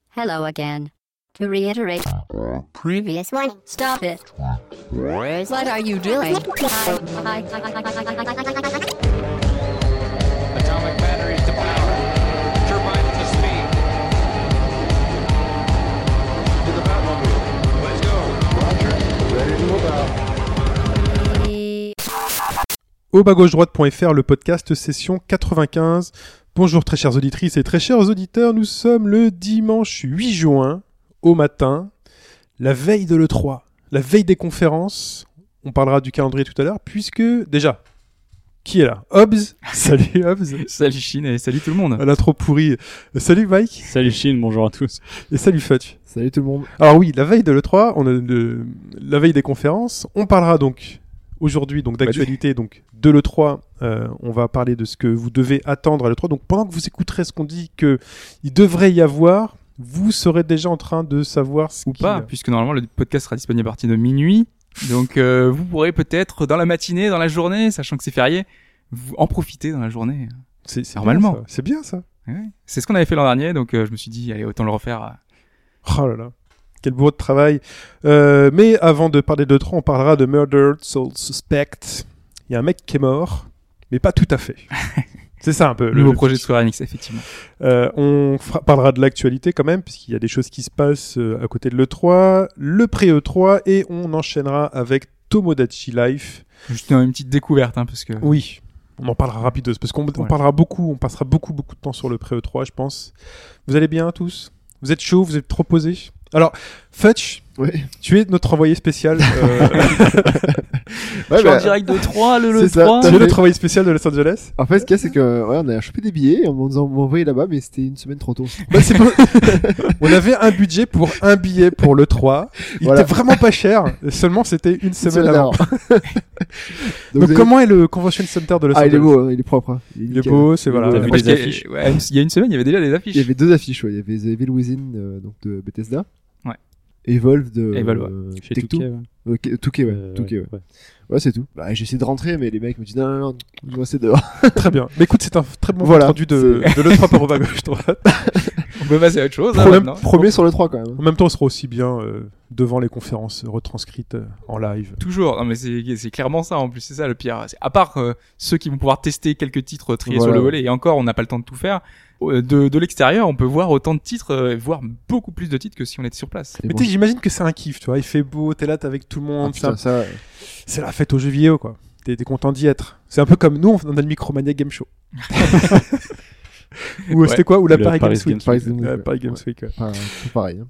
Hello again. To reiterate, previous one, stop it. What are you doing? Atomic batteries to power. Turbines to speed. To the Batmobile. Let's go. Roger. Ready to move out. Au bas-gauche-droite.fr, le podcast session 95. Bonjour très chères auditrices et très chers auditeurs, nous sommes le dimanche 8 juin, au matin, la veille de l'E3, la veille des conférences. On parlera du calendrier tout à l'heure, puisque, déjà, qui est là ? Hobbs. Salut Hobbs. Salut Chine et salut tout le monde. Elle a trop pourri. Salut Mike. Salut Chine, bonjour à tous. Et salut Futch. Salut tout le monde. Alors oui, la veille de l'E3, on a la veille des conférences, on parlera donc aujourd'hui donc d'actualité donc de l'E3, on va parler de ce que vous devez attendre à l'E3. Donc pendant que vous écouterez ce qu'on dit qu'il devrait y avoir, vous serez déjà en train de savoir ce Ou pas, puisque normalement le podcast sera disponible à partir de minuit. Donc vous pourrez peut-être dans la matinée, dans la journée, sachant que c'est férié, vous en profiter dans la journée. C'est normalement. bien, c'est bien ça. Ouais. C'est ce qu'on avait fait l'an dernier, donc je me suis dit allez autant le refaire. Oh là là. Quel bourreau de travail. Mais avant de parler de l'E3, on parlera de Murdered Soul Suspect. Il y a un mec qui est mort, mais pas tout à fait. C'est ça un peu. Le nouveau projet de Square Enix, effectivement. On parlera de l'actualité quand même, puisqu'il y a des choses qui se passent à côté de l'E3, le pré-E3, et on enchaînera avec Tomodachi Life. Juste une petite découverte, parce que... Oui, on en parlera rapidos, parce qu'on parlera beaucoup, on passera beaucoup de temps sur le pré-E3, je pense. Vous allez bien tous ? Vous êtes chaud ? Vous êtes trop posés ? Alors, Futch, Oui. tu es notre envoyé spécial. Je suis en direct de 3, le C'est ça, 3. Tu es notre envoyé spécial de Los Angeles. En fait, ce qu'il y a, c'est que, on a chopé des billets, on m'a envoyé là-bas, mais c'était une semaine trop tôt. Bah, c'est pas... On avait un budget pour un billet pour le 3. Il Voilà. était vraiment pas cher. Seulement, c'était une semaine avant. Donc, vous comment est le Convention Center de Los Ah, Angeles ? il est beau, hein, il est propre. Hein. Il est beau, c'est voilà. T'as vu Parce les qu'il y a- affiches ouais, il y a une semaine, il y avait déjà des affiches. Il y avait deux affiches, ouais. Il y avait The Evil Within, donc de Bethesda. Ouais. Evolve de Evolve, Chez Take-Two. Touquet, ouais. Touquet, ouais. Touquet, ouais. Ouais, c'est tout. Bah, j'ai essayé de rentrer, mais les mecs me disent non, je vais rester dehors. Très bien. Mais écoute, c'est un très bon Voilà, compte rendu de l'E3 par Oba gauche droite. On peut passer à autre chose. Problème- Premier sur le 3 quand même. En même temps, on sera aussi bien devant les conférences retranscrites en live. Toujours. Non, mais c'est clairement ça, en plus. C'est ça, le pire. C'est, à part ceux qui vont pouvoir tester quelques titres triés Voilà. sur le volet, et encore, on n'a pas le temps de tout faire. De l'extérieur, on peut voir autant de titres, voire beaucoup plus de titres que si on était sur place. Et Mais bon, tu sais, j'imagine que c'est un kiff, tu vois. Il fait beau, t'es là, t'es avec tout le ah, monde. putain, ça, C'est la fête aux jeux vidéo, quoi. T'es content d'y être. C'est un peu comme nous, on a le Micromania Game Show. Ou c'était quoi ? Ou la Le Paris Games Paris Week. Paris Games Week, Ouais, ouais. Paris Games Week, ouais. c'est pareil.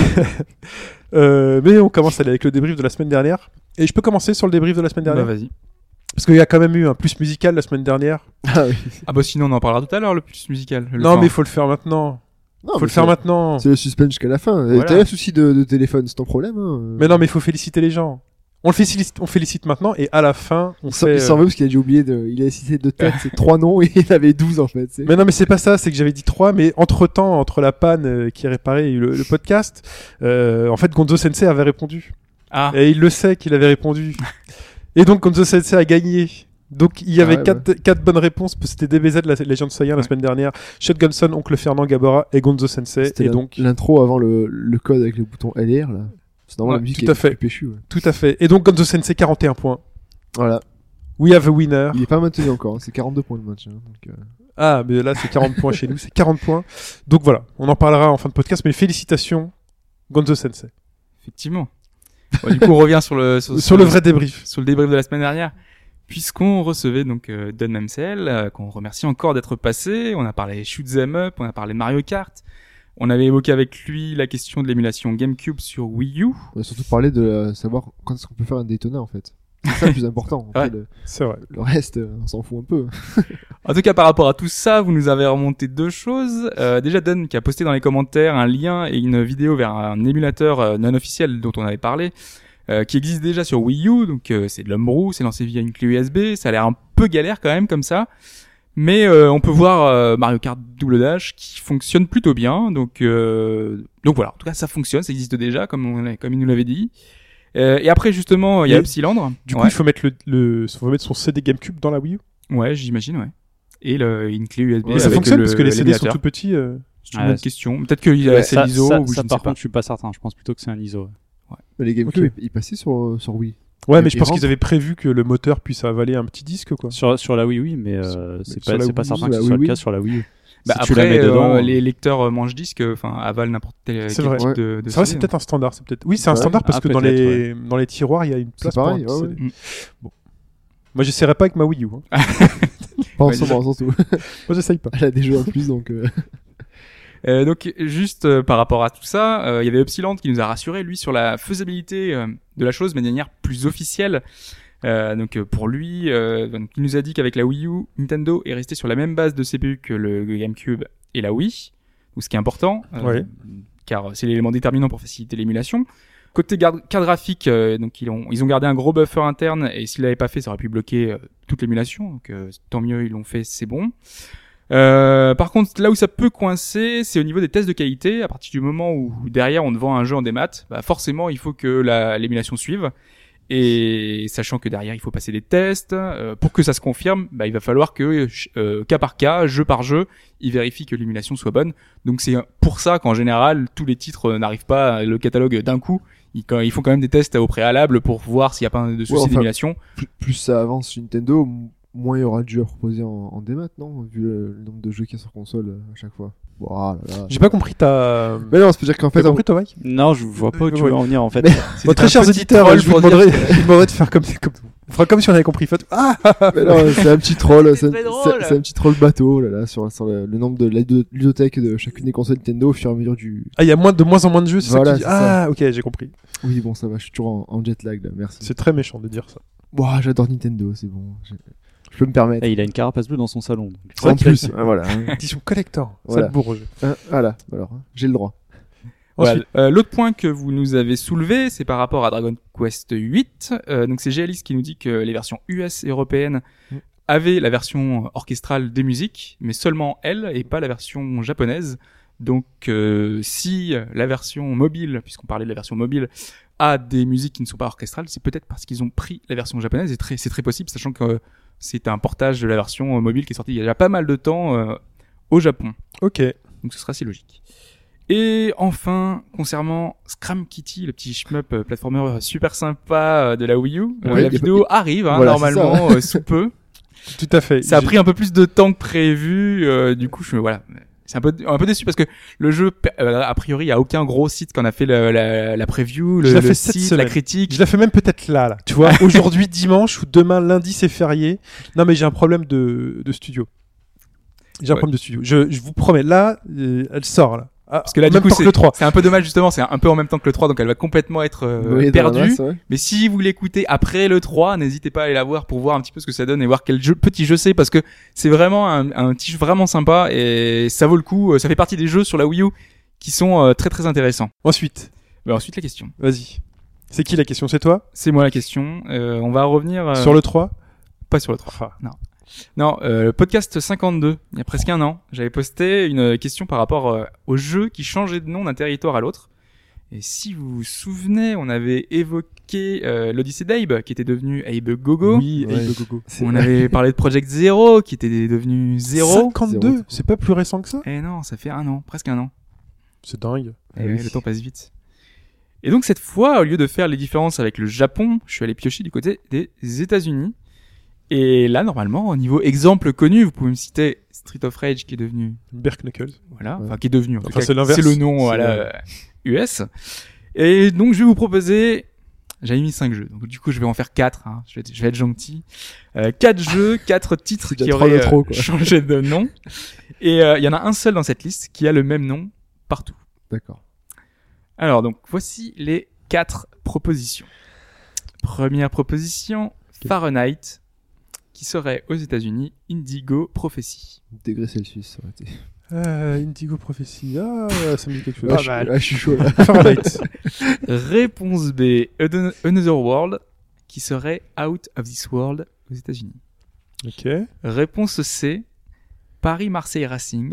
Hein. Mais on commence avec le débrief de la semaine dernière. Et je peux commencer sur le débrief de la semaine Bah, dernière vas-y. parce qu'il y a quand même eu un plus musical la semaine dernière. Ah oui. Ah bah sinon on en parlera tout à l'heure, le plus musical. Le Non, fin. mais il faut le faire maintenant. Non, Faut mais le faire maintenant. C'est le suspense jusqu'à la fin. Voilà. T'as un souci de téléphone, c'est ton problème. Hein. Mais non, mais il faut féliciter les gens. On félicite maintenant et à la fin, on fait... Il s'en veut parce qu'il a déjà oublié il a cité de tête, c'est 3 noms et il avait 12 en fait. Mais non, mais c'est pas ça, c'est que j'avais dit 3, mais entre-temps, entre la panne qui est réparée et le podcast, en fait, Gonzo Sensei avait répondu. Ah. Et il le sait qu'il avait répondu. Et donc, Gonzo Sensei a gagné. Donc, il y avait ouais, 4 bonnes réponses. C'était DBZ, la Légende Saiyan, la semaine dernière. Shotgunson, Oncle Fernand, Gabora et Gonzo Sensei. C'était Et donc, l'intro avant le code avec le bouton LR là. C'est normal, Ouais, la musique tout à est fait. plus péchue. Ouais. tout à fait. Et donc, Gonzo Sensei, 41 points. Voilà. We have a winner. Il est pas maintenu encore, hein. C'est 42 points de match. Hein. Donc, Ah, mais là, c'est 40 points chez nous, c'est 40 points. Donc voilà, on en parlera en fin de podcast, mais félicitations, Gonzo Sensei. Effectivement. Bon, du coup, on revient sur le Sur le vrai débrief. sur le débrief de la semaine dernière, puisqu'on recevait donc Don Mamsel, qu'on remercie encore d'être passé. On a parlé Shoot 'em Up, on a parlé Mario Kart. On avait évoqué avec lui la question de l'émulation GameCube sur Wii U. on a surtout parlé de savoir quand est-ce qu'on peut faire un Daytona en fait. C'est ça le plus important. Après, Ouais. C'est vrai. le reste, on s'en fout un peu. En tout cas, par rapport à tout ça, vous nous avez remonté deux choses. Déjà, Don qui a posté dans les commentaires un lien et une vidéo vers un émulateur non officiel dont on avait parlé, qui existe déjà sur Wii U. Donc, c'est de l'Homebrew, c'est lancé via une clé USB. Ça a l'air un peu galère quand même comme ça. Mais on peut voir Mario Kart Double Dash qui fonctionne plutôt bien. Donc voilà, en tout cas, ça fonctionne, ça existe déjà, comme il nous l'avait dit. Et après, justement, il y a Et Upsilandre. Du coup, Ouais. il faut mettre faut mettre son CD GameCube dans la Wii U. Ouais, j'imagine, ouais. Et une clé USB. Et ça avec fonctionne le- parce que les CD sont l'émulateur. tout petits. C'est une bonne question. Peut-être que c'est l'ISO ou je ça ne par sais pas. contre, je suis pas certain. Je pense plutôt que c'est un ISO. Mais les GameCube, Ok. ils passaient sur Wii. Ouais, mais je Et pense rentre. qu'ils avaient prévu que le moteur puisse avaler un petit disque, quoi. Sur la Wii, oui, mais c'est sur la pas Wii, certain que la ce soit Wii, le cas oui. sur la Wii U. Bah Si tu la après, mets dedans, les lecteurs manche-disques avalent n'importe quel C'est vrai. type Ouais. de C'est vrai, CD. c'est peut-être un standard. C'est peut-être. Oui, c'est un Ouais. standard parce Ah, que dans peut-être, les tiroirs, il y a une place C'est pareil, pour un ouais, CD. ouais. Bon. Moi, j'essaierai pas avec ma Wii U. Hein. Pas en Ouais, ce moment, surtout. Moi, j'essaye pas. Elle a des jeux en plus, donc. Donc juste par rapport à tout ça, il y avait Upsiland qui nous a rassuré lui sur la faisabilité de la chose mais de manière plus officielle. Donc pour lui, donc, il nous a dit qu'avec la Wii U, Nintendo est resté sur la même base de CPU que le GameCube et la Wii, donc ce qui est important, Ouais. car c'est l'élément déterminant pour faciliter l'émulation. Côté carte graphique, donc ils ont gardé un gros buffer interne et s'ils l'avaient pas fait, ça aurait pu bloquer toute l'émulation. Donc tant mieux, ils l'ont fait, c'est bon. Par contre, là où ça peut coincer, c'est au niveau des tests de qualité. À partir du moment où derrière on te vend un jeu en démat, bah forcément il faut que l'émulation suive. Et sachant que derrière il faut passer des tests, pour que ça se confirme, bah il va falloir que cas par cas, jeu par jeu, il vérifie que l'émulation soit bonne. Donc c'est pour ça qu'en général tous les titres n'arrivent pas le catalogue d'un coup. Ils font quand même des tests au préalable pour voir s'il n'y a pas de souci Ouais, enfin, d'émulation. Plus ça avance sur Nintendo, moins il y aura de jeux à proposer en démat, non? Vu le nombre de jeux qu'il y a sur console à chaque fois. Bon, ah là là. J'ai pas compris ta. Mais non, c'est pour dire qu'en T'as fait, compris, toi, Mike Non, je vois pas où tu Ouais. veux en venir en fait. Mais- Bon, très chers auditeurs, je vous demanderai de faire comme. On fera comme si on avait compris. Faites. Ah mais non, c'est un petit troll, c'est très drôle. un petit troll bateau là sur le nombre de ludothèques de chacune des consoles Nintendo au fur et à mesure du. Ah, il y a de moins en moins de jeux, c'est Voilà, ça que tu dis. c'est ça. Ah, ok, j'ai compris. Oui, bon, ça va, je suis toujours en jet lag là, merci. C'est très méchant de dire ça. Ouah, j'adore Nintendo, c'est bon. Je peux me permettre. Et il a une carapace bleue dans son salon. donc. C'est vrai En qu'il a- plus, voilà. Édition collector. Voilà. Ça te bourre. Voilà, alors, j'ai le droit. Voilà. Ensuite. L'autre point que vous nous avez soulevé, c'est par rapport à Dragon Quest 8. Donc c'est GLX qui nous dit que les versions US et européennes avaient la version orchestrale des musiques, mais seulement elle et pas la version japonaise. Donc si la version mobile, puisqu'on parlait de la version mobile, a des musiques qui ne sont pas orchestrales, c'est peut-être parce qu'ils ont pris la version japonaise. Et c'est très possible, sachant que c'est un portage de la version mobile qui est sorti il y a déjà pas mal de temps au Japon. Ok. Donc ce sera assez logique. Et enfin, concernant Scram Kitty, le petit shmup platformer super sympa de la Wii U, Ouais, la vidéo arrive voilà, c'est normalement sous peu. Tout à fait. Ça a pris un peu plus de temps que prévu, du coup voilà. C'est un peu déçu parce que le jeu, a priori, il y a aucun gros site qu'on a fait la preview, Je l'ai le fait cette site, semaine. la critique. Je la fais même peut-être là. Tu vois, aujourd'hui dimanche ou demain lundi c'est férié. Non mais j'ai un problème de studio. J'ai un Ouais. problème de studio. Je vous promets, là, elle sort là. Ah, Parce que là, du même coup, temps que le 3. c'est un peu dommage justement, c'est un peu en même temps que le 3, donc elle va complètement être Oui, dans la perdue. masse, ouais. Mais si vous l'écoutez après le 3, n'hésitez pas à aller la voir pour voir un petit peu ce que ça donne et voir quel petit jeu c'est, parce que c'est vraiment un petit jeu vraiment sympa et ça vaut le coup. Ça fait partie des jeux sur la Wii U qui sont très très intéressants. Ensuite, Ensuite la question. vas-y. C'est qui la question? C'est toi? C'est moi la question. On va revenir Sur le 3? pas sur le 3. Non, le podcast 52, il y a presque un an, j'avais posté une question par rapport aux jeux qui changeaient de nom d'un territoire à l'autre. Et si vous vous souvenez, on avait évoqué l'Odyssée d'Abe, qui était devenu Abe Gogo. Oui, Ouais. Abe Gogo. C'est- On avait parlé de Project Zero, qui était devenu Zero. 52, Zéro. c'est pas plus récent que ça? Et non, ça fait un an, presque un an. C'est dingue. Et ouais, le temps passe vite. Et donc cette fois, au lieu de faire les différences avec le Japon, je suis allé piocher du côté des États-Unis. Et là, normalement, au niveau exemple connu, vous pouvez me citer Street of Rage qui est devenu, Berk Knuckles. voilà, Ouais. enfin qui est devenu, en tout Enfin, cas, c'est l'inverse. c'est le nom, C'est voilà, US. Et donc je vais vous proposer, j'avais mis 5 jeux, donc du coup je vais en faire 4, hein. je vais être gentil. 4 jeux, 4 titres C'est qui déjà auraient trop, quoi. changé de nom. Et il y en a un seul dans cette liste qui a le même nom partout. D'accord. Alors donc voici les 4 propositions. Première proposition, Fahrenheit, qui serait aux États-Unis Indigo Prophecy. Degré Celsius, ça aurait été. Indigo Prophecy. Ah, ça me dit quelque chose. Je suis chaud là. Fahrenheit. Réponse B, Another World, qui serait Out of This World aux États-Unis. Ok. Réponse C, Paris-Marseille Racing,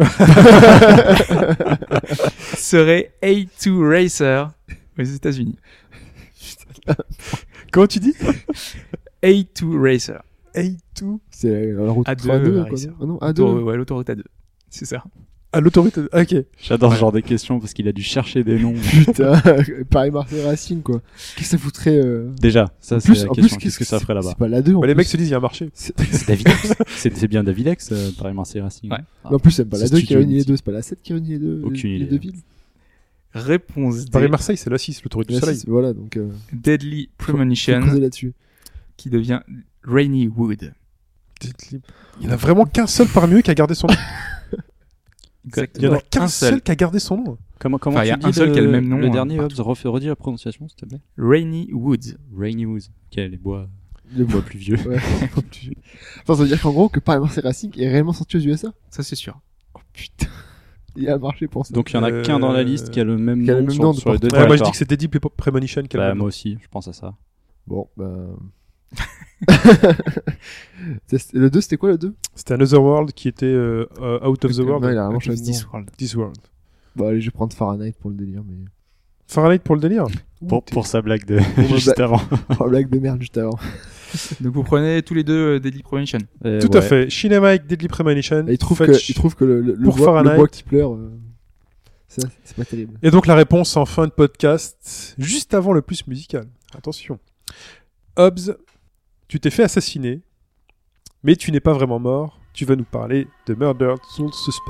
serait A2 Racer aux États-Unis. Comment tu dis? A2 Racer. A2. C'est la route A2, 32, quoi. Racer. Non, ah non, A2. Ouais, l'autoroute A2. C'est ça. À l'autorité. Ok. J'adore ce genre de questions parce qu'il a dû chercher des noms. Putain, Paris-Marseille Racing, quoi. Qu'est-ce que ça foutrait Déjà, ça En c'est plus, la en question. plus, Qu'est-ce que ça ferait là-bas? C'est pas la 2 en Bah, les plus. mecs se disent il y a un marché. C'est Davidex. C'est bien Davidex, Paris-Marseille Racing. Ouais. Mais en plus, c'est pas la C'est 2 qui Studio réunit les Unity. deux, c'est pas la 7 qui réunit les deux. Aucune les idée. deux villes. Réponse D. Paris-Marseille, c'est la 6, l'autorité La du soleil. 6, voilà, donc Deadly faut Premonition creuser là-dessus. qui devient Rainy Wood. Il y en a vraiment qu'un seul parmi eux qui a gardé son nom. Il y en Exactement. a qu'un seul qui a gardé son nom. Comment Enfin, il y a tu un dis seul qui a le même nom, Le hein, dernier, partout. Hobbs, redis la prononciation, s'il te plaît. Rainy Woods. Rainy Woods. Ok, les bois Le bois. plus vieux. Ouais. Enfin, ça veut dire qu'en gros, que Paris-Marseille Racing est réellement sorti aux USA. Ça, c'est sûr. Oh putain. Il y a un marché pour ça. Donc il y en a qu'un dans la liste qui a le même qui a le nom même sur, nom de sur les deux. Ouais, moi je D'accord. dis que c'est Deadly Premonition qui a le Bah, même nom. moi aussi, je pense à ça. Bon, le 2, c'était quoi le 2? C'était Another World qui était Out of the World. Non, il a vraiment Out changé of de nom. this world. This World. Bon, allez, je vais prendre Fahrenheit pour le délire, mais. Fahrenheit pour le délire. Pour sa blague de ma juste blague. avant. Oh, blague de merde juste avant. Donc vous prenez tous les deux Deadly Premonition. Tout à fait. Shinemaik, Deadly Premonition. Et il trouve Fetch. que le Pour bois, Fahrenheit. le bois qui pleure, c'est pas terrible. Et donc la réponse en fin de podcast, juste avant le plus musical. Attention. Hobbs, tu t'es fait assassiner, mais tu n'es pas vraiment mort. Tu vas nous parler de Murdered Soul Suspect.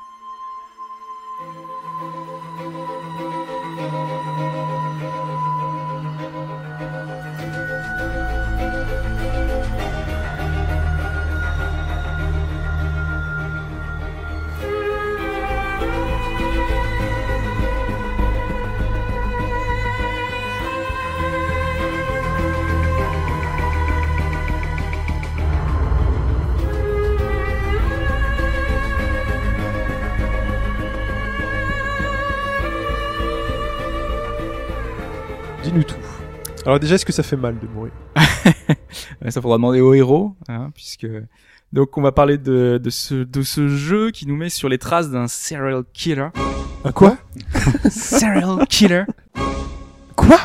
Dis-nous tout. Alors déjà, est-ce que ça fait mal de mourir? Ça faudra demander au héros, hein, puisque donc on va parler de ce jeu qui nous met sur les traces d'un serial killer. Un quoi? Serial killer. Quoi?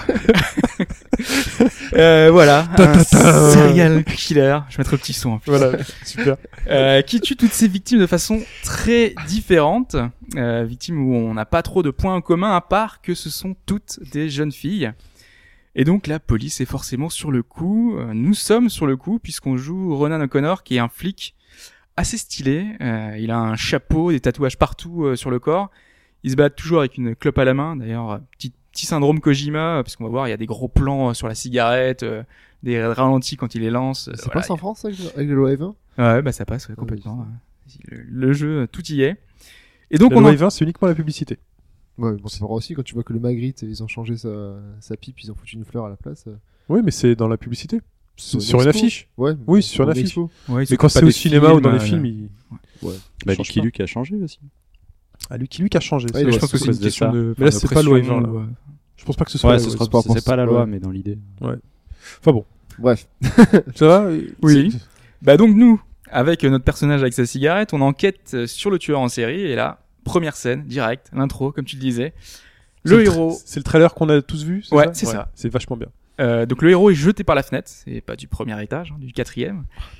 Voilà, un serial killer. Je mettrai le petit son. En plus. Voilà, super. Qui tue toutes ses victimes de façon très différente. Victimes où on n'a pas trop de points en commun à part que ce sont toutes des jeunes filles. Et donc la police est forcément sur le coup. Nous sommes sur le coup puisqu'on joue Ronan O'Connor qui est un flic assez stylé. Il a un chapeau, des tatouages partout sur le corps. Il se balade toujours avec une clope à la main. D'ailleurs, petit syndrome Kojima, parce qu'on va voir, il y a des gros plans sur la cigarette, des ralentis quand il les lance. C'est Voilà. pas en France avec la loi F1? Ouais, bah ça passe ouais, Ah, complètement. oui, Le jeu, tout y est. Et donc La on loi en... Evin, c'est uniquement la publicité. Ouais, bon, c'est vrai aussi quand tu vois que le Magritte, ils ont changé sa pipe, ils ont foutu une fleur à la place. Oui, mais c'est dans la publicité. Sur Sur une expo. affiche. Ouais. Oui, sur une une affiche. expo. Ouais, ils Mais quand s'occupent c'est pas au des cinéma ou dans les films, films, Ouais. Bah, change Lucky pas. Luke a changé aussi. Ah, Lucky Luke a changé. Ouais, c'est je vrai. je pense que c'est cause une de question ça. de. Mais là, de c'est pas loi pression, Evin, là. ou, Je pense pas que ce soit. Ouais, la ce loi sera Evin. pas- c'est pas la loi, ouais. mais dans l'idée. Enfin bon. Bref. Ça va? Oui. C'est- Bah donc nous, avec notre personnage avec sa cigarette, on enquête sur le tueur en série et là, première scène, direct, l'intro, comme tu le disais. Le héros. C'est le trailer qu'on a tous vu? Ouais, c'est ça. C'est vachement bien. Donc le héros est jeté par la fenêtre, c'est pas du premier étage, hein, du 4e.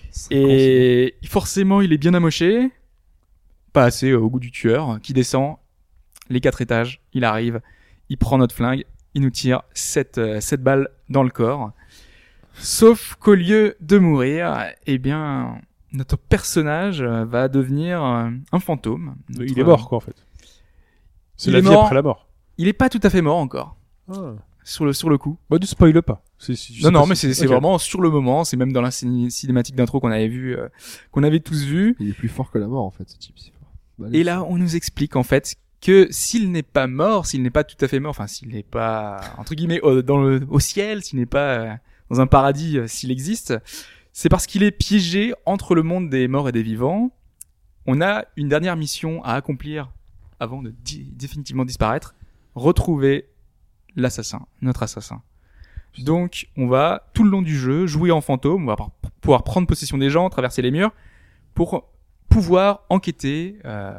Et forcément, il est bien amoché, pas assez au goût du tueur, qui descend les 4 étages. Il arrive, il prend notre flingue, il nous tire 7 balles dans le corps. Sauf qu'au lieu de mourir, eh bien, notre personnage va devenir un fantôme. Il est mort, quoi, en fait. C'est Il la est vie mort. après la mort. Il est pas tout à fait mort encore, Ah. sur le coup. Bah, ne spoil pas. Je sais Non, pas mais si- c'est Ok. vraiment sur le moment. C'est même dans la cinématique d'intro qu'on avait vu, qu'on avait tous vu. Il est plus fort que la mort en fait, ce type. C'est fort. Bah, Et là, on nous explique en fait que s'il n'est pas mort, s'il n'est pas tout à fait mort, enfin s'il n'est pas entre guillemets au ciel, s'il n'est pas dans un paradis, s'il existe, c'est parce qu'il est piégé entre le monde des morts et des vivants. On a une dernière mission à accomplir avant de définitivement disparaître, retrouver l'assassin, notre assassin. Donc, on va tout le long du jeu jouer en fantôme, on va pouvoir prendre possession des gens, traverser les murs, pour pouvoir enquêter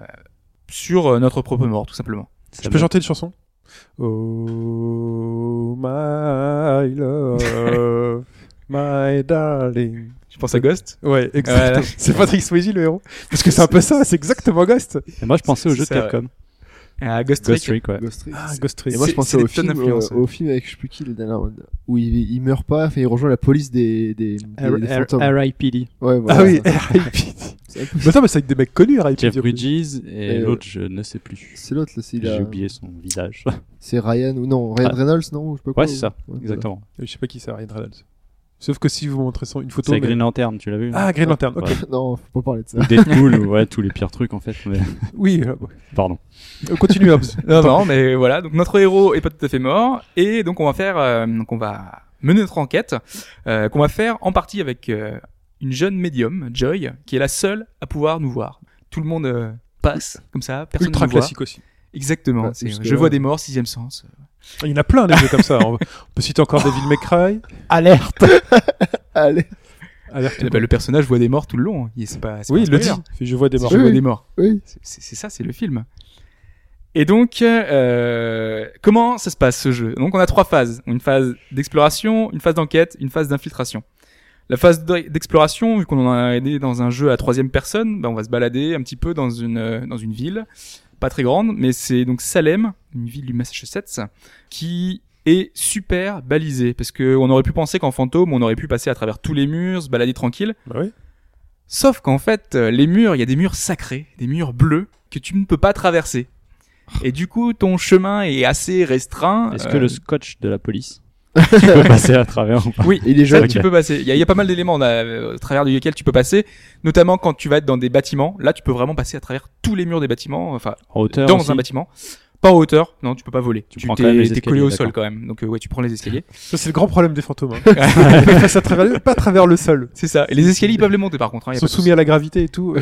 sur notre propre mort, tout simplement. Je peux chanter une chanson? Oh my love. My darling. Je pense à Ghost. Ouais, exactement. Voilà. C'est Patrick Swayze le héros. Parce que c'est un peu ça, c'est exactement Ghost. Et moi, je pensais au jeu de C'est ça, Capcom. À Ghost Ghost Trick. Trick, ouais. Ghost Trick. Ah, Ghost Trick. Et moi, je C'est pensais des au tonnes film, d'influences, ouais. au film avec je sais plus qui, le dernier, où il meurt pas, enfin, il rejoint la police des fantômes. R.I.P.D. Ouais, voilà. Ah oui, ça. R.I.P. C'est un peu- Mais attends, mais c'est avec des mecs connus, R.I.P. Jeff Bridges et Et, l'autre, je ne sais plus. C'est l'autre, là, J'ai oublié son visage. c'est Ryan, ou non, Ryan Ah. Reynolds, non, je sais pas quoi. Ouais, c'est ça, Ouais, exactement. Je sais pas qui c'est, Ryan Reynolds. Sauf que si vous montrez une photo. C'est mais- Green Lantern, tu l'as vu? Ah, Green Lantern, ok. Ouais. voilà. Non, faut pas parler de ça. Ou Deadpool, ou ouais, tous les pires trucs en fait. Mais... Oui, Pardon. continue. Hobbs. Non, mais voilà. Donc notre héros est pas tout à fait mort, et donc on va faire, donc on va mener notre enquête, qu'on va faire en partie avec une jeune médium, Joy, qui est la seule à pouvoir nous voir. Tout le monde passe comme ça, personne Ultra ne nous voit. classique aussi. Exactement. Ouais, c'est, jusque je là. vois des morts, sixième sens. Il y en a plein des jeux comme ça. On peut citer encore Devil May Cry. Alerte! Allez, Alerte. Eh ben, le personnage voit des morts tout le long. C'est pas Oui, pas il le un dit. spoiler. Il fait, je vois des morts. Je vois Oui. des morts. oui. C'est ça, c'est le film. Et donc, comment ça se passe ce jeu? Donc, on a 3 phases. Une phase d'exploration, une phase d'enquête, une phase d'infiltration. La phase d'exploration, vu qu'on en a aidé dans un jeu à 3e personne, ben on va se balader un petit peu dans une ville, pas très grande, mais c'est donc Salem, une ville du Massachusetts, qui est super balisée, parce que on aurait pu penser qu'en fantôme, on aurait pu passer à travers tous les murs, se balader tranquille. Bah oui. Sauf qu'en fait, les murs, il y a des murs sacrés, des murs bleus que tu ne peux pas traverser. Et du coup, ton chemin est assez restreint. Est-ce que le scotch de la police, tu peux passer à travers ou pas? Oui, Il est ça, jeune. tu peux passer. Il y a pas mal d'éléments au travers duquel tu peux passer, notamment quand tu vas être dans des bâtiments. Là, tu peux vraiment passer à travers tous les murs des bâtiments, enfin, En hauteur dans aussi. un bâtiment. Pas en hauteur, non, tu peux pas voler. Tu prends quand même les t'es collé escaliers, au sol d'accord. quand même. Donc ouais, tu prends les escaliers. Ça, c'est le grand problème des fantômes. Hein. Ils passent à travers, pas à travers le sol. C'est ça. Et les escaliers ils peuvent les monter par contre. Hein, y Ils a sont pas de soumis à la gravité et tout.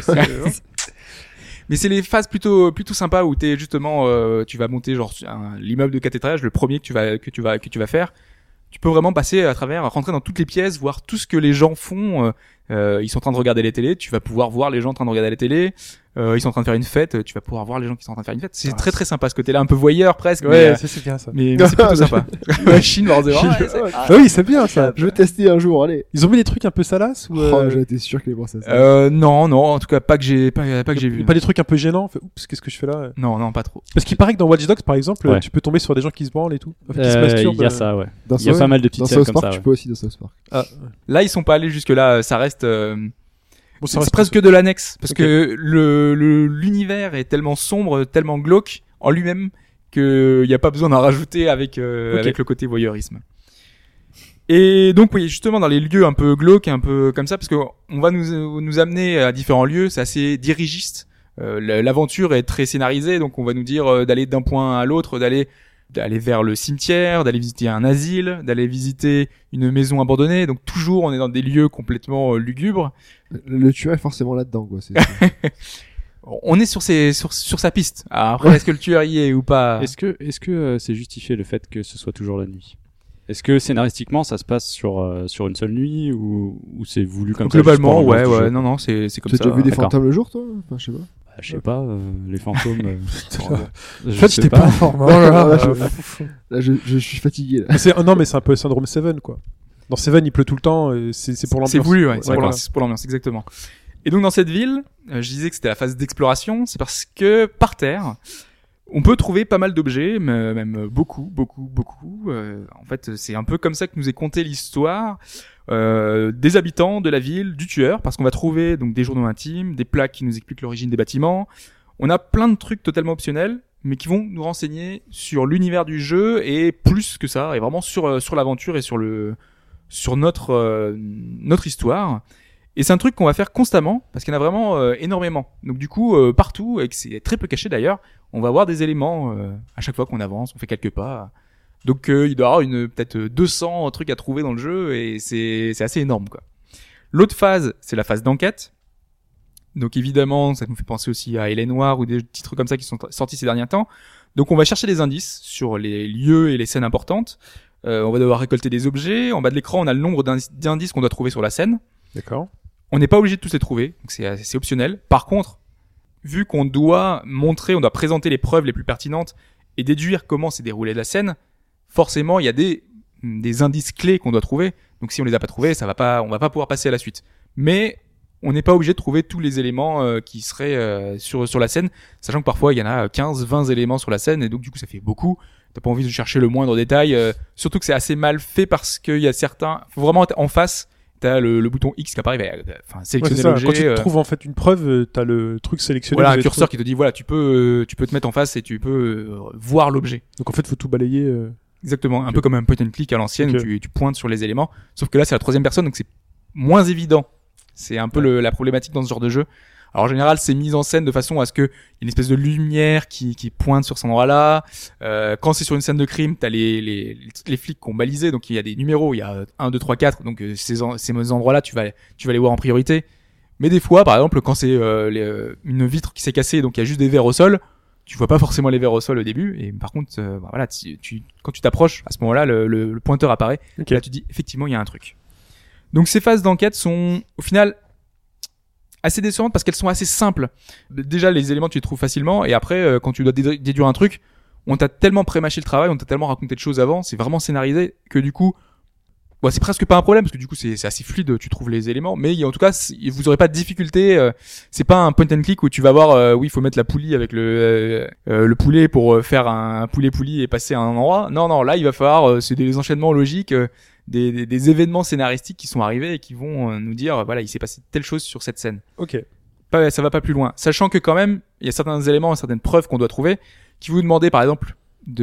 Mais c'est les phases plutôt sympas où t'es justement tu vas monter genre l'immeuble de 4 étages, le premier que tu vas faire. Tu peux vraiment passer à travers, rentrer dans toutes les pièces, voir tout ce que les gens font. Ils sont en train de regarder les télés, tu vas pouvoir voir les gens en train de regarder la télé. Ils sont en train de faire une fête, tu vas pouvoir voir les gens qui sont en train de faire une fête. C'est Ah, très très sympa ce côté-là, un peu voyeur presque. Ouais, c'est bien ça. mais c'est plutôt sympa. Chine Warzone. Ah oui, c'est bien ça. Je veux tester un jour, allez. Ils ont mis des trucs un peu salaces ou Oh, j'étais sûr qu'il allait voir ça. Non, en tout cas pas que j'ai pas que j'ai vu. Pas des trucs un peu gênants. On fait, oups, qu'est-ce que je fais là? Non, pas trop. Parce qu'il paraît que dans Watch Dogs, par exemple, Ouais. tu peux tomber sur des gens qui se branlent et tout. Enfin, qui se masturbent. Il y a ça, ouais. Dans Il y a South- pas mal de petites dans scènes South comme Park, ça. tu Ouais. peux aussi dans South Park. Là, ils sont pas allés jusque là. Ça reste. Bon, ça C'est reste presque de l'annexe parce Ok. que l'univers est tellement sombre, tellement glauque en lui-même qu'il n'y a pas besoin d'en rajouter avec avec le côté voyeurisme. Et donc oui, justement dans les lieux un peu glauques, un peu comme ça, parce que on va nous amener à différents lieux, c'est assez dirigiste. L'aventure est très scénarisée, donc on va nous dire d'aller d'un point à l'autre, d'aller vers le cimetière, d'aller visiter un asile, d'aller visiter une maison abandonnée. Donc toujours on est dans des lieux complètement lugubres. Le tueur est forcément là-dedans, quoi. C'est- On est sur sa piste. Alors après, est-ce que le tueur y est ou pas? Est-ce que c'est justifié le fait que ce soit toujours la nuit? Est-ce que scénaristiquement ça se passe sur une seule nuit ou c'est voulu comme Globalement, ça juste pour l'ambiance ouais, du jeu non, c'est comme Tu as ça. déjà vu des d'accord. fantômes le jour, toi? Enfin, je sais pas. Bah, je sais pas, les fantômes. En fait, j'étais pas en forme. Non, là, Là, je suis fatigué, là. Non, mais c'est un peu le syndrome Seven, quoi. Dans Seven, il pleut tout le temps. C'est pour l'ambiance. C'est voulu, ouais, c'est Voilà. pour l'ambiance, exactement. Et donc dans cette ville, je disais que c'était la phase d'exploration, c'est parce que par terre, on peut trouver pas mal d'objets, même beaucoup. En fait, c'est un peu comme ça que nous est contée l'histoire des habitants de la ville, du tueur, parce qu'on va trouver donc des journaux intimes, des plaques qui nous expliquent l'origine des bâtiments. On a plein de trucs totalement optionnels, mais qui vont nous renseigner sur l'univers du jeu et plus que ça, et vraiment sur l'aventure et sur notre histoire. Et c'est un truc qu'on va faire constamment parce qu'il y en a vraiment énormément. Donc du coup, partout, et que c'est très peu caché d'ailleurs, on va avoir des éléments à chaque fois qu'on avance, on fait quelques pas. Donc il doit y avoir peut-être 200 trucs à trouver dans le jeu et c'est assez énorme, quoi. L'autre phase, c'est la phase d'enquête. Donc évidemment, ça nous fait penser aussi à Hélène Noire ou des petits trucs comme ça qui sont sortis ces derniers temps. Donc on va chercher des indices sur les lieux et les scènes importantes. On va devoir récolter des objets. En bas de l'écran, on a le nombre d'indices qu'on doit trouver sur la scène. D'accord. On n'est pas obligé de tous les trouver, donc c'est optionnel. Par contre, vu qu'on doit on doit présenter les preuves les plus pertinentes et déduire comment s'est déroulée la scène, forcément, il y a des indices clés qu'on doit trouver. Donc si on les a pas trouvés, on va pas pouvoir passer à la suite. Mais on n'est pas obligé de trouver tous les éléments qui seraient sur la scène, sachant que parfois il y en a 15-20 éléments sur la scène et donc du coup ça fait beaucoup. T'as pas envie de chercher le moindre détail, surtout que c'est assez mal fait parce qu'il y a certains, faut vraiment être en face. T'as le bouton X qui apparaît, sélectionner l'objet. Quand tu trouves en fait une preuve, t'as le truc sélectionné. Voilà, un curseur qui te dit voilà, tu peux te mettre en face et tu peux voir l'objet. Donc en fait, faut tout balayer. Exactement, un peu comme un point and click à l'ancienne où tu pointes sur les éléments. Sauf que là, c'est la troisième personne, donc c'est moins évident. C'est un peu la problématique dans ce genre de jeu. Alors en général, c'est mis en scène de façon à ce que y ait une espèce de lumière qui pointe sur cet endroit-là. Quand c'est sur une scène de crime, t'as les flics qui ont balisé, donc il y a des numéros, il y a 1, 2, 3, 4, donc ces endroits-là, tu vas les voir en priorité. Mais des fois, par exemple, quand c'est une vitre qui s'est cassée, donc il y a juste des verres au sol, tu vois pas forcément les verres au sol au début, et par contre, voilà, quand tu t'approches, à ce moment-là, le pointeur apparaît, et là tu dis effectivement il y a un truc. Donc ces phases d'enquête sont au final assez décevantes parce qu'elles sont assez simples. Déjà les éléments tu les trouves facilement et après quand tu dois déduire un truc, on t'a tellement prémâché le travail, on t'a tellement raconté de choses avant, c'est vraiment scénarisé que du coup c'est presque pas un problème parce que du coup c'est assez fluide, tu trouves les éléments, mais en tout cas vous aurez pas de difficulté, c'est pas un point and click où tu vas voir oui il faut mettre la poulie avec le poulet pour faire un poulet et passer à un endroit. Non là il va falloir c'est des enchaînements logiques, des événements scénaristiques qui sont arrivés et qui vont nous dire voilà il s'est passé telle chose sur cette scène. Ok. Ça va pas plus loin, sachant que quand même il y a certains éléments, certaines preuves qu'on doit trouver qui vous demandent par exemple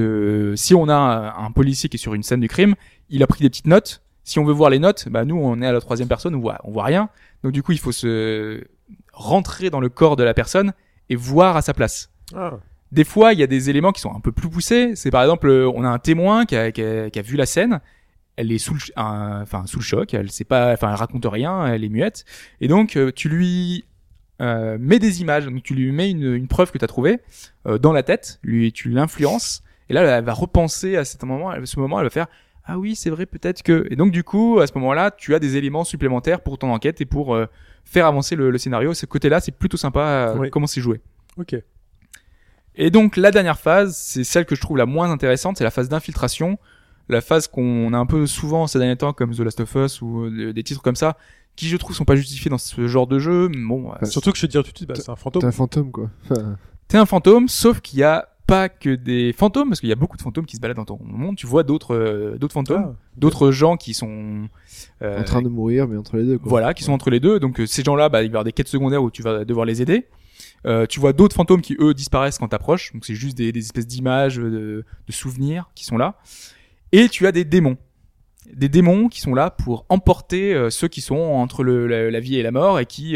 si on a un policier qui est sur une scène du crime, il a pris des petites notes. Si on veut voir les notes, nous on est à la troisième personne, on voit rien. Donc du coup il faut se rentrer dans le corps de la personne et voir à sa place. Ah. Des fois il y a des éléments qui sont un peu plus poussés. C'est par exemple on a un témoin qui a vu la scène. Elle est sous le choc. Elle raconte rien. Elle est muette. Et donc tu lui mets des images. Donc tu lui mets une preuve que tu as trouvée dans la tête. Tu l'influences. Et là elle va repenser à ce moment. Elle va faire ah oui, c'est vrai, peut-être que... Et donc, du coup, à ce moment-là, tu as des éléments supplémentaires pour ton enquête et pour faire avancer le scénario. Ce côté-là, c'est plutôt sympa comment c'est joué. Ok. Et donc, la dernière phase, c'est celle que je trouve la moins intéressante, c'est la phase d'infiltration. La phase qu'on a un peu souvent ces derniers temps, comme The Last of Us ou des titres comme ça, qui, je trouve, sont pas justifiés dans ce genre de jeu. Bon, surtout que je te dis tout de suite, c'est un fantôme. T'es un fantôme, quoi. T'es un fantôme, sauf qu'il y a pas que des fantômes, parce qu'il y a beaucoup de fantômes qui se baladent dans ton monde. Tu vois d'autres fantômes, d'autres gens qui sont en train de mourir, mais entre les deux, quoi. Voilà, qui sont entre les deux. Donc ces gens-là, il va y avoir des quêtes secondaires où tu vas devoir les aider. Tu vois d'autres fantômes qui eux disparaissent quand t'approches. Donc c'est juste des espèces d'images, de souvenirs qui sont là. Et tu as des démons qui sont là pour emporter ceux qui sont entre la vie et la mort et qui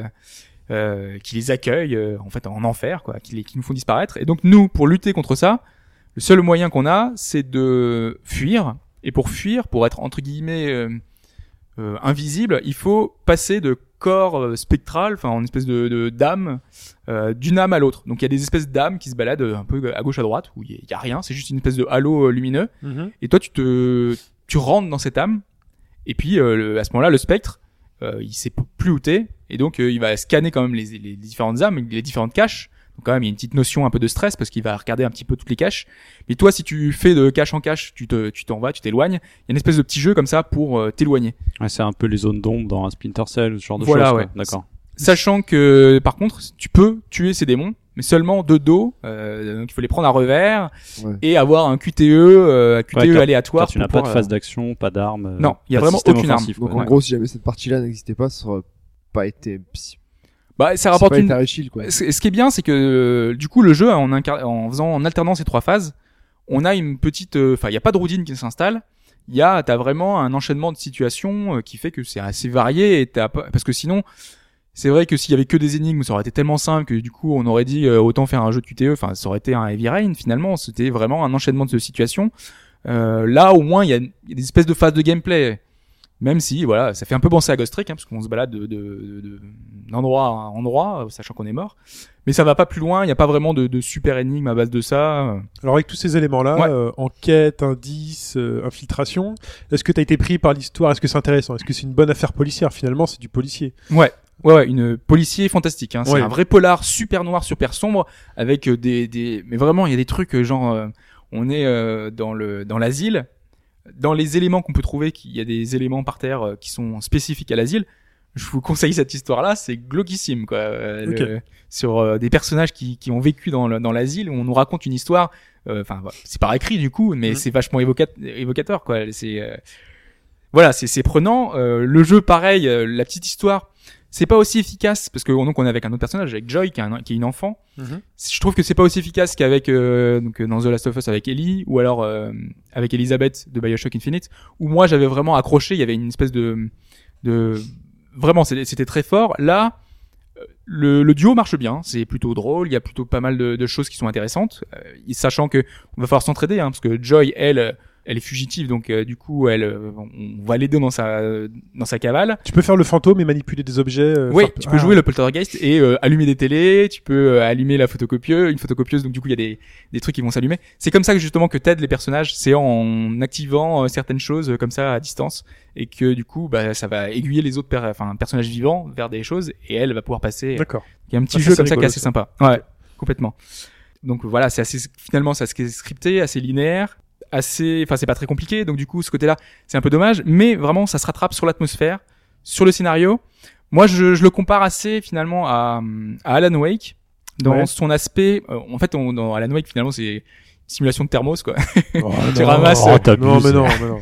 les accueillent en fait en enfer, quoi, qui nous font disparaître. Et donc nous, pour lutter contre ça, le seul moyen qu'on a, c'est de fuir. Et pour fuir, pour être entre guillemets invisible, il faut passer de corps spectral, enfin en espèce de d'âme, d'une âme à l'autre. Donc il y a des espèces d'âmes qui se baladent un peu à gauche à droite où il y a rien, c'est juste une espèce de halo lumineux. Mm-hmm. Et toi tu rentres dans cette âme. Et puis à ce moment-là, le spectre il sait plus où t'es, et donc il va scanner quand même les différentes âmes, les différentes caches. Donc quand même il y a une petite notion un peu de stress parce qu'il va regarder un petit peu toutes les caches. Mais toi, si tu fais de cache en cache, tu t'en vas, tu t'éloignes. Il y a une espèce de petit jeu comme ça pour t'éloigner. Ouais, c'est un peu les zones d'ombre dans un Splinter Cell, ce genre de voilà, choses. Ouais. Quoi. D'accord. Sachant que par contre, tu peux tuer ces démons, mais seulement de dos. Donc il faut les prendre à revers et avoir un QTE aléatoire. Tu n'as pas de phase d'action, pas d'armes. Non, il y a vraiment aucune arme. Donc en gros, si jamais cette partie-là n'existait pas, ça aurait pas été. Ça rapporte une. Chill, quoi. Ce qui est bien, c'est que du coup le jeu, en alternant ces trois phases, on a une petite. Il y a pas de routine qui s'installe. T'as vraiment un enchaînement de situations qui fait que c'est assez varié parce que sinon. C'est vrai que s'il y avait que des énigmes, ça aurait été tellement simple que du coup on aurait dit autant faire un jeu de QTE. Enfin, ça aurait été un Heavy Rain finalement. C'était vraiment un enchaînement de situations. Là, au moins, il y a des espèces de phases de gameplay. Même si, voilà, ça fait un peu penser à Ghost Trick, parce qu'on se balade d'endroit à endroit, sachant qu'on est mort. Mais ça va pas plus loin. Il y a pas vraiment de super énigmes à base de ça. Alors avec tous ces éléments-là, enquête, indices, infiltration, est-ce que t'as été pris par l'histoire? Est-ce que c'est intéressant? Est-ce que c'est une bonne affaire policière? Finalement, c'est du policier. Ouais, une policier fantastique, hein. C'est un vrai polar super noir, super sombre, avec mais vraiment, il y a des trucs, genre, on est dans l'asile, dans les éléments qu'on peut trouver, qu'il y a des éléments par terre qui sont spécifiques à l'asile. Je vous conseille cette histoire-là, c'est glauquissime, quoi. Sur des personnages qui ont vécu dans l'asile, où on nous raconte une histoire. Enfin, c'est par écrit du coup, mais c'est vachement évocateur, quoi. C'est prenant. Le jeu, pareil, la petite histoire. C'est pas aussi efficace parce que donc on est avec un autre personnage, avec Joy qui est une enfant. Je trouve que c'est pas aussi efficace qu'avec donc dans The Last of Us avec Ellie ou alors avec Elizabeth de BioShock Infinite où moi j'avais vraiment accroché, il y avait une espèce de vraiment c'était très fort. Là le duo marche bien, c'est plutôt drôle, il y a plutôt pas mal de choses qui sont intéressantes, sachant que on va falloir s'entraider parce que Joy elle est fugitive, donc du coup, on va l'aider dans sa cavale. Tu peux faire le fantôme et manipuler des objets. Oui, tu peux jouer le poltergeist et allumer des télés. Tu peux allumer une photocopieuse. Donc du coup, il y a des trucs qui vont s'allumer. C'est comme ça que justement que t'aides les personnages, c'est en activant certaines choses comme ça à distance et que du coup, ça va aiguiller les autres personnages vivants vers des choses et elle va pouvoir passer. D'accord. Il y a un petit jeu comme ça qui est assez sympa. Ouais, complètement. Donc voilà, c'est assez scripté, assez linéaire. C'est pas très compliqué, donc du coup ce côté-là c'est un peu dommage, mais vraiment ça se rattrape sur l'atmosphère, sur le scénario. Moi je le compare assez finalement à Alan Wake dans son aspect. En fait dans Alan Wake finalement c'est simulation de thermos quoi. Tu ramasses. Non mais non.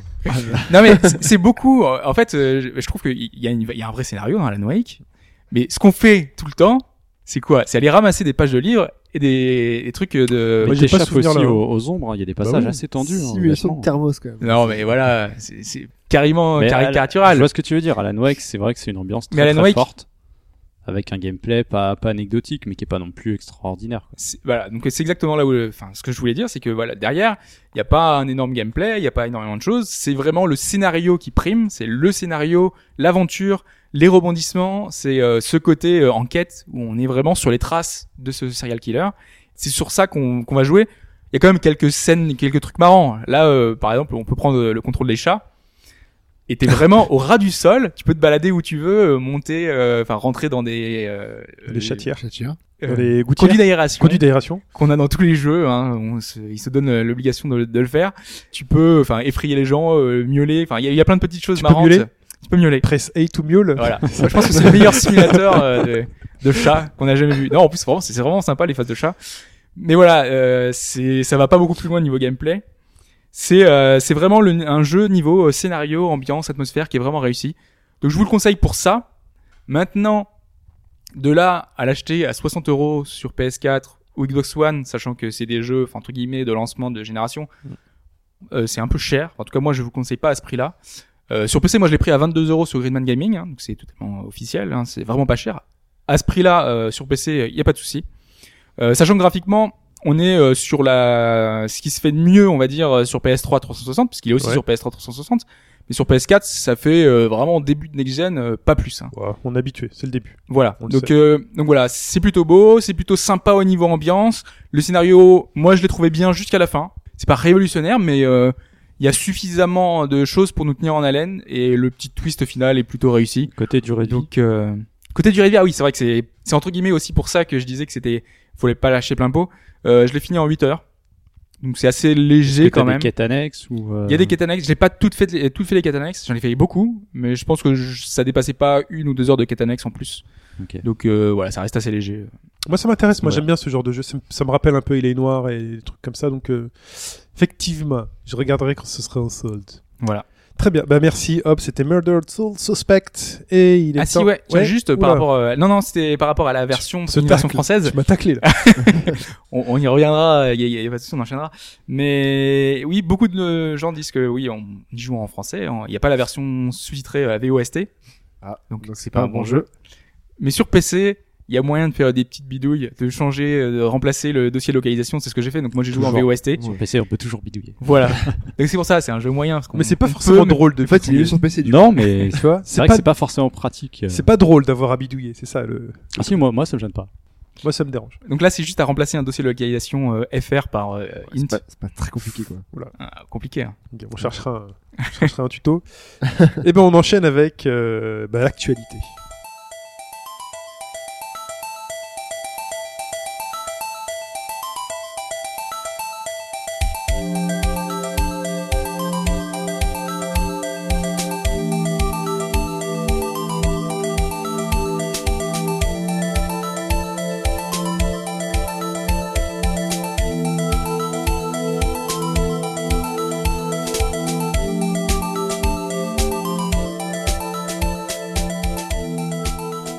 Non mais c'est beaucoup. En fait je trouve qu'il y a un vrai scénario dans Alan Wake, mais ce qu'on fait tout le temps c'est quoi? C'est aller ramasser des pages de livres et des trucs de. Moi, j'ai pas souvenir aussi aux ombres. Il y a des passages assez tendus. Simulation de thermos quand même. Non, mais voilà, c'est carrément caricatural. Je vois ce que tu veux dire. Alan Wake, c'est vrai que c'est une ambiance très forte, avec un gameplay pas anecdotique, mais qui est pas non plus extraordinaire. Voilà, donc c'est exactement là où, ce que je voulais dire, c'est que voilà, derrière, il y a pas un énorme gameplay, il y a pas énormément de choses. C'est vraiment le scénario qui prime. C'est le scénario, l'aventure. Les rebondissements, c'est ce côté enquête où on est vraiment sur les traces de ce serial killer. C'est sur ça qu'on va jouer. Il y a quand même quelques scènes, quelques trucs marrants. Là, par exemple, on peut prendre le contrôle des chats. Et t'es vraiment au ras du sol. Tu peux te balader où tu veux, monter, rentrer dans des chatières. Dans les conduits d'aération. Qu'on a dans tous les jeux. Ils se donnent l'obligation de le faire. Tu peux, effrayer les gens, miauler. Il y a plein de petites choses marrantes. Tu peux miauler. Press A to miaule. Voilà. Je pense que c'est le meilleur simulateur de chat qu'on a jamais vu. Non, en plus c'est vraiment sympa les phases de chat. Mais voilà, ça va pas beaucoup plus loin niveau gameplay. C'est vraiment un jeu niveau scénario, ambiance, atmosphère qui est vraiment réussi. Donc je vous le conseille pour ça. Maintenant, de là à l'acheter à 60 € sur PS4 ou Xbox One, sachant que c'est des jeux entre guillemets de lancement de génération, c'est un peu cher. En tout cas moi je vous conseille pas à ce prix-là. Sur PC, moi je l'ai pris à 22 € sur Gridman Gaming, donc c'est totalement officiel, c'est vraiment pas cher. À ce prix-là, sur PC, il y a pas de souci. Sachant que graphiquement, on est sur ce qui se fait de mieux, on va dire, sur PS3 360, puisqu'il est aussi sur PS3 360. Mais sur PS4, ça fait vraiment début de next-gen, pas plus. Ouais, on est habitué, c'est le début. Voilà. Donc voilà, c'est plutôt beau, c'est plutôt sympa au niveau ambiance. Le scénario, moi je l'ai trouvé bien jusqu'à la fin. C'est pas révolutionnaire, mais il y a suffisamment de choses pour nous tenir en haleine et le petit twist final est plutôt réussi. Côté durée de vie. Donc côté durée de vie, oui, c'est vrai que c'est entre guillemets aussi pour ça que je disais que fallait pas lâcher plein pot. Je l'ai fini en 8 heures. Donc c'est assez léger quand même. Il y a des quêtes annexes ou Il y a des quêtes annexes, j'ai pas toutes fait les quêtes annexes, j'en ai fait beaucoup, mais je pense que ça dépassait pas 1 ou 2 heures de quêtes annexes en plus. Okay. Donc voilà, ça reste assez léger. Moi ça m'intéresse, moi j'aime bien ce genre de jeu, ça me rappelle un peu Il est noir et des trucs comme ça, donc effectivement, je regarderai quand ce sera en solde. Voilà. Très bien, merci Hob, c'était Murdered Soul Suspect et il est Ah si ouais, juste par rapport non c'était par rapport à la version française. Tu m'as taclé là. on y reviendra, il y a pas de souci, on enchaînera. Mais oui, beaucoup de gens disent que oui, on y joue en français, il y a pas la version sous-titrée VOST. Ah, donc c'est pas un bon jeu. Mais sur PC, il y a moyen de faire des petites bidouilles, de changer, de remplacer le dossier localisation, c'est ce que j'ai fait. Donc moi j'ai joué en VOST. Sur PC, on peut toujours bidouiller. Voilà. Donc c'est pour ça, c'est un jeu moyen. Mais c'est pas forcément drôle de. En fait, il est sur PC du coup. Non, mais tu vois, c'est vrai que c'est pas forcément pratique. C'est pas drôle d'avoir à bidouiller, c'est ça le. Ah si, moi ça me gêne pas. Moi ça me dérange. Donc là c'est juste à remplacer un dossier de localisation FR par int. C'est pas très compliqué quoi. Voilà. Compliqué. Hein. Okay, on cherchera un tuto. Et ben on enchaîne avec l'actualité.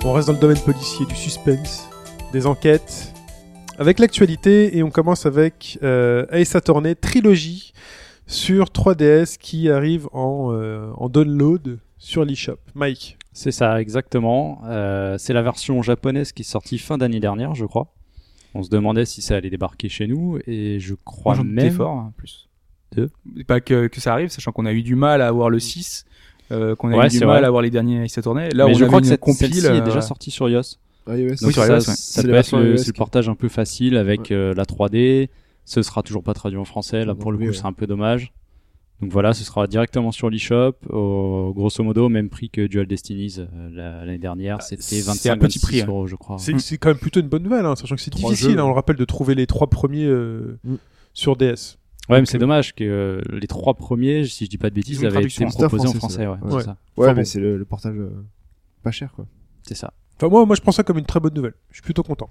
On reste dans le domaine policier, du suspense, des enquêtes, avec l'actualité, et on commence avec Ace Attorney Trilogy sur 3DS qui arrive en download sur l'eShop. Mike. C'est ça, exactement. C'est la version japonaise qui est sortie fin d'année dernière, je crois. On se demandait si ça allait débarquer chez nous, et je crois Moi, j'en doutais même... fort, hein, plus. Deux. Pas que ça arrive, sachant qu'on a eu du mal à avoir le 6, qu'on a Ouais, eu du c'est mal vrai. à avoir les derniers Ace Attorney. Là, Mais on je avait crois que une compile. celle-ci est déjà sortie sur iOS. iOS. Oui, sur iOS, ouais. Ça C'est peut la être version iOS c'est le qui- portage un peu facile avec la 3D. Ce sera toujours pas traduit en français. Là, En pour le anglais, coup, ouais. c'est un peu dommage. Donc voilà, ce sera directement sur l'eShop, grosso modo au même prix que Dual Destinies l'année dernière. C'était c'est 25 un petit prix, 26 euros, je crois. C'est quand même plutôt une bonne nouvelle, hein, sachant que c'est 3 difficile, jeux. hein, on le rappelle, de trouver les 3 premiers sur DS. Ouais, mais c'est dommage que les 3 premiers, si je dis pas de Ils bêtises, ont une avaient été traduction. proposés en Français, français. Ouais, Ouais. c'est ça. Ouais, Enfin, mais bon. c'est le portage pas cher, quoi. C'est ça. Enfin, moi, je prends ça comme une très bonne nouvelle. Je suis plutôt content.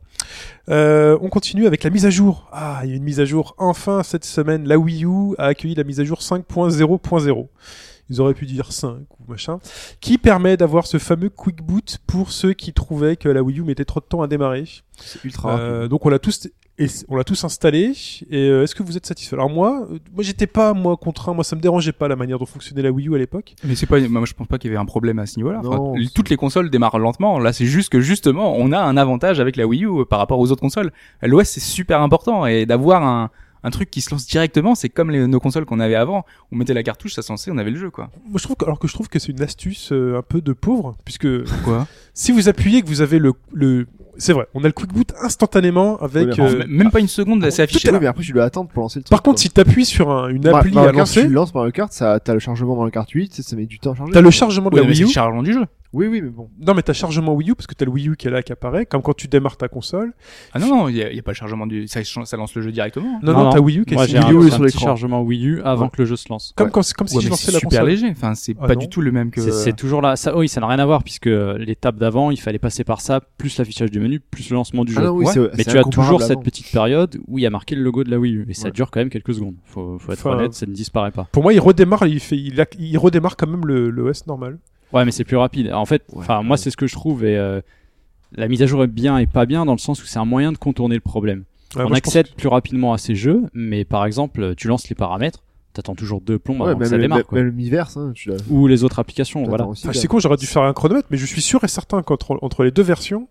On continue avec la mise à jour. Ah, il y a une mise à jour. Enfin, cette semaine, la Wii U a accueilli la mise à jour 5.0.0. Ils auraient pu dire 5 ou machin. Qui permet d'avoir ce fameux quick boot pour ceux qui trouvaient que la Wii U mettait trop de temps à démarrer. C'est ultra rapide. Donc on l'a tous installé. Et est-ce que vous êtes satisfait? Alors moi, j'étais pas contraint. Moi, ça me dérangeait pas la manière dont fonctionnait la Wii U à l'époque. Mais c'est pas, moi je pense pas qu'il y avait un problème à ce niveau-là. Enfin, Non, toutes les consoles démarrent lentement. Là, c'est juste que justement, on a un avantage avec la Wii U par rapport aux autres consoles. L'OS c'est super important et d'avoir un truc qui se lance directement, c'est comme nos consoles qu'on avait avant. On mettait la cartouche, ça se lançait, on avait le jeu quoi. Moi, je trouve que c'est une astuce un peu de pauvre, puisque Pourquoi si vous appuyez que vous avez c'est vrai, on a le quick boot instantanément avec. Oui, mais Même pas une seconde, c'est affiché. Oui, mais après tu dois attendre pour lancer le truc. Par contre, quoi. si t'appuies sur une Mario appli Kart, à lancer, tu le lances Mario Kart, t'as le chargement Mario Kart 8, ça met du temps à charger. t'as le chargement de Ouais, la mais Wii c'est U. le chargement du jeu. Oui, mais bon. Non, mais t'as chargement Wii U parce que t'as le Wii U qui est là qui apparaît, comme quand tu démarres ta console. Ah non, il y a pas le chargement du, ça lance le jeu directement. Non, t'as Wii U qui Moi, est j'ai Wii un, U est un sur petit l'écran. chargement Wii U avant Ouais. que le jeu se lance. comme si Ouais, je mais lançais c'est la super console. léger. Enfin, c'est Ah pas non. du tout le même que. C'est toujours là. Ça, oui, ça n'a rien à voir puisque l'étape d'avant, il fallait passer par ça, plus l'affichage du menu, plus le lancement du jeu. Ah non, oui, Ouais. c'est Mais c'est tu as incomparable toujours cette avant. petite période où il y a marqué le logo de la Wii U et ça Ouais. dure quand même quelques secondes. Faut être Enfin, honnête, ça ne disparaît pas. Pour moi, il redémarre, il redémarre quand même le OS normal. Ouais, mais c'est plus rapide. En fait, Ouais, moi, ouais. c'est ce que je trouve et la mise à jour est bien et pas bien dans le sens où c'est un moyen de contourner le problème. Ouais, On moi, je pense accède plus rapidement à ces jeux, mais par exemple, tu lances les paramètres, t'attends toujours 2 plombs Ouais, avant que même ça démarre, quoi. même l'Universe, hein, tu l'as. Ou les autres applications, t'attends voilà. aussi, Ah, là. c'est con, j'aurais dû faire un chronomètre, mais je suis sûr et certain qu'entre les deux versions,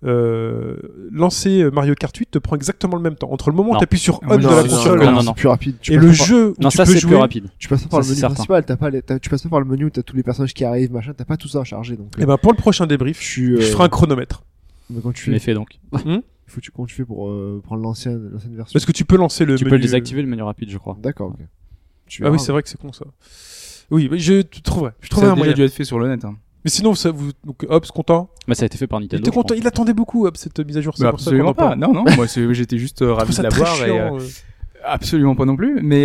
lancer Mario Kart 8 te prend exactement le même temps. Entre le moment où Non. tu appuies sur Ah, on moi, de non, la non, console non, non. C'est plus rapide. Tu et passes le pas par- jeu où Non, tu ça peux c'est jouer, plus rapide. Tu passes pas par le Ça, menu c'est certain. principal, tu passes pas par le menu où t'as tous les personnages qui arrivent, machin, t'as pas tout ça à charger, donc. et ben pour le prochain débrief, je ferai un chronomètre. Mais quand tu fais, Mais fait donc. comment tu fais pour prendre l'ancienne version? Parce que tu peux lancer le Tu menu. peux le désactiver le menu rapide, je crois. D'accord, ok. Tu Ah verras. oui, c'est vrai que c'est con ça. Oui, mais je trouverai Ça un a déjà moyen. dû être fait sur le net. Hein. Mais sinon, donc Hobbs content. Bah, ça a été fait par Il Nintendo. était je content. pense. Il attendait beaucoup Hobbs cette mise à jour. C'est Mais pour ça qu'on absolument en parle. pas. Non, moi j'étais juste Je ravi trouve ça de très l'avoir et chiant. absolument pas non plus. Mais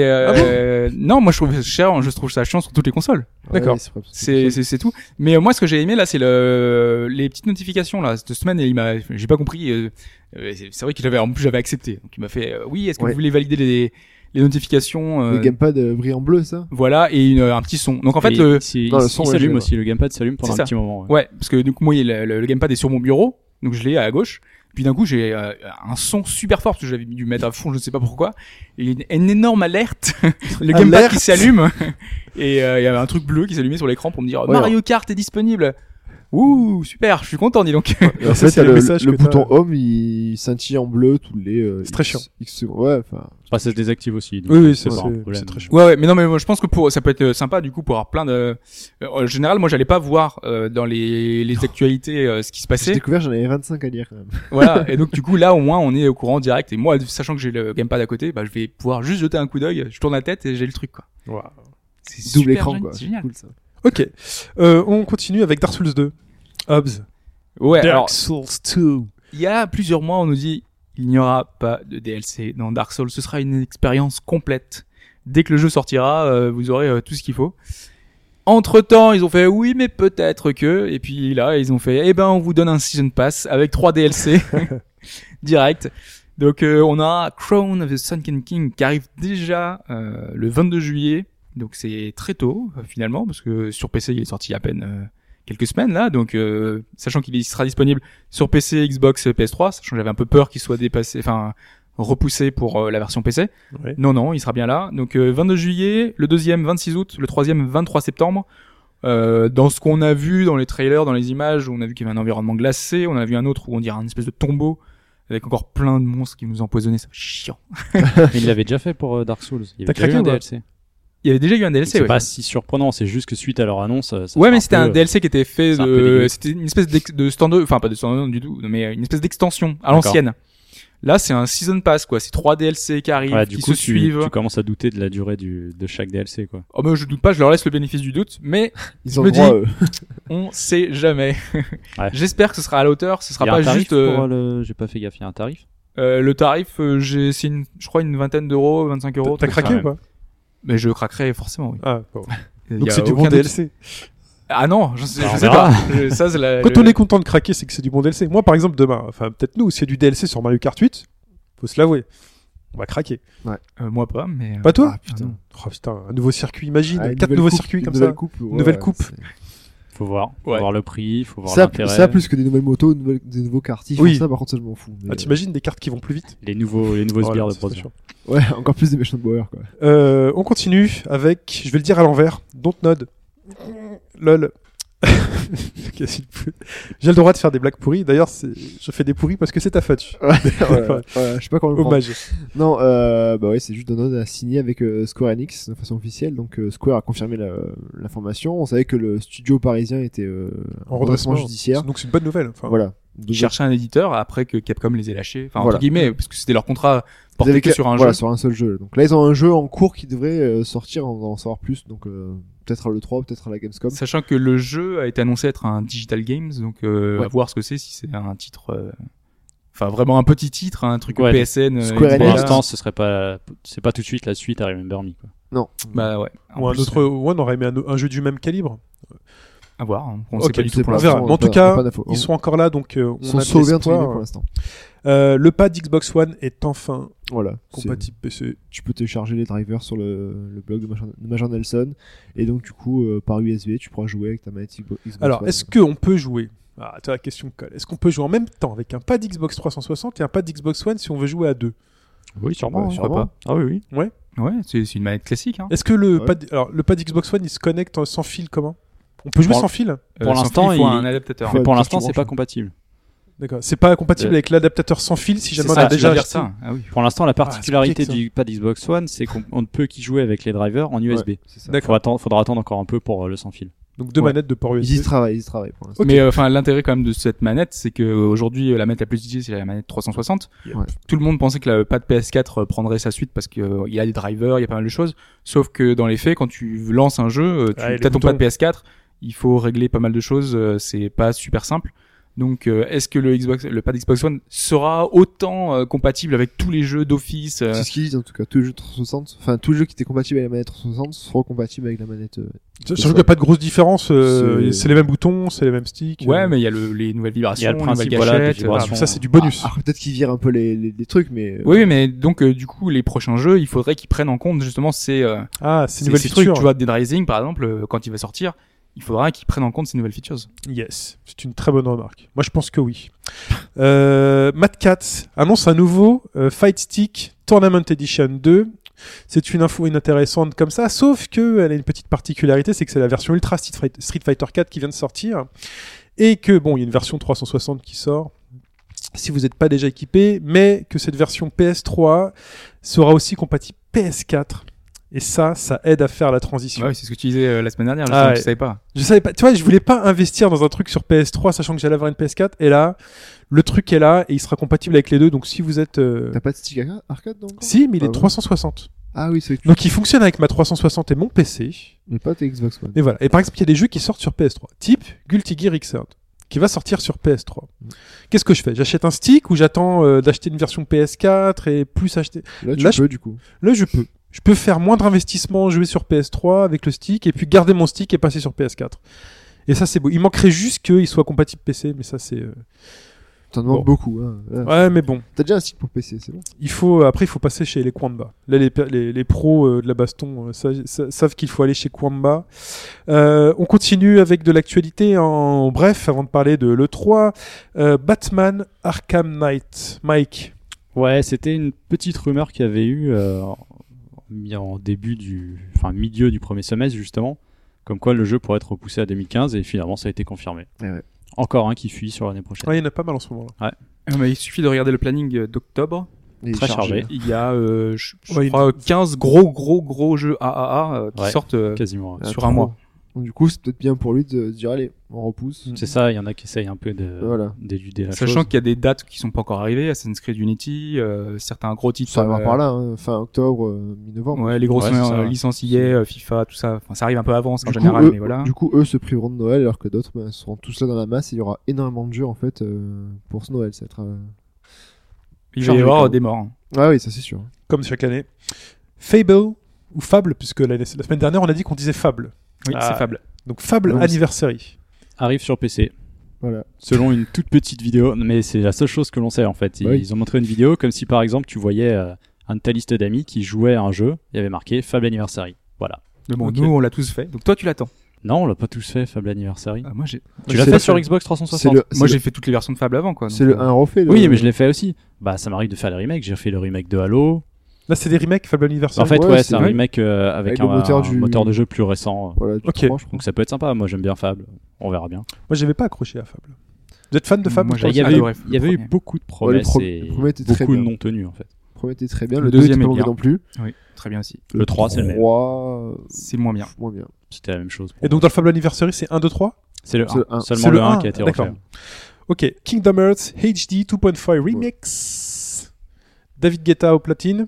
non, moi je trouve ça chiant. Je trouve ça chiant sur toutes les consoles. Ouais, D'accord. c'est pas- C'est tout. Mais moi ce que j'ai aimé là, c'est les petites notifications là cette semaine. Et j'ai pas compris. C'est vrai qu'il j'avais accepté. Donc il m'a fait oui. Est-ce que Ouais. vous voulez valider les notifications Le gamepad brille en bleu, ça? Voilà et un petit son. Donc en fait Et le Non, le il son, ouais, s'allume je- aussi, le gamepad s'allume pendant C'est un petit moment. ouais. ouais parce que du coup moi le gamepad est sur mon bureau. Donc je l'ai à gauche. Puis d'un coup j'ai un son super fort parce que j'avais dû mettre à fond, je ne sais pas pourquoi. Et une énorme alerte, le gamepad Alerte. qui s'allume et il y avait un truc bleu qui s'allumait sur l'écran pour me dire Ouais, Mario Kart est disponible. Ouh super, je suis content dis donc. Et en Ça, fait, c'est t'as le message le que bouton t'as. home, il scintille en bleu tous les. C'est très chiant. X secondes. Ouais, enfin. Enfin, ça se désactive aussi. donc Oui, c'est c'est pas un problème. c'est très chiant. Ouais mais non mais moi je pense que ça peut être sympa du coup pour avoir plein de en général moi j'allais pas voir dans les actualités ce qui se J'ai passait. découvert, j'en avais 25 à lire quand même. Voilà et donc du coup là au moins on est au courant direct et moi sachant que j'ai le gamepad à côté, bah je vais pouvoir juste jeter un coup d'œil, je tourne la tête et j'ai le truc quoi. Voilà. C'est Double super écran, génial, quoi. c'est génial. Cool, ça. Ok. On continue avec Dark Souls 2. Hobbs. Ouais, Dark alors Souls 2. il y a plusieurs mois, on nous dit il n'y aura pas de DLC dans Dark Souls, ce sera une expérience complète. Dès que le jeu sortira, vous aurez tout ce qu'il faut. Entre-temps, ils ont fait oui, mais peut-être que et puis là, ils ont fait on vous donne un season pass avec 3 DLC direct. Donc on a Crown of the Sunken King qui arrive déjà le 22 juillet. Donc c'est très tôt finalement parce que sur PC, il est sorti il y a à peine quelques semaines là, donc sachant qu'il sera disponible sur PC, Xbox, PS3, sachant que j'avais un peu peur qu'il soit repoussé pour la version PC. Ouais. Non, il sera bien là. Donc 22 juillet, le deuxième 26 août, le troisième 23 septembre. Dans ce qu'on a vu dans les trailers, dans les images, on a vu qu'il y avait un environnement glacé, on a vu un autre où on dirait une espèce de tombeau avec encore plein de monstres qui nous empoisonnaient, c'est chiant. Mais il l'avait déjà fait pour Dark Souls. Il y T'as avait déjà eu craqué un ou pas DLC. Il y avait déjà eu un DLC, C'est ouais. pas si surprenant, c'est juste que suite à leur annonce, ça Ouais, fait mais un c'était peu, un DLC qui était fait c'est un peu dégueu. c'était une espèce de stand, enfin pas de stand du tout, mais une espèce d'extension à D'accord. l'ancienne. Là, c'est un season pass, quoi. C'est 3 DLC qui arrivent, Ouais, du qui coup, se suivent. tu commences à douter de la durée de chaque DLC, quoi. Oh, mais je doute pas, je leur laisse le bénéfice du doute, mais Ils ont me le droit, dis- on sait jamais. Ouais. J'espère que ce sera à la hauteur, ce sera Il y a pas un tarif juste, pour j'ai pas fait gaffe, il y a un tarif. le tarif, c'est je crois une vingtaine d'euros, 25 euros. T'as truc craqué comme ou ça. pas? Mais je craquerai forcément, oui. Ah, bon. Il y Donc a c'est du aucun bon doute. DLC. Ah non, je sais on sais verra. pas. Ça, c'est Quand on est content de craquer, c'est que c'est du bon DLC. Moi, par exemple, demain, enfin peut-être nous, s'il y a du DLC sur Mario Kart 8, faut se l'avouer. On va craquer. moi pas, mais. Pas toi? Ah, putain. Oh putain, un nouveau circuit, imagine. Ah, une 4 nouvelle nouveaux coupe, circuits une comme nouvelle ça. coupe, ouais, nouvelle coupe. c'est- Faut voir. Faut Ouais. voir le prix, faut voir Ça, l'intérêt. ça plus que des nouvelles motos, des nouveaux kartifs, Oui. ça par contre ça je m'en fous. Mais, Ah, t'imagines des cartes qui vont plus vite? Les nouveaux Oh là, sbires de ça, c'est Brother. chiant. ouais, encore plus des méchants de Bauer quoi. On continue avec, je vais le dire à l'envers, Dontnod. Lol. J'ai le droit de faire des blagues pourries. D'ailleurs, je fais des pourris parce que c'est ta faute. Ouais, je sais pas comment le prendre. Hommage. Non, bah ouais, c'est juste Dontnod a signé avec Square Enix de façon officielle, donc Square a confirmé l'information. On savait que le studio parisien était En redressement judiciaire. Donc c'est une bonne nouvelle. Enfin, Voilà. Ils cherchaient un éditeur après que Capcom les ait lâchés. Enfin, Voilà. entre guillemets, parce que c'était leur contrat Ils porté avaient que sur un voilà, jeu. sur un seul jeu. Donc là, ils ont un jeu en cours qui devrait sortir, on va en savoir plus. Donc peut-être à l'E3, peut-être à la Gamescom. Sachant que le jeu a été annoncé être un digital games, donc Ouais. à voir ce que c'est, si c'est un titre, enfin vraiment un petit titre, un truc Ouais, PSN. Square Pour Enix. l'instant, c'est pas tout de suite la suite à Remember Me, quoi. Non. Bah ouais. En Ou un plus, autre, ou on aurait aimé un jeu du même calibre. à voir. hein. On Ok, sait pas du je sais tout pour pas. On verra. l'instant. Mais en tout pas cas, d'infos. ils sont encore là, donc on Ils sont a de sauvés entre l'espoir. guillemets pour l'instant. Le pad Xbox One est enfin Voilà. compatible PC. Tu peux télécharger les drivers sur le blog de Major Nelson et donc du coup par USB tu pourras jouer avec ta manette Xbox Alors, One. est-ce qu'on peut jouer? Ah, tu vois, la question colle. Est-ce qu'on peut jouer en même temps avec un pad Xbox 360 et un pad Xbox One si on veut jouer à deux? Oui, sûrement. Ouais, Pourquoi sûrement. pas. Ah oui. Ouais, c'est une manette classique. Hein. Est-ce que le Ouais. pad, alors, le pad Xbox One il se connecte sans fil comment? On peut jouer Pour- sans fil? Pour sans l'instant, fil, il faut il- un adaptateur. Ouais, Mais pour toi, l'instant, tu c'est branches. pas compatible. D'accord. C'est pas compatible Euh, avec l'adaptateur sans fil si jamais C'est on ça, a tu déjà vas dire acheté. ça. Ah oui. Pour l'instant, la c'est particularité compliqué, du pad Xbox One, c'est qu'on ne peut qu'y jouer avec les drivers en USB. Ouais, c'est ça. D'accord. Faudra attendre encore un peu pour le sans fil. Donc deux Ouais. manettes de port Ils y USB. travaillent pour l'instant. Ok. Mais enfin, l'intérêt quand même de cette manette, c'est que aujourd'hui, la manette la plus utilisée, c'est la manette 360. Yep. Ouais. Tout le monde pensait que le pad PS4 prendrait sa suite parce que il y a des drivers, il y a pas mal de choses. Sauf que dans les faits, quand tu lances un jeu, Ah, et les t'as ton pad boutons. PS4, il faut régler pas mal de choses. C'est pas super simple. Donc, est-ce que le pad Xbox One sera autant compatible avec tous les jeux d'Office C'est ce qu'ils disent en tout cas. Tous les jeux 360, enfin tous les jeux qui étaient compatibles avec la manette 360 seront compatibles avec la manette. Sachant qu'il n'y a pas de grosse différence. C'est C'est les mêmes boutons, c'est les mêmes sticks. Ouais, mais il y a les nouvelles vibrations, Il y a le les principe, nouvelles voilà, des gâchettes. vibrations. Ah, ça c'est du bonus. Alors, peut-être qu'ils virent un peu les trucs, mais Oui, mais donc du coup, les prochains jeux, il faudrait qu'ils prennent en compte justement ces Ah, c'est une nouvelle ces feature. trucs. Tu vois, Dead Rising par exemple, quand il va sortir, il faudra qu'ils prennent en compte ces nouvelles features. Yes, c'est une très bonne remarque. Moi, je pense que oui. Mad Catz annonce un nouveau Fight Stick Tournament Edition 2. C'est une info inintéressante comme ça, sauf que elle a une petite particularité, c'est que c'est la version Ultra Street Fighter 4 qui vient de sortir, et que bon, il y a une version 360 qui sort. Si vous n'êtes pas déjà équipé, mais que cette version PS3 sera aussi compatible PS4. Et ça aide à faire la transition. Ouais, c'est ce que tu disais la semaine dernière, Ah justement, ouais. tu savais pas. Je savais pas, tu vois, je voulais pas investir dans un truc sur PS3 sachant que j'allais avoir une PS4 et là, le truc est là et il sera compatible avec les deux. Donc si vous êtes t'as pas de stick arcade donc si, mais il est Ah ouais. 360. Ah oui, c'est Donc il fonctionne avec ma 360 et mon PC. mais pas tes Xbox One. Et voilà. Et par exemple, il y a des jeux qui sortent sur PS3, type Guilty Gear Xrd qui va sortir sur PS3. Qu'est-ce que je fais? J'achète un stick ou j'attends d'acheter une version PS4 et plus acheter. Là, tu Là, peux du coup. Là, je peux. Je peux faire moindre investissement, jouer sur PS3 avec le stick et puis garder mon stick et passer sur PS4. Et ça, c'est beau. Il manquerait juste qu'il soit compatible PC, mais ça, c'est T'en demandes Bon. beaucoup. Hein. Là, Ouais, mais bon. T'as déjà un stick pour PC, c'est bon. Après, il faut passer chez les Kwamba. Là, les pros de la baston savent qu'il faut aller chez Kwamba. On continue avec de l'actualité en bref, avant de parler de l'E3. Batman Arkham Knight. Mike. Ouais, c'était une petite rumeur qu'il y avait eu en milieu du premier semestre justement, comme quoi le jeu pourrait être repoussé à 2015 et finalement ça a été confirmé. Ouais. Encore un qui fuit sur l'année prochaine. Ouais, il y en a pas mal en ce moment-là. Mais il suffit de regarder le planning d'octobre. Il est Très chargé. Il y a, je Ouais, crois, 15 gros jeux AAA qui Ouais. sortent Quasiment. Ah, sur trop. un mois. Donc, du coup, c'est peut-être bien pour lui de se dire allez, on repousse. C'est ça, il y en a qui essayent un peu Voilà. d'éluder la Sachant chose. qu'il y a des dates qui sont pas encore arrivées, Assassin's Creed Unity, certains gros titres. Ça va par là, hein, fin octobre, mi-novembre. Ouais, les grosses Ouais, c'est ça, ouais. licenciés, FIFA, tout ça. Enfin, ça arrive un peu avant en Du coup, général, eux, mais voilà. Du coup, eux se priveront de Noël alors que d'autres seront tous là dans la masse et il y aura énormément de jeux en fait pour ce Noël. Ça va être, Il va y chargé, avoir quand même. des morts. Ah oui, ça c'est sûr. Comme chaque année. Fable ou Fable, puisque la semaine dernière, on a dit qu'on disait Fable. Oui, Ah. c'est Fable. Donc Fable Ouais, Anniversary. Arrive sur PC. Voilà. Selon une toute petite vidéo, mais c'est la seule chose que l'on sait en fait. Ils, Oui. ils ont montré une vidéo comme si par exemple tu voyais un de ta liste d'amis qui jouait à un jeu, il y avait marqué Fable Anniversary. Voilà. Mais bon, Ok. nous, on l'a tous fait. Donc toi, tu l'attends. Non, on l'a pas tous fait, Fable Anniversary. Ah, moi, j'ai Tu l'as c'est fait le- sur Xbox 360? moi, j'ai fait toutes les versions de Fable avant, quoi. C'est donc, le 1 refait. Oui, mais je l'ai fait aussi. Bah, ça m'arrive de faire les remakes. J'ai fait le remake de Halo. Là, c'est des remakes Fable Anniversary. En fait, ouais, ouais, c'est c'est un vrai. remake avec Avec le moteur de jeu plus récent. Voilà, du Ok. 3, je crois. Donc ça peut être sympa. Moi, j'aime bien Fable. On verra bien. Moi, j'avais pas accroché à Fable. Vous êtes fan de Fable Moi, toi j'ai Il y aussi avait, adoré il y avait le eu premier. beaucoup de promesses le premier était et très beaucoup de bien. non tenues en fait. Le premier était très bien, Le le 2 était deuxième pas est mauvais bien. non plus. Oui, très bien aussi. Le 3, c'est le même. 3, C'est moins bien. moins bien. C'était la même chose. pour Et donc, dans le Fable Anniversary, c'est 1, 2, 3 moi. c'est le c'est le 1. un. Seulement C'est le le 1 un, qui a été d'accord. refait. Ok. Kingdom Hearts HD 2.5 Remix. David Guetta au platine.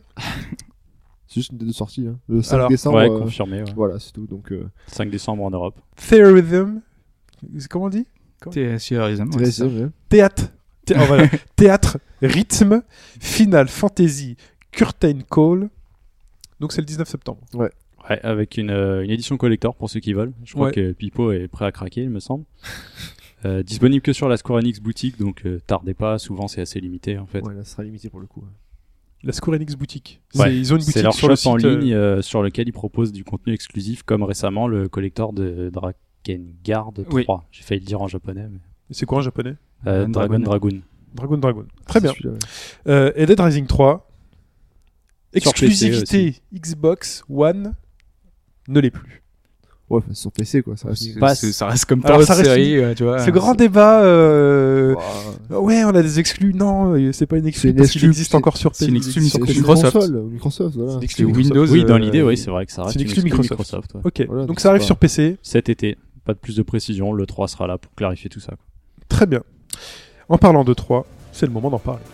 C'est juste une date de sortie. Hein. Le 5 Alors, décembre. Ouais, confirmé. Ouais. Voilà, c'est tout. Donc, 5 décembre en Europe. Theatrhythm. Comment on dit T'es sur Horizon, ouais, ouais, c'est c'est ça. vrai. Voilà. Théâtre, rythme, Final Fantasy, Curtain Call. Donc c'est le 19 septembre. Ouais, avec une édition collector pour ceux qui veulent. Je crois Ouais. que Pipo est prêt à craquer, il me semble. Disponible que sur la Square Enix boutique, donc tardez pas. Souvent, c'est assez limité en fait. Ouais, là, ça sera limité pour le coup. La Square Enix boutique. Ouais, Ils ont une c'est boutique leur sur le shop en site. ligne sur lequel ils proposent du contenu exclusif, comme récemment le collector de Drakengard 3. Oui. J'ai failli le dire en japonais. Mais... C'est quoi en japonais Dragon. Dragon. Très bien. C'est celui-là, ouais. Et Dead Rising 3. Sur PC Exclusivité Xbox One ne l'est plus. Ouais, enfin, c'est sur PC quoi. Ça reste. Ça reste comme Alors, ta ça reste série, tu vois. C'est le grand débat. Ouah. Ouais, on a des exclus. Non, c'est pas une exclue C'est une parce qu'il exclu, existe c'est- encore sur c'est PC. une exclu C'est Microsoft. Microsoft, voilà. C'est une C'est exclu Windows. Oui, dans l'idée, oui, c'est vrai que ça reste c'est une une exclu exclu Microsoft. ouais. Ok, Voilà, donc donc ça arrive c'est sur PC. Cet été, pas de plus de précision, le 3 sera là pour clarifier tout ça. Quoi. Très bien. En parlant de 3, c'est le moment d'en parler.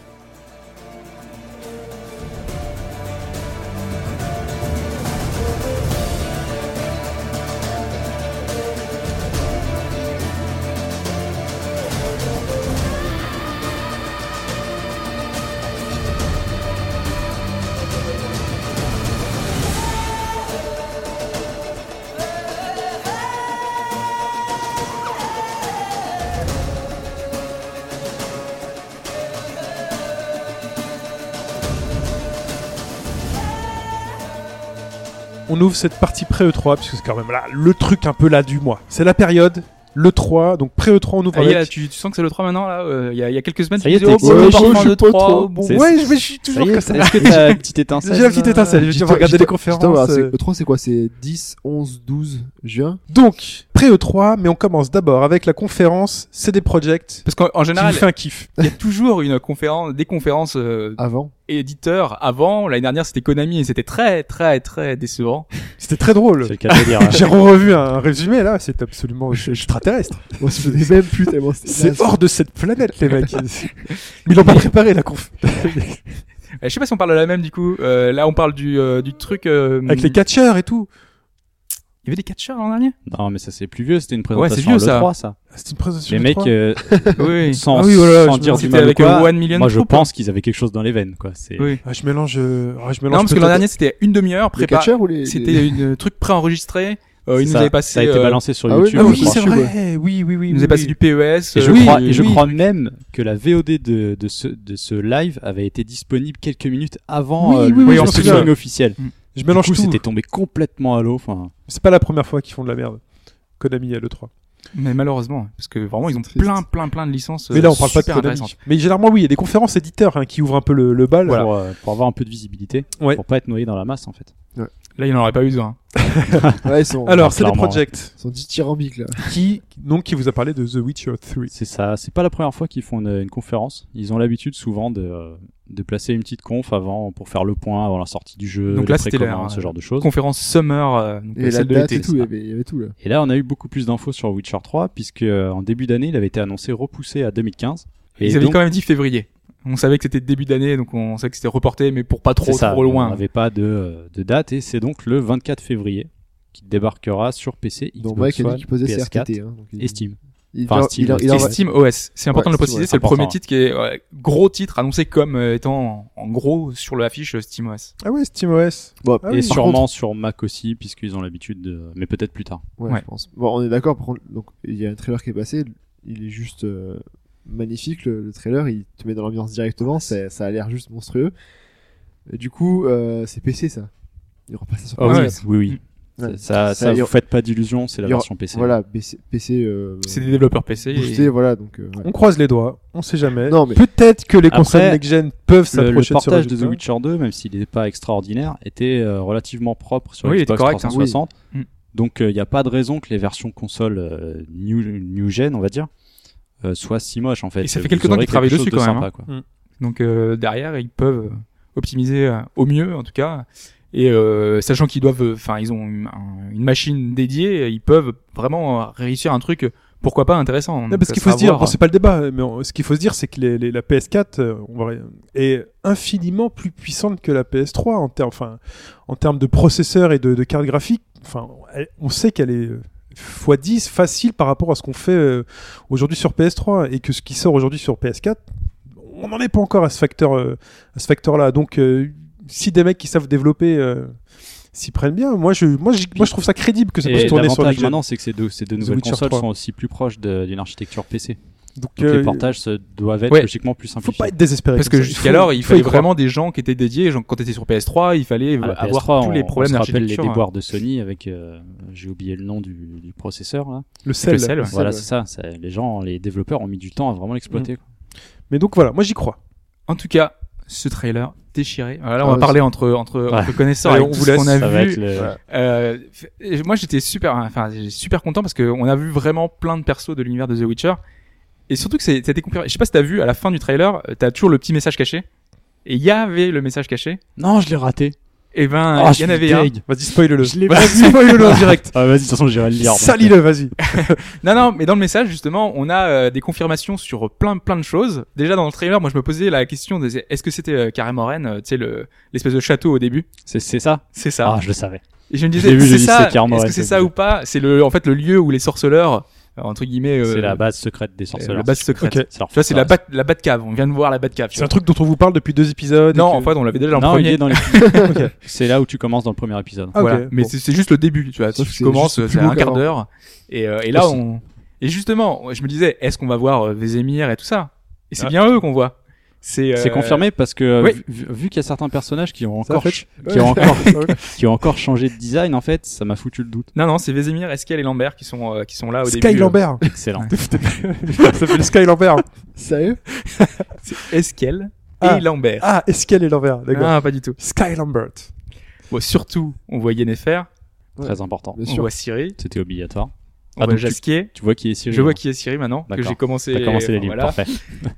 On ouvre cette partie pré-E3, puisque c'est quand même là le truc un peu là du mois. C'est la période, l'E3, donc pré-E3 on ouvre Ah, y est, avec... là, tu sens que c'est le 3 maintenant là. Il y a quelques semaines, Ça y est, tu disais, t'es oh, bon, excité. on Ouais, parle je de suis pas 3. trop. Bon, C'est- Ouais, je suis toujours comme ça. Est-ce que t'as une petite étincelle J'ai la petite étincelle, j'ai regardé les conférences. Putain, voilà, euh. le 3 c'est quoi? C'est 10, 11, 12 juin. Donc, pré-E3, mais on commence d'abord avec la conférence CD Projekt, Parce qu'en qui général, nous fait un kiff. il y a toujours une conférence, des conférences Avant. éditeurs avant. L'année dernière, c'était Konami et c'était très, très, très décevant. C'était très drôle. C'est le cas de le dire. J'ai revu un résumé là, c'est absolument extraterrestre. Moi, je faisais même plus tellement c'était C'est naze. hors de cette planète, les mecs. Mais ils l'ont pas préparé la conf. Je sais pas si on parle de la même du coup. Là, on parle du truc. Avec les catcheurs et tout. Il y avait des catcheurs l'an dernier. Non, mais ça c'est plus vieux, c'était une Ouais, c'est présentation vieux, à ça. l'E3 ça. C'est une présentation. Les de mecs, 3. Oui. sans, Ah oui, voilà, sans je dire me du C'était mal ou avec quoi, 1 million moi je troupes. pense qu'ils avaient quelque chose dans les veines quoi. C'est... Oui. Ah, je mélange. Non, parce que l'an peut-être- dernier, c'était une demi-heure Les préparée. catcheurs ou les. C'était une truc préenregistré Il nous avait passé. Ça a été balancé sur ah oui, YouTube. ah Ah oui, oui, je crois. c'est je crois. vrai. Oui. Il nous a passé du PES. Et je Oui, crois, oui, et je oui. crois même que la VOD de ce live avait été disponible quelques minutes avant Oui, le oui, j'en le souviens. streaming officiel. Je Du mélange coup, tout. c'était tombé complètement à l'eau. Enfin, C'est pas la première fois qu'ils font de la merde. Konami à l'E3. Mais malheureusement, parce que vraiment, ils ont C'est triste. plein de licences. Mais là, on parle pas de super Konami. intéressantes. Mais généralement, oui, il y a des conférences éditeurs qui ouvrent un peu le bal. pour avoir un peu de visibilité, Ouais. pour pas être noyé dans la masse en fait. Là, il n'en aurait pas eu besoin. Ouais, ils sont, Alors, c'est des clairement. projects ils sont dithyrambiques là. qui vous a parlé de The Witcher 3. C'est ça. C'est pas la première fois qu'ils font une conférence. Ils ont l'habitude souvent de placer une petite conf avant pour faire le point avant la sortie du jeu, Donc les là, c'était précommandes, la- ce genre de choses. Conférence Summer, donc Et la celle de date l'été. et tout, il y avait tout là. Et là, on a eu beaucoup plus d'infos sur Witcher 3 puisque en début d'année, il avait été annoncé repoussé à 2015. Et Ils avaient donc, quand même dit février. On savait que c'était début d'année, donc on savait que c'était reporté, mais pour pas c'est ça, trop on loin. n'avait pas de date et c'est donc le 24 février qui débarquera sur PC, Donc Xbox Mike a dit One, qu'il posait PS4 CRTT. Hein, donc et Steam. Il Enfin, en- Steam, il en- ouais. il Et en- Steam OS. C'est important Ouais, de le préciser, Steam, c'est le important. premier titre qui est gros titre annoncé comme étant en gros sur l'affiche SteamOS. Ah ouais, SteamOS. Bon, Ah et oui, par sûrement sur Mac aussi puisqu'ils ont l'habitude de... Mais peut-être plus tard. ouais, Ouais. je pense. Bon, on est d'accord. Par contre, donc il y a un trailer qui est passé. Il est juste magnifique. Le trailer, il te met dans l'ambiance directement. Ça a l'air juste monstrueux. Et du coup, c'est PC ça. Il aura pas ça sur Ah oui. PS4. Oui. Ouais. Ça, Ça, il y vous aura- faites pas d'illusions, c'est la il y aura- version PC. Voilà, PC. C'est des développeurs PC. boosté, voilà. Donc, ouais. On croise les doigts, on sait jamais. Non, mais- Peut-être que les Après, consoles next-gen peuvent Le s'approcher de ce portage de The résultat. Witcher 2, même s'il n'est pas extraordinaire, était relativement propre sur Oui, il était Xbox correct, hein. 360. Oui. Mm. Donc il n'y a pas de raison que les versions consoles new gen, on va dire, soient si moches en fait. Et ça fait Vous quelques temps aurez qu'ils travaillent quelque chose dessus de quand même, sympa, quoi. Donc derrière, ils peuvent optimiser au mieux en tout cas. Et sachant qu'ils doivent, enfin, ils ont une machine dédiée, ils peuvent vraiment réussir un truc, pourquoi pas intéressant. Non, Donc, parce ça qu'il faut sera se dire, à voir. bon, c'est pas le débat, mais ce qu'il faut se dire, c'est que la PS4 est infiniment plus puissante que la PS3 en termes de processeur et de carte graphique. Enfin, on sait qu'elle est x10 facile par rapport à ce qu'on fait aujourd'hui sur PS3 et que ce qui sort aujourd'hui sur PS4, on n'en est pas encore à ce facteur-là. Donc, si des mecs qui savent développer s'y prennent bien, moi je trouve ça crédible que ça puisse Et tourner sur l'avantage les maintenant, c'est que ces deux nouvelles Witcher consoles 3. sont aussi plus proches d'une architecture PC. Donc, Donc les portages doivent être ouais. logiquement plus faut simplifiés. pas être désespéré. Parce comme que ça. jusqu'alors, il faut fallait y croire. vraiment des gens qui étaient dédiés. Genre, quand t'étais sur PS3, il fallait À la avoir PS3, tous les problèmes on se rappelle les d'architecture. déboires de Sony avec, j'ai oublié le nom du processeur là. Le sel. sel, ouais. Voilà, ouais. c'est ça. Les développeurs ont mis du temps à vraiment l'exploiter. quoi. Mais donc voilà, moi j'y crois. En tout cas, ce trailer déchiré. Alors là, on Ah, va ouais, parler entre connaisseurs Allez, avec on tout vous ce laisse. qu'on a Ça va vu. être le- Voilà. Et moi, j'étais super content parce qu'on a vu vraiment plein de persos de l'univers de The Witcher. Et surtout que c'était confirmé. Je sais pas si t'as vu, à la fin du trailer, t'as toujours le petit message caché. Et il y avait le message caché. Non, je l'ai raté. Et ben, Ah, il y en avait un. Vas-y, spoil-le. Je l'ai Vas-y, pas vu. spoil-le en direct. Ah, vas-y, de toute façon, j'irai le lire. donc. Salis-le, vas-y. Non, mais dans le message, justement, on a des confirmations sur plein de choses. Déjà, dans le trailer, moi, je me posais la question de est-ce que c'était Kaer Morhen, tu sais, l'espèce de château au début? C'est ça C'est ça. Ah, je le savais. Et je me je disais, l'ai vu, j'ai c'est dit, ça, c'est Kaer Morhen, est-ce que c'est c'est ça obligé. ou pas? C'est en fait, le lieu où les sorceleurs, entre guillemets, C'est la base secrète des sorceleurs. la base secrète. Ok. C'est leur Tu vois, c'est la forteresse. Batcave. On vient de voir la Batcave. tu C'est un vois. truc dont on vous parle depuis 2 épisodes. Non, et en fait, on l'avait déjà dans le Non, il premier. est dans les... Ok. C'est là où tu commences dans le premier épisode. Ah, Voilà. ok, Mais bon. c'est juste le début, tu vois. Sauf Tu que c'est commences, juste c'est plus un beau quart qu'avant. d'heure. Et là, Aussi. et justement, je me disais, est-ce qu'on va voir Vézémir et tout ça? Et c'est Ah. bien eux qu'on voit. C'est confirmé parce que oui. vu qu'il y a certains personnages qui ont Ça, en encore fait, qui ont encore changé de design en fait, ça m'a foutu le doute. Non, c'est Vézémir, Eskel et Lambert qui sont là au Sky début. Lambert. Excellent. Ça fait le Sky Lambert. Sérieux? C'est Eskel Ah. et Lambert. Ah, Eskel et Lambert, d'accord. Ah, pas du tout. Sky Lambert. Bon, surtout, on voit Yennefer, Très important. Bien on sûr. voit Ciri, C'était obligatoire. on Ah, voit donc Jasquier. Tu vois qui est Cyril. Je vois qui est Ciri maintenant, que D'accord. j'ai commencé. T'as commencé les livres, voilà. parfait.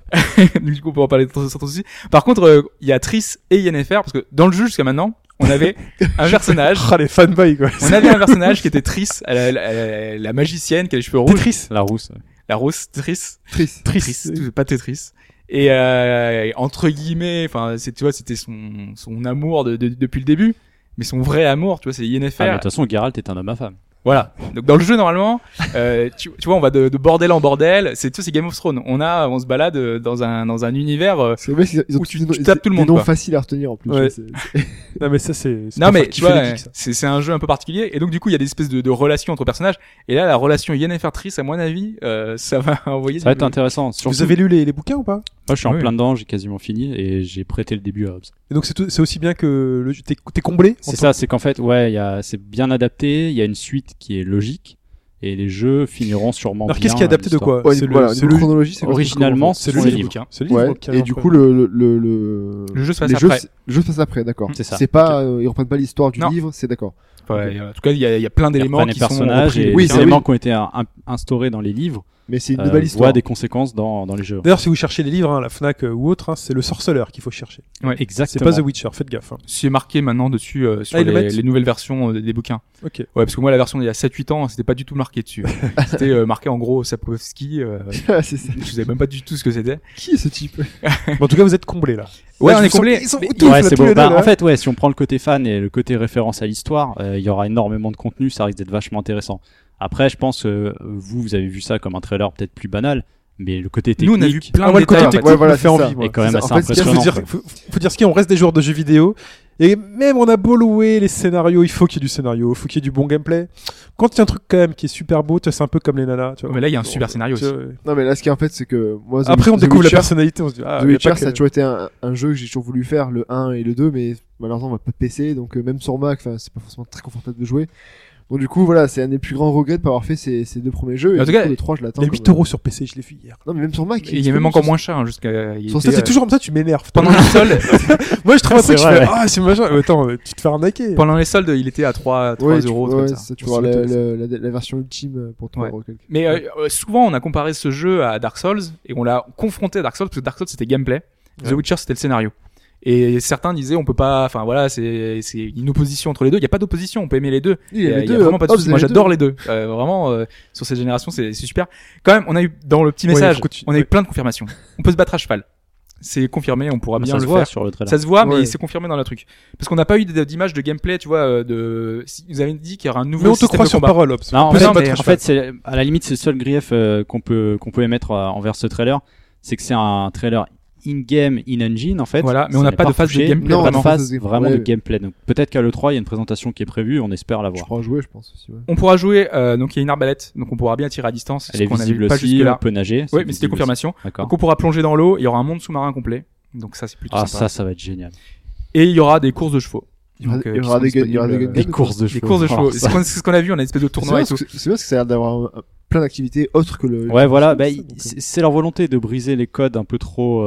Du coup, on peut en parler de ça aussi. Par contre, il y a Triss et Yennefer, parce que dans le jeu jusqu'à maintenant, on avait un personnage. Ah, les fanboys, quoi. On avait un personnage qui était Triss, la magicienne qui a les cheveux rouges. Tetris. La rousse. La rousse, Triss. Triste. Triss, pas Tetris. Et entre guillemets, enfin, tu vois, c'était son amour depuis le début, mais son vrai amour, tu vois, c'est Ah, mais de Yennefer. toute façon, Geralt est un homme à femme. Voilà. Donc dans le jeu normalement, tu vois, on va de bordel en bordel. C'est Game of Thrones. On se balade dans un univers. C'est vrai qu'ils ont Où tu tous des tapes tout le monde, des noms quoi. faciles à retenir en plus. Ouais. C'est- Non, mais ça, c'est Non pour mais faire tu kiffer vois, les geeks, ça. c'est un jeu un peu particulier et donc du coup il y a des espèces de relations entre personnages et là la relation Yennefer Triss à mon avis ça va envoyer. Ça va être intéressant. Vous Surtout, avez lu les bouquins ou pas? moi, je suis en Oui. plein dedans, j'ai quasiment fini et j'ai prêté le début à Hobbs. Et donc, c'est aussi bien que le jeu. T'es comblé? C'est ça, c'est qu'en fait, ouais, c'est bien adapté, il y a une suite qui est logique et les jeux finiront sûrement Alors, bien. qu'est-ce qui est adapté de l'histoire. quoi? Ouais, C'est voilà, c'est niveau chronologie, c'est Originalement, c'est ce le sont les livre. livres. C'est le livre. Ouais. qui a Et un du peu- coup, le jeu se passe les après. jeux se passent après, d'accord. C'est ça. C'est pas, ils reprennent pas l'histoire du Non. livre, c'est d'accord. Ouais, en tout cas il y a plein Ils d'éléments reprennent les qui sont personnages repris. et Oui, les c'est éléments oui. qui ont été instaurés dans les livres Mais c'est une nouvelle voient histoire. des conséquences dans les jeux. D'ailleurs, si vous cherchez les livres, hein, la Fnac ou autre, hein, c'est le sorceleur qu'il faut chercher. Ouais. C'est Exactement. pas The Witcher, faites gaffe. Hein. C'est marqué maintenant dessus sur ils le mettent les nouvelles versions des bouquins. Ok. Ouais, parce que moi la version d'il y a 7-8 ans, c'était pas du tout marqué dessus. C'était marqué en gros Sapkowski, C'est ça. je savais même pas du tout ce que c'était. Qui est ce type? Bon, en tout cas, vous êtes comblés là. Ouais, Là, on je est vous sens- comblés. Ils sont Mais- tous, Ouais, là, c'est tous beau. les deux, là. En fait, ouais, si on prend le côté fan et le côté référence à l'histoire, il y aura énormément de contenu, ça risque d'être vachement intéressant. Après, je pense que vous avez vu ça comme un trailer peut-être plus banal, mais le côté technique. Nous on a vu plein Ah, moi, de le côté détails. en fait. technique Ouais, voilà, me fait c'est ça. envie, moi. est quand même C'est assez ça. En fait, ce qu'il y a, impressionnant. Faut dire ce qu'il y a, on reste des joueurs de jeux vidéo. Et même on a beau louer les scénarios, il faut qu'il y ait du scénario, il faut qu'il y ait du bon gameplay. Quand il y a un truc quand même qui est super beau, tu vois, c'est un peu comme les nanas. Tu vois. Mais là il y a un super scénario Tu aussi. vois, ouais. Non, mais là, ce qui est en fait, c'est que moi, Après, on The découvre la Witcher- personnalité, on se dit, ah, The il y a Witcher, pas ça a que- toujours été un jeu que j'ai toujours voulu faire, le 1 et le 2, mais malheureusement, on n'a pas de PC, donc même sur Mac, enfin, c'est pas forcément très confortable de jouer. Donc du coup, voilà, c'est un des plus grands regrets de pas avoir fait ces deux premiers jeux. En Et tout du cas, coup, le 3, je l'attends. Il y a 8 euros sur PC, je l'ai vu hier. Non, mais même sur Mac. Et il y a même encore moins cher hein, jusqu'à. il Sur Ça, était, c'est toujours comme ça, tu m'énerves. pendant les soldes. Moi, je trouve un truc, je C'est vrai, fais, ouais. ah, c'est machin. Attends, tu te fais arnaquer. Pendant les soldes, il était à 3 Ouais, euros. ouais, comme ça. ça, tu On vois se la version ultime pour 3 Ouais. euros quelques. Mais souvent, on a comparé ce jeu à Dark Souls et on l'a confronté à Dark Souls parce que Dark Souls c'était gameplay, The Ouais. Witcher c'était le scénario. Et certains disaient on peut pas, enfin voilà, c'est une opposition entre les deux. Il y a pas d'opposition, on peut aimer les deux. Il y a les il y a deux, vraiment pas de hop, souci. vous Moi avez j'adore les deux. Vraiment sur cette génération c'est super. Quand même, on a eu dans le petit Ouais, message, faut que tu- on a eu ouais. plein de confirmations. On peut se battre à cheval. C'est confirmé, on pourra bien ça le se voit faire. sur le trailer. Ça se voit, mais Ouais. c'est confirmé dans le truc. Parce qu'on n'a pas eu d'image de gameplay, tu vois, vous avez dit qu'il y aura un nouveau Mais on te système croit de sur combat. parole, Ops. Non, en On peut fait, se battre à en cheval. fait, c'est à la limite c'est le seul grief qu'on peut émettre envers ce trailer, c'est que c'est un trailer in-game, in-engine en fait. Voilà, mais on Ça n'a n'est pas de phase de touché, gameplay, pas de vraiment. phase Ouais, vraiment ouais. de gameplay. Donc peut-être qu'à l'E3 il y a une présentation qui est prévue, on espère la Je voir. crois jouer, je pense aussi. Ouais. On pourra jouer, donc il y a une arbalète, donc on pourra bien tirer à distance. Elle ce est qu'on avait visible pas aussi, jusque-là. on peut nager. Oui, mais c'était visible confirmation. aussi. D'accord. Donc on pourra plonger dans l'eau, il y aura un monde sous-marin complet. Donc ça c'est plutôt Ah sympa. ça va être génial. Et il y aura des courses de chevaux. Il y aura- Donc, il y qui aura sont des gun- il y aura des disponibles, gun- Des courses de Des chevaux. courses de chevaux. Oh, ça- C'est ce qu'on a vu, on a une espèce de tournoi et tout. C'est bien parce que ça a l'air d'avoir plein d'activités autres que le. Ouais, voilà, donc, c'est leur volonté de briser les codes un peu trop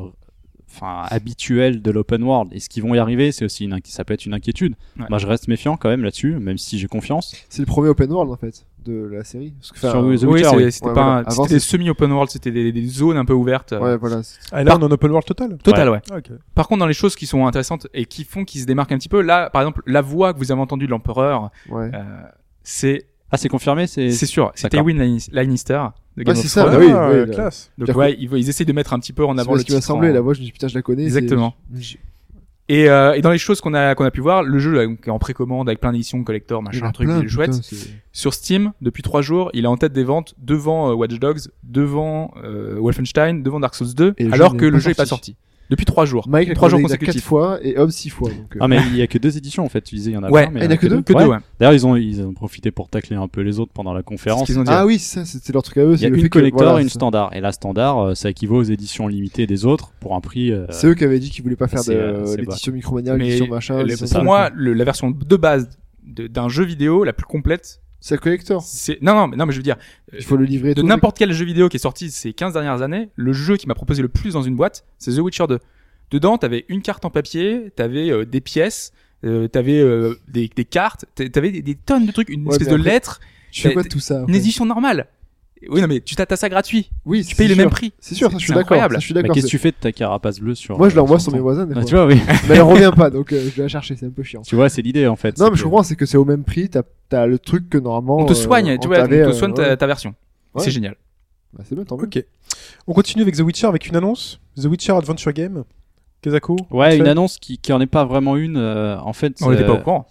habituels de l'open world. Et ce qu'ils vont y arriver, c'est aussi ça peut être une inquiétude. Ouais. Moi, je reste méfiant quand même là-dessus, même si j'ai confiance. c'est le premier open world en fait de la série. Parce que, Sur enfin, The Oui, Witcher, oui. c'était Ouais, pas voilà. un- Avant, c'était des c'est- semi-open world, c'était des zones un peu ouvertes. Ouais, voilà. Ah, et là, on est en open world total. Total, ouais. Ah, ok. Par contre, dans les choses qui sont intéressantes et qui font qu'ils se démarquent un petit peu, là, par exemple, la voix que vous avez entendue de l'empereur, Ouais. c'est Ah, c'est confirmé, c'est sûr, c'est D'accord. Tywin Lannister de Game Ouais, of c'est ça, Thrones. bah oui, Ah, oui, classe. Donc Bien ouais, ils essayent de mettre un petit peu en C'est avant pas le ce qui m'a titre. semblé. en- La voix, je me dis putain, je la connais. c'est- Exactement. Et dans les choses qu'on a pu voir, le jeu là, donc, est en précommande avec plein d'éditions collector, Il y en machin, a truc, plein, il est chouette. putain, c'est- Sur Steam, depuis 3 jours, il est en tête des ventes devant Watch Dogs, devant Wolfenstein, devant Dark Souls 2, Et le alors jeu que n'est le pas jeu est pas sorti. sorti. Depuis 3 jours. Mike a 3 jours commandé 4 consécutifs. fois et Hobbs 6 fois. Donc, Ah, mais il y a que 2 éditions en fait. Tu disais, il y en a Ouais. plein, mais Ah, il y en a que deux Que Ouais. deux, ouais. D'ailleurs, ils ont profité pour tacler un peu les autres pendant la C'est ce conférence. qu'ils ont dit. Ah oui, c'est ça, c'était leur truc à eux. Il y a c'est le une fait que- collector voilà, et une c'est ça. standard. Et la standard, ça équivaut aux éditions limitées des autres pour un prix. C'est eux qui avaient dit qu'ils voulaient pas faire c'est l'édition Micromania, Mais l'édition machin. l'édition pour truc. moi, la version de base d'un jeu vidéo la plus complète, c'est le collector. c'est non mais je veux dire Il faut le livrer. et de tout, n'importe quel jeu vidéo qui est sorti ces 15 dernières années, le jeu qui m'a proposé le plus dans une boîte, c'est The Witcher 2. Dedans, t'avais une carte en papier, t'avais des pièces, t'avais des cartes, t'avais des tonnes de trucs, une Ouais, espèce mais de après, lettre, Tu fais quoi t'as- de tout ça une après édition normale. Oui, non mais tu t'as ça gratuit. Oui, Tu payes le même prix. C'est sûr, ça, je suis C'est d'accord. incroyable. ça, je suis Mais d'accord. qu'est-ce que c'est- tu fais de ta carapace bleue sur Moi, je l'envoie sur ton- mes voisins. des Ah, fois. tu vois, oui. Mais elle revient pas, donc je vais la chercher. C'est un peu chiant. Tu vois, c'est l'idée en fait. Non, c'est mais je que- comprends, c'est que c'est au même prix. T'as le truc que normalement. On te soigne, tu vois, on te soigne ta version. Ouais. C'est génial. Bah, c'est bien, tant mieux. Ok. On continue avec The Witcher avec une annonce. The Witcher Adventure Game. Kezako. Ouais, vite une fait. annonce qui en est pas vraiment une. En fait, On n'était pas au courant.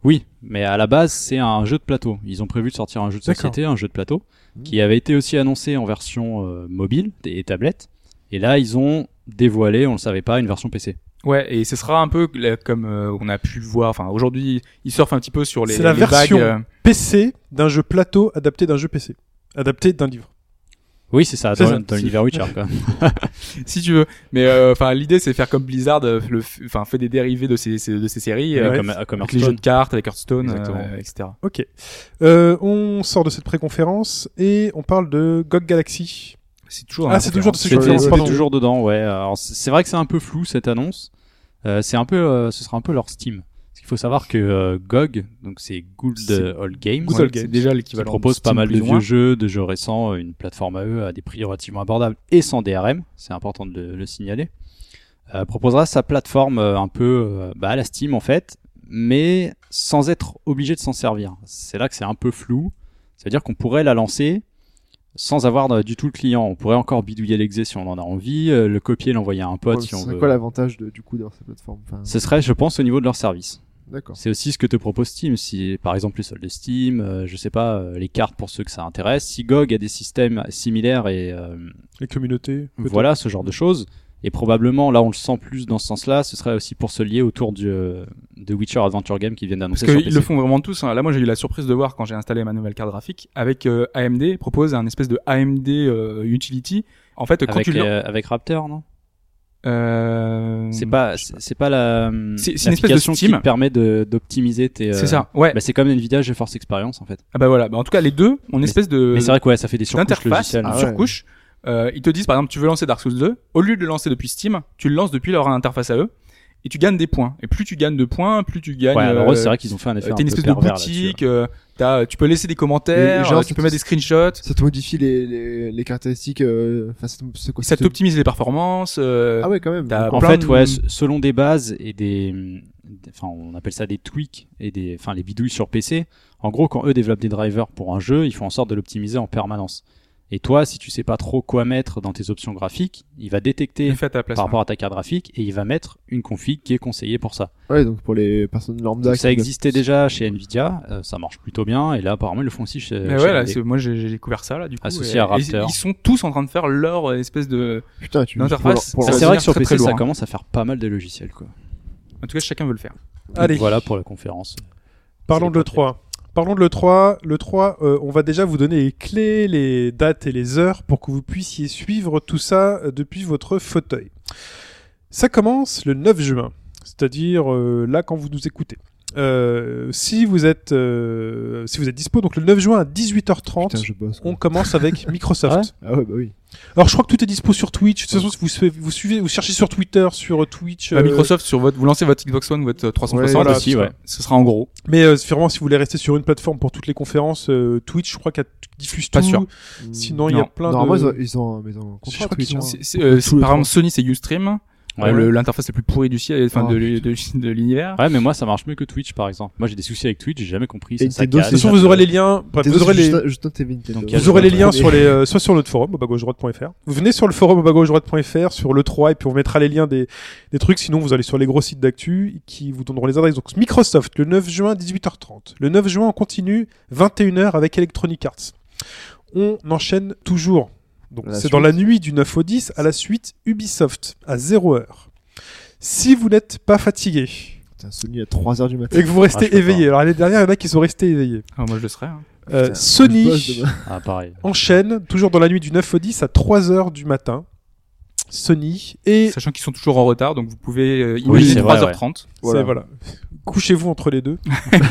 Oui, mais à la base, c'est un jeu de plateau. Ils ont prévu de sortir un jeu de D'accord. société, un jeu de plateau, qui avait été aussi annoncé en version mobile et tablette. Et là, ils ont dévoilé, on le savait pas, une version PC. Ouais, et ce sera un peu comme on a pu le voir. Enfin, aujourd'hui, ils surfent un petit peu sur les. C'est la les version vagues, PC d'un jeu plateau adapté d'un jeu PC. Adapté d'un livre. Oui, c'est ça, C'est dans, ça. dans l'univers Witcher, quoi. si tu veux. Mais enfin, l'idée c'est faire comme Blizzard, fait des dérivés de ces séries, Ouais. Comme avec les jeux Hearthstone. de cartes, avec Hearthstone, Exactement. etc. Ok. On sort de cette préconférence et on parle de GOG Galaxy. C'est toujours. Ah, c'est toujours de ce C'était conférence, c'était pardon. toujours dedans, ouais. Alors, c'est vrai que c'est un peu flou cette annonce. C'est un peu, ce sera un peu leur Steam. Parce qu'il faut savoir que GOG, donc c'est Good C'est Old Games, Good Old C'est Games. déjà qui l'équivalent. propose Steam, pas mal plus de ou moins. vieux jeux, de jeux récents, une plateforme à eux à des prix relativement abordables et sans DRM. C'est important de le signaler. Proposera sa plateforme un peu à la Steam en fait, mais sans être obligé de s'en servir. C'est là que c'est un peu flou. Ça veut dire qu'on pourrait la lancer sans avoir du tout le client. On pourrait encore bidouiller l'exé si on en a envie, le copier, l'envoyer à un pote Ouais, si on ce serait veut. quoi l'avantage du coup d'avoir cette plateforme Ce serait, je pense, au niveau de leur service. D'accord. C'est aussi ce que te propose Steam. Si, par exemple, les soldes de Steam, je sais pas, les cartes pour ceux que ça intéresse. Si GOG a des systèmes similaires et Les communautés. peut-être. voilà ce genre de choses. Et probablement, là, on le sent plus dans ce sens-là. Ce serait aussi pour se lier autour de Witcher Adventure Game qui viennent Parce d'annoncer sur qu'ils PC. le font vraiment tous. Hein. Là, moi, j'ai eu la surprise de voir quand j'ai installé ma nouvelle carte graphique avec AMD propose un espèce de AMD Utility. En fait, quand avec, tu avec Raptor, non C'est pas la C'est une espèce de l'application qui Steam. te permet d'optimiser tes. C'est ça. Ouais. Bah, c'est comme Nvidia GeForce Experience en fait. Ah bah voilà. Bah, en tout cas, les deux ont une espèce de Mais c'est vrai que ouais, ça fait des surcouches d'interface, logicielles. une Ah ouais. surcouche. Ils te disent par exemple, tu veux lancer Dark Souls 2, au lieu de le lancer depuis Steam, tu le lances depuis leur interface à eux. Et tu gagnes des points. Et plus tu gagnes de points, plus tu gagnes. Ouais, alors eux, c'est vrai qu'ils ont fait un effet t'as un une peu espèce de pervers boutique. là-dessus. Tu peux laisser des commentaires. Et genre, Tu peux mettre des screenshots. Ça te modifie les caractéristiques. Enfin, c'est quoi Ça t'optimise les performances. Ah ouais, quand même. t'as- En plein fait, de- ouais, selon des bases et enfin, on appelle ça des tweaks et les bidouilles sur PC. En gros, quand eux développent des drivers pour un jeu, ils font en sorte de l'optimiser en permanence. Et toi, si tu sais pas trop quoi mettre dans tes options graphiques, il va détecter le fait à ta place. par rapport à ta carte graphique et il va mettre une config qui est conseillée pour ça. Ouais, donc pour les personnes lambda. Donc, ça qui- existait déjà chez Nvidia, ça marche plutôt bien et là apparemment ils le font aussi chez, Mais chez ouais, là, AMD. moi j'ai découvert ça là du coup. Associé et- à Raptor. et ils sont tous en train de faire leur espèce de. Putain, tu L'interface, pour Bah, ça c'est va vrai devenir que sur très, PC très lourd, ça hein. commence à faire pas mal de logiciels quoi. En tout cas, chacun veut le faire. Allez, Donc, voilà pour la conférence. parlons c'est de les l'E3. Parlons de l'E3. L'E3, on va déjà vous donner les clés, les dates et les heures pour que vous puissiez suivre tout ça depuis votre fauteuil. Ça commence le 9 juin, c'est-à-dire là quand vous nous écoutez. Si vous êtes dispo, donc le 9 juin à 18h30, Putain, je bosse. quoi. on commence avec Microsoft. Ah ouais, bah oui. Alors je crois que tout est dispo sur Twitch. De toute façon, vous cherchez sur Twitter, sur Twitch. Microsoft vous lancez votre Xbox One ou votre 360 Ouais, voilà, aussi, ouais. ce sera en gros. Mais vraiment, si vous voulez rester sur une plateforme pour toutes les conférences, Twitch, je crois qu'elle diffuse Pas tout. sûr. Sinon, il y a Non. plein Normalement, de. ils ont un Je contrat crois Twitch. qu'ils hein. ont- Par exemple, Sony c'est Ustream. Ouais, L'interface la plus pourrie du ciel, enfin Oh, de l'univers. Ouais, mais moi ça marche mieux que Twitch par exemple. Moi j'ai des soucis avec Twitch, j'ai jamais compris. Et Ça Nintendo, saccade. De toute façon, vous aurez les liens. Bref, Nintendo, vous aurez c'est les. juste un TV Nintendo. Donc, il y a Vous aurez les liens Ouais. sur les, soit sur notre forum, bas-gauche-droite.fr. Vous venez sur le forum bas-gauche-droite.fr, sur l'E3, et puis on mettra les liens des trucs. Sinon, vous allez sur les gros sites d'actu qui vous donneront les adresses. Donc, Microsoft, le 9 juin, 18h30. Le 9 juin, on continue, 21h avec Electronic Arts. On enchaîne toujours. Donc, La c'est suite. dans la nuit du 9 au 10 à la suite Ubisoft, à 0h. Si vous n'êtes pas fatigué Putain, Sony à 3h du matin. et que vous restez je peux éveillé, alors l'année dernière, il y en a qui sont restés éveillés. Ah, moi je le serai. Hein. Putain, je bosse Sony demain. Ah pareil. enchaîne, toujours dans la nuit du 9 au 10 à 3h du matin. Sony et Sachant qu'ils sont toujours en retard, donc vous pouvez Oui, imaginer c'est vrai, 3h30. voilà. Couchez-vous entre les deux.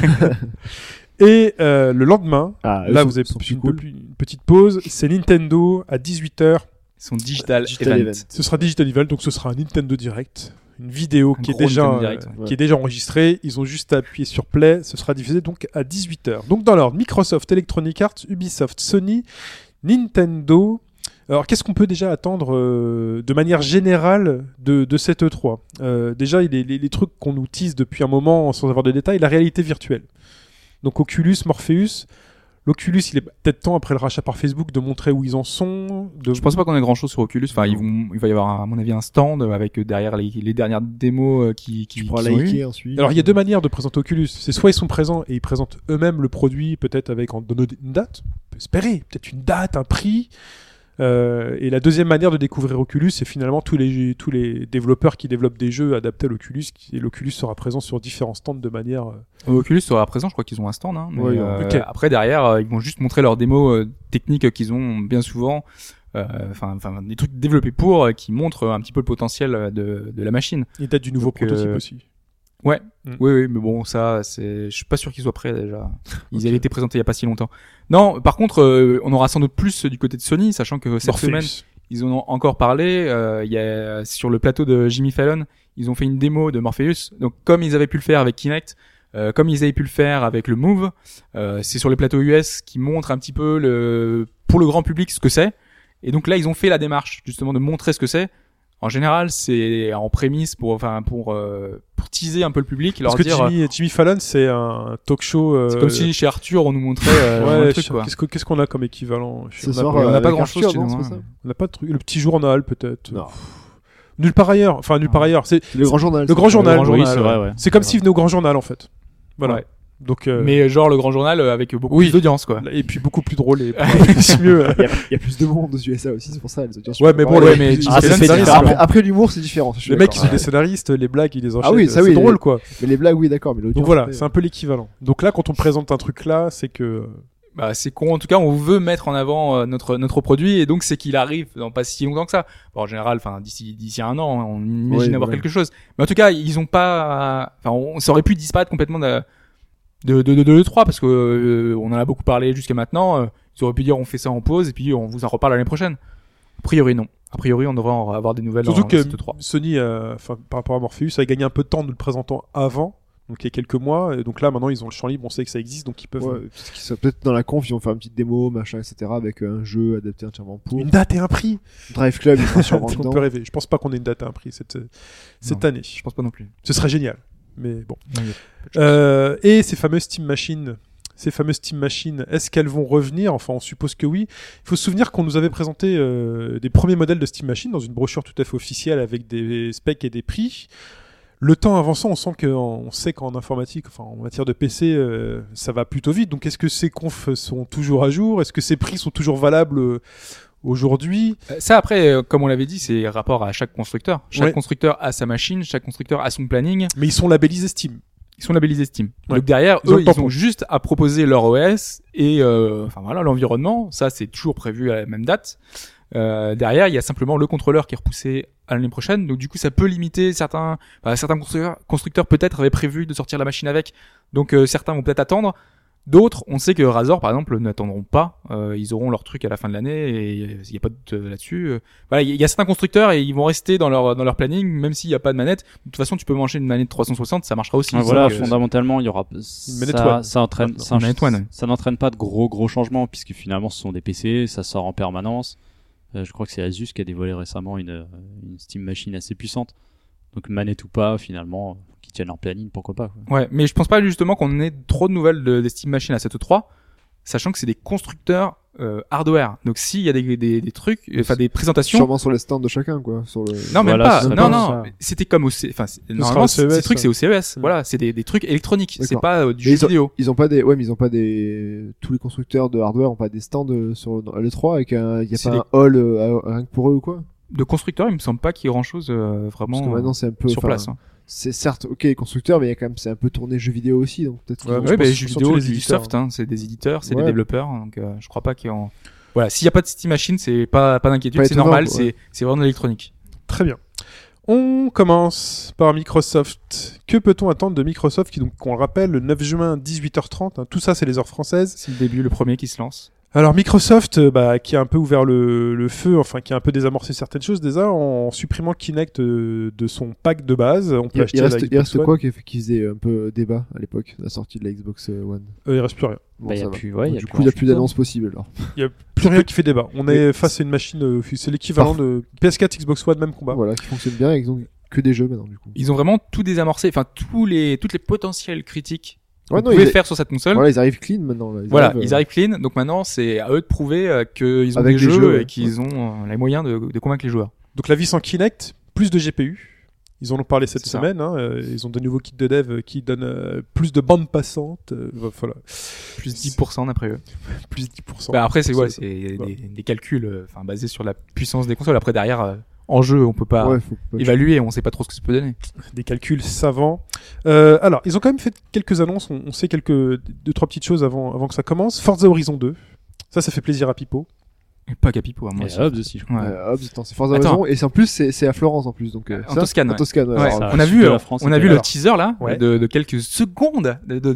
Et le lendemain, Ah, là eux vous avez sont une, cool. une petite pause, c'est Nintendo à 18h. Son digital, Digital event. event. Ce sera Digital Event, donc ce sera un Nintendo Direct. Une vidéo Un qui est, gros déjà, Nintendo Direct, ouais. qui est déjà enregistrée. Ils ont juste à appuyer sur Play. Ce sera diffusé donc à 18h. Donc dans l'ordre, Microsoft, Electronic Arts, Ubisoft, Sony, Nintendo. Alors qu'est-ce qu'on peut déjà attendre de manière générale de cette E3 Déjà, les trucs qu'on nous tease depuis un moment sans avoir de détails, la réalité virtuelle. Donc Oculus, Morpheus. L'Oculus, il est peut-être temps après le rachat par Facebook de montrer où ils en sont. Je pense pas qu'on ait grand chose sur Oculus. Enfin, il va y avoir, à mon avis, un stand avec derrière les dernières démos qui Tu pourras sont liker eues. ensuite. Alors il y a deux manières de présenter Oculus. C'est soit ils sont présents et ils présentent eux-mêmes le produit, peut-être avec en donnant une date. On peut espérer, peut-être une date, un prix. Et la deuxième manière de découvrir Oculus, c'est finalement tous les développeurs qui développent des jeux adaptés à l'Oculus. Et l'Oculus sera présent sur différents stands de manière. Oculus sera présent, je crois qu'ils ont un stand. Hein, mais, Ouais, ok. Après, derrière, ils vont juste montrer leurs démos techniques qu'ils ont bien souvent. Enfin, des trucs développés pour qui montrent un petit peu le potentiel de la machine. Il date du nouveau Donc, prototype aussi. Ouais, Mm. oui, mais bon, ça, je suis pas sûr qu'ils soient prêts déjà. Ils avaient été présentés il y a pas si longtemps. Non, par contre, on aura sans doute plus du côté de Sony, sachant que cette Morpheus. semaine, ils en ont encore parlé. Il y a sur le plateau de Jimmy Fallon, ils ont fait une démo de Morpheus. Donc, comme ils avaient pu le faire avec Kinect, comme ils avaient pu le faire avec le Move, c'est sur les plateaux US qui montrent un petit peu pour le grand public ce que c'est. Et donc là, ils ont fait la démarche justement de montrer ce que c'est. En général, c'est en prémisse pour teaser un peu le public, leur Parce que dire. Jimmy Fallon, c'est un talk show. C'est comme si chez Arthur on nous montrait Ouais, un truc quoi. qu'est-ce qu'on a comme équivalent Ce soir, on a pas avec grand-chose Arthur, chez non, nous, c'est hein. pas ça On n'a pas de truc. Le petit journal, peut-être. Non. Nulle part ailleurs. Enfin, nulle part ailleurs. C'est Le grand journal. le grand journal. Oui, journal, c'est vrai, ouais. C'est comme s'il venait au grand journal, en fait. Voilà. Ouais. Donc. Mais genre le grand journal avec beaucoup Oui. plus d'audience quoi. Et puis beaucoup plus drôle et c'est mieux. Il y a plus de monde aux USA aussi, c'est pour ça les audiences. Ouais, mais bon, Ouais, ouais, mais ils- ah, ils- ça fait ils- différemment. après l'humour, c'est différent. je suis Les mecs, ils d'accord. sont des scénaristes, les blagues, ils les enchaînent. Ah oui, ça c'est oui, drôle, les- quoi. Mais les blagues, oui, d'accord, mais l'audience. Donc voilà, après, c'est un peu l'équivalent. Donc là, quand on présente un truc là, c'est que. Bah c'est con. En tout cas, on veut mettre en avant notre produit et donc c'est qu'il arrive dans pas si longtemps que ça. Bon, en général, enfin d'ici un an, on imagine Oui, avoir ouais. quelque chose. Mais en tout cas, ils ont pas. Enfin, ça aurait pu disparaître complètement de l'E3 parce que on en a beaucoup parlé jusqu'à maintenant. Ils auraient pu dire on fait ça en pause et puis on vous en reparle l'année prochaine. A priori non. A priori on devrait en avoir des nouvelles. Surtout en que cette E3. Sony, enfin, par rapport à Morpheus, a gagné un peu de temps en nous le présentant avant. Donc il y a quelques mois. Et donc là, maintenant, ils ont le champ libre, on sait que ça existe, donc ils peuvent. Ouais, peut-être qu'ils sont peut-être dans la conf, ils vont faire une petite démo, machin, etc. avec un jeu adapté entièrement pour. Une date et un prix. Drive Club, ils seront sûrement On dedans. peut rêver. Je pense pas qu'on ait une date et un prix cette année. Je pense pas non plus. Ce serait génial. Mais bon. Non, il y a peu de chance. Et ces fameuses Steam Machines, est-ce qu'elles vont revenir? Enfin, on suppose que oui. Il faut se souvenir qu'on nous avait présenté des premiers modèles de Steam Machine dans une brochure tout à fait officielle avec des specs et des prix. Le temps avançant, on sait qu'en informatique, enfin en matière de PC, ça va plutôt vite. Donc, est-ce que ces confs sont toujours à jour? Est-ce que ces prix sont toujours valables aujourd'hui? Ça après, comme on l'avait dit, c'est rapport à chaque constructeur. Chaque Ouais. constructeur a sa machine, chaque constructeur a son planning. Mais ils sont labellisés Steam. Ils sont labellisés Steam. Ouais. Donc derrière, Ils ont eux, le ils tampon. ont juste à proposer leur OS et enfin voilà l'environnement. Ça, c'est toujours prévu à la même date. Derrière, il y a simplement le contrôleur qui est repoussé à l'année prochaine. Donc du coup, ça peut limiter certains constructeurs peut-être avaient prévu de sortir la machine avec. Donc certains vont peut-être attendre. D'autres, on sait que Razer, par exemple, n'attendront pas. Ils auront leur truc à la fin de l'année et il n'y a pas de doute là-dessus. Voilà, il y a certains constructeurs et ils vont rester dans leur planning, même s'il n'y a pas de manette. De toute façon, tu peux manger une manette 360, ça marchera aussi. Ouais, voilà, Donc, fondamentalement, il y aura manette One. ça entraîne Maintenant. ça, Une manette One, ouais. ça n'entraîne pas de gros changements puisque finalement ce sont des PC, ça sort en permanence. Je crois que c'est Asus qui a dévoilé récemment une Steam Machine assez puissante. Donc manette ou pas, finalement, qui tiennent leur planning, pourquoi pas, quoi. Ouais, mais je pense pas justement qu'on ait trop de nouvelles des Steam Machines à cette E3, sachant que c'est des constructeurs hardware. Donc s'il y a des trucs, enfin des présentations. Sûrement sur les stands de chacun, quoi. Sur le... Non, même Voilà, pas. ça Non, doit non. C'était comme normalement, au ces CES, trucs, ouais. c'est au CES. Voilà, c'est des trucs électroniques. C'est D'accord. pas du Mais jeu vidéo. Ils ont pas des, ouais, mais ils ont pas des, tous les constructeurs de hardware ont pas des stands sur l'E3 avec il y a C'est pas des- un hall rien que pour eux ou quoi? De constructeurs, il me semble pas qu'il y ait grand chose Parce vraiment que maintenant c'est un peu, sur enfin, place. Hein. c'est certes, ok, constructeur, mais il y a quand même, c'est un peu tourné jeu vidéo aussi, donc peut-être. Ouais, qu'ils je Oui, pense bah, que jeux surtout vidéo, les du éditeurs. soft, hein, c'est des éditeurs, c'est Ouais. des développeurs, donc je crois pas qu'il y ait voilà, s'il y a pas de Steam Machine, c'est pas d'inquiétude, Pas c'est étonnant, normal, ouais. c'est vraiment de l'électronique. Très bien. On commence par Microsoft. Que peut-on attendre de Microsoft qui, donc, qu'on le rappelle, le 9 juin, 18h30, hein, tout ça, c'est les heures françaises. C'est le début, le premier qui se lance. Alors Microsoft, qui a un peu ouvert le feu, enfin qui a un peu désamorcé certaines choses déjà en supprimant Kinect de son pack de base. On peut Il acheter la reste Xbox One. quoi qui faisait un peu débat à l'époque, la sortie de la Xbox One? Il reste plus rien. Bon, Bah, y ça a va. plus, ouais, Donc, y a du plus coup, il n'y a grand plus chose. d'annonce possible alors. Il y a plus rien qui fait débat. On est Mais- face à une machine, c'est l'équivalent de PS4, Xbox One, même combat. Voilà, qui fonctionne bien et ils ont que des jeux maintenant, du coup. Ils ont vraiment tout désamorcé, enfin toutes les potentielles critiques Ouais, non, pouvaient faire sur cette console. Voilà, ils arrivent clean maintenant. Là. Voilà, ils arrivent clean. Donc maintenant, c'est à eux de prouver qu'ils ont Avec des les jeux jeux, et qu'ils ont les moyens de convaincre les joueurs. Donc la vie sans Kinect, plus de GPU. Ils en ont parlé cette C'est ça. semaine. Ils ont de nouveaux kits de dev qui donnent plus de bandes passantes. Voilà, Plus 10% d'après eux. plus 10%. Bah après, c'est Voilà. des calculs basés sur la puissance des consoles. Après, derrière, en jeu, on peut pas Ouais, faut pas- évaluer, on sait pas trop ce que ça peut donner. Des calculs savants. Alors, ils ont quand même fait quelques annonces. On sait deux, trois petites choses avant que ça commence. Forza Horizon 2. Ça fait plaisir à Pipo. Et pas Capipo, à moi Et aussi. Hobbs aussi, je crois. Ouais. Hop, attends, c'est Forza Attends. Horizon et c'est en plus c'est à Florence en plus donc En Toscane, En ouais. Toscane. Ouais. Ouais, Alors, ça, on a sud vu, de la France, on a c'était vu le alors. teaser là Ouais. de quelques secondes.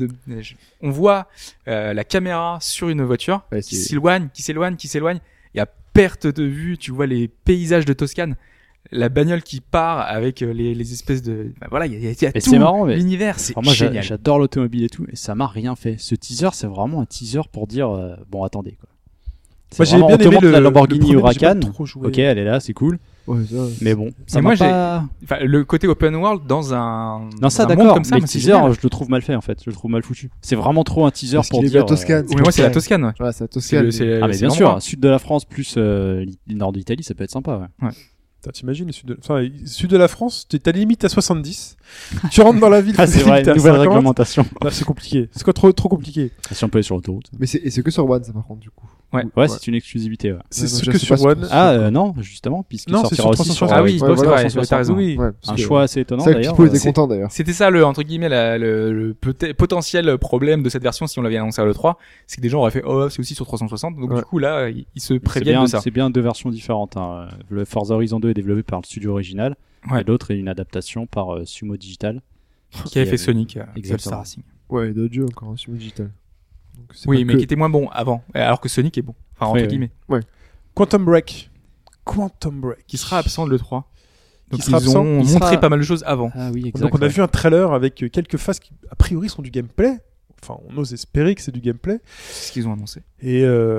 On voit la caméra sur une voiture ouais, qui c'est- s'éloigne. Et à perte de vue, tu vois les paysages de Toscane. La bagnole qui part avec les espèces de... Bah voilà, il y a Et tout c'est marrant, mais- l'univers, c'est Alors moi, génial. j'adore l'automobile et tout, et ça m'a rien fait. Ce teaser, c'est vraiment un teaser pour dire bon, attendez quoi. C'est Moi, j'ai vraiment, bien on te aimé montre le la Lamborghini premier, mais j'ai pas Huracan. trop joué. Ok, elle est là, c'est cool. Ouais, ça, Mais bon, ça Mais m'a moi, j'ai- pas... Enfin, le côté open world dans un... Non, ça dans un monde d'accord, comme ça, mais le c'est teaser, génial. je le trouve mal fait en fait. Je le trouve mal foutu. C'est vraiment trop un teaser Parce pour qu'il est dire. bien Toscane. Oui, moi, c'est la Toscane, ouais. Voilà, c'est la C'est Toscane. le- c'est- Ah mais c'est bien l'endroit. sûr, sud de la France plus le nord d'Italie, ça peut être sympa. Ouais. Putain, t'imagines, sud de la France, t'as limite à 70. Tu rentres dans la ville, Ah c'est t'as vrai, limite à nouvelle 50. réglementation. Là, c'est compliqué. C'est quoi trop compliqué. Si on peut aller sur l'autoroute. Mais c'est que sur One ça par contre du coup. Ouais, c'est une exclusivité. Ouais. C'est Ouais, ce je que sais sur pas ce One. que- Ah non, justement, puisqu'il Non, c'est sortira sur aussi sur 360. Ah oui, Ouais, c'est voilà, vrai, 360, t'as raison. Oui. Ouais, parce Un que- choix assez étonnant C'est vrai que d'ailleurs. Pipo était c'est- content d'ailleurs. C'était ça le entre guillemets le potentiel problème de cette version si on l'avait annoncé à l'E3, c'est que des gens auraient fait oh c'est aussi sur 360. Donc Ouais. du coup là ils se C'est préviennent bien, de ça. c'est bien deux versions différentes. Hein. Le Forza Horizon 2 est développé par le studio original, Ouais. et l'autre est une adaptation par Sumo Digital. Qui avait fait avait- Sonic, Exactement. Star Racing. Ouais, d'autres jeux encore sur digital. Donc, c'est Oui, pas mais que- qui était moins bon avant, alors que Sonic est bon. Enfin entre Oui, oui. guillemets, Quantum Break. qui sera absent de l'E3. Donc sera ils absent, ont il montré sera- pas mal de choses avant. Ah oui, exact. Donc on a vu un trailer avec quelques phases qui, a priori, sont du gameplay. Enfin, on ose espérer que c'est du gameplay. C'est ce qu'ils ont annoncé. Et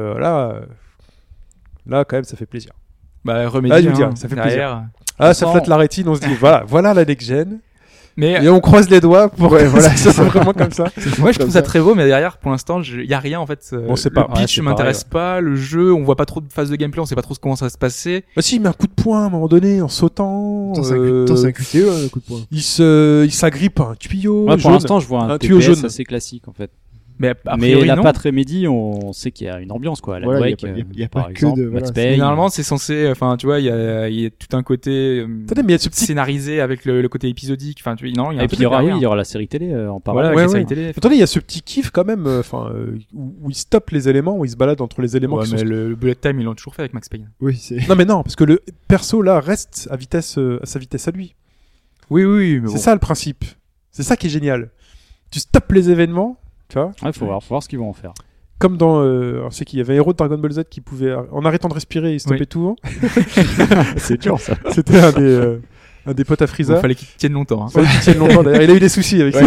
là, quand même, ça fait plaisir. Bah Remedy, Ah, je veux dire, ça fait derrière. Ah, ça Sans- flatte la rétine, on se dit, voilà la next-gen. Mais Et on croise les doigts pour Ouais, voilà. que ça soit vraiment comme ça. moi je trouve ça très beau, mais derrière pour l'instant il y a rien en fait. On sait pas. Le pitch Ouais, c'est m'intéresse pas, le jeu on voit pas trop de phases de gameplay, on sait pas trop comment ça va se passer. Bah si, il met un coup de poing à un moment donné en sautant. Attends, c'est un QTE, le coup de poing. il s'agrippe à un tuyau Ouais, pour jaune. l'instant, je vois un tuyau TPS jaune. assez classique en fait. Mais a Mais priori la non. patte Remedy, on sait qu'il y a une ambiance quoi. La Voilà, Wake, y a pas par que exemple, de- Max voilà, Payne. Mais normalement, c'est censé, enfin, tu vois, il y a tout un côté Attendez, mais il y a ce petit. scénarisé avec le côté épisodique. Enfin, tu vois, non, il y a un Et peu puis il y aura, derrière. oui, il y aura la série télé en Voilà, parallèle. avec Ouais, la ouais. série télé. Attendez, il y a ce petit kiff quand même, où il stoppe les éléments, où il se balade entre les éléments Ouais, qui mais sont. le bullet time, ils l'ont toujours fait avec Max Payne. Oui, c'est. Non mais non, parce que le perso là reste à sa vitesse à lui. Oui, mais C'est ça le principe. C'est ça qui est génial. Tu stoppes les événements, tu vois. Ouais, faut voir ce qu'ils vont en faire. Comme dans, on sait qu'il y avait un héros de Dragon Ball Z qui pouvait, en arrêtant de respirer, il stoppait Oui. tout. C'est dur ça. C'était un des potes à Frieza. Il fallait qu'il tienne longtemps. Hein. Fallait qu'il tienne longtemps. D'ailleurs, il a eu des soucis avec ça.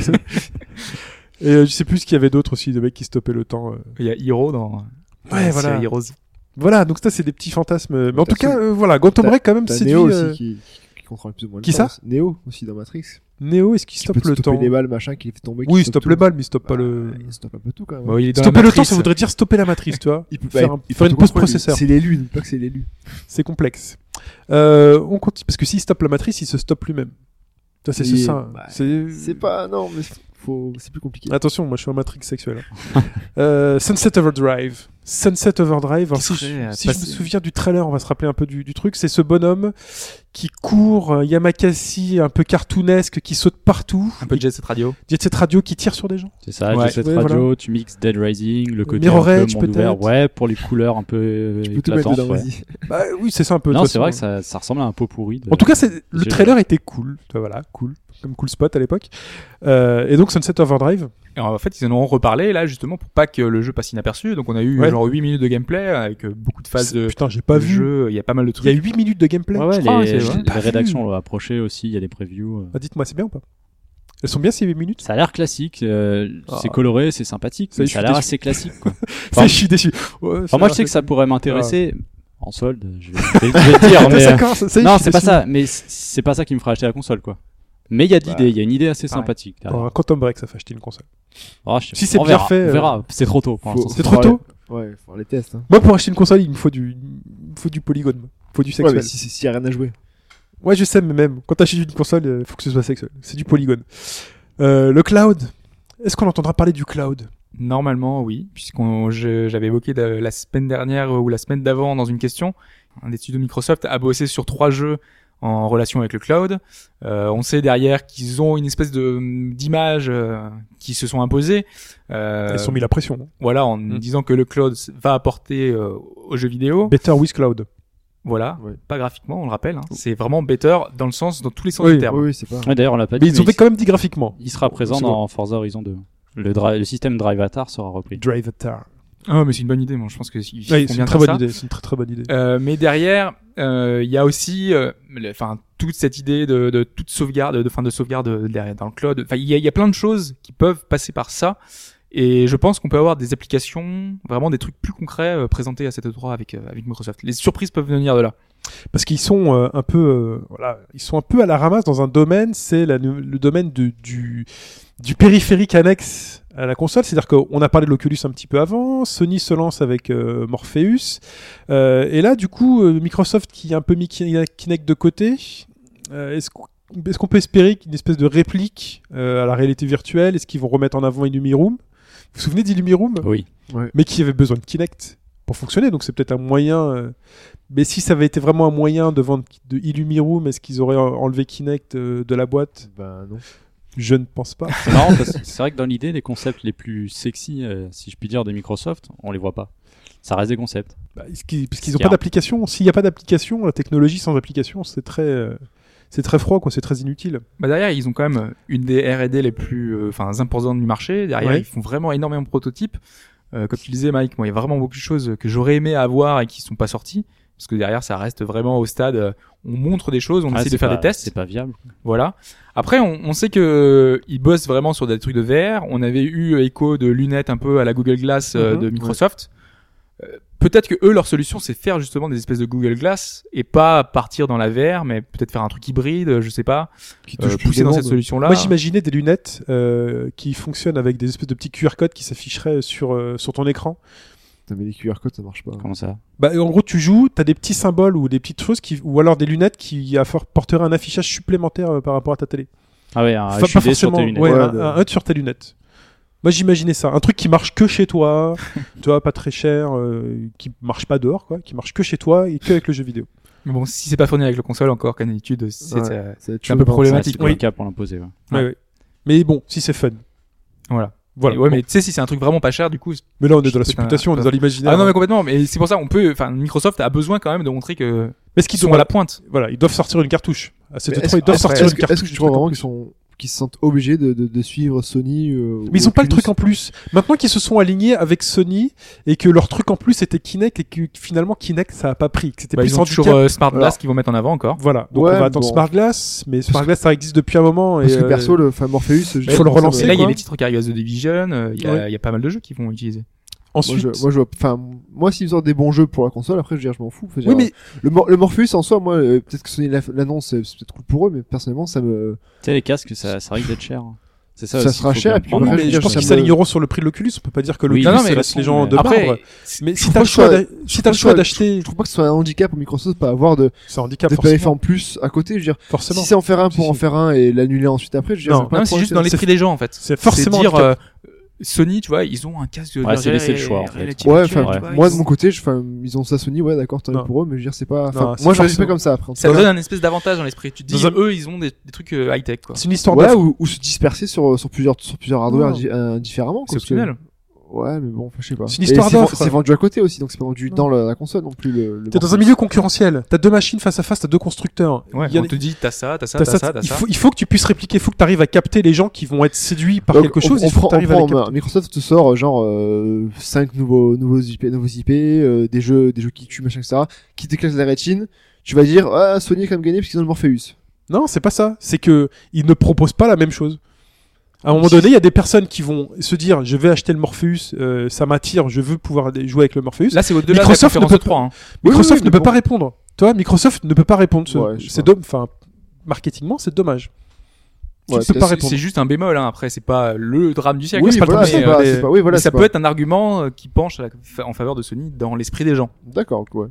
Et je sais plus ce qu'il y avait d'autre aussi, de mecs qui stoppaient le temps. Il y a Hiro dans. Ouais, la voilà. série Heroes. Voilà, donc ça c'est des petits fantasmes. Mais en tout T'as cas, voilà, Quantum t'as- Break quand même T'as séduit. Neo aussi qui contrôle plus ou moins le Qui temps. ça Neo aussi dans Matrix. Neo, est-ce qu'il Qui stoppe peut le stopper temps les balles, machin, qui les fait tomber. Oui, qui il stoppe tout. les balles, mais il stoppe pas Bah, le. Il stoppe un peu tout quand même. Bon, il est dans Stopper la le temps, matrice. ça voudrait dire stopper la matrice, tu vois. Il peut faire il faire peut une tout pause contrôler. processeur. C'est l'élu, dis pas que c'est l'élu. C'est complexe. On continue parce que s'il stoppe la matrice, il se stoppe lui-même. Ça, c'est Oui, ça. bah, C'est C'est pas. Non, mais c'est plus compliqué. Attention, moi je suis un Matrix sexuel. Sunset Overdrive. Sunset Overdrive. Alors, si serait, je me passé- souviens du trailer, on va se rappeler un peu du truc. C'est ce bonhomme qui court, Yamakasi un peu cartoonesque, qui saute partout. Un peu de Jet Set Radio. Jet Set Radio qui tire sur des gens. C'est ça, Ouais. j'ai cette Ouais, radio, voilà. tu mixes Dead Rising, le côté Mirror un peu Edge, monde ouvert, peut-être. ouais, pour les couleurs un peu Tu peux tout mettre éclatantes. dedans, Ouais. vas-y. Bah oui, c'est ça un peu. de Non, toute c'est vrai que façon. ça ressemble à un pot pourri. En tout cas, le J'ai- trailer était cool. Voilà, cool. Comme Cool Spot à l'époque. Et donc Sunset Overdrive. Et en fait, ils en ont reparlé là justement pour pas que le jeu passe inaperçu. Donc on a eu Ouais. genre 8 minutes de gameplay avec beaucoup de phases de Putain, j'ai pas vu. jeu. Il y a pas mal de Il y a trucs. 8 minutes de gameplay. Ouais, ouais, crois, les, c'est vrai. les rédactions l'ont approché aussi, il y a des previews. Ah, dites-moi, c'est bien ou pas? Elles sont bien ces 8 minutes? Ça a l'air classique, Ah. c'est coloré, c'est sympathique, Ça, mais je ça a suis l'air déçu. assez classique, quoi. Ça, je suis déçu. Ouais, Enfin, moi, je sais que ça pourrait m'intéresser en solde, je vais le dire, mais D'accord, ça y est, je non, suis c'est pas déçu. ça, mais c'est pas ça qui me fera acheter la console, quoi. Mais il y a d'idées, il y a une idée assez pareil. sympathique. Pour derrière. un Quantum Break, ça fait acheter une console. Oh, je sais Si pas. c'est On bien verra, fait, on verra. C'est trop tôt pour Faut- l'instant. C'est faut trop voir tôt. Ouais, faut voir les tests. Hein. Moi, pour acheter une console, il me faut du polygone. Il faut du Ouais, sexuel. mais s'il y a rien à jouer. Ouais, je sais, mais même quand t'achètes une console, il faut que ce soit sexuel. C'est du polygone. Le cloud. Est-ce qu'on entendra parler du cloud? Normalement, oui, j'avais évoqué la semaine dernière ou la semaine d'avant dans une question. Un des studios de Microsoft a bossé sur 3 jeux en relation avec le cloud. On sait derrière qu'ils ont une espèce d'images qui se sont imposées. Ils se sont mis la pression. Voilà, en disant que le cloud va apporter aux jeux vidéo. Better with cloud. Voilà, Ouais. pas graphiquement, on le rappelle. Hein. C'est vraiment better dans tous les sens Oui, du terme. Oui, c'est pas. Ouais, d'ailleurs, on l'a pas Mais dit. ils ont fait quand même dit graphiquement. Il sera présent C'est dans Forza Horizon 2. Le système Drive Avatar sera repris. Drive Avatar. Ah, mais c'est une bonne idée. Moi, je pense que ils Ouais, font c'est bien une très faire bonne ça. idée. C'est une très très bonne idée. Mais derrière, il y a aussi, toute cette idée de toute sauvegarde, de sauvegarde derrière dans le cloud. Enfin, il y a plein de choses qui peuvent passer par ça. Et je pense qu'on peut avoir des applications, vraiment des trucs plus concrets présentés à cette E3 avec Microsoft. Les surprises peuvent venir de là. Parce qu'ils sont un peu, ils sont un peu à la ramasse dans un domaine, c'est le domaine du périphérique annexe à la console. C'est-à-dire qu'on a parlé de l'Oculus un petit peu avant, Sony se lance avec Morpheus, et là du coup Microsoft qui a un peu mis Kinect de côté, est-ce qu'on peut espérer qu'une espèce de réplique à la réalité virtuelle, est-ce qu'ils vont remettre en avant Illumiroom? Vous vous souvenez d'Illumiroom? Oui. Mais qui avait besoin de Kinect pour fonctionner, donc c'est peut-être un moyen. Mais si ça avait été vraiment un moyen de vendre de Illumiroom, est-ce qu'ils auraient enlevé Kinect de la boîte? Bah non. Je ne pense pas. C'est marrant parce que c'est vrai que dans l'idée, les concepts les plus sexy, si je puis dire, de Microsoft, on les voit pas. Ça reste des concepts. Parce qu'ils n'ont pas d'application. S'il n'y a pas d'application, la technologie sans application, c'est très froid, quoi. C'est très inutile. Bah derrière, ils ont quand même une des R&D les plus importantes du marché. Derrière, Ouais. ils font vraiment énormément de prototypes. Comme tu disais, Mike, moi, il y a vraiment beaucoup de choses que j'aurais aimé avoir et qui sont pas sorties. Parce que derrière, ça reste vraiment au stade, on montre des choses, on essaie de faire des tests. C'est pas viable. Voilà. Après, on sait que ils bossent vraiment sur des trucs de VR. On avait eu écho de lunettes un peu à la Google Glass de Microsoft. Peut-être que eux, leur solution, c'est faire justement des espèces de Google Glass et pas partir dans la VR, mais peut-être faire un truc hybride, je sais pas, Qui touche plus pousser de dans monde. cette solution-là. Moi, j'imaginais des lunettes qui fonctionnent avec des espèces de petits QR codes qui s'afficheraient sur ton écran. Putain, mais les QR codes, ça marche pas. Comment ça? Bah, en gros, tu joues, t'as des petits symboles ou des petites choses ou alors des lunettes qui apporteraient un affichage supplémentaire par rapport à ta télé. Ah ouais, un Pas HUD sur forcément, tes lunettes. ouais, Ouais, un HUD sur tes lunettes. Moi, j'imaginais ça. Un truc qui marche que chez toi, tu vois, pas très cher, qui marche pas dehors, quoi, qui marche que chez toi et que avec le jeu vidéo. Mais bon, si c'est pas fourni avec le console encore, qu'en étude, c'est Ouais. Ça va être c'est un chaud, peu par problématique. C'est Oui. le cas pour l'imposer. Ouais. Ouais, ouais. Mais bon, si c'est fun. Voilà. Voilà. Et ouais, Bon. mais tu sais, si c'est un truc vraiment pas cher, du coup. Mais là, on est dans la c'est supputation, un- on est dans l'imaginaire. Ah non, mais complètement. Mais c'est pour ça, Microsoft a besoin quand même de montrer que Mais est-ce qu'ils ils sont doivent à la pointe. Voilà, ils doivent sortir une cartouche. À cette Mais E3, ils doivent sortir une est-ce cartouche. que du tu truc crois en vraiment plus. qu'ils se sentent obligés de suivre Sony Mais ils ont pas le Oculus truc en plus. Maintenant qu'ils se sont alignés avec Sony et que leur truc en plus était Kinect et que finalement Kinect ça a pas pris, que c'était Bah, plus ils ont handicap. toujours Smart Glass Alors. qu'ils vont mettre en avant encore. Voilà, donc Ouais, on va attendre bon. Smart Glass, mais Smart Glass ça existe depuis un moment. Parce et, que perso, le Morpheus, il faut le relancer, Et là, il y a quoi. les titres qui arrivent à The Division. Il y Ouais. a pas mal de jeux qu'ils vont utiliser. Ensuite, moi, s'ils sortent des bons jeux pour la console, après, je m'en fous. Faut dire, oui, mais le Morpheus en soi, moi, peut-être que Sony l'annonce, c'est peut-être cool pour eux, mais personnellement, ça me. Tu sais, les casques, ça risque d'être cher. C'est ça. Ça aussi, sera faut cher, bien et puis prendre. non, après, mais je je pense ça qu'ils me- s'aligneront sur le prix de l'Oculus. On peut pas dire que Oui, l'Oculus non, ça mais laisse de les toute gens façon, de Après, marbre. Mais si trouve t'as pas le que choix, ça- si t'as le choix d'acheter, Je trouve pas que ce soit un handicap pour Microsoft de pas avoir c'est un handicap des périphériques forcément. en plus à côté. Je veux dire, Forcément. si c'est en faire un pour Si, en si. faire un et l'annuler ensuite après, je veux dire, Non, pas Non, le c'est point, juste dans l'esprit des gens en fait. C'est forcément dire handicap. Sony, tu vois, ils ont un casque de Ouais, c'est laisser le choix, en fait. réalité Ouais, virtuelle, enfin, tu vois, moi ils de ont- mon côté, ils ont ça Sony, ouais, d'accord, tant mieux Non. pour eux, mais je veux dire, c'est pas. Non, Enfin, c'est moi, je pas réfléchis pas ça. comme ça après. ça donne un espèce d'avantage dans l'esprit. Tu te dis, Dans un- eux, ils ont des trucs high-tech quoi. C'est une histoire Ouais, d'offre. ou se disperser sur plusieurs hardware Non. différemment. C'est quoi, parce que- optionnel. Ouais, mais bon, je sais pas. C'est une histoire Et d'offre. C'est vendu à côté aussi, donc c'est pas vendu Non. dans la console non plus. T'es dans un milieu concurrentiel. T'as deux machines face à face, t'as deux constructeurs. Ouais, Il y a- on te dit, t'as ça, t'as ça, t'as t'as ça, ça, t'as il ça. faut que tu puisses répliquer, il faut que tu arrives à capter les gens qui vont être séduits par Donc, quelque chose, on il faut que prend- tu arrives on à les prend, capter. Microsoft te sort genre 5 nouveaux IP, des jeux qui tuent machin etc. Qui t'éclatent la rétine. Tu vas dire ah Sony a quand même gagné parce qu'ils ont le Morpheus. Non, c'est pas ça. C'est que ils ne proposent pas la même chose. À un moment donné, il y a des personnes qui vont se dire je vais acheter le Morpheus, ça m'attire, je veux pouvoir jouer avec le Morpheus. Là, c'est au-delà de la Microsoft conférence ne de peut 3. Hein. Microsoft oui, ne mais peut pas répondre. Toi, Microsoft ne peut pas répondre. Ouais, je sais C'est pas. enfin, marketingement, c'est dommage. Ouais, Tu peux pas peut-être- répondre. C'est juste un bémol, hein. Après, c'est pas le drame du siècle. Oui, c'est pas le voilà, premier, c'est pas, les- c'est pas- oui, voilà, mais ça c'est peut pas- être un argument qui penche en faveur de Sony dans l'esprit des gens. D'accord, ouais.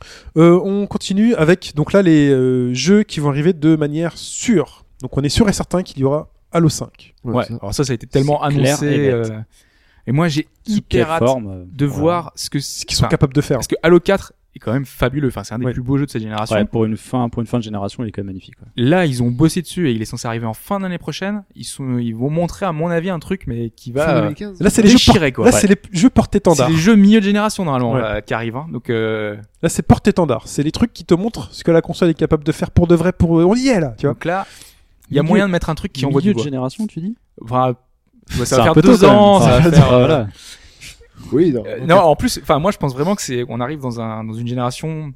On continue avec donc là les jeux qui vont arriver de manière sûre. Donc on est sûr et certain qu'il y aura Halo 5. Ouais. ça. Alors ça a été tellement C'est clair annoncé. et net. Et moi, j'ai Sous hyper quelle hâte forme de voir ce que Ce qu'ils sont capables de faire. Parce que Halo 4 est quand même fabuleux. Enfin, c'est un des Ouais. plus beaux jeux de cette génération. Ouais, pour une fin de génération, il est quand même magnifique. Ouais. Là, ils ont bossé dessus et il est censé arriver en fin d'année prochaine. Ils vont montrer, à mon avis, un truc, mais qui Fin va 2015. Là c'est les déchirer, quoi. Là Ouais. c'est les jeux porte-étendard. C'est les jeux milieu de génération normalement Ouais. là, qui arrivent. Hein. Donc, Là c'est porte-étendard. C'est les trucs qui te montrent ce que la console est capable de faire pour de vrai. On y est là, tu vois. donc là, il y a Milieu- moyen de mettre un truc qui envoie du Milieu de bois. génération, tu dis Enfin, ça C'est va un faire peu 2 tôt, quand même. ans. Ça va faire. Voilà. Oui, non. Non, en plus, enfin, moi, je pense vraiment que on arrive dans une génération,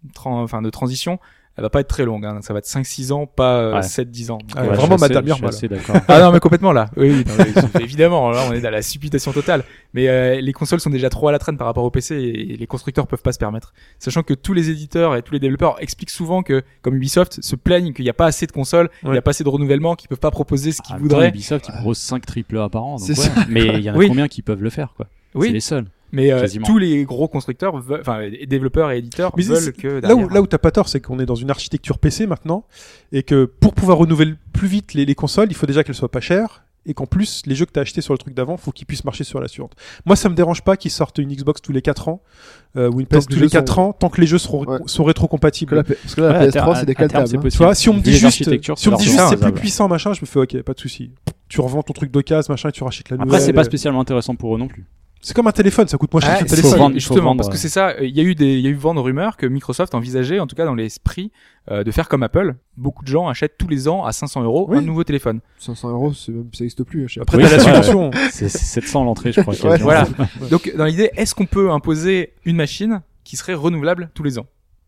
de transition. Elle va pas être très longue, hein. Ça va être 5-6 ans, pas Ouais. 7-10 ans. Ah ouais, Ouais, vraiment je suis Madame assez- Irma, je suis là. assez d'accord. Ah non, mais complètement là. Oui, oui, non, mais évidemment, là, on est dans la supputation totale. Mais les consoles sont déjà trop à la traîne par rapport au PC et les constructeurs peuvent pas se permettre. Sachant que tous les éditeurs et tous les développeurs expliquent souvent que, comme Ubisoft, se plaignent qu'il n'y a pas assez de consoles, il n'y Ouais. a pas assez de renouvellement, qu'ils peuvent pas proposer ce En qu'ils même temps, voudraient. Ubisoft, ils proposent 5 AAA par an. Donc C'est ouais. ça. Mais il y en a Oui. combien qui peuvent le faire, quoi. Oui. C'est les seuls. Mais Quasiment. tous les gros constructeurs, enfin, et développeurs et éditeurs Mais veulent c'est- que Là où, derrière- là où t'as pas tort, c'est qu'on est dans une architecture PC maintenant, et que pour pouvoir renouveler plus vite les consoles, il faut déjà qu'elles soient pas chères, et qu'en plus, les jeux que t'as achetés sur le truc d'avant, faut qu'ils puissent marcher sur la suivante. Moi, ça me dérange pas qu'ils sortent une Xbox tous les 4 ans, ou une PS que les tous les jeux 4 sont- ans, tant que les jeux seront, Ouais. sont rétro-compatibles. Parce que là, la Ouais, PS3, c'est à décalable. terme, c'est hein. possible. Tu vois, si on me Vu dit les juste, architectures, si on me dit c'est juste leur c'est plus faisable. puissant, machin, je me fais ok, pas de souci. Tu revends ton truc d'occasion, machin, et tu rachètes la nouvelle. Après, c'est pas spécialement intéressant pour eux non plus. C'est comme un téléphone, ça coûte moins cher Ah, qu'un c'est téléphone. faut vendre, justement, vendre, parce que c'est ça. Il y a eu vent de rumeurs que Microsoft envisageait, en tout cas dans l'esprit, de faire comme Apple. Beaucoup de gens achètent tous les ans à 500 € Oui. un nouveau téléphone. 500 euros, ça existe plus. Je sais Après, Oui, t'as la c'est vrai. subvention. C'est 700 l'entrée, je crois. Ouais, quasiment. Voilà. Donc, dans l'idée, est-ce qu'on peut imposer une machine qui serait renouvelable tous les ans?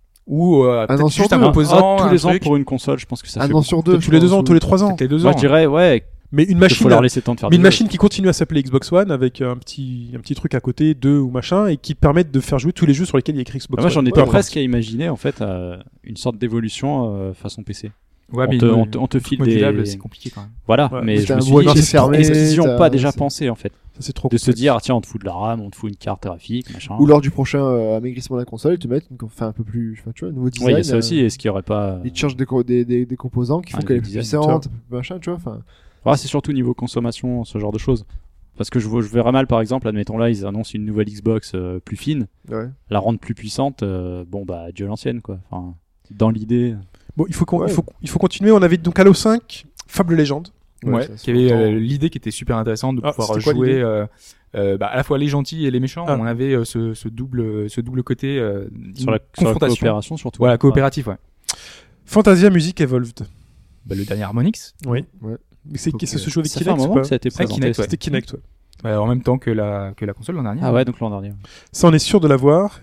Ou peut-être an sur juste un deux. composant, tous un les ans truc, pour une console, je pense que ça Un fait an beaucoup. sur deux. Tous les 2 ans, tous les 3 ans. peut-être les 2 Moi, ans. je dirais, ouais, Mais une il machine, faut leur laisser le temps de faire mais une des machine qui continue à s'appeler Xbox One avec un petit truc à côté, 2 ou machin, et qui permettent de faire jouer tous les jeux sur lesquels il y a écrit Xbox Moi, One. j'en Peu étais importe. presque à imaginer, en fait, une sorte d'évolution façon PC. Ouais, mais on te file modulable, des... c'est compliqué quand même. Voilà, Ouais. mais C'est je un me suis boîtier dit, fermé, est-ce qu'ils n'y ont t'as- pas déjà c'est- pensé, en fait, Ça, c'est trop de se complexe. dire, tiens, on te fout de la RAM, on te fout une carte graphique, machin. Ou lors du prochain amaigrissement de la console, ils te mettent un peu plus, enfin, tu vois, un nouveau design. Oui, il y a ça aussi, est-ce qu'il n'y aurait pas... Ils te changent des composants qui font Ah, qu'elle est le plus design, puissante, machin, tu vois. Enfin, Ouais, c'est surtout niveau consommation, ce genre de choses. Parce que je verrais mal, par exemple, admettons là, ils annoncent une nouvelle Xbox plus fine, ouais. la rendre plus puissante, bon bah, Dieu l'ancienne, quoi. Enfin, dans l'idée... Bon, il faut Ouais. il faut continuer. On avait donc Halo 5, Fable Legend. Ouais, ça, c'est qui avait longtemps. l'idée qui était super intéressante de Ah, pouvoir c'était quoi jouer à la fois les gentils et les méchants. Ah. On avait ce double côté Sur la confrontation. coopération, surtout. Voilà, coopératif, ouais. Fantasia Music Evolved. Bah, le dernier Harmonix, Oui. Ouais. Mais c'est Donc, ça se joue avec Ça fait un Kinect ou moment pas que ça a été Ah, présenté. Kinect, ça. C'était Kinect, ouais. en même temps que la console l'an dernier. Ah ouais, donc l'an dernier. Ça, on est sûr de l'avoir.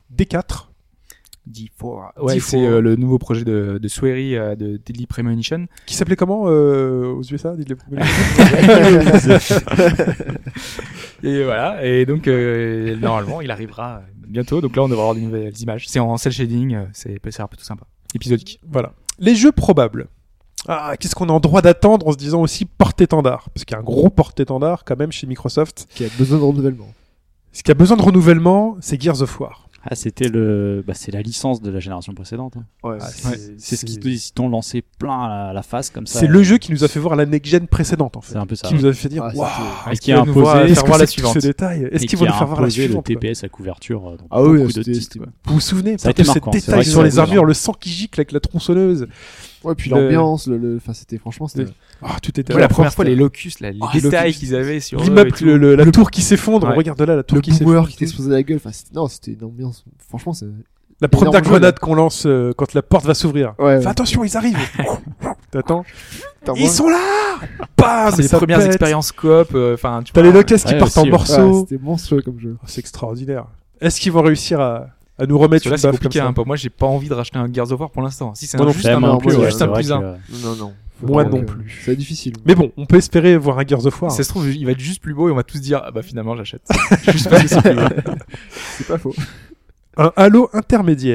D4. D4. Ouais, D4. c'est le nouveau projet de Swery de Deadly Premonition. Qui s'appelait comment aux USA dites-le. Et voilà. Et donc normalement, il arrivera bientôt. Donc là, on devrait avoir des nouvelles images. C'est en cel shading. C'est un peu tout sympa. Épisodique. Voilà. Les jeux probables. Ah, qu'est-ce qu'on a en droit d'attendre en se disant aussi porte-étendard? Parce qu'il y a un gros porte-étendard quand même chez Microsoft. Qui a besoin de renouvellement. Ce qui a besoin de renouvellement, c'est Gears of War. Ah, c'était c'est la licence de la génération précédente. Hein. Ouais. C'est ce qu'ils t'ont lancé plein à la face comme ça. C'est le jeu qui nous a fait voir la next-gen précédente en fait. C'est un peu ça. Qui nous a fait dire Ah, waouh. c'était- Et Est-ce qui a qu'il va nous imposé- faire voir la ce suivante? détail? Est-ce Et qu'ils vont qui nous a faire voir la imposé suivante le quoi TPS à couverture dans Ah oui, beaucoup de c'était- titres. c'était- quoi. Vous vous souvenez Ça a tous été ces marquant, c'est détails vrai que sur c'est les marquant. armures, le sang qui gicle avec la tronçonneuse. Ouais, puis Le- l'ambiance, enfin, c'était franchement, c'était. Ah, tout était. Ouais, la première fois, les locus, là, les Ah, détails locus. qu'ils avaient sur eux et L'immeuble, tout. la tour qui s'effondre. Ouais. Regarde là, la tour Le qui boomer s'effondre. qui t'explosait la gueule. Enfin, c'était une ambiance. Franchement, c'est. La première énorme jeu, grenade qu'on lance quand la porte va s'ouvrir. Ouais. Fais attention, ils arrivent. T'attends. Putain, Ils moi- sont là. Bam. C'est les ça premières pète. expériences coop. Enfin, tu T'as vois, les locus qui Ouais, partent en aussi, ouais. morceaux. Ouais, c'était monstrueux comme jeu. Oh, c'est extraordinaire. Est-ce qu'ils vont réussir à nous Parce remettre que une là, c'est baffe comme compliqué. ça Hein. Pour moi, j'ai pas envie de racheter un Gears of War pour l'instant. Si c'est Moi non juste plus. un, non plus, ouais, juste c'est un vrai plus un. que- Non. Moi Faut non pas- plus. C'est difficile. Mais bon, on peut espérer voir un Gears of War. Si ça se trouve, il va être juste plus beau et on va tous dire, ah bah finalement, j'achète. Juste parce que c'est plus beau. C'est pas faux. Un Halo intermédiaire.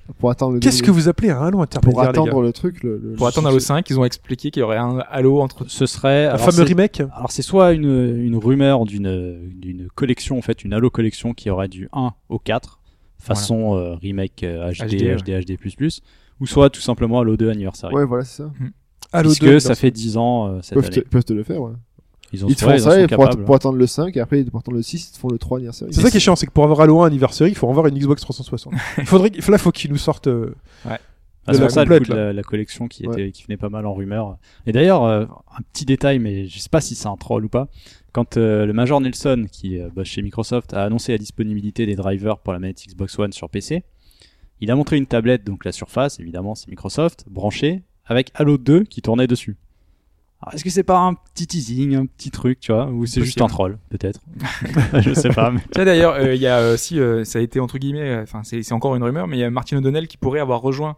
Pour attendre le Qu'est-ce que vous appelez un Halo pour intermédiaire, les gars? attendre le truc Pour attendre Halo 5, ils ont expliqué qu'il y aurait un Halo entre. Ce serait Un alors, fameux c'est- remake? Alors c'est soit une rumeur d'une collection en fait, une Halo collection qui aurait du 1 au 4 façon remake HD, HD, ou soit tout simplement Halo 2 Anniversary. Ouais, voilà, c'est ça. Halo Puisque 2, ça fait 10 ans cette Ils année. peuvent te le faire, ouais. Ils Ils te font ouais, ça en et sont capables. pour attendre le 5 et après pour attendre le 6, ils te font le 3 anniversaire. C'est ça qui est chiant, c'est que pour avoir Halo 1 Anniversary, il faut avoir une Xbox 360. Là, faut qu'ils nous sortent. Ah, de c'est la pour ça le complète, coup de la collection qui venait pas mal en rumeur. Et d'ailleurs, un petit détail, mais je sais pas si c'est un troll ou pas. Quand le Major Nelson, qui bosse chez Microsoft, a annoncé la disponibilité des drivers pour la manette Xbox One sur PC, il a montré une tablette, donc la Surface, évidemment c'est Microsoft, branchée, avec Halo 2 qui tournait dessus. Alors, est-ce que c'est pas un petit teasing, un petit truc, tu vois, ou c'est juste un troll, peut-être? Je sais pas, mais... Tu sais, d'ailleurs, il y a aussi, ça a été entre guillemets, enfin c'est encore une rumeur, mais il y a Martin O'Donnell qui pourrait avoir rejoint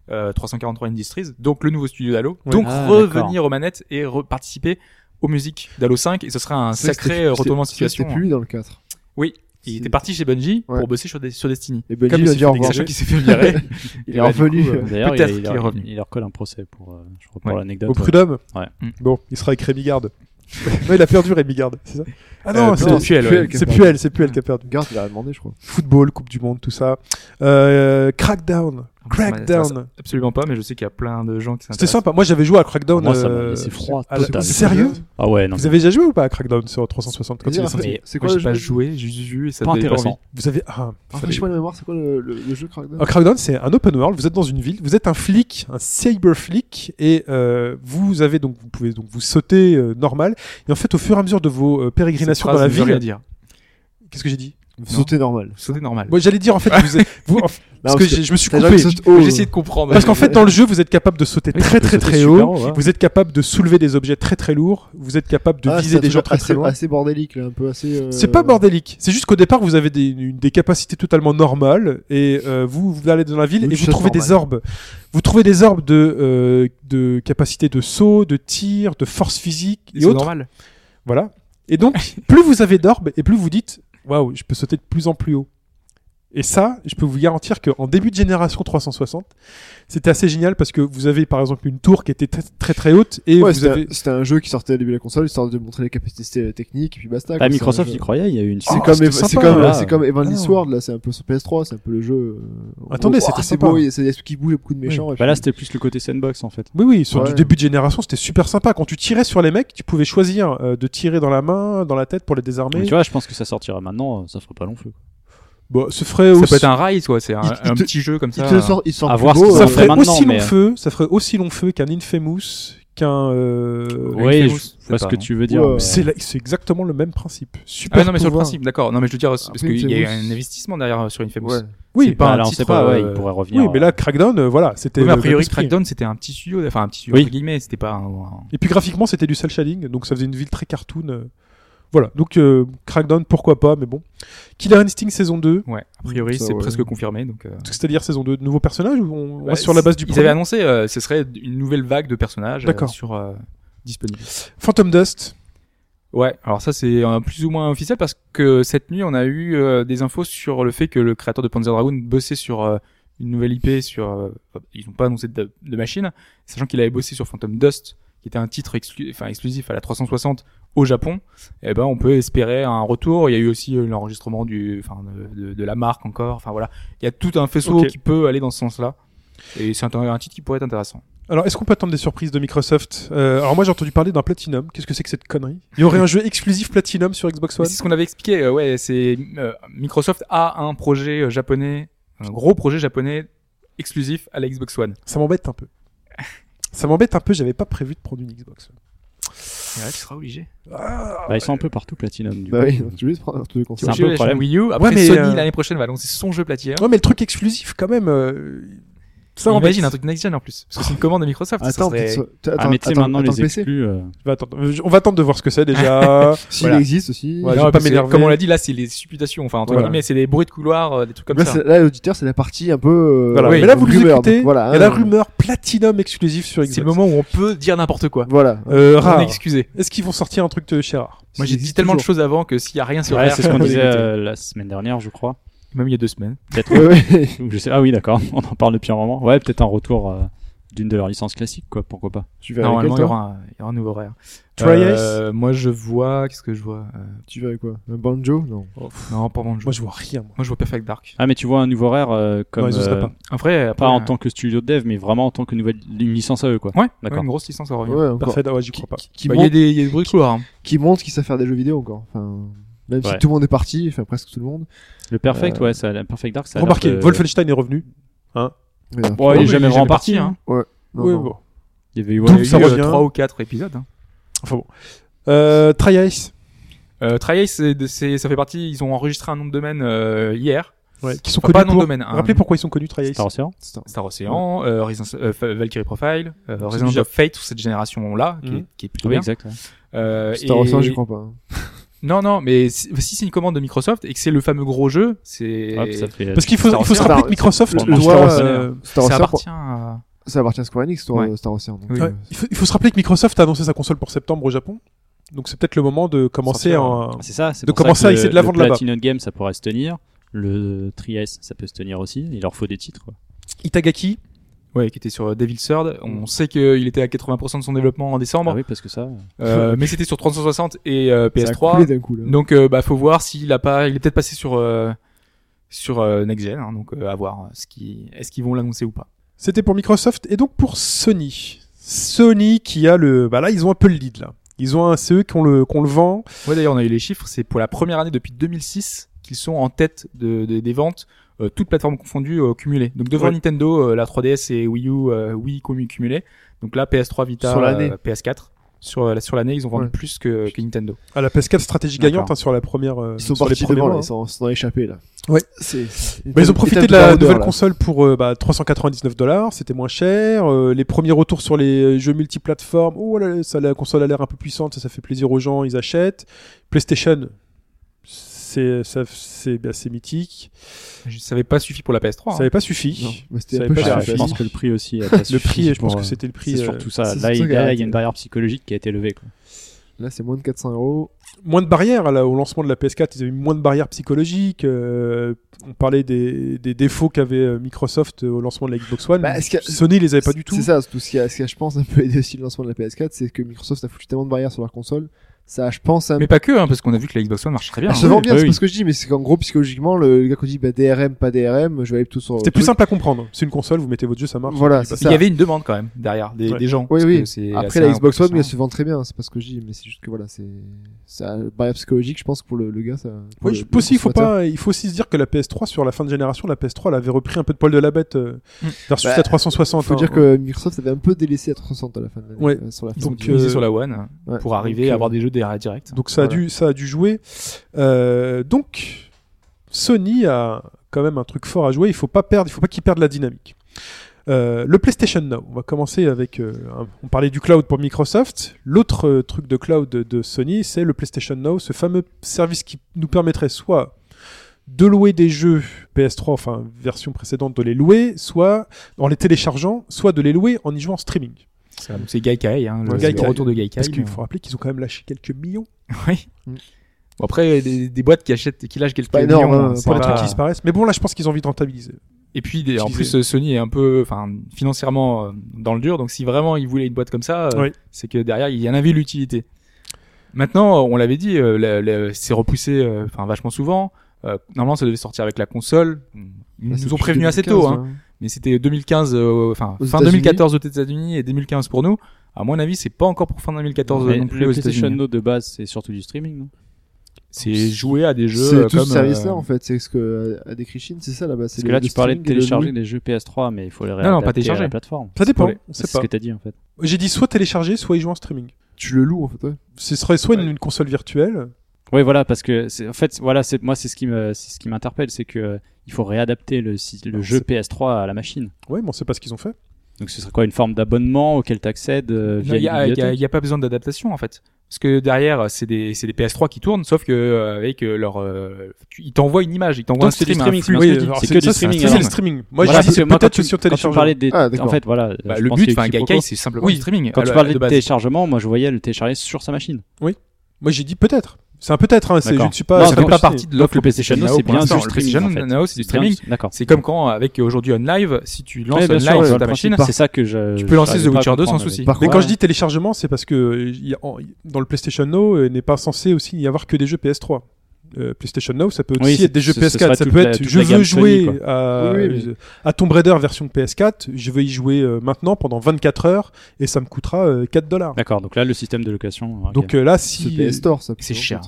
343 Industries, donc le nouveau studio d'Halo, Oui. donc Ah, revenir aux manettes et participer aux musiques d'Halo 5, et ce serait un sacré retournement de situation. C'était plus lui dans le 4. Oui, il était parti chez Bungie Ouais. pour bosser sur Destiny. Et Bungie Comme lui a il dit s'est au fait revoir. Sachant qu'il s'est fait virer. Il est revenu. D'ailleurs, Peut-être il qu'il est revenu. il leur colle un procès pour, je crois, pour Ouais. l'anecdote. Au Prud'homme. Ouais. Bon, il sera avec Rémi Garde. Non, il a perdu Rémi Garde, c'est ça? Ah non, non, c'est Puel, Puel ouais. qui a c'est perdu. Puel, c'est Puel qui a perdu. Garde, il a demandé, je crois. Football, Coupe du Monde, tout ça. Crackdown. Crackdown. Absolument pas, mais je sais qu'il y a plein de gens qui C'était s'intéressent. sympa. Moi, j'avais joué à Crackdown. Moi, ça m'a laissé froid total. Sérieux? Ah ouais, non. Vous avez déjà joué ou pas à Crackdown sur 360 quand il est Vas-y, sorti? Mais c'est Moi, quoi le j'ai pas jeu joué, j'ai juste vu et ça Pas me donnait pas intéressant. envie. Vous avez fallait- Rafraîchis-moi la mémoire, c'est quoi le jeu Crackdown? Crackdown, c'est un open world. Vous êtes dans une ville, vous êtes un flic, un cyber flic, et vous avez donc vous pouvez donc vous sauter normal. Et en fait, au fur et à mesure de vos pérégrinations Cette dans la phrase ne veut rien ville, dire. qu'est-ce que j'ai dit? Sauter normal. Sauter normal. Moi, j'allais dire en fait, parce que je me suis t'as coupé. jamais sauté haut. J'ai essayé de comprendre. Parce qu'en fait, dans le jeu, vous êtes capable de sauter Oui, très tu peux très sauter très super haut. haut, ouais. Vous êtes capable de soulever des objets très très lourds. Vous êtes capable de viser des gens très très loin. Assez bordélique, là, un peu assez. C'est pas bordélique. C'est juste qu'au départ, vous avez des capacités totalement normales et vous allez dans la ville Oui, et vous c'est trouvez des normal. orbes. Vous trouvez des orbes de capacité de saut, de tir, de force physique et C'est autres. normal. Voilà. Et donc, plus vous avez d'orbes et plus vous dites, waouh, je peux sauter de plus en plus haut. Et ça, je peux vous garantir qu'en début de génération 360, c'était assez génial parce que vous avez par exemple une tour qui était très très, très haute et Ouais, vous avez. c'était un jeu qui sortait au début de la console, histoire de montrer les capacités techniques, et puis basta. Ah, quoi. Microsoft C'est un y jeu- croyait, il y a eu une C'est Oh, comme, c'était c'est sympa, comme, voilà. c'est comme Evanly Ah. Sword, là, c'est un peu sur PS3, c'est un peu le jeu. Attendez, oh, c'était c'est sympa. beau, c'est des trucs qui bougent, beaucoup de méchants. et Bah là, puis- c'était plus le côté sandbox en fait. Oui, oui, sur Ouais. du début de génération, c'était super sympa. Quand tu tirais sur les mecs, tu pouvais choisir de tirer dans la main, dans la tête pour les désarmer. Mais tu vois, je pense que ça sortira maintenant, ça ferait pas long feu. Bon, ce ferait Ça aussi. peut être un Rise, quoi. C'est un Il te- petit jeu comme ça. Il te sort, il sort À plus voir beau, ce que Ça Ouais, ferait maintenant, aussi long mais- feu. Ça ferait aussi long feu qu'un Infamous, qu'un. Oui, Infamous, je c'est vois ce pas, que non. tu veux dire. Ouais. mais- C'est exactement le même principe. Super. Ah non, mais sur le pouvoir. principe, d'accord. Non, mais je veux dire, parce Après, qu'il y a eu Infamous- un investissement derrière sur Infamous. Ouais. Oui, C'est pas Bah, un là, on titre, sait pas, ouais, euh, il pourrait revenir. oui, mais là, Crackdown, voilà, c'était. Oui, mais a le priori, même esprit. Crackdown, c'était un petit studio, enfin un petit studio Oui. entre guillemets, c'était pas un. Et puis graphiquement, c'était du cel shading, donc ça faisait une ville très cartoon. Voilà, donc Crackdown, pourquoi pas, mais bon. Killer Instinct saison 2, Ouais, a priori, Ça, c'est ouais. presque confirmé. Donc, c'est-à-dire saison 2, de nouveaux personnages ou on bah, reste sur la base du Ils premier avaient annoncé, ce serait une nouvelle vague de personnages D'accord. disponibles. Phantom Dust. Ouais, alors ça c'est plus ou moins officiel parce que cette nuit on a eu des infos sur le fait que le créateur de Panzer Dragoon bossait sur une nouvelle IP sur ils n'ont pas annoncé de machine, sachant qu'il avait bossé sur Phantom Dust qui était un titre exclusif à la 360 au Japon. Et ben on peut espérer un retour. Il y a eu aussi l'enregistrement de la marque encore. Enfin voilà, il y a tout un faisceau Ok. qui peut aller dans ce sens-là. Et c'est un titre qui pourrait être intéressant. Alors, est-ce qu'on peut attendre des surprises de Microsoft Alors moi, j'ai entendu parler d'un Platinum. Qu'est-ce que c'est que cette connerie? Il y aurait un jeu exclusif Platinum sur Xbox Mais One? c'est ce qu'on avait expliqué. Ouais, c'est Microsoft a un projet japonais, un gros projet japonais exclusif à la Xbox One. Ça m'embête un peu. Ça m'embête un peu, j'avais pas prévu de prendre une Xbox One. Et là, tu seras obligé. Ah, Bah, ils sont un peu partout Platinum. Du Bah coup. oui, tu veux prendre tous les consoles. C'est un peu le problème. Wii U. Après, Ouais, mais, Sony l'année prochaine va annoncer son jeu Platinum. Ouais, mais le truc exclusif, quand même. Ça m'embête. Imagine un truc next gen en plus, parce que c'est une commande de Microsoft. ça Attends, serait- Ah, mais tu sais, maintenant, les exclus. On va attendre de voir ce que c'est déjà. S'il Voilà. existe aussi. Ouais, je Non, vais pas parce que, m'énerver. comme on l'a dit, là, c'est les supputations. Enfin, entre Voilà. guillemets, c'est des bruits de couloir, des trucs comme Là, ça. là, l'auditeur, c'est la partie un peu. Voilà. oui, mais là, vous nous rumeur, écoutez. donc voilà, Il y a la hein. rumeur Platinum exclusif sur Xbox. C'est le moment où on peut dire n'importe quoi. Voilà. On Rare. est excusé. Est-ce qu'ils vont sortir un truc de chez Rare? Moi, S'il j'ai dit existe tellement de toujours. choses avant que s'il y a rien sur Ouais, Rare, c'est ce qu'on faut disait l'écouter. la semaine dernière, je crois. Même il y a 2 semaines. Peut-être. Ouais. Ou je sais. Ah oui, d'accord. On en parle depuis un moment. Ouais, peut-être un retour d'une de leurs licences classiques, quoi. Pourquoi pas. Tu verrais Normalement, lequel, il y toi aura un nouveau horaire. Tri-Ace Moi, je vois. Qu'est-ce que je vois Tu verrais quoi? Un Banjo? Non. Non, pas vraiment. Moi, je vois rien. Moi. Moi, je vois Perfect Dark. Ah, mais tu vois un nouveau horaire comme Non, ils oseraient pas. Après, pas en tant que studio de dev, mais vraiment en tant que une licence à eux, quoi. Ouais, D'accord. une grosse licence à revenir. Ouais, encore. Parfait, ouais, j'y crois pas. Qui Bah, il y a montre des bruits de couloir. Hein. qui montre qu'ils savent faire des jeux vidéo encore. Enfin, même si Ouais. tout le monde est parti, enfin presque tout le monde. Le Perfect, ouais, ça, le Perfect Dark, ça. a Remarquez, l'air de- Wolfenstein est revenu. Mais, Bon, il mais est jamais vraiment parti, hein. hein. non, Oui, non. bon. Il y avait eu, Doom, ouais, ça Il y a eu, revient. 3 ou 4 épisodes. Hein. Enfin bon. Tri-Ace, Tri-Ace, ça fait partie. Ils ont enregistré un nom de domaine hier. ouais, qui sont Enfin, connus pas nom de pour... domaine. Rappelez pourquoi ils sont connus, Tri-Ace. Star Ocean. Star Ocean, Valkyrie Profile, Resident déjà- of Fate sur cette génération-là, Mhm. qui est plutôt Oui, bien. exact. Ouais. Star Ocean, j'y crois pas. Non, mais si c'est une commande de Microsoft et que c'est le fameux gros jeu, c'est Hop, ça fait. Parce qu'il faut, Star il faut se Ocean. rappeler que Microsoft Le doit... Star euh, Star ça Ocean, appartient à... ça appartient à Square Enix, Ouais. Star Ocean. Donc, Oui. ouais, il faut se rappeler que Microsoft a annoncé sa console pour septembre au Japon. Donc c'est peut-être le moment de commencer Sortir, en... C'est ça. C'est de pour ça commencer que à essayer de la vendre le là-bas. Platinum Game, ça pourrait se tenir. Le Tri-Ace, ça peut se tenir aussi. Il leur faut des titres, quoi. Itagaki. Ouais, qui était sur Devil's Third. On sait qu'il était à 80% de son développement en décembre, Ah oui, parce que ça. mais c'était sur 360 et ça a PS3. coulé d'un coup, là. Donc, faut voir s'il a pas, il est peut-être passé sur Next Gen. Hein, donc, à voir est-ce qu'ils vont l'annoncer ou pas. C'était pour Microsoft et donc pour Sony. Sony qui a le... Bah là, ils ont un peu le lead, là. Ils ont un... C'est eux qu'on le vend. Ouais, d'ailleurs, on a eu les chiffres. C'est pour la première année depuis 2006 qu'ils sont en tête des ventes, toutes plateformes confondues, cumulées. Donc devant Ouais. Nintendo, la 3DS et Wii U, Wii cumulées. Donc là, PS3, Vita, Sur l'année. PS4. Sur l'année, ils ont vendu Ouais. plus que Nintendo. À la PS4 stratégie D'accord. gagnante hein, sur la première... Ils sont sur les partis premiers devant, mois, là. hein. Ils sont dans l'échappée, là. Ouais. Bah, ils ont profité de la nouvelle console pour $399. C'était moins cher. Les premiers retours sur les jeux multiplateformes. Oh là, la console a l'air un peu puissante. Ça fait plaisir aux gens. Ils achètent. PlayStation, c'est mythique. Ça n'avait pas suffi pour la PS3. Ça hein. n'avait pas suffi. Non, mais Ça c'était un avait peu pas cher. suffi. Je pense que le prix aussi a pas Le suffi prix, je pense pour, que c'était le prix. C'est surtout ça. c'est Là, il surtout y a qu'elle une barrière psychologique qui a été levée, quoi. Là, c'est moins de 400 €. Moins de barrières. Là, au lancement de la PS4, ils avaient eu moins de barrières psychologiques. On parlait des défauts qu'avait Microsoft au lancement de la Xbox One. Bah, est-ce que- Sony les avait pas du tout. C'est ça, tout ce qui a, je pense, un peu aidé aussi le lancement de la PS4, c'est que Microsoft a foutu tellement de barrières sur leur console. Ça, je pense, Mais pas que, hein, parce qu'on a vu que la Xbox One marche très bien. elle hein. se vend bien, oui, c'est oui. pas ce que je dis, mais c'est qu'en gros, psychologiquement, le gars qui dit, bah, DRM, pas DRM, je vais aller plutôt sur. C'était plus simple à comprendre. C'est une console, vous mettez votre jeu, ça marche. Voilà, Et c'est bah, ça. Il y avait une demande quand même derrière Ouais. des gens. Oui, parce oui. que c'est Après, assez la Xbox One, elle impressionnant. se vend très bien, c'est pas ce que je dis, mais c'est juste que voilà, c'est une barrière psychologique, je pense que pour le gars, ça. pour Oui, le aussi, consommateur. il faut aussi se dire que la PS3 sur la fin de génération, la PS3 elle avait repris un peu de poil de la bête versus Bah, la 360. Faut hein. dire que Microsoft avait un peu délaissé la 360 à la fin de l'année. Ouais. Sur la fin. Ils ont Donc, misé euh, sur la One Ouais. pour arriver Donc, à avoir des jeux direct. Donc ça a Voilà. dû jouer. Donc Sony a quand même un truc fort à jouer. Il faut pas qu'ils perdent la dynamique. Le PlayStation Now. On va commencer avec. On parlait du cloud pour Microsoft. L'autre truc de cloud de Sony, c'est le PlayStation Now, ce fameux service qui nous permettrait soit de louer des jeux PS3, enfin version précédente, de les louer, soit en les téléchargeant, soit de les louer en y jouant en streaming. Donc c'est Gaikai, hein, Ouais, le Gaikai. retour de Gaikai. Parce qu'il faut rappeler qu'ils ont quand même lâché quelques millions Oui. Mm. Bon, après, des boîtes qui lâchent quelques pas énorme, millions, hein, c'est pour les pas- trucs qui disparaissent. Mais bon, là, je pense qu'ils ont envie de rentabiliser. Et puis, en Utiliser. plus, Sony est un peu, financièrement dans le dur. Donc, si vraiment ils voulaient une boîte comme ça, Oui. c'est que derrière, il y en avait l'utilité. Maintenant, on l'avait dit, c'est repoussé, vachement souvent. Normalement, ça devait sortir avec la console. Ils Bah, c'est nous ont depuis prévenu assez 2015, tôt, hein. Mais c'était 2015, Aux fin États-Unis. 2014 aux États-Unis et 2015 pour nous. À mon avis, c'est pas encore pour fin 2014 Mais non plus le aux PlayStation États-Unis. Now de base, c'est surtout du streaming, non? C'est jouer à des jeux C'est tout comme ce service-là, en fait. C'est ce que a décrit Chine, c'est ça là-bas. Parce que là, tu parlais de télécharger des jeux PS3, mais il faut les non, réadapter pas télécharger. à la plateforme. Ça dépend, pour on sait C'est pas. ce que t'as dit, en fait. J'ai dit soit télécharger, soit y jouer en streaming. Tu le loues, en fait, ouais. Ce serait soit une console virtuelle. Oui, voilà, parce que en fait, voilà, c'est ce qui m'interpelle, c'est que il faut réadapter le jeu PS3 à la machine. Ouais, mais on sait pas ce qu'ils ont fait. Donc ce serait quoi, une forme d'abonnement auquel t'accèdes Non, via il y une a, bibliothèque pas besoin d'adaptation en fait. Parce que derrière, c'est des PS3 qui tournent, sauf que avec ils t'envoient une image, ils t'envoient un Donc c'est du stream, un streaming, flux. c'est ce que je dis. alors C'est c'est que du ça, streaming, ça, c'est alors. le streaming. Moi, Voilà, j'ai parce dit que moi, peut-être quand sur tu téléchargement. parlais des, Ah, d'accord. en fait, voilà. Bah, je le pense but, que Gaikai, quiproquo. c'est simplement Oui. du streaming. Quand à tu la- parlais de de base. téléchargement, moi je voyais le télécharger sur sa machine. Moi, j'ai dit peut-être. C'est un peut-être, hein, je D'accord. ne suis pas. Non, Ça fait donc, pas partie de donc l'offre le PlayStation Now, c'est bien du Le streaming, PlayStation en fait. Now, c'est du streaming. D'accord. C'est comme quand, avec aujourd'hui OnLive, si tu lances Ouais, bien OnLive sûr, sur le ta principe, machine, c'est ça que je. tu peux lancer j'arrivais The pas à Witcher 2 sans comprendre souci. Par Mais contre, quand je dis téléchargement, c'est parce que dans le PlayStation Now, il n'est pas censé aussi y avoir que des jeux PS3. PlayStation Now, ça peut Oui, aussi être des jeux ce PS4. serait Ça toute peut la- être, toute je la veux gamme jouer Sony, à Tomb Raider version PS4, je veux y jouer maintenant pendant 24 heures et ça me coûtera $4. D'accord, donc là, le système de location. ok. Donc là, c'est si PS Store, ça. C'est cher.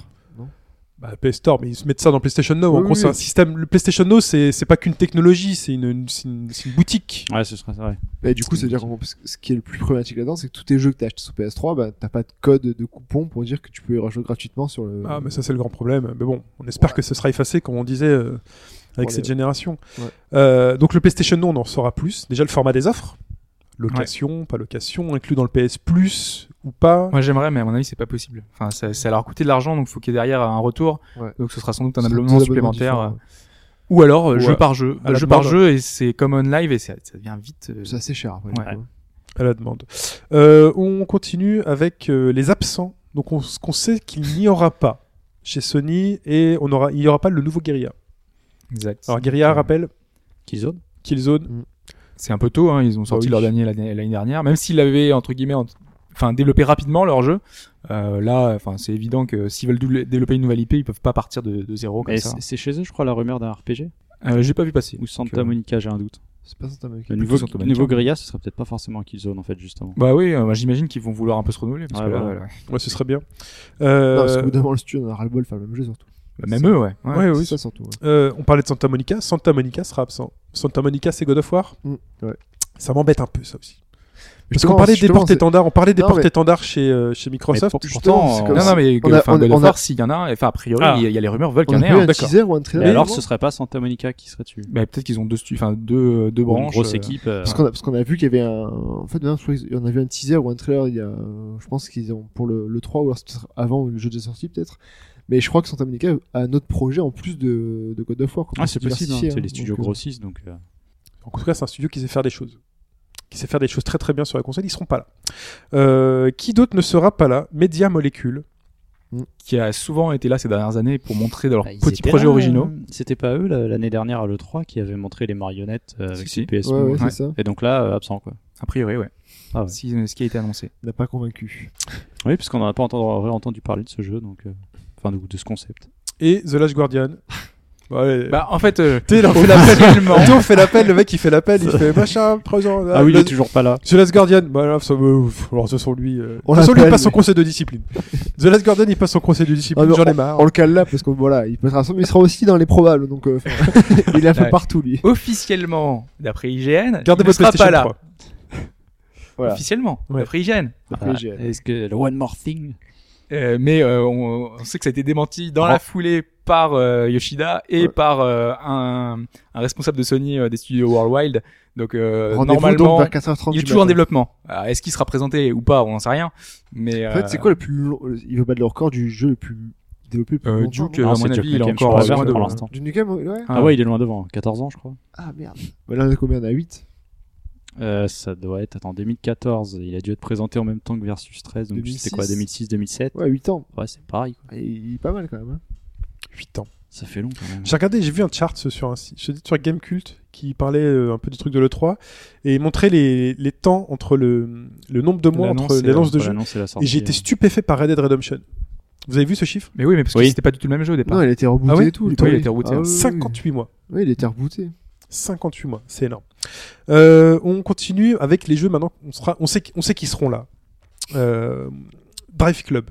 PS Store, mais ils se mettent ça dans PlayStation Now. En Oui, gros, oui, c'est un oui. système. Le PlayStation Now, c'est pas qu'une technologie, c'est une boutique. Ouais, ce serait vrai. Et du coup, c'est-à-dire que ce qui est le plus problématique là-dedans, c'est que tous tes jeux que t'as achetés sur PS3, bah, t'as pas de code de coupon pour dire que tu peux y rejouer gratuitement sur le. Ah, mais ça, c'est le grand problème. Mais bon, on espère que ce sera effacé, comme on disait, avec Pour cette les- génération. Ouais. Donc, le PlayStation Now, on en saura plus. Déjà, le format des offres. Location, pas location, inclus dans le PS Plus ou pas. Moi j'aimerais, mais à mon avis c'est pas possible. Enfin, ça leur a coûté de l'argent, donc faut qu'il y ait derrière un retour. Ouais. Donc ce sera sans doute un Ce sera abonnement deux supplémentaire. différents, Ou alors Ouais. jeu par jeu. À la Jeu par demande. jeu, et c'est comme OnLive, et ça devient vite. ouais. C'est assez cher après. Ouais. du coup. À la demande. On continue avec les absents. Donc, ce qu'on sait qu'il n'y aura pas chez Sony et il n'y aura pas le nouveau Guerilla. Exact. Alors, Guerilla, rappelle, Killzone. Killzone. C'est un peu tôt, hein, ils ont sorti oui. leur dernier l'année dernière, même s'ils l'avaient entre guillemets développé rapidement leur jeu. Là, c'est évident que s'ils veulent développer une nouvelle IP, ils peuvent pas partir de zéro comme Et ça. c'est chez eux, je crois, la rumeur d'un RPG. J'ai pas vu passer. Ou Santa Donc, Monica, j'ai un doute. C'est pas Santa Monica. Le plutôt nouveau, Santa le Monica. nouveau Guerilla, ce serait peut-être pas forcément un Killzone, en fait, justement. Bah oui, moi j'imagine qu'ils vont vouloir un peu se renouveler. Parce Ouais, que là, voilà. Ouais, ce serait bien. Non, parce qu'au bout d'un moment, le studio en a ras-le-bol de faire le même jeu surtout. même eux, ouais. Ouais, oui. C'est ça surtout. Ouais. On parlait de Santa Monica. Santa Monica sera absent. Santa Monica, c'est God of War. Ouais. Ça m'embête un peu, ça aussi. Parce Justement, qu'on parlait des justement, porte-étendards, Non, mais- porte-étendards chez Microsoft. Mais Justement, pourtant, c'est comme Non, ça. non, mais On a- God on of a- War, s'il y en a un, enfin, a priori, Ah. il y a les rumeurs veulent On qu'il y a en ait pas eu un. un d'accord. teaser ou un trailer. mais alors, non ce serait pas Santa Monica qui serait dessus. Bah, peut-être qu'ils ont deux Ou une branches. grosse équipe. Parce qu'on a vu qu'il y avait un. En fait, non, je crois qu'on a vu un teaser ou un trailer il y a. Je pense qu'ils ont pour le 3 ou alors c'était avant le jeu de sortie peut-être. Mais je crois que Santa Monica a un autre projet en plus de God of War. Ah, c'est possible, hein. C'est les studios Donc, grossissent, donc. En tout cas, c'est un studio qui sait faire des choses. Qui sait faire des choses très très bien sur la console. Ils seront pas là. Qui d'autre ne sera pas là? Media Molecule. qui a souvent été là ces dernières années pour montrer de leurs Bah, ils petits étaient projets là, originaux. C'était pas eux l'année dernière à l'E3 qui avaient montré les marionnettes avec Si, le PS Ouais, ouais, Move. c'est ça. Et donc là, absent quoi. A priori, ouais. Ah ouais. Ce qui a été annoncé. Il n'a pas convaincu. Oui, puisqu'on n'en a pas entendu parler de ce jeu, donc enfin de ce concept. Et The Last Guardian. Ouais. Bah, en fait, Tu sais, il en fait l'appel. Tu sais, on fait l'appel, le mec il fait l'appel, il fait machin, présent. Ah oui, il est toujours pas là. The Last Guardian, bah là, ça me... alors ce sont lui. De On toute façon, lui il l'appelle, passe son mais- conseil de discipline. The Last Guardian, il passe son conseil de discipline, Ah, mais j'en ai marre. On le cale là parce que voilà, il peut être mais il sera aussi dans les probables donc il a fait Ouais. partout lui. officiellement, d'après IGN, Gardez il ne votre sera PlayStation pas là. 3. Voilà. Officiellement, Ouais. d'après IGN. Après, Voilà. j'ai- Est-ce que le One More Thing Mais on sait que ça a été démenti dans Oh. la foulée par Yoshida et Ouais. par un responsable de Sony des studios Worldwide. Donc Rendez-vous normalement, donc vers 4h30 il est du toujours en matin. développement. Alors, est-ce qu'il sera présenté ou pas, on n'en sait rien. Mais En fait, c'est quoi le plus long il veut battre le record du jeu le plus développé le plus longtemps, Duke, non à Non, mon c'est avis, Duke il est Nukem, encore je crois, loin pour devant. l'instant. Du Nukem, ouais. Ah ouais, il est loin devant, 14 ans je crois. Ah merde. Bah, là on a combien? On a 8. Ça doit être en 2014. Il a dû être présenté en même temps que Versus 13, donc 2006. c'était quoi, 2006-2007. Ouais, 8 ans. Ouais, c'est pareil. Quoi. Ah, il est pas mal quand même. Hein. 8 ans. Ça fait long quand même. J'ai regardé, j'ai vu un chart sur un site, sur Gamecult qui parlait un peu du truc de l'E3 et il montrait les temps entre le nombre de mois L'annonce entre et l'annonce de Voilà, jeu. non, c'est la sortie. Et j'ai été stupéfait par Red Dead Redemption. Vous avez vu ce chiffre? Mais oui, mais parce que Oui. c'était pas du tout le même jeu au départ. Non, il a été rebooté Ah ouais et tout. Oui, il a été rebooté, Ah hein. oui, oui, oui. 58 mois. Oui, il a été rebooté. 58 mois, c'est énorme. On continue avec les jeux maintenant. On sait qu'ils seront là. Drive Club.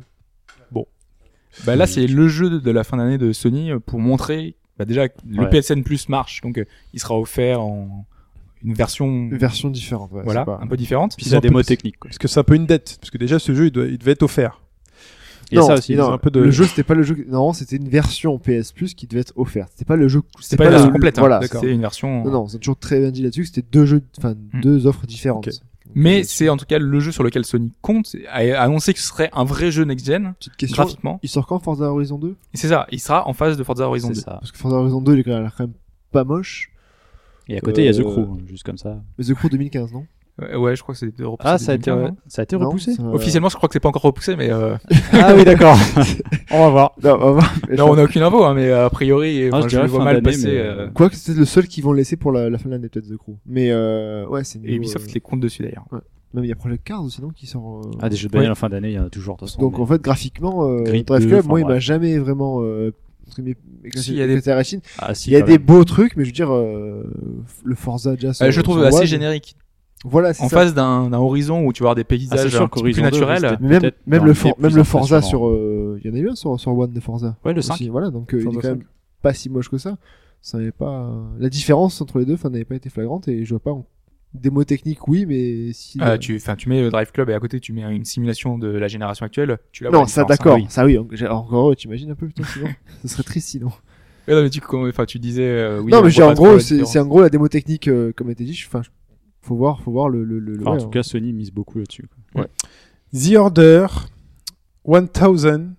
Bah là, c'est le jeu de la fin d'année de Sony pour montrer déjà que le Ouais. PSN Plus marche, donc il sera offert en une version Une version différente. Ouais, voilà, c'est pas- un peu différente. Puis la démo technique. Quoi. Parce que c'est un peu une dette. Parce que déjà, ce jeu, il devait être offert. Il y a Non, ça aussi. non, un peu de- le jeu c'était pas le jeu. Non, c'était une version PS Plus qui devait être offerte. C'était pas le jeu. C'est pas une version le- complète, hein. Voilà. C'est une version. Non, non, c'est toujours très bien dit là-dessus. que C'était deux jeux, enfin deux offres différentes. Ok. Mais c'est en tout cas le jeu sur lequel Sony compte, a annoncé que ce serait un vrai jeu next-gen, Petite question. graphiquement. Il sort quand Forza Horizon 2? Et c'est ça, il sera en phase de Forza Horizon 2. C'est ça. Parce que Forza Horizon 2 il a l'air quand même pas moche. Et à côté, il y a The Euh, Crew, juste comme ça. Mais The Crew 2015, non? Ouais, je crois que c'est repoussé. Ah, ça a été 2015, non repoussé. Non, ça- Officiellement, je crois que c'est pas encore repoussé, mais Ah oui, d'accord. On va voir. Non, on va voir. Mais non, on a aucune info, hein, mais a priori, Ah, enfin, je je dirais le vois fin mal d'année, passer. mais, Quoique c'est le seul qu'ils vont laisser pour la fin de l'année peut-être The Crew. Mais ouais, c'est Et niveau, Ubisoft les compte dessus d'ailleurs. même il y a Project Cars aussi non qui sort. Ah, des jeux de bagnole en fin d'année, il y en a toujours de toute façon. Donc mais- en fait graphiquement Grid Drive 2, Club enfin, moi il m'a bref. jamais vraiment entre guillemets, Si, il y a des- éclaté la rétine. Ah, si, Il y a quand des même. beaux trucs mais je veux dire le Forza déjà sur- Je le trouve sur assez One, générique. Voilà, c'est En ça. face d'un horizon où tu vas avoir des Ah, c'est paysages sûr un petit peu plus qu'Horizon 2, naturels. c'était Mais même peut-être même dans le les plus même le Forza impressionnants. sur il y en a eu un sur One de Forza. Ouais, le aussi, 5. voilà donc il est Forza quand même 5. pas si moche que ça. Ça n'avait pas la différence entre les deux n'avait pas été flagrante et je vois pas en démo technique oui mais si Tu mets le Drive Club et à côté tu mets une simulation de la génération actuelle. Tu la non vois, la ça différence, d'accord hein. ça oui encore heureux, t'imagines un peu putain sinon ce serait triste sinon. Ouais, non, mais tu disais. Oui, non on mais je veux dire, voit en pas trop gros la c'est différence. en gros la démo technique comme a été dit enfin faut voir le Enfin, en ouais, tout cas, Sony mise beaucoup là-dessus. quoi. The Order 1000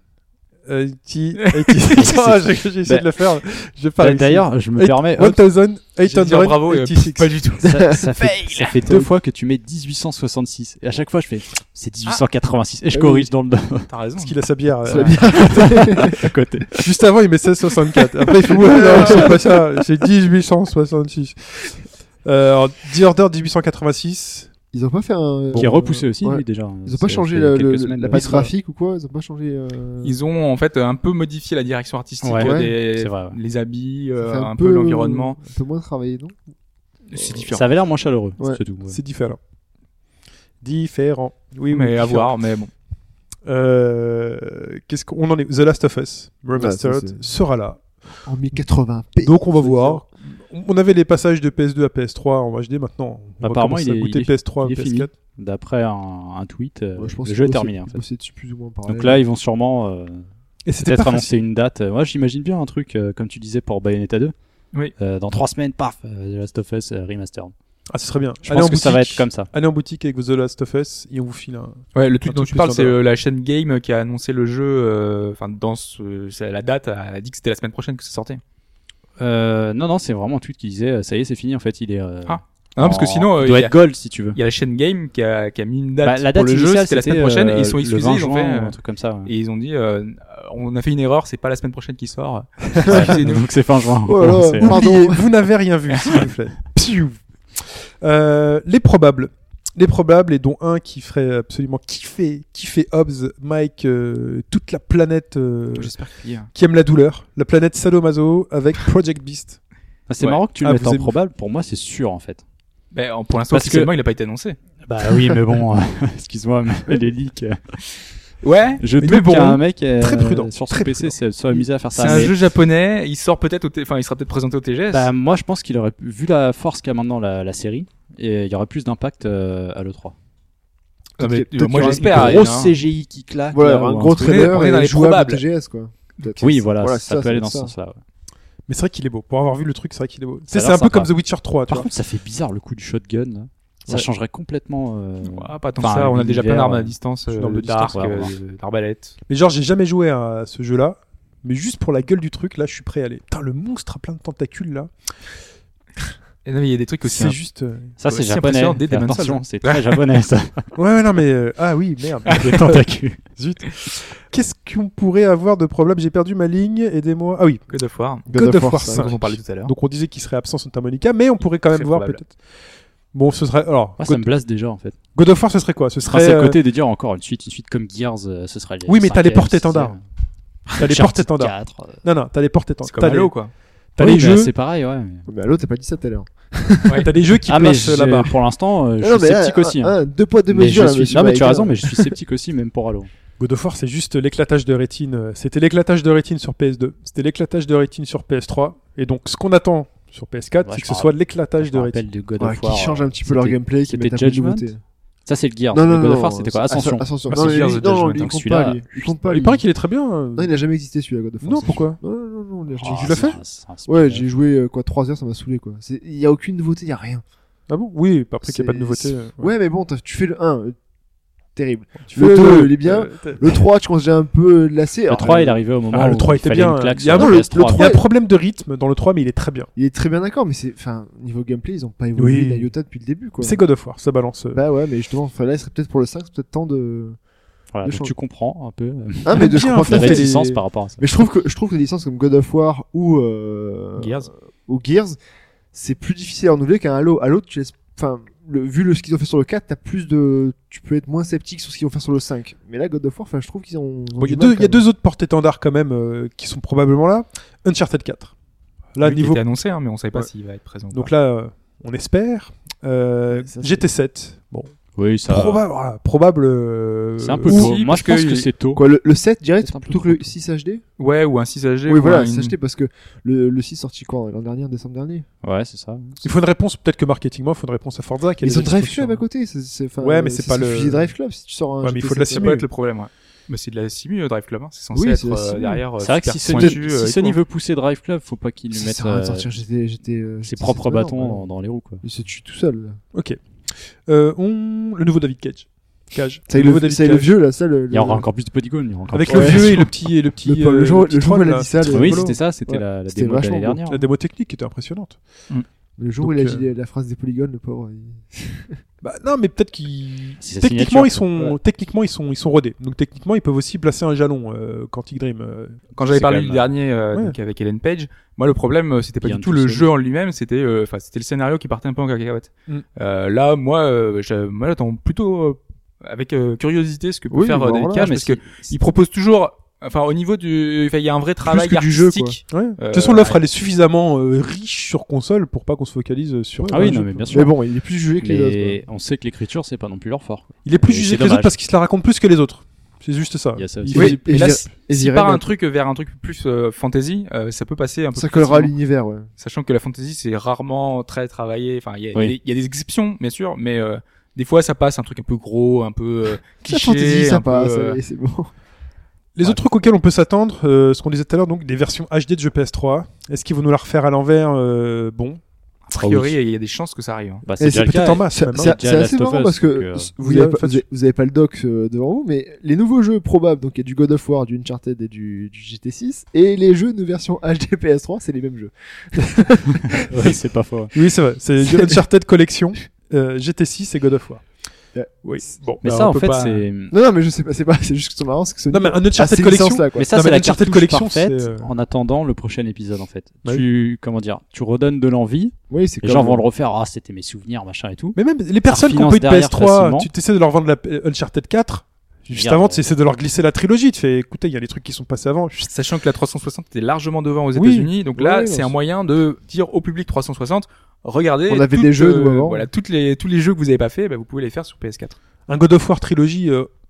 j'ai essayé de le faire. J'ai pas réussi. D'ailleurs, je me permets. hop, J'ai dit bravo et 1886. pas du tout. ça fait 2 fois que tu mets 1866. Et à chaque fois, je fais c'est 1886. Et je Ah corrige dans le dos T'as raison. Parce qu'il a sa bière. c'est la bière. à côté. Juste avant, il met 1664. Après, il fait ouais, non, c'est pas ça. C'est 1866. Alors, The Order 1886. Ils ont pas fait un Qui est repoussé aussi, ouais. lui, déjà. Ils ont pas Ça changé fait quelques semaines, la là. patte graphique ou quoi ils ont pas changé Ils ont en fait un peu modifié la direction artistique, Ouais, des, c'est vrai, ouais. les habits, ça fait un peu l'environnement. un peu moins travaillé non C'est différent. Ça avait l'air moins chaleureux, Ouais. c'est tout. ouais. C'est différent. Différent. Oui, mais à différent. voir, mais bon. Qu'est-ce qu'on en est? The Last of Us Remastered Ouais, ça, c'est- sera là. en 1080p Donc on va voir. On avait les passages de PS2 à PS3 en HD. Maintenant, on va Apparemment, commencer à goûter PS3 il est à fini. PS4. D'après un tweet, Ouais, je pense le qu'ils jeu est bossaient- terminé. En ils fait. bossaient dessus plus ou moins pareil. Donc là, ils vont sûrement Et c'était peut-être pas annoncer facile. une date. Moi, j'imagine bien un truc, comme tu disais, pour Bayonetta 2. Oui. Dans 3 semaines, paf, The Last of Us Remastered. Ah, ce serait bien. Je pense que ça va être comme ça. Allez en boutique avec The Last of Us et on vous file un. Ouais, le truc Un dont truc tu parles, plus c'est standard. la chaîne Game qui a annoncé le jeu. Enfin, la date a dit que c'était la semaine prochaine que ça sortait. Non, c'est vraiment un tweet qui disait ça y est, c'est fini en fait. Il est. Non, parce que sinon, il il doit y a- être gold si tu veux. il y a la chaîne Game qui a mis une date Bah, la pour date le jeu, initiale, c'était la semaine prochaine, et ils sont le excusés, 20 ils ont juin, fait, ou un truc comme ça. ouais. et ils ont dit, on a fait une erreur, c'est pas la semaine prochaine qui sort. Ouais, Excusez-nous. donc c'est fin juin. Oh là là, C'est- pardon. Oubliez, vous n'avez rien vu, s'il vous plaît. Psiou. Les probables. Les probables, et dont un qui ferait absolument kiffer Hobbs, Mike, toute la planète J'espère qu'il y a. qui aime la douleur, la planète Sadomaso avec Project Beast. Ah, c'est Ouais. marrant que tu le Ah, mettes vous en aimez- probable. Pour moi, c'est sûr en fait. Ben, pour l'instant, Parce que- officiellement, il a pas été annoncé. Bah oui, mais bon, excuse-moi, mais les leaks. Ouais. Je Mais doute bon, qu'un mec très prudent, sur son très PC soit amusé à faire C'est ça. un mais- jeu japonais, il sort peut-être enfin, il sera peut-être présenté au TGS. Bah, moi, je pense qu'il aurait vu la force qu'a maintenant la série et il y aurait plus d'impact à l'E3. Non, mais, peut-être moi qu'il y aura j'espère. Grosse hein. CGI qui claque. Voilà, là, un ou gros truc. trailer on est dans et les jouable probables. TGS quoi. Peut-être. Oui, voilà, Voilà, ça peut aller dans ce ça. sens-là. ouais. Mais c'est vrai qu'il est beau. Pour avoir vu le truc, c'est vrai qu'il est beau. Ça a C'est l'air un peu sympa. comme The Witcher 3, tu Par vois. contre, ça fait bizarre le coup du shotgun. Là. Ça Ouais. changerait complètement. Ouais, pas tant que Enfin, ça, on a déjà plein l'univers, d'armes à ouais. distance, d'armes de d'arc, distance, ouais, d'arbalète. Mais genre, j'ai jamais joué à ce jeu-là. Mais juste pour la gueule du truc, là, je suis prêt à aller. Putain, le monstre a plein de tentacules, là. Et non, mais il y a des trucs aussi. C'est hein. juste... Ça, c'est aussi japonais. impressionnant dès Fais Demon's attention, Souls. c'est très japonais ça. Ouais, non, mais... Ah oui, merde. Les tentacules. Zut. Qu'est-ce qu'on pourrait avoir de problème? J'ai perdu ma ligne, aidez-moi. Ah oui, God of War, God of War 5. dont on parlait tout à l'heure. donc on disait qu'il serait absent Santa Monica, mais on pourrait quand même Très voir probable. peut-être. Bon, ce serait... Alors, Moi, ça me blase déjà en fait. God of War, ce serait quoi? Ce Enfin, serait... c'est le côté de dire encore une suite comme Gears, ce serait. Oui, mais t'as les 5e, porte-étendards. 6e. T'as les porte-étendards. 4, Non, non, t'as les C'est porte-étendards. comme T'as Halo, les... quoi. T'as Oui, les bah, jeux... c'est pareil, ouais. Mais Halo, t'as pas dit ça tout à l'heure. T'as des jeux qui Ah, mais placent la barre. pour l'instant, je Non, suis mais, sceptique aussi. hein. Deux poids, deux Mais mesures. je là, suis... monsieur Non, mais tu as Baïga. raison, mais je suis sceptique aussi, même pour Halo. God of War, c'est juste l'éclatage de rétine. C'était l'éclatage de rétine sur PS2. C'était l'éclatage de rétine sur PS3. Et donc, ce qu'on attend sur PS4, Ouais, c'est je que ce me soit l'éclatage Je de me rétine. rappelle de God Ouais, of War. qui change un petit peu leur c'était- gameplay, qui c'était mettent un peu de Judgment. nouveauté. Ça, c'est le Gears. Non, non, Le God non. of War, c'était quoi Ascension. Ascension. Ah, Non, c'est lui, Gears non, of Judgment, lui, il donc compte celui-là, pas, lui. Il compte pas, Il lui. paraît qu'il est très bien. hein. Non, il a jamais existé celui-là, God of War. Non, c'est pourquoi sûr. Non, il a jamais Tu l'as fait C'est un Ouais, spin-off. j'ai joué 3 heures, ça m'a saoulé quoi. Il y a aucune nouveauté, il y a rien. Ah bon? Oui, après qu'il n'y a pas de C'est- nouveauté. Ouais, mais bon, tu fais le 1. terrible. Tu Le fais 2, il est bien. Le 3, tu commences déjà un peu lassé. Le 3, il est arrivé au moment le où 3 il était fallait bien. une claque Il y a sur un- la le PS3. 3, Il y a un problème de rythme dans le 3, mais il est très bien. Il est très bien d'accord, mais niveau gameplay, ils ont pas évolué Oui. d'un iota depuis le début, quoi. C'est God of War, ça balance. Bah ouais, mais justement, là, il serait peut-être pour le 5, c'est peut-être temps de. Voilà, de donc changer. tu comprends un peu Ah, mais de bien, je comprends faut la tout à fait. fait réticence les- par rapport à ça. Mais je trouve que des licences comme God of War ou Gears, c'est plus difficile à renouveler qu'un Halo. Halo, tu laisses, enfin, vu ce qu'ils ont fait sur le 4, tu peux être moins sceptique sur ce qu'ils vont faire sur le 5. Mais là, God of War, enfin, je trouve qu'ils ont. Bon, il y a deux autres porte-étendards quand même qui sont probablement là. Uncharted 4. Là, Lui qui niveau. était annoncé, hein, mais on savait pas Ouais. s'il va être présent. ou Donc pas. là, on espère. Ça, c'est- GT7. Bon, Oui, ça. probable. C'est un peu ou- tôt. si, Moi, parce je pense que que c'est tôt. Quoi, le 7 direct C'est un peu plutôt que trop le 6 HD? Ouais, ou un 6 HG. Oui, ou voilà, un- 6 HD parce que le 6 sorti quand? L'an dernier, en décembre dernier. Ouais, c'est ça. Il faut une réponse, peut-être que marketingement, il faut une réponse à Forza. qui a Ils des ont Drive discussions. Club à côté. enfin, Ouais, mais c'est pas le- fusil Drive Club si tu sors un. Ouais, mais il GT7, faut de la Ça simu. peut être le problème, ouais. Mais c'est de la simu, Drive Club, hein. C'est censé Oui, être c'est de la simu. derrière. C'est vrai que si super Sony, pointu, si et Sony tout. veut pousser Drive Club, faut pas qu'ils lui Ça mettent sert à rien de sortir ses propres bâtons dans les roues, quoi. Il se tue tout seul. Là. Ok. Le nouveau David Cage. C'est nouveau David le Cage. vieux là, ça le. Il y aura encore plus de polygones. Il y aura encore Avec plus- le Ouais. vieux et le petit. Le jour où elle a dit ça, c'était le- Oui, rigolo. c'était ça. C'était Ouais. la C'était démo de vachement l'année beau. dernière. La démo technique était impressionnante. Le jour où Donc, il a dit la phrase des polygones, le pauvre. Bah, non, mais peut-être qu'ils. C'est sa Techniquement, signature. techniquement, ils sont rodés. Donc, techniquement, ils peuvent aussi placer un jalon, Quantic Dream. Quand j'avais C'est parlé quand du même- dernier, Ouais. donc avec Ellen Page, moi le problème c'était pas Bien du tout tout le seul. jeu en lui-même, c'était le scénario qui partait un peu en cacahuète. Mm. Là, moi j'attends plutôt avec curiosité ce que peut Oui, faire bah, David voilà, Cage mais parce que si- il propose toujours, enfin au niveau du, enfin il y a un vrai travail que du jeu, artistique. Ouais. De toute façon, Euh, l'offre, elle est suffisamment riche sur console pour pas qu'on se focalise sur. Ah oui, un non, jeu. mais bien sûr. Mais bon, il est plus jugé que les autres. Mais on sait que l'écriture, c'est pas non plus leur fort. Il est plus Et jugé c'est que les autres dommage. parce qu'il se la raconte plus que les autres. C'est juste ça. Il y a ça Il aussi. fait- Oui, Et et là, Zira- si et si Zira, part bah, un truc vers un truc plus fantasy, ça peut passer un peu Ça plus collera à facilement. l'univers, ouais. Sachant que la fantasy c'est rarement très travaillé. Enfin, il y a Oui. des exceptions bien sûr, mais des fois ça passe un truc un peu gros, un peu La cliché, fantasy, ça un peu, passe, allez, c'est bon. Les Ouais. autres trucs auxquels on peut s'attendre, ce qu'on disait tout à l'heure, donc des versions HD de jeux PS3. Est-ce qu'ils vont nous la refaire à l'envers Bon. a priori il y a des chances que ça arrive. Hein. Bah, Et c'est déjà le peut-être cas. en masse. C'est même, hein. c'est- déjà c'est Last assez of marrant Us, parce que donc, vous il y a pas de- avez pas le doc devant vous, mais les nouveaux jeux probables, donc il y a du God of War, du Uncharted et du GT6, et les jeux de version HD PS3, c'est les mêmes jeux. Oui, c'est pas faux. Oui, c'est vrai. C'est Uncharted Collection, GT6 et God of War. Ouais. Oui. Bon. Mais bah, ça, on en peut fait, pas- c'est. Non, mais je sais pas, c'est juste que c'est marrant, c'est que Sony Non, mais un a Uncharted ces Collection. licences-là, quoi. Mais ça, Non, c'est mais la Uncharted cartouche Collection, parfaite c'est, en attendant le prochain épisode, en fait. Bah Comment dire, tu redonnes de l'envie. Oui, c'est Les comme- gens vont le refaire. Ah, c'était mes souvenirs, machin et tout. Mais même les personnes qui ont finance pas eu de derrière PS3, facilement. tu essaies de leur vendre la Uncharted 4. Juste Regarde, avant, tu essaies de leur glisser la trilogie. Tu fais, écoutez, il y a des trucs qui sont passés avant. Sachant que la 360 était largement devant aux Oui. États-Unis, donc là Ouais, c'est non, un moyen de dire au public 360, regardez, On avait toutes, des jeux, nous, avant. voilà, tous les jeux que vous avez pas fait, bah, vous pouvez les faire sur PS4. Un God of War trilogie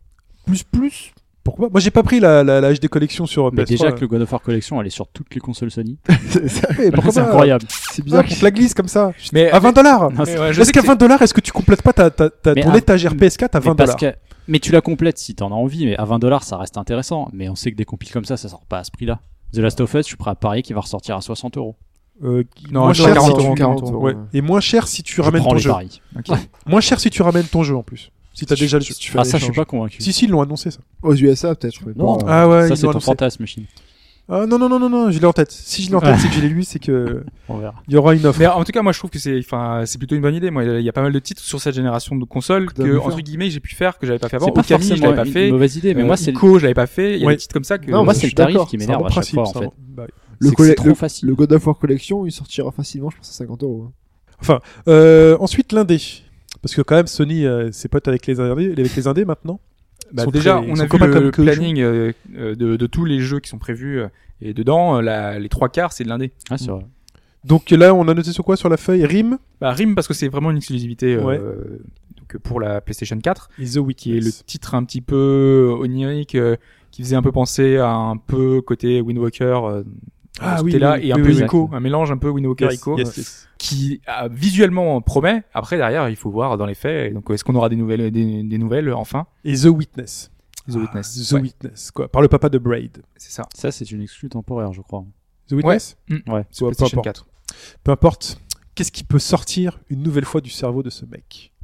plus. Pourquoi pas Moi, j'ai pas pris la HD collection sur PS3. Mais déjà que le God of War Collection, elle est sur toutes les consoles Sony. c'est ça. Ouais, pourquoi C'est pas incroyable. C'est Bizarre bizarre qu'on te la glisse comme ça. Mais À $20. Non, mais c'est- ouais, je Est-ce sais qu'à que $20, est-ce que tu complètes pas Mais ton à- étagère PS4 à Mais parce $20 que- mais tu la complètes si t'en as envie, mais à $20, ça reste intéressant. Mais on sait que des compiles comme ça sort pas à ce prix-là. The Last of Us, je suis prêt à parier qu'il va ressortir à 60 €. Non, moins je cher, 40 si euros, tu... 40 euros, ouais. ouais. Et moins cher si tu Je ramènes prends ton les jeu. paris. Moins cher si tu ramènes ton jeu en plus. Si t'as déjà le jeu. Si tu fais Ah, un ça, je suis échange. pas convaincu. Si, ils l'ont annoncé ça. Aux USA, peut-être. mais Non. pas- Ah ouais, Ça, ils c'est l'ont ton annoncé. fantasme, Chine. Ah non, je l'ai en tête. Si je l'ai en tête, c'est que je l'ai lu, c'est que On verra. il y aura une offre. Mais en tout cas, moi je trouve que c'est plutôt une bonne idée. Moi, il y a pas mal de titres sur cette génération de consoles Que t'as pu que faire. entre guillemets j'ai pu faire que j'avais pas fait avant. C'est pas Okami, je forcément l'avais pas une fait. mauvaise idée, mais moi, c'est Ico, je l'avais pas fait. Il y a Ouais. des titres comme ça que Non, moi, je c'est suis le tarif d'accord, qui C'est un m'énerve bon à chaque principe, fois, en ça. fait. Bah, Le, C'est que c'est trop le, facile. le God of War Collection, il sortira facilement, je pense, à 50 €. ensuite l'indé. Parce que quand même Sony c'est potes avec les indés maintenant. Bah, Ils sont déjà, très- ils on sont a vu copains le comme que planning de tous les jeux qui sont prévus et dedans les 3/4 c'est de l'indé. Ah, c'est vrai. Donc là on a noté sur quoi sur la feuille Rim Bah RIM parce que c'est vraiment une exclusivité Ouais. donc pour la PlayStation 4 et The Witness. qui est le titre un petit peu onirique qui faisait un peu penser à un peu côté Wind Walker Ah ce oui, côté-là, oui, et un oui, peu oui, Ico, un mélange un peu Wind Walker Yes, Ico yes. qui visuellement promet. Après derrière il faut voir dans les faits. Et donc est-ce qu'on aura des nouvelles enfin Et The Witness. The Witness. The Ouais, Witness quoi. Par le papa de Braid. c'est ça. Ça, c'est une exclue temporaire, je crois. The Witness. Ouais. Sur Peu PlayStation importe. 4. Peu importe. Qu'est-ce qui peut sortir une nouvelle fois du cerveau de ce mec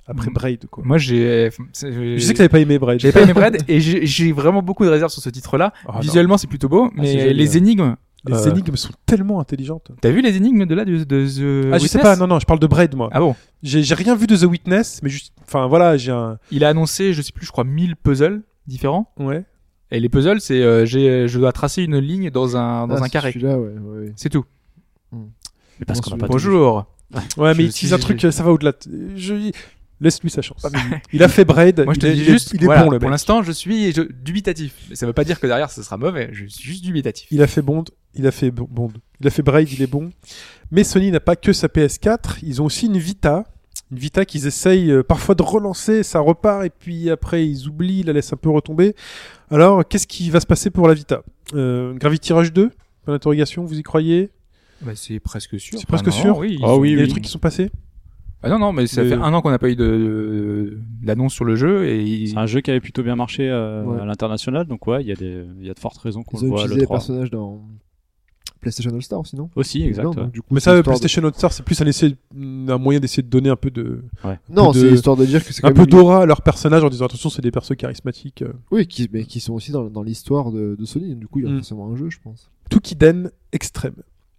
après Braid, quoi. Moi, Je sais que t'avais pas aimé Braid. J'avais pas aimé Braid et j'ai vraiment beaucoup de réserves sur ce titre-là. Ah, non. Visuellement, c'est plutôt beau, c'est mais joli, les ouais. énigmes. Les énigmes sont tellement intelligentes. T'as vu les énigmes de là de The Ah, je sais Witness pas, non, je parle de Braid, moi. Ah bon. J'ai rien vu de The Witness, mais juste, enfin, voilà, j'ai un, Il a annoncé, je sais plus, je crois 1000 puzzles différents. ouais. Et les puzzles, c'est je dois tracer une ligne dans un Ah, carré. Celui-là, ouais. C'est tout. Mais parce qu'on n'a pas tout vu. Bonjour. Ouais, mais Je il suis- utilise un truc, ça va au-delà. Laisse-lui sa chance. Il a fait Braid. Moi, je te il dis est- juste, il est voilà, bon, le pour mec. l'instant, je suis dubitatif. Mais ça veut pas dire que derrière, ce sera mauvais. Je suis juste dubitatif. Il a fait Bond. Il a fait Braid, il est bon. Mais Sony n'a pas que sa PS4, ils ont aussi une Vita. Une Vita qu'ils essayent parfois de relancer, ça repart, et puis après ils oublient, ils la laissent un peu retomber. Alors, qu'est-ce qui va se passer pour la Vita Gravity Rush 2 Point d'interrogation, vous y croyez Bah, c'est presque sûr. C'est presque sûr Oui. Ah oui, Il y a oui. des trucs qui sont passés Ah non, mais ça Mais- fait un an qu'on n'a pas eu d'annonce sur le jeu et C'est un jeu qui avait plutôt bien marché Ouais. à l'international, donc ouais, il y a de fortes raisons qu'on Ils le ont voit à utilisé les l'E3. personnages dans PlayStation All Star, sinon. Aussi, exact. Non, ouais. donc, du coup, Mais c'est ça, histoire de- PlayStation All Star, c'est plus un moyen d'essayer de donner un peu de, Non, peu c'est de- histoire de dire que c'est un quand peu même d'aura à leurs personnages en disant attention, c'est des persos charismatiques. Oui, mais qui sont aussi dans l'histoire de Sony. Du coup, il y a Mm. forcément un jeu, je pense. Tukiden Extreme.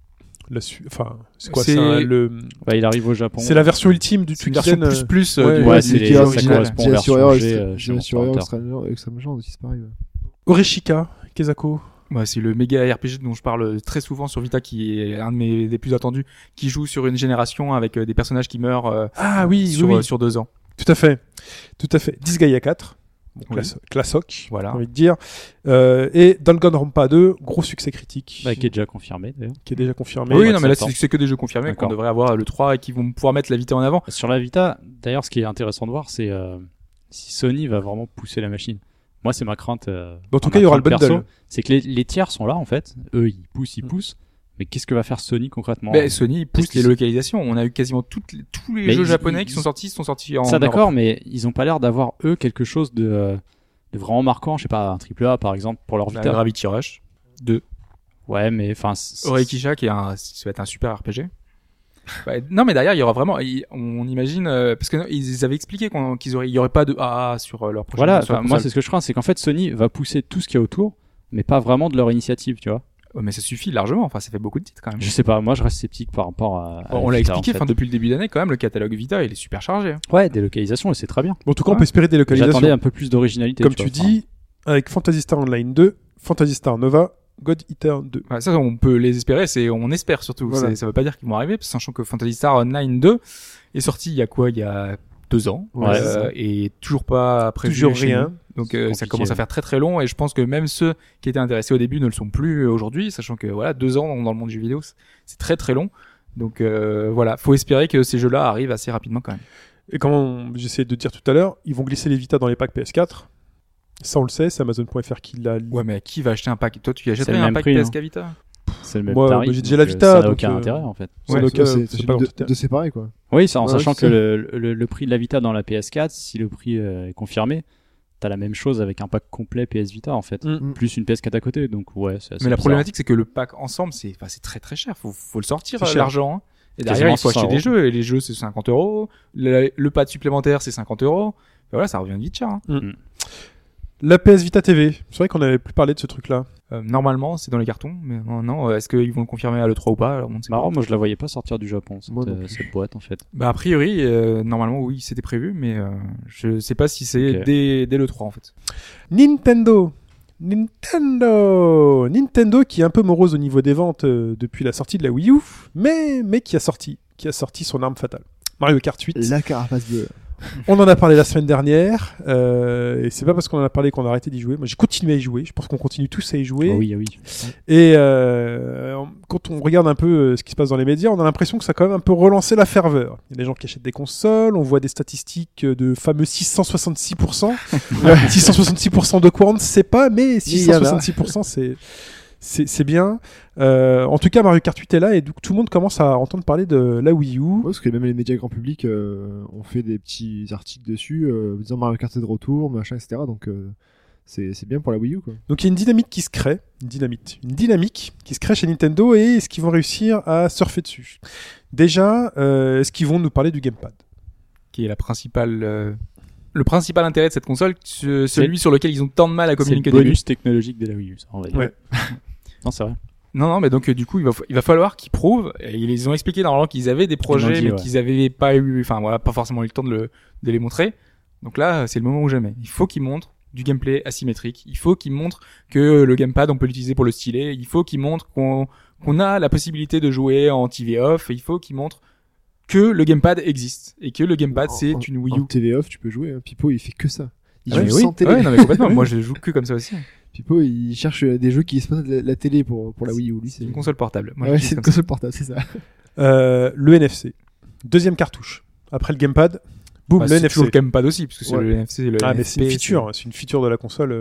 Enfin, c'est quoi C'est- Bah, il arrive au Japon. C'est la version ultime du c'est une version Tukiden. plus ouais, du, ouais, du c'est les- jeu ça original. correspond. Jedi version Survivor G, Extra- chez Jedi Monster Survivor Hunter. Extreme Legends aussi, c'est pareil. Ouais. Oreshika, Kezako. Ouais, c'est le méga RPG dont je parle très souvent sur Vita, qui est un de mes des plus attendus, qui joue sur une génération avec des personnages qui meurent Ah oui, sur, oui, oui. sur 2 ans. Tout à fait. Disgaea 4. Bon, Oui. classoc, Voilà. j'ai envie de dire. Et Danganronpa 2, gros succès critique, Bah, qui est déjà confirmé d'ailleurs. qui est déjà confirmé. Oui, mois non, de mais là, septembre. c'est que des jeux confirmés qu'on D'accord. devrait avoir le 3 et qui vont pouvoir mettre la Vita en avant. Sur la Vita, d'ailleurs, ce qui est intéressant de voir, c'est si Sony va vraiment pousser la machine. Moi, c'est ma crainte. En tout ma cas, il y aura le crainte perso, bundle. c'est que les tiers sont là en fait. Eux, ils poussent. Mais qu'est-ce que va faire Sony concrètement Mais Sony pousse Qu'est-ce les que- localisations. On a eu quasiment tous les Mais jeux ils- japonais ils- qui sont sortis en Ça, Europe. d'accord, mais ils ont pas l'air d'avoir eux quelque chose de vraiment marquant. Je sais pas, un triple A par exemple pour leur On a Vita. Gravity Rush 2. Ouais, mais enfin. Oreikisha qui est ça va être un super RPG. Bah, non, mais derrière, il y aura vraiment, on imagine, parce que ils avaient expliqué il y aurait pas de AA sur leur prochaine Voilà, sur la enfin, moi console. c'est ce que je crains, c'est qu'en fait Sony va pousser tout ce qu'il y a autour, mais pas vraiment de leur initiative, tu vois. Ouais, mais ça suffit largement. Enfin, ça fait beaucoup de titres quand même. Je sais pas, moi je reste sceptique par rapport à. On la l'a Vita, expliqué, en fait. enfin, depuis le début d'année, quand même, le catalogue Vita, il est super chargé. Ouais, des localisations, et c'est très bien. Bon, en tout cas, on Ouais. peut espérer des localisations. J'attendais un peu plus d'originalité. Comme tu tu vois, dis, avec Phantasy Star Online 2, Phantasy Star Nova, God Eater 2. Ouais, ça, on peut les espérer, on espère surtout. Voilà. Ça veut pas dire qu'ils vont arriver, sachant que Phantasy Star Online 2 est sorti il y a 2 ans. Ouais, c'est ça. Et toujours pas prévu. Toujours chez rien. nous. Donc, C'est ça compliqué, commence à ouais. faire très très long et je pense que même ceux qui étaient intéressés au début ne le sont plus aujourd'hui, sachant que voilà, 2 ans dans le monde du jeu vidéo, c'est très très long. Donc, voilà. Faut espérer que ces jeux-là arrivent assez rapidement quand même. Et comme j'essayais de dire tout à l'heure, ils vont glisser les Vita dans les packs PS4. Ça, on le sait, c'est Amazon.fr qui l'a. Ouais, mais qui va acheter un pack? Toi, tu achèterais le un même pack prix, PSK Vita? C'est le même Moi, tarif. moi, j'ai déjà donc, la Vita, Ça n'a donc, aucun intérêt en fait. Ouais, Ouais, donc, c'est pas de séparer, quoi. Oui, ça, en Ouais, sachant c'est que ça. le prix de la Vita dans la PS4, si le prix est confirmé, t'as la même chose avec un pack complet PS Vita en fait, Mm. plus une PS4 à côté, donc ouais. C'est assez Mais la bizarre. problématique, c'est que le pack ensemble, c'est très très cher. Faut le sortir, C'est cher. l'argent. Hein. Et derrière, Quasiment il faut acheter 600 des jeux. Et les jeux, c'est 50 €. Le pad supplémentaire, c'est 50 €. Et voilà, ça revient vite cher. Hein. La PS Vita TV. C'est vrai qu'on n'avait plus parlé de ce truc-là. Normalement, c'est dans les cartons. Mais non, est-ce qu'ils vont le confirmer à l'E3 ou pas? Alors, on ne sait pas. Marrant, moi je la voyais pas sortir du Japon, Moi non plus. cette boîte en fait. Bah, a priori, normalement, oui, c'était prévu. Mais je sais pas si c'est Ok. dès l'E3, en fait. Nintendo qui est un peu morose au niveau des ventes depuis la sortie de la Wii U, mais qui a sorti son arme fatale. Mario Kart 8. La carapace bleue. On en a parlé la semaine dernière, et c'est pas parce qu'on en a parlé qu'on a arrêté d'y jouer. Moi, j'ai continué à y jouer. Je pense qu'on continue tous à y jouer. Ah oui, ah oui. Et quand on regarde un peu ce qui se passe dans les médias, on a l'impression que ça a quand même un peu relancé la ferveur. Il y a des gens qui achètent des consoles, on voit des statistiques de fameux 666%. 666% de quoi on ne sait pas, mais Il y en a. 666% c'est bien. En tout cas, Mario Kart 8 est là et donc tout le monde commence à entendre parler de la Wii U. Ouais, parce que même les médias grand public ont fait des petits articles dessus, disant Mario Kart est de retour, machin, etc. Donc c'est bien pour la Wii U, quoi. Donc il y a une dynamique qui se crée, une dynamique qui se crée chez Nintendo, et est-ce qu'ils vont réussir à surfer dessus? Déjà, est-ce qu'ils vont nous parler du gamepad? Qui qui est la principale, le principal intérêt de cette console, celui sur lequel ils ont tant de mal à C'est le communiquer au début. bonus technologique de la Wii U, ça, on va dire. Ouais. Non, c'est vrai. Non, mais donc du coup, il va falloir qu'ils prouvent. Et ils ont expliqué normalement qu'ils avaient des projets, dit, mais ouais. qu'ils avaient pas eu, enfin voilà, pas forcément eu le temps de les montrer. Donc là, c'est le moment ou jamais. Il faut qu'ils montrent du gameplay asymétrique. Il faut qu'ils montrent que le gamepad on peut l'utiliser pour le stylet. Il faut qu'ils montrent qu'on a la possibilité de jouer en TV off. Et il faut qu'ils montrent que le gamepad existe et que le gamepad c'est une Wii U. En TV off, tu peux jouer. Hein. Pipo, il fait que ça. Il Ouais, joue oui. sans télé. Ouais, non mais complètement. Moi, je joue que comme ça aussi. Pipo, il cherche des jeux qui se passent de la télé pour la Wii U. Lui, C'est une console portable. Moi, Ouais, je c'est une comme ça. console portable, c'est ça. Le NFC. Deuxième cartouche. Après le gamepad, boum, Bah, le c'est NFC. toujours le gamepad aussi, parce que c'est Ouais. le NFC, le Ah, mais NFP, c'est une feature de la console.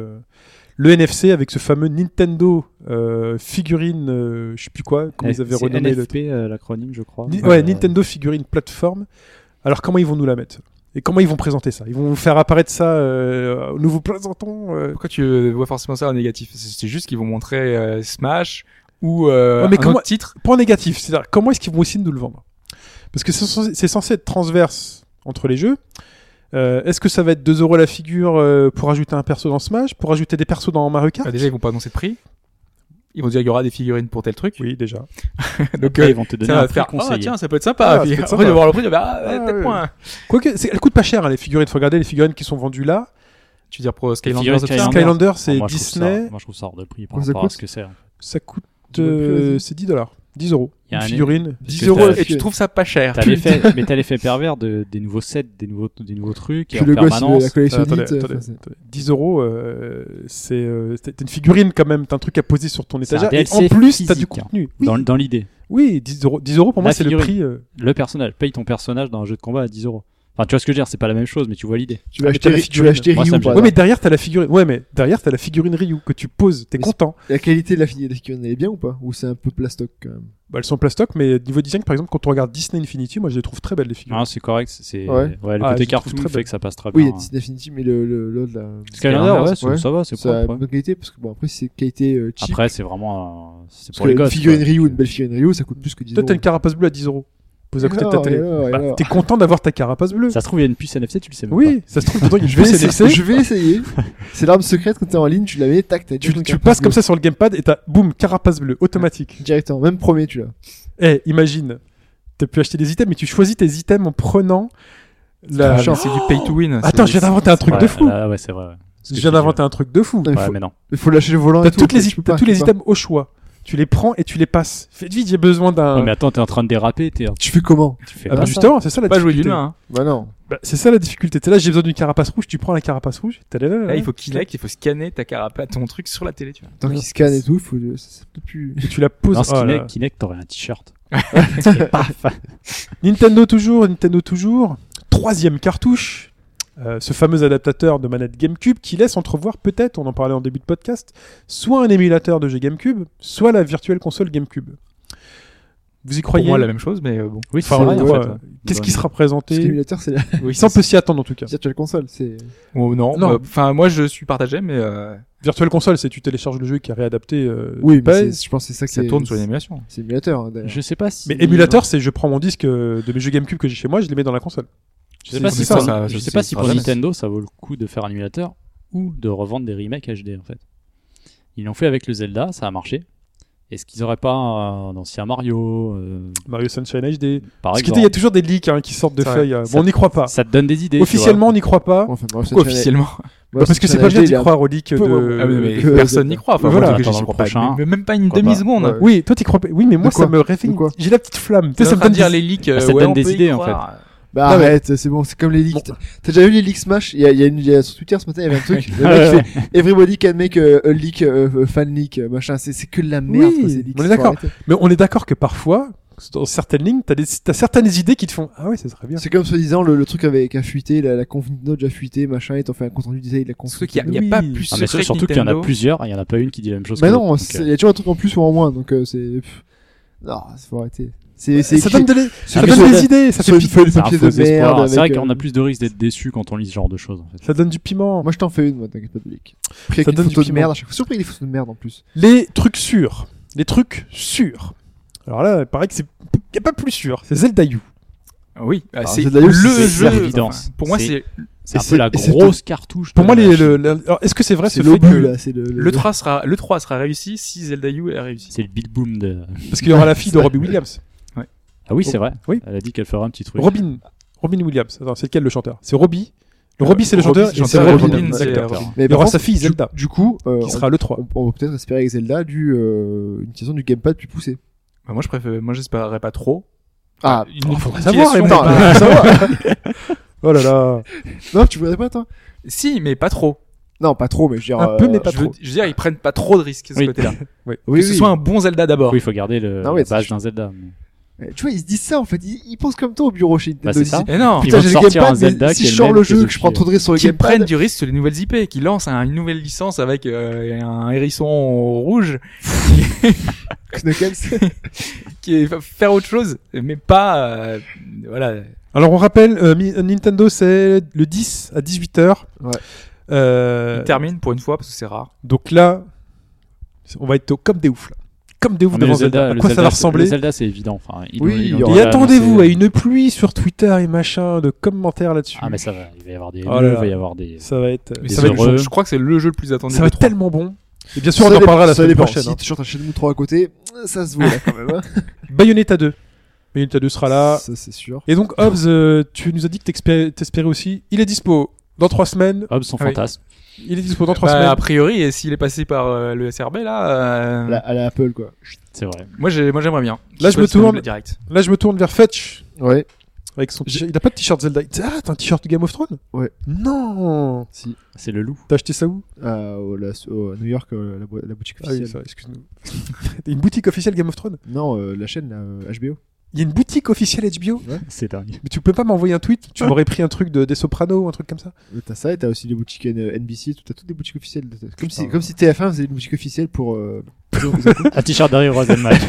Le NFC avec ce fameux Nintendo figurine, je sais plus quoi, comment ils avaient C'est renommé le. NFP, l'acronyme, je crois. Ouais, Nintendo figurine plateforme. Alors comment ils vont nous la mettre et comment ils vont présenter ça? Ils vont faire apparaître ça. Nous vous présentons. Pourquoi tu vois forcément ça en négatif? C'est juste qu'ils vont montrer Smash ou Ouais, mais un comment- autre titre. Point négatif, c'est-à-dire comment est-ce qu'ils vont essayer de nous le vendre? Parce que c'est censé être transverse entre les jeux. Est-ce que ça va être 2€ la figure pour ajouter un perso dans Smash, pour ajouter des persos dans Mario Kart? Déjà, ils vont pas annoncer de prix. Ils vont dire qu'il y aura des figurines pour tel truc. Oui, déjà. Donc Après, ils vont te donner ça va un te prix faire conseillé. tiens, ça peut être sympa. Ah, Puis ça peut être après, sympa. de voir le prix, peut-être ouais. moins. Quoique, elles coûtent pas cher, hein, les figurines. Faut regarder les figurines qui sont vendues là. Tu veux dire pour Skylanders figurines Option Skylanders. Skylander, c'est Moi, je trouve Disney. ça- Moi, je trouve ça hors de prix par Combien ça rapport à coûte ce que c'est. hein. Ça coûte, Dis-moi le prix, vas-y. c'est 10$. 10€. Il y a Une un figurine. Parce 10 que euros. t'as- la Et tu figurine. trouves ça pas cher. T'as l'effet pervers des nouveaux sets, des nouveaux trucs, et Puis en le gosse, il veut permanence. la collection Attendez, Elite. attendez, enfin, c'est- attendez. 10€, c'est une figurine quand même. T'as un truc à poser sur ton C'est un étagère. Et DLC en plus, t'as du physique, hein. contenu. Oui, Dans l'idée. oui 10€. 10€ pour moi, La c'est le figurine. prix. Le personnage, paye ton personnage dans un jeu de combat à 10€. Enfin, tu vois ce que je veux dire, c'est pas la même chose, mais tu vois l'idée. Tu vas Ah, mais t'as la acheter Moi, ça Ryu, me par gêne. Ouais, mais exemple. derrière, t'as la figurine. Ouais, mais derrière, t'as la figurine Ryu que tu poses. T'es Mais content. La qualité de la figurine, elle est bien ou pas? Ou c'est un peu plastoc quand même? Bah, elles sont plastoc, mais niveau design, par exemple, quand on regarde Disney Infinity, moi, je les trouve très belles, les figurines. Non, c'est correct. C'est Ouais. le Ah, je côté trouve cartoon très fait bien. que ça passe très Oui, il y bien. a Disney Infinity, mais l'autre là. Skylander, ouais, ouais. ça va, c'est Ça a propre. une ouais. bonne qualité parce que bon, après, c'est qualité cheap. Après, c'est vraiment, c'est Parce pour que les une gosses. figurine quoi. Ryu, une belle figurine Ryu, ça coûte plus que 10 Toi, euros. t'as une carapace bleue à 10€. Posée à côté de ta Alors, télé. alors, Bah, alors. t'es content d'avoir ta carapace bleue. Ça se trouve, il y a une puce NFC, tu le sais même Oui, ça se trouve, dedans, il y a une Je vais, puce essayer, NFC. je vais essayer. C'est l'arme secrète quand t'es en ligne, tu la mets, tac, t'as Tu passes comme ça sur le gamepad et t'as, boum, carapace bleue, automatique. directement. Même premier, tu l'as. Eh, imagine, t'as pu acheter des items, mais tu choisis tes items en prenant la... Ah, mais c'est du pay to win. Attends, je viens d'inventer un truc Ouais, de fou. là, ouais, c'est vrai. ouais. Ce que Je viens tu dis, d'inventer un truc de fou. Non, Ouais, mais non. Il faut lâcher le volant. T'as et tout, toutes les, tu peux pas, tous les tu peux pas. items au choix. Tu les prends et tu les passes. Faites vite, j'ai besoin d'un... Ouais, mais attends, t'es en train de déraper, Tu fais comment? tu fais Ah, bah, pas ça. justement, c'est ça la Pas jouer difficulté. d'une main. Hein. Bah non. Bah, c'est ça la difficulté. T'es là, j'ai besoin d'une carapace rouge, tu prends la carapace rouge. Là, il faut Kinect, il faut scanner ta carapace, ton truc sur la télé, tu vois. Tant qu'il scanne et tout, il faut. C'est peut-être plus. Et tu la poses. Non, Oh là. Kinect, t'aurais un t-shirt. Nintendo toujours. Troisième cartouche. Ce fameux adaptateur de manette GameCube qui laisse entrevoir peut-être, on en parlait en début de podcast, soit un émulateur de jeu GameCube, soit la virtuelle console GameCube. Vous y Pour croyez? moi, la même chose, mais bon. Oui, Enfin, c'est vrai, en ouais, fait. ouais. qu'est-ce qui Bonne- sera Parce que présenté? l'émulateur, c'est la Oui, Ça, on peut s'y attendre en tout cas. virtual console. C'est. Oh, non, Non. enfin, moi, je suis partagé, mais Virtual console, c'est tu télécharges le jeu qui est réadapté. Oui, mais base. je pense que c'est ça que ça c'est. tourne sur une émulation. C'est émulateur, hein, d'ailleurs. Je sais pas si. Mais émulateur, c'est je prends mon disque de mes jeux GameCube que j'ai chez moi, je les mets dans la console. Je sais pas c'est si ça, pour- ça, je ça, sais pas c'est si pas pour jamais. Nintendo ça vaut le coup de faire un émulateur ou de revendre des remakes HD en fait. Ils l'ont fait avec le Zelda, ça a marché. Est-ce qu'ils auraient pas un ancien Mario Mario Sunshine HD. par Parce qu'il exemple? y a toujours des leaks qui sortent de C'est feuilles. vrai. Bon, on n'y croit pas. Ça te donne des idées. Officiellement, on n'y croit pas. Enfin, Pourquoi officiellement? Bah, parce que c'est pas bien d'y croire aux leaks peu, de... Ah, mais que- personne n'y croit. Enfin, Voilà. moi, en tout cas, Attends, j'y le crois pas. prochain. Mais même pas une Pourquoi demi-seconde. pas. Ouais. Oui, toi t'y crois pas. Oui, mais moi De quoi ça me réveille. De quoi J'ai la petite flamme. Tu Ça es en me train de donne dire des... les leaks. ça te ouais, donne on des peut y idées, en croire. Bah Non, mais- arrête, c'est bon, c'est comme les leaks. Bon. T'as déjà vu les leaks Smash? Il y a sur Twitter ce matin, il y avait un truc. Le mec fait Everybody can make a leak, fan leak, machin. C'est que de la merde, Oui, quoi, ces leaks. on est Faut d'accord. arrêter. Mais on est d'accord que parfois, dans certaines lignes, t'as certaines idées qui te font ah ouais, ça serait bien. C'est comme soi-disant le truc avec a fuité, la conf note a fuité, machin, et t'en fait un compte rendu détaillé de la conf. Surtout qu'il n'y a Oui. pas plus Ah, mais secret surtout que qu'il y en a Nintendo. plusieurs, il y en a pas une qui dit la même chose. Mais que non, l'autre, il y a toujours un truc en plus ou en moins, donc c'est. Non, faut arrêter. C'est Ça écrit donne, ça mais donne sur- des idées, ça sur fait une feuille de c'est un papier faux de merde. espoir. C'est vrai avec, qu'on a plus de risques d'être déçu quand on lit ce genre de choses. En fait. ça donne du piment. Moi je t'en fais une, moi, t'inquiète pas de leak. Pris Ça avec donne des du photos de piment. merde à chaque fois. Surpris avec des photos de merde en plus. Les trucs sûrs. Alors là, il paraît que c'est y a pas plus sûr. C'est Zelda U. Oui, c'est Zelda U, le c'est jeu. l'évidence. Pour moi, c'est C'est un Et peu la et c'est grosse cartouche. Pour de moi, la machine. alors, est-ce que c'est vrai C'est ce fait l'obus, que là, c'est le 3 sera réussi si Zelda U est réussi. C'est le beat boom de. parce qu'il y aura la fille de Robbie Williams, Ah oui, c'est vrai. Oui. Elle a dit qu'elle ferait un petit truc. Robin Williams. Attends, c'est lequel le chanteur? C'est Robbie. Le Robbie c'est le chanteur Robbie, et c'est chanteur, Robin, Robin, c'est l'acteur. Robin. Mais Il y par aura contre, sa fille Zelda Du coup, qui sera le 3. on peut peut-être espérer avec Zelda une utilisation du gamepad plus poussée. Bah, moi j'espérerais pas trop. Ah, Une faudrait utilisation, savoir, mais mais pas- ça va. Oh là là. Non, tu voudrais pas, toi? Si, mais pas trop. Non, pas trop, mais je veux dire. Un peu, mais pas Je veux trop. dire, ils prennent pas trop de risques de ce Oui. côté-là. Oui, Que ce soit un bon Zelda d'abord. Oui, il faut garder Ah ouais, la base c'est- d'un Zelda. mais- Tu vois, ils se disent ça en fait. Ils pensent comme toi au bureau chez Nintendo. Bah, c'est Ils ça. disent, Et non, Ils putain, vont j'ai le sortir gamepad, un Zelda mais qui si est je le sors même le que jeu, que je prends depuis, trop de risques sur le qu'ils prennent gamepad. du risque sur les nouvelles IP, qu'ils lancent une nouvelle licence avec un hérisson rouge Knuckles. qui est faire autre chose, mais pas voilà. Alors on rappelle, Nintendo c'est le 10 à 18h. Ouais. Ils terminent pour une fois parce que c'est rare. Donc là, on va être comme des oufs là. Comme des oufs Non, mais devant le Zelda. À le quoi ça va Le ressembler? Zelda, c'est évident. Enfin, Oui, il y aura- Et déjà attendez-vous à annoncé- une pluie sur Twitter et machin de commentaires là-dessus. Ah, mais ça va. Il va y avoir des. Oh là Il là. va y avoir des. Ça va être, Mais Des ça va être, heureux. je crois que c'est le jeu le plus attendu. ça va des être trois. tellement bon. Et bien sûr, on Ça en dépend- parlera la ça semaine dépend. prochaine. Si hein. tu chantes un Shenmue 3 à côté, ça se vaut là quand même. Hein. Bayonetta 2. Bayonetta 2 sera là. Ça, c'est sûr. Et donc, Hobbs, tu nous as dit que t'espérais aussi. Il est dispo dans 3 semaines. Hop, son Ah oui. fantasme. Il est dispo dans 3 Bah, semaines. a priori, et s'il est passé par le SRB là, À la Apple, quoi. C'est vrai. moi j'aimerais bien. Là, je me tourne. direct. Là, je me tourne vers Fetch. Ouais. Avec son t-shirt. Il a pas de t-shirt Zelda. Ah, t'as un t-shirt Game of Thrones? Ouais. Non. Si. C'est le loup. T'as acheté ça où? À New York, la boutique Ah oui, officielle. ça, excuse-nous. T'as une boutique officielle Game of Thrones? Non, la chaîne, là, HBO. Il y a une boutique officielle HBO? C'est dingue. Mais tu peux pas m'envoyer un tweet? Tu m'aurais pris un truc des Sopranos ou un truc comme ça? T'as ça et t'as aussi les boutiques NBC, t'as toutes les boutiques officielles. Comme si TF1 faisait une boutique officielle pour. Un t-shirt d'Harry Rosenmack.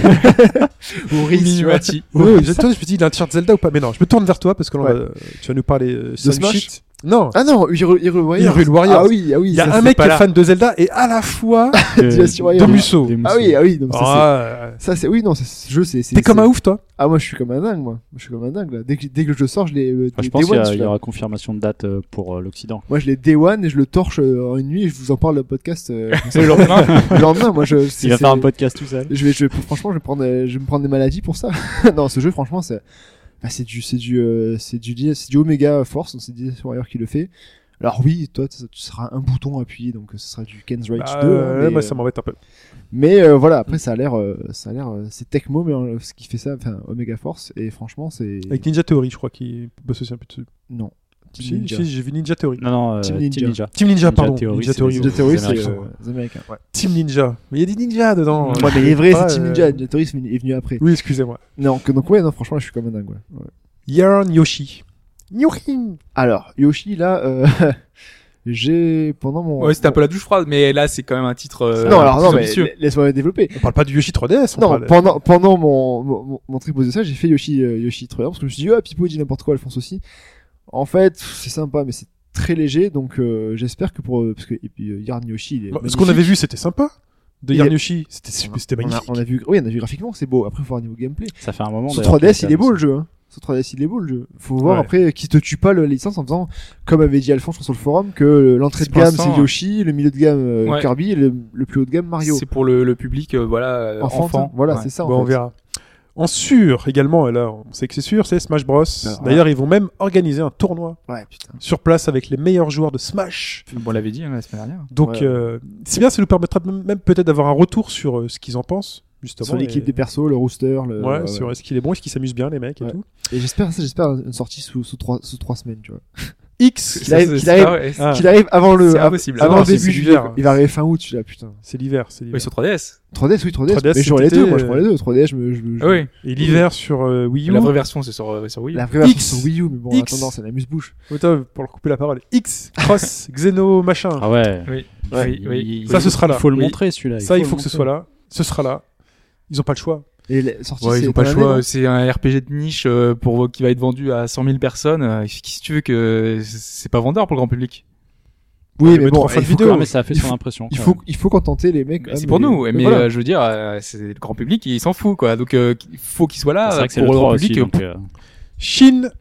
Ou Riz, tu vois. Minimati. Oui, oui, toi, je me dis, il a un t-shirt Zelda ou pas? Mais non, je me tourne vers toi parce que là, Ouais. tu vas nous parler Sun Smash Shit. Non. Ah non, Hyrule Warriors. Hyrule Warriors. Ah oui, Il y a ça, un c'est mec qui pas est là. fan de Zelda et à la fois Dynasty Warriors. de Musso. Ah oui, donc ça, Ah, c'est. Ça, c'est. Oui, non, ce jeu, c'est. t'es comme un ouf, toi. Ah, moi, je suis comme un dingue, moi. Je suis comme un dingue, là. Dès que le jeu sort, je l'ai. Enfin, je pense qu'il y aura confirmation de date pour l'Occident. Moi, je l'ai Day One et je le torche en une nuit et je vous en parle le podcast. Le lendemain. Le lendemain, moi, Il va faire un podcast tout seul. Franchement, je vais me prendre des maladies pour ça. Non, ce jeu, franchement, c'est du Omega Force, donc c'est Dynasty Warriors qui le fait. Alors oui, toi, tu seras un bouton appuyé, donc ce sera du Ken's Rage 2. hein, mais, moi, ça m'embête un peu. mais voilà, après, ça a l'air, c'est Tecmo, mais ce qui fait ça, enfin, Omega Force, et franchement, c'est. Avec Ninja Theory, je crois, qui bosse aussi un peu dessus. Non. Team Si, Ninja. si, j'ai vu Ninja Theory. Non, Team Team Ninja. Ninja. Team Ninja, pardon. Theory, Ninja c'est Theory. les Ninja Theory, les c'est Américains. les Américains. Ouais. Team Ninja. Mais il y a des ninjas dedans. Ouais, mais les vrais, Ouais, c'est Team Ninja. Ninja Theory est venu après. Oui, excusez-moi. Non, donc ouais, non, franchement, je suis comme un dingue. Ouais. Yarn Yoshi. Yoshi. Alors, Yoshi, là, j'ai pendant mon. Ouais, c'était un peu la douche froide, mais là c'est quand même un titre. Non, alors plus non, mais ambitieux. laisse-moi développer. On parle pas du Yoshi 3DS. on Non, parle... pendant mon trip de ça, j'ai fait Yoshi très bien parce que je me suis dit, ah, Pipo il dit n'importe quoi, Alphonse aussi. En fait, c'est sympa, mais c'est très léger, donc j'espère que parce que et puis Yarn Yoshi, il est. Ce qu'on avait vu, c'était sympa. De Il Yarn est- Yoshi, c'était magnifique. On a vu, oui, on a vu graphiquement, c'est beau. Après, faut voir niveau gameplay. Ça fait un moment. Sur d'ailleurs, 3DS, qu'il il est beau le annoncé. jeu. Hein. Sur 3DS, il est beau le jeu. Faut voir Ouais. après qui te tue pas la licence en faisant, comme avait dit Alphonse sur le forum, que l'entrée de Pour gamme l'instant, c'est Yoshi, le milieu de gamme Ouais. Kirby, et le plus haut de gamme Mario. C'est pour le public, voilà, enfant. Voilà, Ouais. c'est ça. Bon, on verra. En sûr, également, et là, on sait que c'est sûr, c'est Smash Bros. Alors, D'ailleurs, ils vont même organiser un tournoi Ouais, putain. sur place avec les meilleurs joueurs de Smash. On l'avait dit la semaine dernière. Donc, Ouais. c'est bien, ça nous permettra même peut-être d'avoir un retour sur ce qu'ils en pensent, justement. Sur l'équipe et- des persos, le rooster, Ouais, sur est-ce qu'il est bon, est-ce qu'ils s'amusent bien, les mecs et Ouais. tout. Et j'espère une sortie sous 3 semaines, tu vois. X, Qu'il arrive- qu'il arrive- ouais, Ah. Qu'il arrive avant C'est impossible. avant Non, le c'est début l'hiver. du il va arriver fin août, tu là, putain. c'est l'hiver, c'est l'hiver. Oui, sur 3DS. 3DS, oui, 3DS. 3DS, mais j'aurais les cet deux, été, moi, je prends les deux. 3DS, je Ah oui. Et l'hiver sur Wii U. La vraie version, c'est sur Wii U. La vraie version X. sur Wii U, mais bon, X. en attendant, c'est l'amuse-bouche. Attends, pour leur couper la parole. X, Cross, Xeno, machin. Ah ouais. Oui. Ouais. Oui, oui. Ça, ce sera là. Il faut le Oui. montrer celui-là. Ça, il faut faut le que ce montrer. soit là. Ce sera là. Ils ont pas le choix. Et la sortie, Ouais, c'est ils ont pas le dans l'année, choix. non C'est un RPG de niche qui va être vendu à 100 000 personnes. Qui si tu veux que c'est pas vendeur pour le grand public. Oui, mais mais bon, trois fois il de faut vidéo. Non, mais ça a fait il son faut- impression. il quand faut, même. il faut contenter les mecs. C'est pour nous, mais voilà. je veux dire, c'est le grand public, il s'en fout quoi. Donc il faut qu'il soit C'est là vrai que c'est pour le le 3 grand aussi. public. Donc, Chine,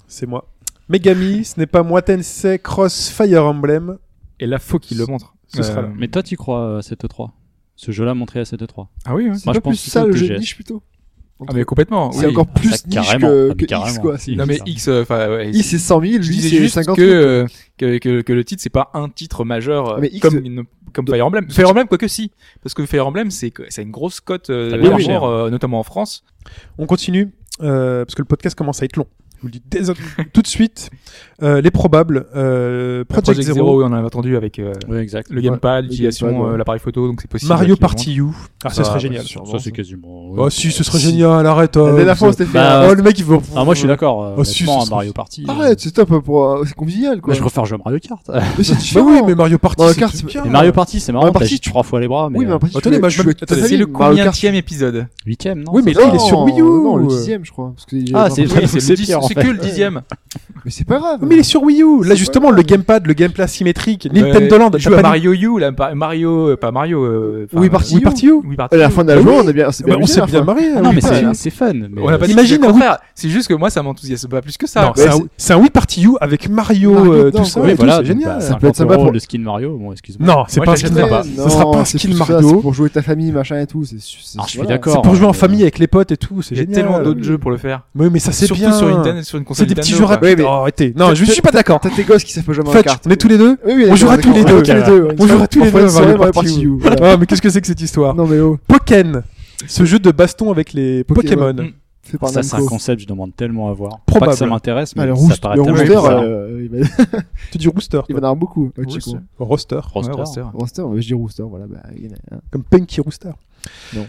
C'est moi. Megami, ce n'est pas moi. Tensei Cross Fire Emblem. Et là, faut qu'il le montre. Ce sera là. Mais toi, tu crois à cette E3 Ce jeu-là montré à cette E3 Ah oui, ouais. C'est Moi, pas je pense plus ça plutôt le jeu TGS. de niche plutôt. Ah mais complètement. C'est oui. encore plus ça, niche carrément. que Ah, mais X carrément. quoi. Si. Non mais X, enfin ouais. X c'est 100 000, Je lui disais c'est juste 50 que le titre c'est pas un titre majeur mais X, comme Fire Emblem. Fire Emblem quoique si, parce que Fire Emblem c'est une grosse cote bien par cher. rapport, notamment en France. On continue, parce que le podcast commence à être long. Je vous le dis tout de suite. Les probables. Project Zero. oui, on en avait entendu avec Oui, exact. le gamepad, le l'utilisation, gamepad, ouais. l'appareil photo, donc c'est possible. Mario qu'ils Party U. Ah, ça serait bah, génial. Ça, c'est quasiment. Oh si, ce serait génial, arrête. La dernière fois on s'était fait Bah, Oh, le mec, il veut... Ah, moi, je suis d'accord. Oh, si, honnêtement, ce un serait- Mario Party. arrête, c'est top pour c'est convivial quoi. Moi, je préfère jouer à Mario Kart. Mais c'est Bah différent. oui, mais Mario Party, Mario c'est Kart, tout c'est- bien. Et Mario Party, c'est marrant. Mario Party, T'agis 3 fois les bras. Mais Oui, mais après Attendez, moi, je me- attendez, C'est le combienième épisode 8ème, non Oui, mais ça, là, ça il est va. sur Wii U. Non, le 10ème je crois. Parce que Ah, c'est- Oui, c'est pire, en c'est fait. que le 10e. Mais c'est pas grave. Mais il est sur Wii U. Là, C'est justement, pas le grave. gamepad, le gameplay asymétrique, Nintendo Land. Je joue à Mario U, là, Mario, pas Mario. enfin, Wii Party Wii Party U. Wii Party À la U. fin de la journée, on a bien, c'est bien On s'est amusé, bien la fin. marré. Ah non, mais pas, là. c'est fun. Mais On n'a pas dit Imagine le un contraire. C'est juste que moi, ça m'enthousiasme pas plus que ça. Non, Ouais, c'est un Wii Party U avec Mario, Mario dedans, tout ça. quoi. et Oui, tout, voilà. c'est génial. ça peut être sympa pour- le skin Mario. Bon, excuse-moi. Non, c'est Moi, pas un je skin l'achèterais Mario. pas. Ça sera pas un c'est skin pour ça, Mario. c'est pour jouer avec ta famille, machin et tout. Alors, je suis voilà. d'accord. C'est pour jouer en mais- famille avec les potes et tout. C'est Il y a génial. tellement d'autres jeux pour le faire. Oui, mais ça c'est Surtout bien. sur Nintendo, sur une C'est console des petits Nintendo, jeux quoi. rapides. Oui, mais- Oh, arrêtez. Non, je suis pas d'accord. T'as tes gosses qui savent pas jouer à Mario Fudge, Kart. on est tous les deux. Oui, oui, On jouera d'accord, tous les d'accord, deux. tous les deux. On jouera tous les deux à Mario Mario Party Party U. U. voilà. Ah, mais qu'est-ce que c'est que cette histoire? Non mais oh, Pokken. Ce jeu de baston avec les Pokémon. Pokémon. fait par Ça, c'est un Namco. concept, je demande tellement à voir. Probable. Pas que ça m'intéresse, mais Ah, le ça rooster, paraît le tellement rooster, excellent. Tu dis rooster. il va en avoir beaucoup. Ouais, Rooster. Chico. Roster. Roster. Ouais, roster. Rooster, je dis rooster, voilà. Bah, il y en a un. Comme Punky Rooster. Non.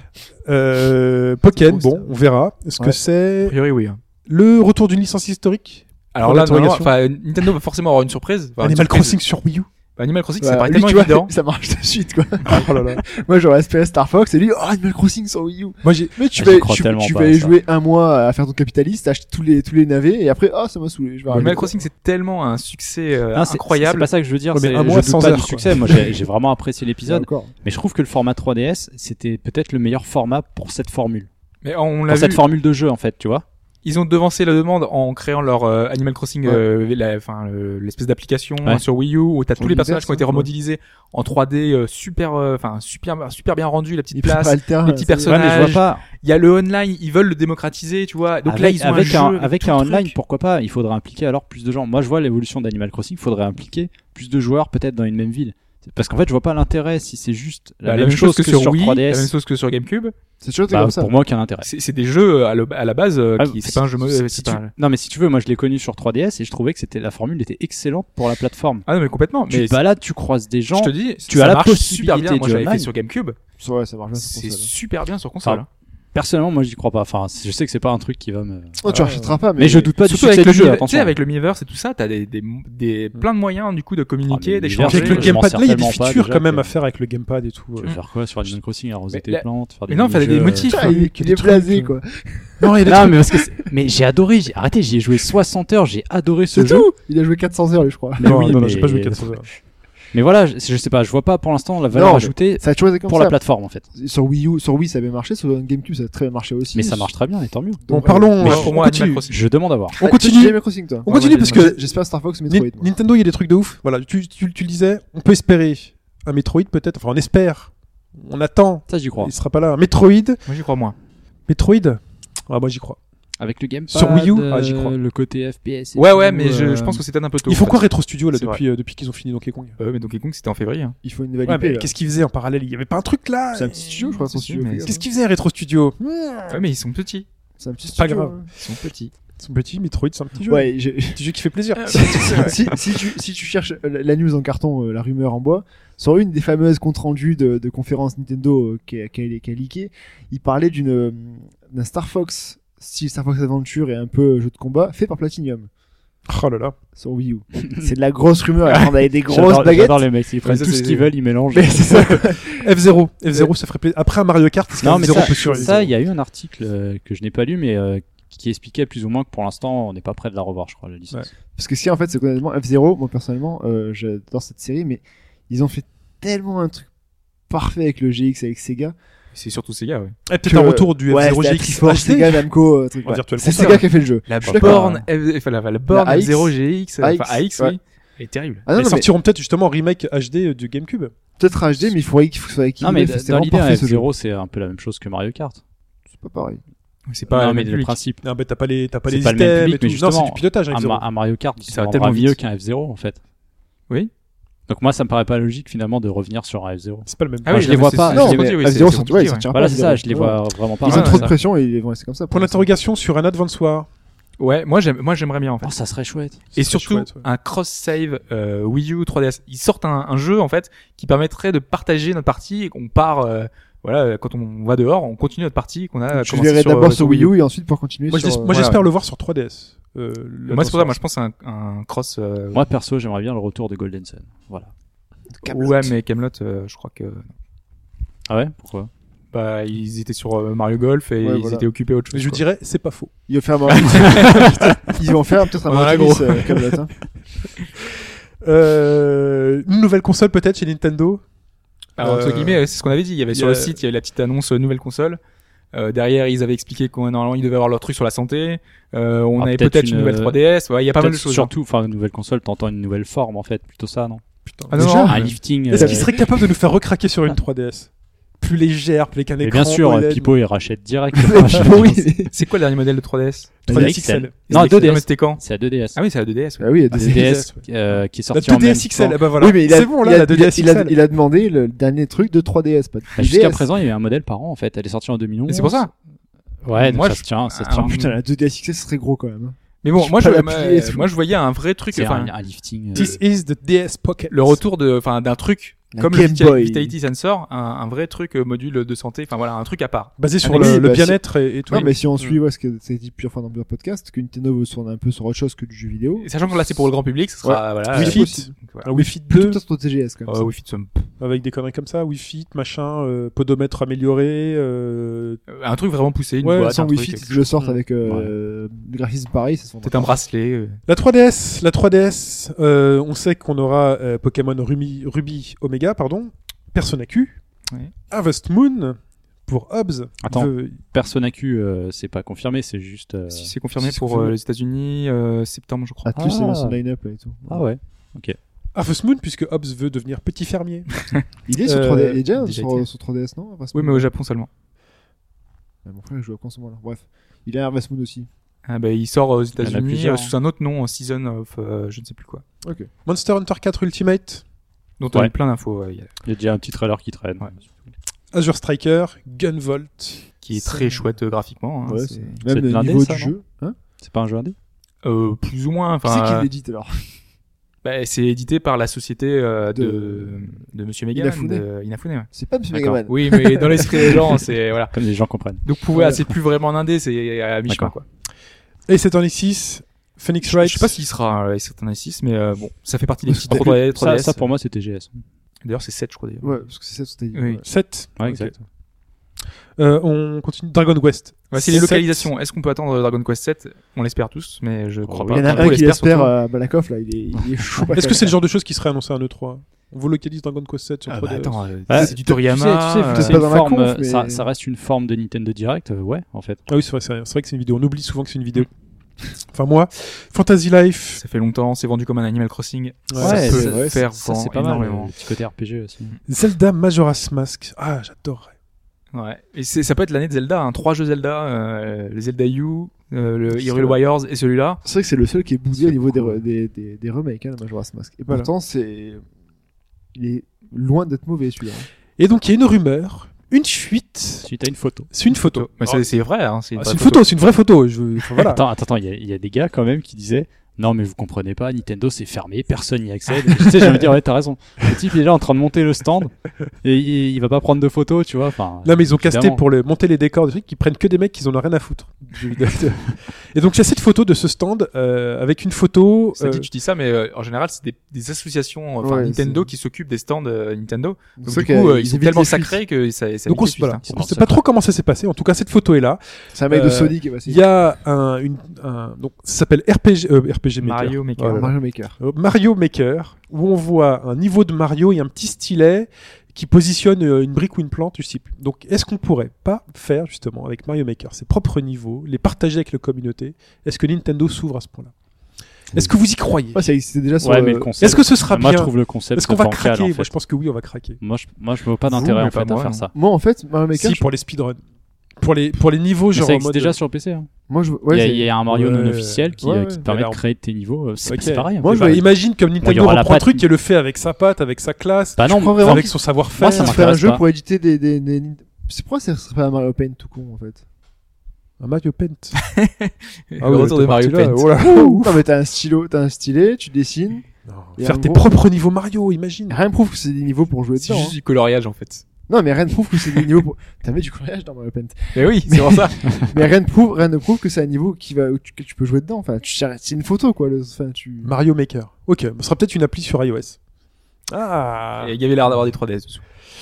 Pokken, Rooster. bon, on verra. Est-ce que Ouais. A c'est priori, oui. le retour d'une licence historique? Alors Pour là, l'interrogation. Nintendo va forcément avoir une surprise. Enfin, une Animal surprise. Crossing sur Wii U. Animal Crossing, Ouais, ça paraît lui, tellement tu vois, évident. ça marche de suite, quoi. Oh là là. Moi, j'aurais espéré Star Fox et lui, oh, Animal Crossing sur Wii U. Moi, j'ai, Mais tu Ah, j'y vas, crois tellement tu pas vas à aller ça. jouer un mois à faire ton capitaliste, acheter tous les navets et après, oh, ça m'a saoulé. Je vais arrêter, Animal quoi. Crossing, c'est tellement un succès Non, c'est incroyable. pas ça que je veux dire. Ouais, mais c'est- un je mois doute sans pas heure, du quoi. succès. Moi, j'ai vraiment apprécié Ouais, l'épisode. encore. Mais je trouve que le format 3DS, c'était peut-être le meilleur format pour cette formule. Mais on l'a Pour vu, cette formule de jeu, en fait, tu vois. ils ont devancé la demande en créant leur Animal Crossing, l'espèce d'application Ouais. sur Wii U où t'as tous les l'univers, personnages qui ont été ouais. remodélisés en 3D super bien rendu, la petite Il peut place. pas le terrain, les petits ça y est. personnages. Ouais, mais je vois pas. Il y a le online, ils veulent le démocratiser, tu vois. Donc là, avec ils ont avec un un, jeu avec tout un le online, truc. pourquoi pas. Il faudrait impliquer alors plus de gens. Moi, je vois l'évolution d'Animal Crossing. Il faudrait impliquer plus de joueurs, peut-être dans une même ville. Parce qu'en fait, je vois pas l'intérêt si c'est juste la Bah, même chose que sur Wii, 3DS. la même chose que sur GameCube. C'est toujours Bah, comme ça. pour moi, aucun intérêt. C'est des jeux à la base Ah, qui c'est pas un jeu mauvais. si c'est tu- pas- Non, mais si tu veux, moi, je l'ai connu sur 3DS et je trouvais que c'était la formule était excellente pour la plateforme. Ah non mais complètement. Tu Mais te balades, tu croises des gens. je te dis, tu ça as la marche super possibilité bien. Moi du j'avais fait online. sur GameCube. Ouais, ça marche bien sur C'est console. super bien sur console. Enfin, Personnellement, moi, j'y crois pas. Enfin, je sais que c'est pas un truc qui va me. Non, tu rachèteras pas, Mais je doute pas du Surtout succès avec le du jeu. tu sais, Attention. avec le Miiverse et tout ça, t'as plein de moyens du coup de communiquer, Ah, mais d'échanger. avec le je m'en gamepad, sers là, il y a des tellement pas, features déjà, quand même que- à faire avec le gamepad et tout. Tu veux faire quoi sur Animal Crossing, arroser Mais tes la- plantes, faire Mais non, fallait des mini-jeux, motifs. Ah, il qu'il y ait est des blasé, trucs, quoi. Non, il y a des Non, trucs. mais parce que mais j'ai adoré. Arrêtez, j'y ai joué 60 heures. J'ai adoré ce C'est jeu. tout. Il a joué 400 heures, lui, je crois. Mais Non, oui, non, mais... j'ai pas joué 400 heures. Mais voilà, je sais pas. Je vois pas pour l'instant la valeur Non, mais ajoutée Ça a toujours été comme pour ça. la plateforme en fait. Sur Wii, ça avait marché, sur GameCube, ça a très bien marché aussi. Mais ça marche très bien et tant mieux. Bon, Donc, parlons. Mais on pour moi, continue. Animal Crossing. Je demande à voir. On Ah, continue. toi, tu dis Animal Crossing, toi. On continue Ouais, parce moi, que J'espère Star Fox, Metroid. moi. Nintendo, il y a des trucs de ouf. Voilà, tu le disais, on peut espérer un Metroid peut-être. Enfin, on espère. On attend. Ça, j'y crois. Il sera pas là. Un Metroid. Moi j'y crois moins. Metroid. Ah, moi j'y crois. Avec le gamepad, Sur Wii U, ah, j'y crois. le côté FPS. et Ouais, tout, mais je pense que c'est peut-être un peu tôt. Ils font quoi Retro Studio là C'est depuis qu'ils ont fini Donkey Kong? Mais Donkey Kong c'était en février. Hein. Il faut une Ouais, validité. mais qu'est-ce qu'ils faisaient en parallèle? Il y avait pas un truc là? C'est un petit studio, je crois, son Si, studio. mais- fais gaffe. Qu'est-ce qu'ils faisaient Retro Studio? Ouais, mais ils sont petits. C'est un petit Pas studio. grave. hein. Ils sont petits. Son petit Metroid, c'est un petit jeu. Ouais, Un petit jeu qui fait plaisir. si tu cherches la news en carton, la rumeur en bois, sur une des fameuses comptes rendus de conférences Nintendo qui a leaké, il parlait d'un Star Fox style Star Fox Adventure et un peu jeu de combat fait par Platinum Oh là là. sur Wii U. C'est de la grosse rumeur, ils prennent avec des grosses J'adore baguettes. les mecs, ils prennent ça, tout c'est- ce qu'ils veulent, ils mélangent. Mais c'est ça. F0, ça ferait plaisir. Après un Mario Kart, c'est Non, mais F0 ça, peut sur ça, il y a eu un article que je n'ai pas lu, mais qui expliquait plus ou moins que pour l'instant, on n'est pas prêt de la revoir, je crois, la licence. Parce que ce qui en fait, c'est qu'honnêtement, F0, moi personnellement, j'adore cette série, mais ils ont fait tellement un truc parfait avec le GX, avec Sega, C'est surtout Sega, ouais. Et peut-être un retour du ouais, F0 c'était la GX Triforce, Sega, Namco, truc. En Ouais. Virtual C'est Console. Sega qui a fait le jeu. La Je suis d'accord. borne, la borne La AX. F0 GX, AX, enfin AX, ouais. oui, elle est terrible. Ah non, Ils non, mais sortiront peut-être justement remake HD du GameCube. peut-être HD, mais il faudrait qu'il soit équilibré. Non, mais c'était dans vraiment l'idée, un parfait, ce jeu. F0, c'est un peu la même chose que Mario Kart. C'est pas pareil. C'est pas non, le mais même le public. principe. Non, t'as pas les C'est items pas le même public, et tout. mais Non, justement, c'est du pilotage avec un Mario Kart, Ça ça va va tellement mieux vite. qu'un F0, en fait. Oui. Donc moi, ça me paraît pas logique, finalement, de revenir sur un F0. C'est pas le même. Ah Moi, oui, je les non, vois mais pas. c'est- Non, c'est mais compliqué, oui, F0 c'est sorti- compliqué, ouais, ils ouais. sortiront Voilà, pas, c'est ça, F0. je les vois vraiment pas. Ils ont Ouais, trop de ça. pression et ils vont rester comme ça. Point d'interrogation sur un Advance War. Ouais, moi j'aimerais bien en fait. Oh, ça serait chouette. Et serait surtout chouette, ouais. un cross-save Wii U 3DS. Ils sortent un jeu en fait qui permettrait de partager notre partie et qu'on part voilà, quand on va dehors, on continue notre partie qu'on a Je commencé verrai sur, d'abord sur sur Wii U et ensuite pour continuer Moi, sur. j'espère ouais. le voir sur 3DS. Moi c'est pour ça, moi je pense à un cross. Moi, perso, j'aimerais bien le retour de Golden Sun. Voilà. Camelot. Ouais, mais Camelot, je crois que Ah ouais? Pourquoi? bah ils étaient sur Mario Golf et Ouais, ils voilà. étaient occupés à autre Mais chose. je quoi. dirais, c'est pas faux. Ils vont faire ils vont faire peut-être un On en a Mario gros. Tennis, comme l'autre, hein. Une nouvelle console peut-être chez Nintendo. Alors, entre guillemets, c'est ce qu'on avait dit. Il y avait sur il y a- le site, il y avait la petite annonce nouvelle console. Derrière, ils avaient expliqué qu'on normalement ils devaient avoir leur truc sur la santé. On Ah, avait peut-être peut-être une une, nouvelle 3DS. Ouais, il y a pas mal de Peut-être choses. surtout, enfin, une nouvelle console, t'entends une nouvelle forme, en fait. Plutôt ça, non? Putain. Ah non, Déjà non, Un mais- lifting. Est-ce qu'il serait capable de nous faire recraquer sur une 3DS plus légère, plus qu'un Et écran bien sûr, OLED. Pipo, il rachète direct. Oui. C'est quoi le dernier modèle de 3DS 3DS XL. XL. Non, C'était- 2DS. mais C'était quand C'est la 2DS. Ah oui, c'est la 2DS. Ah oui, il y a Ah, des c'est 2DS ouais. qui est La sortie en même 2DS XL, temps. ah bah voilà. Oui, mais C'est bon là, la 2DS XL. il a demandé le dernier truc de 3DS, pas de Bah, jusqu'à 2DS. présent, il y a eu un modèle par an, en fait. Elle est sortie en 2011. Mais c'est pour ça. Ouais, donc Moi, ça je- se tient, ça se Ah, tient. Putain, la 2DS XL, ce serait gros quand même. Mais bon, Je moi peux je, pas moi, l'appuyer, c'est moi, je voyais un vrai truc, C'est enfin, un lifting. This is the DS Pocket. le retour de, enfin, d'un truc La comme Game le Boy. Vitality Sensor, un vrai truc module de santé, enfin voilà, un truc à part. Basé sur Ah, mais oui, le bah, bien-être et tout. Non, mais si on suit ce que ça a dit plusieurs fois dans plusieurs podcasts, que Nintendo veut se tourner un peu sur autre chose que du jeu vidéo. Et sachant que là c'est pour le grand public, ce sera voilà. Wii c'est Fit, possible. voilà. un Wii Fit Plutôt 2 peut-être au TGS comme ça. Wii Fit, avec des conneries comme ça, Wii Fit, machin, podomètre amélioré. un truc vraiment poussé, une Ouais, boîte, Sans un Wii truc, Fit, je le sorte Mm. avec le graphisme pareil, ça se peut-être un bracelet. La 3DS, on sait qu'on aura Pokémon Ruby Omega, pardon, Persona Q, Ouais. Harvest Moon pour Hobbs. Attends. veut- Persona Q, c'est pas confirmé, c'est juste. Si c'est confirmé si c'est pour confirmé. les États-Unis, septembre je crois. Atlus Ah. c'est dans son line-up là et tout. Ah ouais. Harvest Moon, puisque Hobbs veut devenir petit fermier. Il est sur 3DS, il est déjà déjà sur, été. sur 3DS, non Harvest Oui, Moon mais au Japon seulement. Ouais, mon frère il joue à quoi en ce moment là. Bref, il a Harvest Moon aussi. Ah bah, il sort aux y en a États-Unis plusieurs, sous un autre nom, Season of je ne sais plus quoi. Monster Hunter 4 Ultimate, Dont on a Ouais. eu plein d'infos, il y a- Il y a déjà un petit trailer qui traîne. Ouais. Azure Striker, Gunvolt. qui est très chouette graphiquement. Hein, Ouais, c'est- C'est même de le l'indé, niveau ça, du non jeu. Hein C'est pas un jeu indé? plus ou moins. Qui c'est qui Enfin, l'édite alors bah, c'est édité par la société de Monsieur Megan, Inafune. Inafune. Ouais. C'est pas Monsieur D'accord. Megaman. Oui, mais dans l'esprit des gens, c'est voilà. Comme les gens comprennent. Donc Ouais. c'est plus vraiment un indé, c'est à mi-chemin D'accord. quoi. Et c'est en 6 Phoenix Je Wright. sais pas s'il sera certain 6 mais bon, ça fait partie des petites Ça, 3DS. ça, pour moi, c'était GS. D'ailleurs, c'est 7 je crois d'ailleurs. Ouais, parce que c'est ça ce que t'as dit. Oui. Ouais. 7. Ouais, Ok. exact. On continue. Dragon Quest. Ouais, c'est les 7. localisations. Est-ce qu'on peut attendre Dragon Quest 7 On l'espère tous, mais je crois Oh, pas. Il y en a Enfin, un on qui l'espère l'espère, surtout. Balakov là, il est chaud. Est-ce que c'est le genre de choses qui serait annoncé à un E3 On vous localise Dragon Quest 7 sur Ah 3DS. bah, attends, Ouais, c'est du Toriyama. Tu sais, peut-être c'est pas une dans la forme, conf, mais- ça reste une forme de Nintendo Direct, ouais, en fait. Ah oui, c'est vrai que c'est une vidéo. On oublie souvent que c'est une vidéo. Enfin, moi. Fantasy Life. Ça fait longtemps, c'est vendu comme un Animal Crossing. Ouais, ça peut c'est- faire Ça, c'est vendre pas mal. énormément. Le petit côté RPG aussi. Zelda Majora's Mask. Ah, j'adorerais. Ouais. Et ça peut être l'année de Zelda, hein. 3 jeux Zelda, le Zelda U, le C'est Hyrule vrai. Warriors et celui-là. C'est vrai que c'est le seul qui est boudé C'est au niveau beaucoup. des remakes, hein, le Majora's Mask. Et Voilà. pourtant, il est loin d'être mauvais celui-là. Et donc, il y a une rumeur, une fuite. Suite à une photo. C'est une photo. Mais c'est vrai, hein. C'est Ah, une c'est vraie une photo, c'est une vraie photo. Enfin, voilà. Attends, il y a des gars quand même qui disaient non, mais vous comprenez pas, Nintendo c'est fermé, personne n'y accède. Et tu sais, j'ai envie de dire, ouais, t'as raison. Le type il est là en train de monter le stand et il va pas prendre de photos, tu vois. Enfin, Non, mais ils ont casté évidemment. pour monter les décors des trucs qui prennent que des mecs qui en ont rien à foutre. Et donc, il y a cette photo de ce stand avec une photo. Ça dit, tu dis ça, mais en général, c'est des associations, enfin Ouais, Nintendo, c'est- qui s'occupent des stands Nintendo. Donc C'est du vrai coup, qu'il- ils sont évite tellement les fuites. sacrés que ça donc, évite on les ne fuites, hein. sait pas trop comment ça s'est passé. En tout cas, cette photo est là. C'est un mec de Euh, Sony qui est passé. Il y a donc ça s'appelle RPG Maker. Mario Maker. Oh là là. Mario Maker. Mario Maker, où on voit un niveau de Mario et un petit stylet qui positionne une brique ou une plante, je sais plus. Donc, est-ce qu'on pourrait pas faire, justement, avec Mario Maker, ses propres niveaux, les partager avec la communauté? Est-ce que Nintendo s'ouvre à ce point-là? Est-ce que vous y croyez? Ouais, ça existait déjà sur. Ouais, mais le concept. Est-ce que ce sera Moi, bien? je trouve le concept Est-ce qu'on va bancal, craquer? en fait. Moi, je pense que oui, on va craquer. Moi, je vois pas d'intérêt mais en pas fait à moi, faire non. ça. Moi, en fait, Mario Maker. Si, pour les speedruns. Pour les niveaux, Mais genre ça en existe mode... déjà sur PC. Hein. Moi, je. Il Ouais, y a- c'est- il y a un Mario Ouais. non officiel qui, Ouais, qui ouais. te permet Alors- de créer tes niveaux. C'est Ok. c'est pareil. Moi, en je fait. voyais- Imagine comme Bon, il y Nintendo aura la reprend un patte- truc et le fait avec sa patte, avec sa classe, Bah non, crois vraiment avec que- son savoir-faire. Moi, ça ça serait un m'intéresse jeu pas. pour éditer des. C'est pourquoi ça serait pas un Mario Paint tout con en fait? Un Mario Paint. Le Ah ouais, retour t'es de Mario parti là, Paint. oh là. Non, mais t'as un stylo, t'as un stylet, tu dessines. Non. Et Faire en tes gros- propres niveaux Mario, imagine. Rien ne prouve que c'est des niveaux pour jouer C'est dedans. juste du coloriage en fait. Non, mais rien ne prouve que c'est des niveaux pour. T'as mis du coloriage dans Mario Paint. Mais oui, c'est pour ça. Mais rien ne prouve que c'est un niveau que tu peux jouer dedans. Enfin, c'est une photo quoi. Enfin, tu. Mario Maker. Ok, ce sera peut-être une appli sur iOS. Ah. Et il y avait l'air d'avoir des 3DS dessous.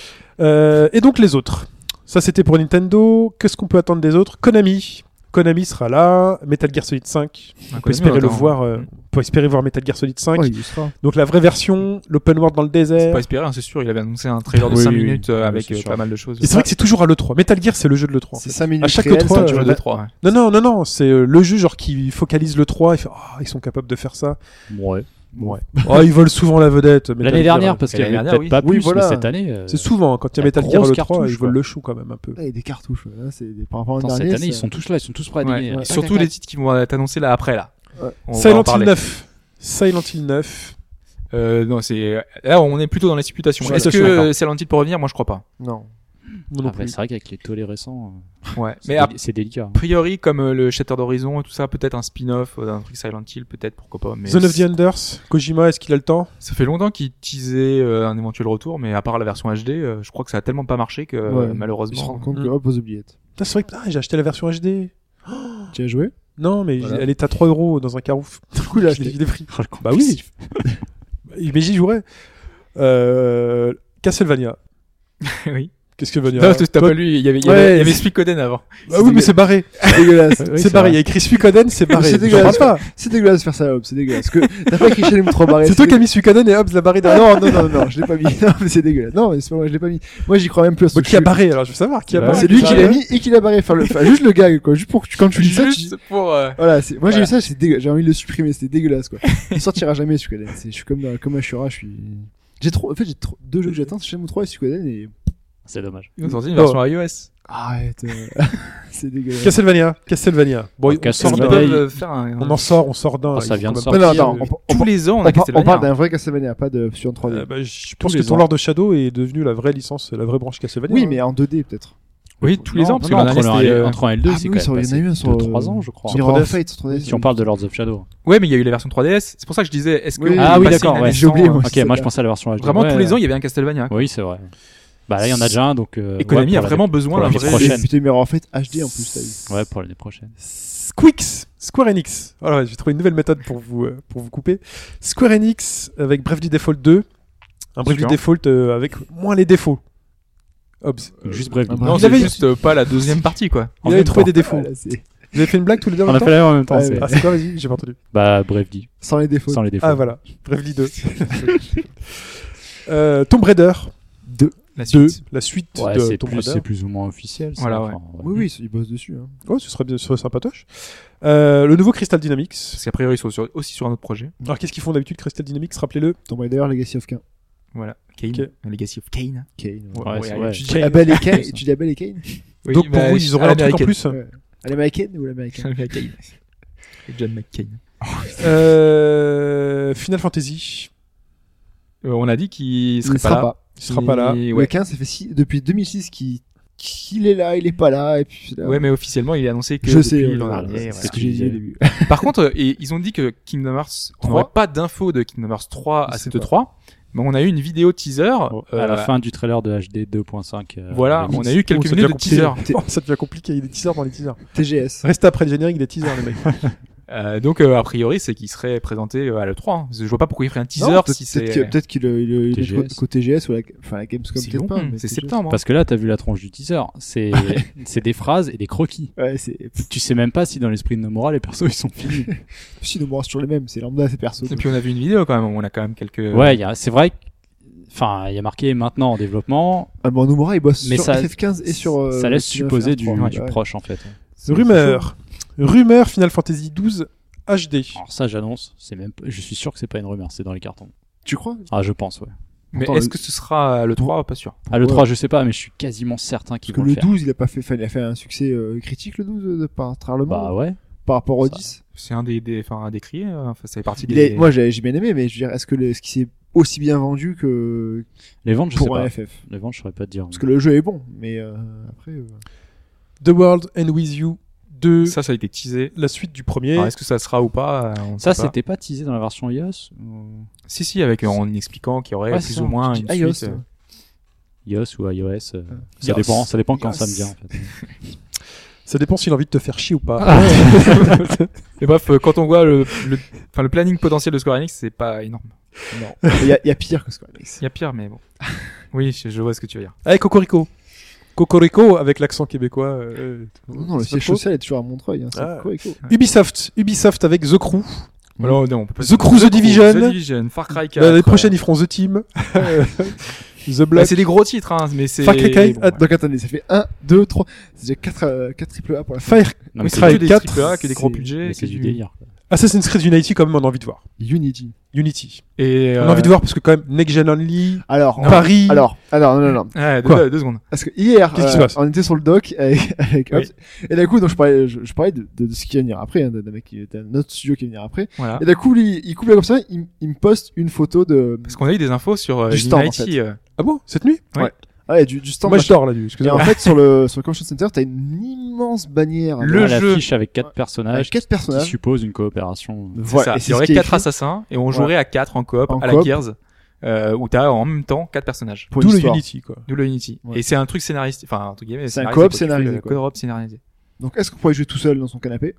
Et donc les autres. Ça c'était pour Nintendo. Qu'est-ce qu'on peut attendre des autres? Konami. Konami sera là. Metal Gear Solid 5. On peut espérer le voir. On peut espérer voir Metal Gear Solid 5. Ouais, il y sera. Donc la vraie version, l'open world dans le C'est désert. pas espéré, hein, c'est sûr. Il avait annoncé un trailer de Oui, 5 oui, minutes oui. avec C'est sûr. pas mal de choses. Et c'est vrai que c'est toujours à l'E3. Metal Gear c'est le jeu de l'E3. en C'est fait. 5 minutes. À chaque réelles, E3, ça ça dure dure ouais. 2-3. Non, c'est le jeu genre qui focalise l'E3 et fait ils sont capables de faire ça. Ouais. Ouais. Ils volent souvent la vedette. Metal L'année Gear, dernière, parce qu'il y L'année avait dernière, peut-être oui. pas Oui, plus, voilà. mais cette année. C'est souvent quand il y a la Metal Gear à grosse l'E3, cartouche, ils quoi. volent le chou quand même un peu. Là, il y a des cartouches. Là, c'est par rapport à l'an Attends, cette dernier. année, ils sont tous là, ils sont tous prêts à Ouais. gagner. Ouais. Et surtout les titres qui vont être annoncés là après là. Ouais. On va en Silent parler. Hill 9. Silent Hill 9. Non, c'est là on est plutôt dans les supputations. Je Est-ce suis que d'accord. Silent Hill peut revenir? Moi je crois pas. Non. Moi non Après, plus. c'est vrai qu'avec les tollés récents, Ouais. Mais a c'est délicat. priori comme le Shattered Horizon et tout ça, peut-être un spin-off d'un truc Silent Hill, peut-être pourquoi pas. Mais Zone of the Enders. Kojima, est-ce qu'il a le temps? ça fait longtemps qu'il teasait un éventuel retour, mais à part la version HD, je crois que ça a tellement pas marché que Ouais. Ils se rendent malheureusement. compte que hop, aux oubliettes. Putain, c'est vrai que j'ai acheté la version HD. Tu as joué? Non, mais Voilà. elle est à 3 € dans un carouf. Du coup, là, Je l'ai pris. Oh, Bah oui. Mais j'y jouerais. Castlevania. Oui. Qu'est-ce que Vania? Non, t'as pas lu, il y avait Ouais, Suikoden avant. Ah oui, mais c'est barré. C'est dégueulasse. Oui, c'est c'est barré. vrai. Il y a écrit Suikoden, c'est barré. C'est J'en dégueulasse. parle pas. C'est dégueulasse de faire ça, Hobbs. C'est dégueulasse. Que t'as pas écrit Shenmue 3 barré. C'est toi qui as mis Suikoden et Hobbs l'a barré derrière. Non, je l'ai pas mis. Non, mais c'est dégueulasse. Non, mais c'est pas moi, je l'ai pas mis. Moi, j'y crois même plus. Bon, qui a barré alors? Je veux savoir qui a Bah, barré. C'est lui qui l'a mis et qui l'a barré. Enfin, juste le gag, quoi. Juste pour que quand tu dis ça, tu dis. Juste pour. Voilà, moi j'ai Voilà. vu ça, c'est dégueulasse. J'ai envie de le supprimer, c'était dégueulasse, quoi. Il sortira jamais, Suikoden. Je suis comme Ashura, je suis. En fait, j'ai deux jeux que j'attends, c'est Shenmue 3 et Suikoden et. C'est dommage. Ils ont sorti une version iOS. Arrête. C'est dégueulasse. Castlevania. Bon, on sort Ils Castlevania, d'un. il- peuvent faire un. on sort d'un. Oh, ça Il vient faut de quand même Non, pas non, dire, attends. Tous les ans, on a On Castlevania. parle d'un vrai Castlevania, pas de sur 3D. bah, je pense Tous que les ton ans. Lord of Shadow est devenu la vraie licence, la vraie branche Castlevania. Oui, hein. mais en 2D peut-être. Oui, tous les ans, parce que Non, l'an dernier c'était. entre 1 et le 2, Ah, c'est mais quand oui, même il y en a eu un passé sur 3 ans, je crois. Sur Mirror 3DS. of Fate sur 3DS. Si on parle de Lords of Shadow. Ouais, mais il y a eu la version 3DS. C'est pour ça que je disais, est-ce que. Oui. on Ah peut oui, passer d'accord, une ouais. année J'ai oublié, sans, moi. Ok, c'est moi ça. je pensais à la version HD. Vraiment, Ouais, tous les ans, il y avait un Castlevania. Oui, c'est vrai. Bah là, il y en a déjà un, donc. Et Konami ouais, a pour vraiment l'année- besoin pour d'un l'année vrai. prochaine. Putain, Mirror of Fate HD en plus, t'as vu. Ouais, pour l'année prochaine. Square Enix. Alors, j'ai trouvé une nouvelle méthode pour vous couper. Square Enix avec Bravely Default 2. Un Bravely Super. Default avec moins les défauts. Hobbs. Juste bref. Ah bah, Non, Il c'est avait- juste pas la deuxième partie, quoi. Il avait trouvé des défauts. Ah, là, c'est- Vous avez fait une blague tous les deux en On même a temps? fait la en même temps. Ouais, c'est- Ah, c'est quoi? Vas-y, j'ai pas entendu. Bah, Bravely, Sans les défauts. sans les défauts. Ah, voilà. Bravely 2. Tomb Raider La 2, suite. la suite Ouais, de c'est Tomb plus, Raider. c'est plus ou moins officiel. ça, Voilà, enfin, Oui, oui, ils bossent dessus. Hein. Oh, ce serait sympatoche. Le nouveau Crystal Dynamics. Parce qu'a priori, ils sont aussi sur un autre projet. Alors, qu'est-ce qu'ils font d'habitude, Crystal Dynamics? Rappelez-le. Tomb Raider, Legacy of Kain. Voilà. Kane. Ok. Legacy of Kane. Kane. Ouais, c'est vrai. tu dis- Kane. Abel et Kane. Tu dis Abel et Kane Oui, Donc, pour bah, vous, ils auraient à un truc en l'américaine. plus. Ouais. À l'américaine ou l'américaine Kane. Et John McCain. Final Fantasy. On a dit qu'il Il serait ne pas sera là. pas. Il sera pas là. Et Le ouais. 15, ça fait depuis 2006 qu'il est là, il est pas là, et puis là. Ouais, mais officiellement, il a annoncé que Je sais, depuis l'an voilà, dernier. c'est voilà. ce que j'ai dit au début. Par contre, ils ont dit que Kingdom Hearts, on n'aurait pas d'infos de Kingdom Hearts 3 à Je sais cette 3, mais on a eu une vidéo teaser. À la fin du trailer de HD 2.5. Voilà, avec- on a eu quelques ça minutes de devient teaser. compliqué. Oh, ça devient compliqué. Il y a des teasers dans les teasers. TGS. Reste après le générique des teasers, les mecs. Donc, a priori, c'est qu'il serait présenté à l'E3. Hein. Je vois pas pourquoi il ferait un teaser Non, si c'est. peut-être qu'il il TGS. est côté TGS ou la Gamescom, C'est peut-être long, pas. mais c'est TGS. septembre. hein. Parce que là, t'as vu la tronche du teaser. C'est des phrases et des croquis. Ouais, c'est. Tu sais même pas si dans l'esprit de Nomura, les persos ils sont finis. Si, nous, c'est toujours les mêmes, c'est lambda, ces persos. Et puis on a vu une vidéo quand même. On a quand même quelques. Ouais, c'est vrai que Enfin, il y a marqué maintenant en développement. Ah bon, Nomura il bosse Mais sur ça- FF15 et sur. ça laisse Final supposer Fantasy du, III. du Ouais. proche en fait. Rumeur Rumeur Final Fantasy XII HD. Alors ça, j'annonce. Je suis sûr que c'est pas une rumeur, c'est dans les cartons. Tu crois? Ah, je pense, ouais. Mais Pourtant, est-ce que ce sera le 3 Pas sûr. Ah, le Ouais. 3, je sais pas, mais je suis quasiment certain qu'ils Parce vont que le le faire. 12, il a fait un succès critique, le 12, de par travers le monde. Bah ouais. Par rapport au Ça. 10. C'est un des criés. Enfin, ça fait partie Il des. est, moi, j'ai bien aimé, mais je veux dire, est-ce qu'il s'est aussi bien vendu que Les ventes, je sais pour un pas. FF? Les ventes, je saurais pas te dire. Parce que le jeu est bon, mais après. The World and With You 2. Ça a été teasé. La suite du premier. Alors, est-ce que ça sera ou pas on Ça, sait pas. c'était pas teasé dans la version iOS ou... Si, avec en expliquant qu'il y aurait Ouais, plus c'est ou ça. moins Je une dis iOS, suite. iOS ou iOS Yes. ça dépend quand Yes. ça me vient en fait. Ça dépend s'il a envie de te faire chier ou pas. Mais bref, quand on voit le planning potentiel de Square Enix, c'est pas énorme. Non. Il y a pire que Square Enix. Il y a pire, mais bon. Oui, je vois ce que tu veux dire. Allez, Cocorico. Cocorico avec l'accent québécois. Non, le c'est pas siège faux. social est toujours à Montreuil. Hein, c'est Ah. Cocorico. Ubisoft avec The Crew. Alors, non, on peut pas The Crew, The Division. The Division, Far Cry 4. L'année prochaine, ils feront The Team. The Bah, Black. c'est des gros titres, hein, mais c'est. Far Cry 4, bon, ouais. Donc attendez, ça fait 1, 2, 3. C'est déjà 4 triple A pour la fin. Fire. Non, Oui, c'est c'est Cry que des 4, triple A, que des gros c'est- budgets. mais c'est que du délire. quoi. Assassin's Creed Unity, quand même, on a envie de voir. Unity. Unity. Et, On a envie de voir parce que, quand même, Next Gen Only, Alors, Paris. alors, non. Ouais, Quoi deux secondes. Parce que hier, Qu'est-ce qui se passe on était sur le doc avec Oui. Hobbs, et d'un coup, donc je parlais de ce qui va venir après, hein, d'un mec d'un autre studio qui va venir après. Voilà. Et d'un coup, il coupe là comme ça, il me poste une photo de. Parce qu'on a eu des infos sur Du stand, en Unity. fait. Ah bon, cette nuit Du stand. Moi, je machin. dors là-dessus. Et Excusez-moi. en fait, sur le Convention Center, t'as une immense bannière. Le Ah, jeu. l'affiche avec 4 personnages avec 4 qui personnages. suppose une coopération. C'est Voilà, ça. et Il c'est y aurait ce qui est 4 écrit assassins et on Ouais. jouerait à 4 en coop En à la coop. Gears, où t'as en même temps 4 personnages. pour D'où le l'histoire. Unity, quoi. D'où le Unity. Ouais. Et c'est un truc scénarisé, enfin, entre guillemets, C'est un scénarisé, coop quoi. Tu fais scénarisé, le quoi. coop scénarisé. Donc, est-ce qu'on pourrait jouer tout seul dans son canapé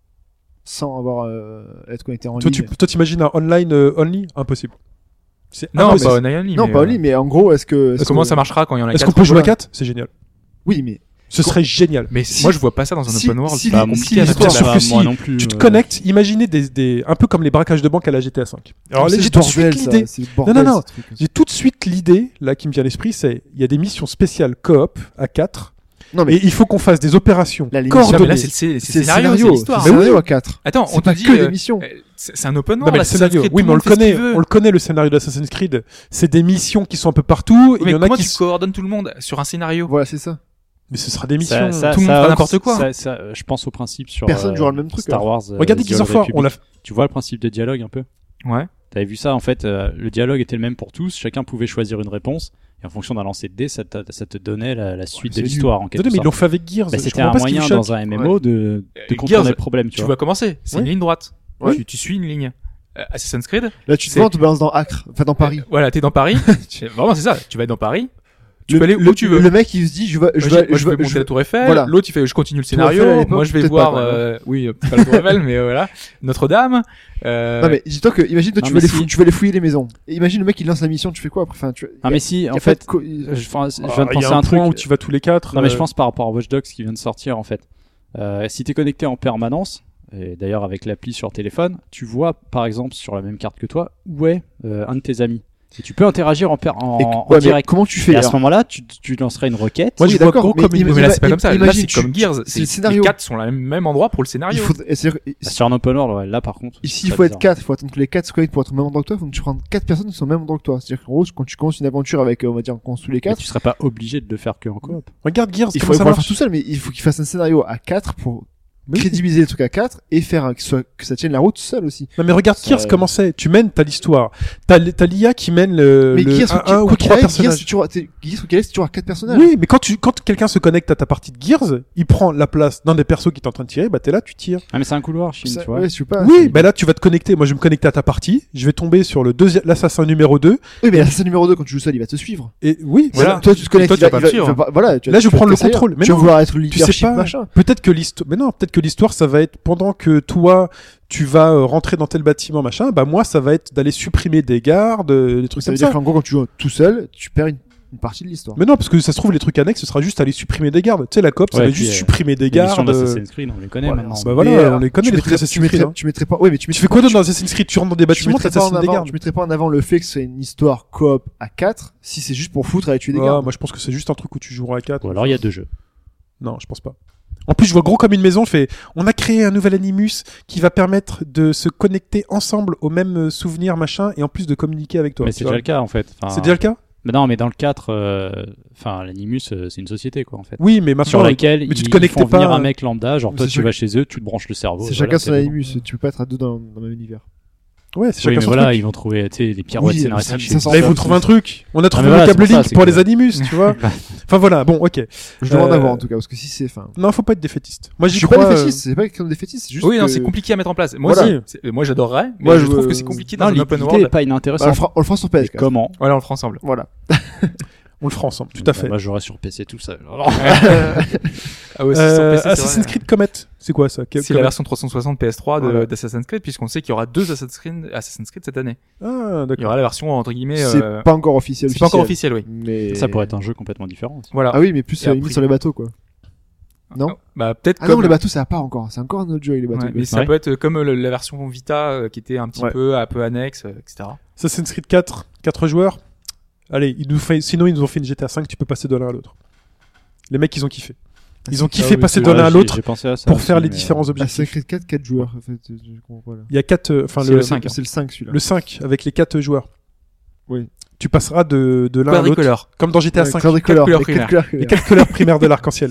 sans avoir être connecté en Toi, ligne? toi, t'imagines un online only? Impossible. C'est Non, impossible. pas online only. Non, mais, pas en ligne, mais en gros, est-ce que Comment ça marchera quand il y en a 4 Est-ce qu'on peut jouer à voilà. 4? C'est génial. Oui, mais Ce serait génial. Mais Si- moi, je vois pas ça dans un si- open world. si- Bah, si- mon si- petit l'histoire- bien sûr que moi si. non plus. Tu te connectes, imaginez un peu comme les braquages de banque à la GTA 5. Alors là, c'est j'ai le tout de suite bordel, ça, l'idée. c'est le bordel, Non, non, non. ce truc. J'ai tout de suite l'idée, là, qui me vient à l'esprit, c'est, il y a des missions spéciales coop à 4. Non, mais Et il faut qu'on fasse des opérations La limite- Non, mais coordonnées. là, c'est le c'est le scénario, c'est scénario, l'histoire. c'est le scénario à 4. Attends, C'est on te pas dit que des missions. c'est un open Non, world. mais le Assassin's scénario, Creed, oui, tout mais on le monde fait ce qu'il connaît. veut. On le connaît, le scénario d'Assassin's Creed. C'est des missions qui sont un peu partout. Et il Mais y en a comment qui. tu coordonnes tout le monde sur un scénario? Voilà, c'est ça. Mais ce sera des missions. tout le monde fera n'importe quoi. Je pense au principe sur Personne jouera le même truc, Star Wars. Regardez The Gears of Old War. Republic. On l'a. Tu vois le principe de dialogue un peu? Ouais. T'avais vu ça en fait, le dialogue était le même pour tous, chacun pouvait choisir une réponse et en fonction d'un lancer de dés, ça te donnait la suite c'est de l'histoire en quelque Attendez, mais ils sorte. l'ont fait avec Gears. Bah, Je c'était comprends un pas ce qui me moyen choque. dans un MMO de contourner Gears, le problème, tu Tu vois. vas commencer. C'est une Oui. ligne droite. Oui. Tu suis une ligne. Assassin's Creed. Là, tu te C'est- vois, on te balance dans Acre, enfin dans Paris. Voilà, t'es dans Paris. Vraiment, c'est ça. Tu vas être dans Paris. Tu peux aller le, où tu veux. Le mec, il se dit, je vais, Moi, je vais monter la Tour Eiffel. voilà. L'autre, il fait, je continue le Tour Eiffel, à scénario. l'époque, Moi, je vais peut-être voir, pas, quand même. oui, pas la Tour Eiffel, mais voilà. Notre-Dame. Non, mais dis-toi que, imagine, toi, Non, tu mais vas, si. tu vas aller fouiller les maisons. Et imagine le mec, il lance la mission, tu fais quoi après? Enfin, tu Ah mais si, y a en pas fait, de co- je viens de Ah, il y penser a à un un point truc. où tu vas tous les 4. Non mais je pense par rapport à Watch Dogs qui vient de sortir en fait. Si t'es connecté en permanence, et d'ailleurs avec l'appli sur téléphone, tu vois par exemple sur la même carte que toi où est un de tes amis. Et tu peux interagir en ouais, mais direct. comment tu fais Et à alors ce moment-là, tu lancerais une requête. Moi, Oui, je vois d'accord, gros mais comme une. Oui, mais là, c'est pas comme ça. Là, imagine, c'est comme tu- Gears. c'est le scénario. Les 4 sont au même endroit pour le il scénario. faut, c'est-à-dire, Bah, sur un open world, ouais, là par contre. ici, il faut être 4, il faut attendre que les 4 se connectent pour être au même endroit que toi, il faut que tu prennes 4 personnes qui sont au même endroit que toi. C'est-à-dire qu'en gros, quand tu commences une aventure avec, on va dire, qu'on tous les Mais 4, tu serais pas obligé de le faire que en coop. Regarde Gears, il faut comment ça le faire marche. tout seul, mais il faut qu'il fasse un scénario à 4 pour Oui. crédibiliser le truc à 4 et faire que ça tienne la route seul aussi. Non mais regarde Ça- Gears comment c'est. Tu mènes, t'as l'histoire. T'as l'IA qui mène le Mais Gears, un ou quoi qu'il trois arrive, Gears, personnages. tu auras, Gears, quoi qu'il arrive, tu auras 4 personnages. Oui, mais quand quelqu'un se connecte à ta partie de Gears, il prend la place d'un des persos qui est en train de tirer, bah t'es là, tu tires. Ah mais c'est un couloir, Chine, Ça- tu vois. ouais, je sais pas. Oui, bah là tu vas te connecter. Moi je vais me connecter à ta partie. Je vais tomber sur l'assassin numéro 2. Oui, mais l'assassin numéro 2, quand tu joues seul, il va te suivre. Et oui, Voilà. voilà. Toi, tu te connectes, toi, tu vas pas le suivre. voilà. Là, je vais prendre le contrôle. Mais tu vas non, vouloir être le Tu sais leadership, pas. machin. Peut-être que l'histoire, ça va être pendant que toi, tu vas rentrer dans tel bâtiment, machin. Bah moi, ça va être d'aller supprimer des gardes, des trucs Ça comme veut dire ça. qu'en gros, quand tu joues tout seul, tu perds une partie de l'histoire. Mais non, parce que ça se trouve, les trucs annexes, ce sera juste aller supprimer des gardes. Tu sais, la coop, ça Ouais, va puis, juste supprimer des Les missions gardes. d'Assassin's Creed, on les connaît Voilà, maintenant. Bah voilà, Mais, on les connaît, tu les trucs mettrais- Assassin's Creed. Hein. tu mettrais pas. Ouais, mais tu Tu fais quoi d'autre dans Assassin's Creed? Tu rentres dans des bâtiments, mettrais pas en t'assassines des avant, gardes. je mettrais pas en avant le fait que c'est une histoire coop à 4 si c'est juste pour foutre à tuer des Ah, gardes. moi, je pense que c'est juste un truc où tu joueras à 4. Ou alors il y a 2 jeux. Non, je pense pas. En plus, je vois gros comme une maison. On a créé un nouvel Animus qui va permettre de se connecter ensemble aux mêmes souvenirs, machin, et en plus de communiquer avec toi. Mais tu c'est vois. déjà le cas en fait. Enfin, C'est déjà le cas? Mais non, mais dans le 4, l'Animus, c'est une société quoi en fait. Oui, mais maintenant. Sur laquelle mais tu te ils connectais font venir pas- un mec lambda, genre Mais toi c'est tu chaque- vas chez eux, tu te branches le cerveau. C'est et chacun voilà, son c'est Animus. Tu peux pas être à deux dans le même univers. Ouais, c'est bon. Oui, chacun mais son voilà, truc. ils vont trouver tu sais, des pirouettes Oui, scénaristiques. ça sent Là, il ça, faut trouver un truc. On a trouvé mais voilà, le câble c'est pour ça, Link c'est pour que- les Animus, tu vois. Enfin voilà, bon, ok. Je demande Euh, à voir en tout cas parce que si c'est. Non, faut pas être défaitiste. Moi, Je j'y suis crois. pas défaitiste, c'est pas quelqu'un de défaitiste, c'est juste. Oui, non, que- c'est compliqué à mettre en place. Moi Voilà. aussi, moi j'adorerais, mais Moi, je je- trouve que c'est compliqué dans Non, un open l'idée est world. pas Bah, inintéressante. on le fera sur Mais PS4. comment Voilà, on le fera ensemble. Voilà. On le fera ensemble, tout à fait. Moi j'aurais sur PC tout seul. Ah ouais, c'est sur PC, c'est Assassin's vrai. Creed Comet, c'est quoi ça? C'est la version 360 PS3 Voilà. d'Assassin's Creed, puisqu'on sait qu'il y aura 2 Assassin's Creed cette année. Ah, Il y d'accord. aura la version entre guillemets. C'est pas encore officiel. c'est pas encore officiel, oui. Mais. Ça pourrait être un jeu complètement différent aussi. Voilà. Ah oui, mais plus Et limite après- sur les bateaux quoi. Non Bah peut-être Ah comme non, les bateaux c'est à part encore. C'est encore un autre jeu avec les bateaux. Ouais, mais ça Ouais. peut être comme la version Vita qui était un Ouais. peu annexe, etc. Assassin's Creed 4 joueurs. Allez, sinon ils nous ont fait une GTA 5, tu peux passer de l'un à l'autre. Les mecs, ils ont kiffé. Ils ont kiffé passer de l'un à l'autre J'ai pensé à ça pour aussi, faire les mais, différents Assassin's objectifs. Creed 4 joueurs en fait. Je comprends pas là. Il y a 4, enfin C'est le 5. C'est le 5 celui-là. le 5 avec les 4 joueurs. Oui. Tu passeras de l'un à l'autre. Quadricolore. Comme dans GTA 5. Quadricolore. couleurs Les primaires. couleurs Les primaires. 4 couleurs primaires de l'arc-en-ciel.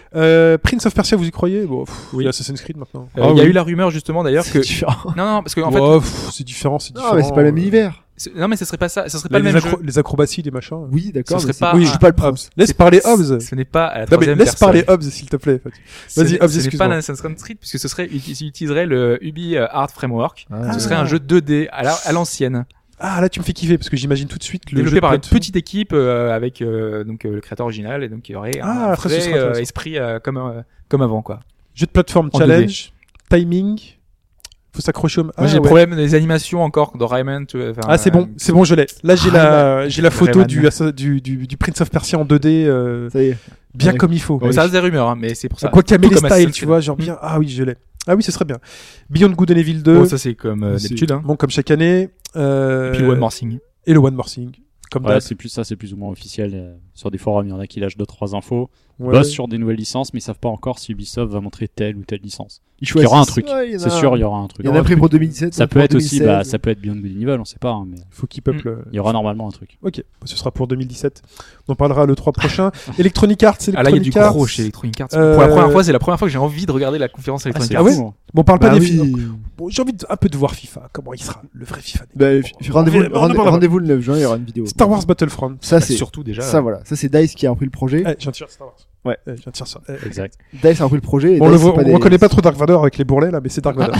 Prince of Persia, vous y croyez? Bon, il y a Assassin's Creed maintenant. Il y a eu la rumeur justement d'ailleurs que C'est différent. non parce que en fait Ouais, c'est différent, c'est différent. Non, mais c'est pas le même univers. non mais ce serait pas ça, ça serait pas Les, le même jeu. les acrobaties, des machins. Oui, d'accord. Ce mais serait c'est- pas- Oui, je suis pas le prince. Laisse parler Hobbs. Ce n'est pas à la Non, mais troisième laisse personne. parler Hobbs, s'il te plaît. Vas-y, Hobbs, Ce n'est pas excuse-moi. un Assassin's Creed puisque ce serait ils utiliseraient le Ubi Art Framework. Ah. Ce serait un jeu 2D à l'ancienne, Ah, là, tu me fais kiffer parce que j'imagine tout de suite le jeu développé de par une plateforme. petite équipe avec donc le créateur original et donc il y aurait Ah, un ça, ce vrai sera intéressant. esprit comme avant quoi. Jeu de plateforme En challenge, timing. Faut s'accrocher au. Moi Ah, j'ai le ouais. problème des animations encore dans Rayman. Ah, c'est bon, je l'ai. Là, j'ai la photo Rayman. du Prince of Persia en 2D, Ça y est. bien Ouais. comme il faut. Bon, ça reste des rumeurs hein, mais c'est pour ça. Quoi qu'il y a Tout les comme styles, Assassin's tu Creed. vois, genre bien. Ah oui, je l'ai. Ah oui, ce serait bien. Beyond Good and Evil 2. Bon, ça c'est comme C'est- d'habitude hein. Bon, comme chaque année. Et puis One More Thing. Et le One More Thing. Comme Ouais, d'hab. c'est plus ou moins officiel. Sur des forums, il y en a qui lâchent 2-3 infos, Ouais. bossent sur des nouvelles licences, mais ils savent pas encore si Ubisoft va montrer telle ou telle licence. Il Il y aura un truc. Ouais, il y en a C'est sûr, il y aura un truc. Il y en a pris pour 2017. Ça donc peut pour être aussi, 2016. ça peut être Beyond Good and Evil, on sait pas, hein, mais Faut keep up le. il y aura normalement un truc. Ok, ce sera pour 2017. On en parlera le 3 prochain. Electronic Arts, Ah là il y a du Electronic Arts. gros chez Electronic Arts. Euh, Pour la première fois, c'est la première fois que j'ai envie de regarder la conférence Electronic c'est Arts. ouais fou, hein. Bon, on parle pas Bah des oui. films. Bon, j'ai envie un peu de voir FIFA. Comment il sera, le vrai FIFA. Bah, rendez-vous On en parlera. rendez-vous le 9 juin, il y aura une vidéo. Star Wars Battlefront. Ça, Bah, c'est. surtout déjà. Ça, voilà. Ça, c'est DICE qui a repris le projet. Eh, je viens de tirer Star Wars. Ouais. Je viens de tirer ça. Exact. DICE a repris le projet. Et Bon, on DICE, le c'est voit, pas on des- reconnaît pas trop Dark Vador avec les bourrelets là, mais c'est Dark Vador.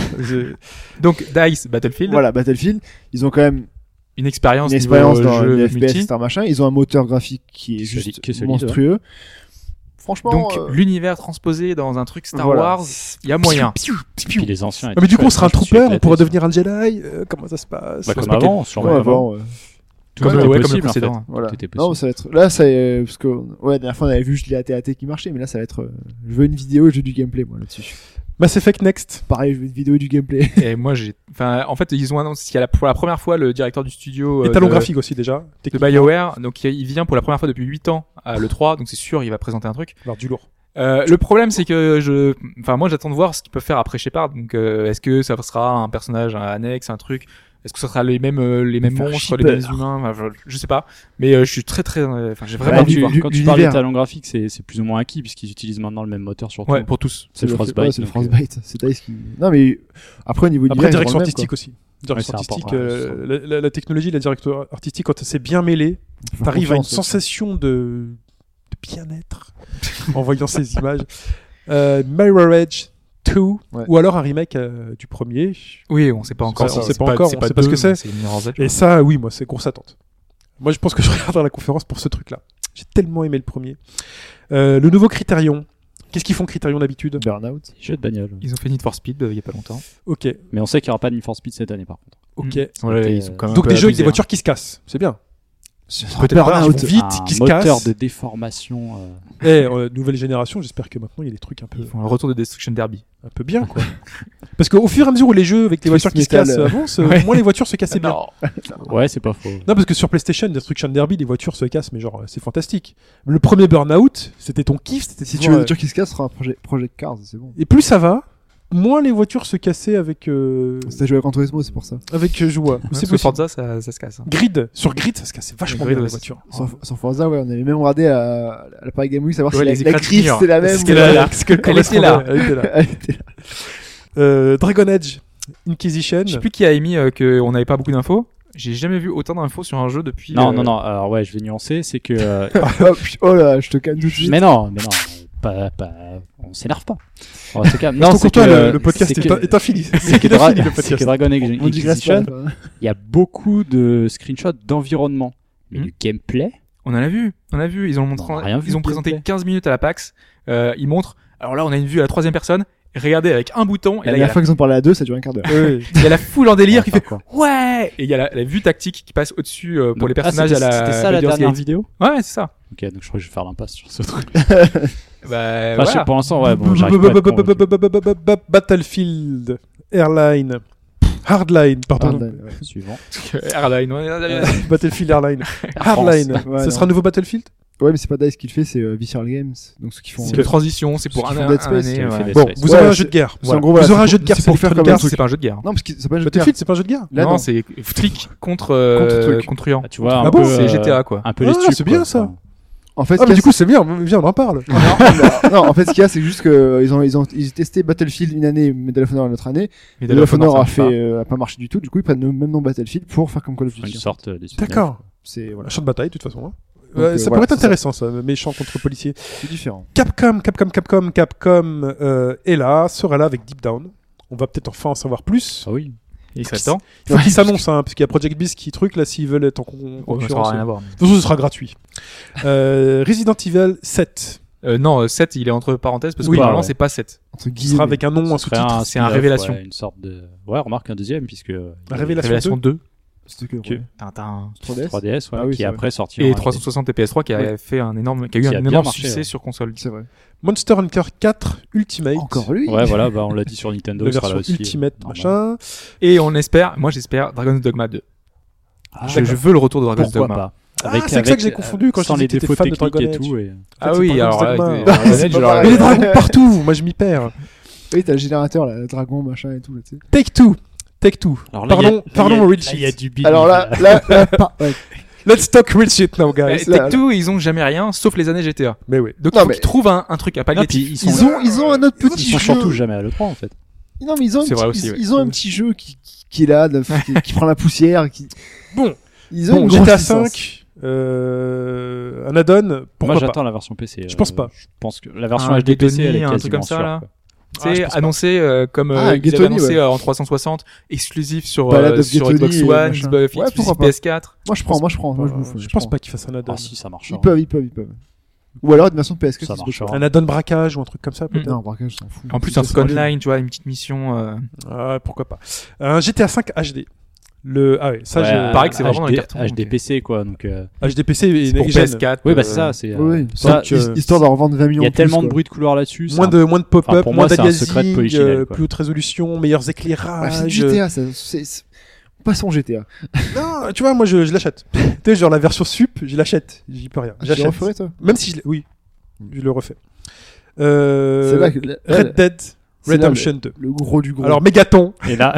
Donc DICE Battlefield, Voilà, Battlefield. Ils ont quand même une expérience une expérience niveau dans jeu les FPS, multi. etc. machin. Ils ont un moteur graphique qui est Solide, juste qui est solide, monstrueux. Franchement. Donc l'univers transposé dans un truc Star voilà. Wars, il y a moyen. Puis les anciens. Ah, mais du coup, on sera un je me suis trooper, on éclaté, pourra ça. devenir un Jedi. Comment ça se passe? Bah, comme pas avant, sûrement. ouais, avant. Tout Comme était le- ouais, comme possible, le en fait. précédent. Voilà. Tout était Non, possible. ça va être. Là, c'est parce que ouais, la dernière fois on avait vu juste les AT-AT qui marchaient, mais là ça va être. Je veux une vidéo et je veux du gameplay moi là-dessus. Mass Effect Next. Pareil, je veux une vidéo et du gameplay. Et moi en fait, ils ont annoncé qu'il y a pour la première fois le directeur du studio Et talon de graphique aussi déjà. de techniquement. BioWare, donc il vient pour la première fois depuis 8 ans à l'E3, donc c'est sûr il va présenter un truc. Alors du lourd. Le problème c'est que moi j'attends de voir ce qu'ils peuvent faire après Shepard. Donc est-ce que ça sera un personnage, un annexe, un truc? Est-ce que ça sera les mêmes faire monstres, les shipper. mêmes humains? Enfin, je sais pas. Mais je suis très j'ai vraiment Ouais, envie de voir. Quand tu parles des l'univers. talons graphiques, c'est plus ou moins acquis puisqu'ils utilisent maintenant le même moteur sur tout. Ouais, pour tous. C'est le Ouais, Frostbite. c'est le donc, Frostbite. C'est DICE qui. Non, mais après au niveau Après, univers, ils direction font le même, artistique aussi. Direction Ouais, c'est artistique, important, la technologie, la direction artistique, quand c'est bien mêlé, quoi. Faut t'arrives à une confiance, sensation de bien-être en voyant ces images. Mirror Edge 2, Ouais. ou alors un remake du premier. Oui, on sait pas encore. On sait pas encore, on sait pas ce que c'est. Mirror's Edge. Et ça, oui, moi, c'est grosse attente. Moi, je pense que je regarderai la conférence pour ce truc-là. J'ai tellement aimé le premier. Le nouveau Criterion. Qu'est-ce qu'ils font Criterion d'habitude? Burnout. Jeu de bagnole. Ils ont fait Need for Speed il y a pas longtemps. Ok, Mais on sait qu'il n'y aura pas de Need for Speed cette année par contre. ok. Ouais, ils sont quand même Donc un peu des jeux avec abusés, des voitures qui se cassent, c'est bien. Peut-être pas, Burnout, vite, qui se moteur casse. de déformation. Nouvelle génération, j'espère que maintenant il y a des trucs un peu, Ils font le retour de Destruction Derby. un peu bien, quoi. Parce qu'au fur et à mesure où les jeux avec les voitures qui se Metal, cassent avancent, ouais. moins les voitures se cassaient bien. Non. Ouais, c'est pas faux. Non, parce que sur PlayStation, Destruction Derby, les voitures se cassent, mais genre, c'est fantastique. Le premier Burnout, c'était ton kiff, c'était Si de tu veux voir, une voiture qui se casse, ce sera un Project Cars, c'est bon. Et plus ça va, moins les voitures se cassaient avec Si t'as joué à Gran Turismo, c'est pour ça. Joie. C'est C'est pour possible. Forza, ça se casse. hein. Sur Grid, ça se cassait vachement Grid, bien les ouais, voitures. Sur Forza, ouais, on avait même regardé à la Paris Game Week, savoir Ouais, si les la écrans de griffe mur. c'est la même. Parce ou- qu'elle là. parce qu'elle Elle était là. correspondait, elle était là. Elle était là. Dragon Age Inquisition. Je sais plus qui a émis qu'on n'avait pas beaucoup d'infos. J'ai jamais vu autant d'infos sur un jeu depuis. Non. Alors ouais, je vais nuancer, c'est que. Oh là, je te calme tout de suite. mais non, pas. On s'énerve pas. On se calme. Non, c'est pour toi, que le podcast c'est que- est infini. c'est que, infini, le c'est que podcast. Dragon Age On digresse pas. Inquisition, il y a beaucoup de screenshots d'environnement, mais Mhm. le gameplay. On en a vu. Ils ont montré. On a rien vu Ils ont de présenté gameplay. 15 minutes à la PAX. Ils montrent. Alors là, on a une vue à la troisième personne. Regardez avec un bouton. Et La là, il y a dernière fois qu'ils ont parlé à deux, ça dure un quart d'heure. Oui. il y a la foule en délire qui fait quoi. ouais. Et il y a la vue tactique qui passe au-dessus pour les personnages à la. C'était ça la Baldur's dernière Gate. vidéo. Ouais, c'est ça. Ok, donc je crois que je vais faire l'impasse sur ce truc. Bah Enfin, je sais, voilà. pour l'instant, ouais, bon, j'arrive pas à être convaincu. Battlefield Airline Hardline, pardon. Hardline, ouais. Suivant. Airline. Ouais. Battlefield Airline. France. Hardline. Ouais, Ce non. sera un nouveau Battlefield. Ouais, mais c'est pas DICE qui le fait, c'est Visceral Games. Donc ceux qui font. C'est de transition. C'est pour Ceux qui un font Dead Space, année. qui ouais. fait Dead Bon, Space. vous Ouais, aurez un c'est- jeu de guerre. c'est en gros, Vous voilà, aurez un c'est jeu de guerre, c'est pour faire Electronic comme un Arts. truc. C'est pas un jeu de guerre. Non, parce que c'est pas un jeu de guerre. Battlefield, c'est pas un jeu de guerre. Là, non, non. c'est flic contre truc. contre truand. Ah, tu vois, Ah un bon, peu, c'est GTA, quoi. Un peu les Ah, stupes, c'est bien, quoi. ça. Enfin, En fait, Ah, mais ce du qu'il y coup, c'est bien. Viens, on en parle. a- non, en fait, ce qu'il y a, c'est juste que ils testaient Battlefield une année, Medal of Honor une autre année. Medal of Honor a pas marché du tout. Du coup, ils prennent le même nom Battlefield pour faire comme Call of une Duty. sorte de spin-off. D'accord. C'est voilà, Un champ de bataille, de toute façon. hein. Donc, Ça voilà, pourrait être c'est ça. intéressant, ça, méchant contre policier. c'est différent. Capcom est là, sera là avec Deep Down. On va peut-être enfin en savoir plus. Ah oui. Il serait temps. Faut qu'ils s'annoncent, hein, parce qu'il y a Project Beast qui truc là, s'ils veulent être en Oh, ça concurrence. aura rien à voir. De toute façon, ce sera gratuit. Resident Evil 7 Non, 7, il est entre parenthèses parce que Oui, normalement, ouais. c'est pas 7. Entre qui guillemets. sera avec un nom, un Ce serait sous-titre. c'est un spin-off, révélation. ouais, une sorte de. Ouais, remarque un deuxième puisque. La révélation 2. 2. C'était que Ok. ouais. Tintin. 3DS. 3DS, ouais, Ah oui, qui c'est après sortira. Et 360 et PS3 qui a Ouais. fait un énorme, qui a eu Qui a un bien énorme marché, succès ouais. sur console. C'est vrai. Monster Hunter 4 Ultimate. Encore lui. Ouais, voilà, bah on l'a dit sur Nintendo, La il sera là version aussi. Ultimate, normal. machin. Et on espère, moi j'espère, Dragon's Dogma 2. Ah, Je veux le retour de Dragon's pourquoi Dogma. pas. Ah, c'est que ça que j'ai confondu quand je sans disais les que t'étais défauts fan de techniques Dragon et Age. tout. Et... Ah c'est oui, Dragon's alors Dogma. Dragon C'est Age, pas genre, pareil. Mais les dragons partout, moi je m'y perds. Oui, t'as le générateur, là, le dragon, machin et tout, là, tu sais. Take Two. Alors là, Pardon, Rich. il y a du bid. Alors là, ouais. Let's talk real shit now, guys. Eh, Take-Two, ils ont jamais rien, sauf les années GTA. Mais oui. Donc Non, il faut mais- qu'ils trouvent un truc à Non, palliatif. puis Ils ont un autre ils petit sont jeu. surtout jamais à l'E3 en fait. Non, mais ils ont, C'est vrai aussi, ouais. ils ont un petit jeu qui est là, qui prend la poussière, Bon. ils ont Bon, une grosse GTA licence. 5, un add-on, Moi pourquoi pas. j'attends la version PC. Je pense pas. Je pense que la version Un HD PC elle est Ghetto, un truc quasiment comme ça, sûre, là. quoi. Tu sais, je pense pas. annoncé comme Ah, ils Ghetto, avaient annoncé ouais. en 360, exclusif sur, Ballad of sur Ghetto, Xbox One, machin. Xbox, Ouais, exclusif pourquoi pas. PS4. Moi, je prends, moi, je bouffe. Je pense pas qu'ils fassent un add-on. Ah si, ça marche. Ils peuvent. Ou alors une version PS4. Ça qui se marchera. peut- Un add-on braquage ou un truc comme ça, peut-être. Non, braquage, je s'en fous. En plus, un truc online, tu vois, une petite mission. Ah, pourquoi pas. Un GTA 5 HD. Ah ouais, ça, Ouais, j'ai. pareil que c'est vraiment dans les HD, cartons, HD donc, PC quoi. Donc HDPC et pour next gen. PS4. oui bah c'est ça. C'est Oui, ça. histoire d'en revendre 20 millions. Il y a de plus, tellement de quoi. bruit de couloir là-dessus. Moins de pop-up, Enfin, pour moins moi, c'est un secret de d'aliasing, polichinelle, quoi. plus haute résolution, meilleurs Ouais, c'est éclairages. GTA, ça, passons GTA. Non, tu vois, moi je l'achète. Tu sais, genre la version sup, je l'achète. J'y peux rien. Tu le J'achète. referais, toi? Même si oui, je le refais. C'est là que, Red Dead c'est là Redemption 2. le gros du gros. Alors Mégaton, Et là,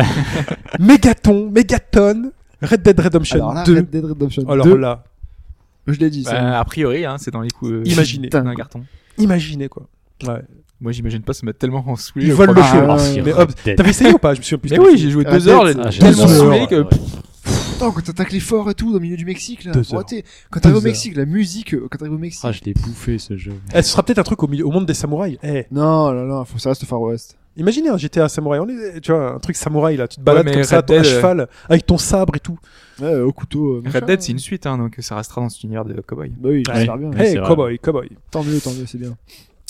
Mégaton, Red Dead Redemption Alors là, 2. Red Dead Redemption 2. Alors là, Je l'ai dit, ça. A priori, hein, c'est dans les coups. Imaginez. C'est un carton. imaginez quoi. Ouais. Moi, j'imagine pas, ça m'a tellement saoulé. Ils au volent le premier feu. jeu. Ah, Mais Red hop, Dead. t'avais essayé ou pas? Je me souviens plus. Mais oui, j'ai joué Red 2 heures, Dead. j'ai Ah, j'ai tellement deux heures. saoulé que. Attends, quand t'attaques les forts et tout, dans le milieu du Mexique, là. 2 Oh, heures. t'es- Quand t'arrives au 2 heures. Mexique, la musique, quand t'arrives au Mexique. ah je l'ai bouffé ce jeu. Eh, ce sera peut-être un truc au monde des samouraïs. Eh, Non, non, faut que ça reste Far West. imaginez un GTA samouraï. Tu vois, un truc samouraï là. Tu te balades mais comme ça Red à Dead, cheval avec ton sabre et tout. Ouais, au couteau. machin. Red Dead, c'est une suite, hein, donc ça restera dans cet univers de cowboy. Bah oui, Ouais. j'espère bien. Ouais, Hey, c'est vrai. cowboy. Tant mieux, c'est bien.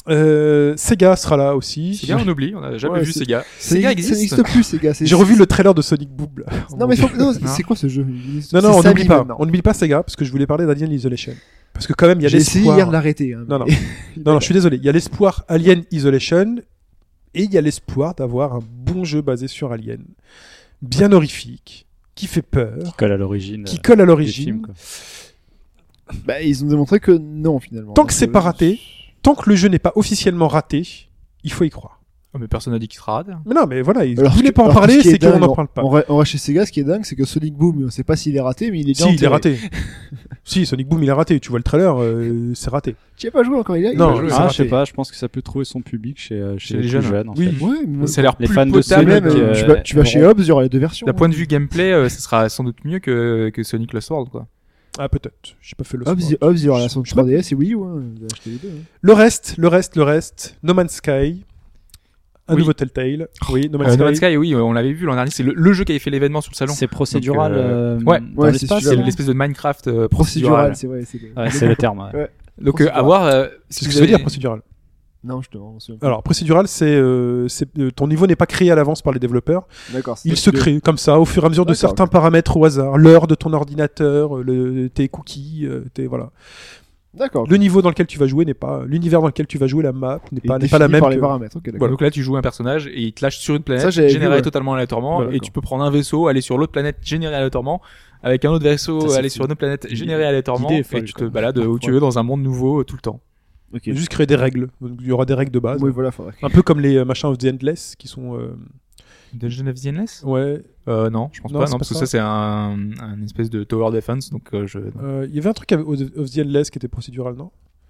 Sega sera là aussi. Sega, on oublie, on n'a jamais Ouais, vu c'est- Sega. Ça Sega n'existe existe. plus, Sega. J'ai revu le trailer de Sonic Boom. Là. Non, mais c'est quoi ce jeu? Non, C'est on Samy n'oublie pas. maintenant. On n'oublie pas Sega parce que je voulais parler d'Alien Isolation. Parce que quand même, il y a J'ai essayé l'espoir. hier de l'arrêter. Hein, Non, mais- Non, je suis désolé. Il y a l'espoir Alien Isolation et il y a l'espoir d'avoir un bon jeu basé sur Alien, bien horrifique, qui fait peur, Colle à l'origine. qui colle à des l'origine. films, quoi. Bah, ils ont démontré que non, finalement. Tant que c'est pas raté, tant que le jeu n'est pas officiellement raté, il faut y croire. Oh, mais personne n'a dit qu'il sera raté. Mais non, mais voilà, ils Alors, voulaient pas en alors, parler, ce qui est c'est qu'on dingue, n'en parle pas. On reste chez Sega, ce qui est dingue, c'est que Sonic Boom, on sait pas s'il est raté, mais il est déjà Si, il est enterré. raté. Si, Sonic Boom, il est raté. Tu vois le trailer, c'est raté. Tu y as pas joué encore, il a Non, il a joué. c'est Ah, raté. je sais pas, je pense que ça peut trouver son public chez les les jeunes, plus jeunes. En oui. fait. Ouais, mais Ça a l'air Les plus fans de potable. Sonic, même, tu vas chez bon. Hobbs, il y aura les deux versions. D'un point de vue gameplay, ce sera sans doute mieux que Sonic Lost World, quoi. Ah, peut-être. J'ai pas fait le Hobbs, sport. il y aura la son 3DS et Wii U, hein. Vous avez acheté les deux. Hein. Le reste. No Man's Sky. Un Oui. nouveau Telltale. Oui, No Man's No Sky. Man's Sky, oui, on l'avait vu l'an dernier. C'est le jeu qui avait fait l'événement sur le salon. C'est procédural. Donc, dans ouais. Ouais, c'est l'espace. celui-là. C'est l'espèce de Minecraft procédural. Procédural, c'est vrai. Ouais, c'est le terme. ouais. Ouais. Donc, Procédural. à voir. C'est ce que ça veut dire, procédural. Non, je te demande. Alors, procédural, ton niveau n'est pas créé à l'avance par les développeurs. D'accord. c'est Il toi se qui le- crée comme ça, au fur et à mesure de D'accord, certains ok. paramètres au hasard. L'heure de ton ordinateur, tes cookies, voilà. D'accord. Le niveau dans lequel tu vas jouer n'est pas, l'univers dans lequel tu vas jouer, la map n'est Il est pas la défini même par les que- paramètres. Ok, d'accord. Voilà. Donc là, tu joues un personnage et il te lâche sur une planète Ça, j'avais vu, générée ouais. totalement aléatoirement Voilà, et d'accord. tu peux prendre un vaisseau, aller sur l'autre planète générée aléatoirement, avec un autre vaisseau, Ça, c'est aller fou. sur une autre planète L'idée- générée aléatoirement l'idée est et folle, tu te quoi. balades où tu veux dans un monde nouveau tout le temps. Ok. Juste créer des règles. Donc, il y aura des règles de base. Oui, voilà, faudrait. Un peu comme les machins of the Endless qui sont. Dungeon of the Endless Ouais. Non, je pense Non, pas, c'est non, pas parce que ça. ça c'est un espèce de tower defense, donc Il y avait un truc of the Endless qui était procédural, non?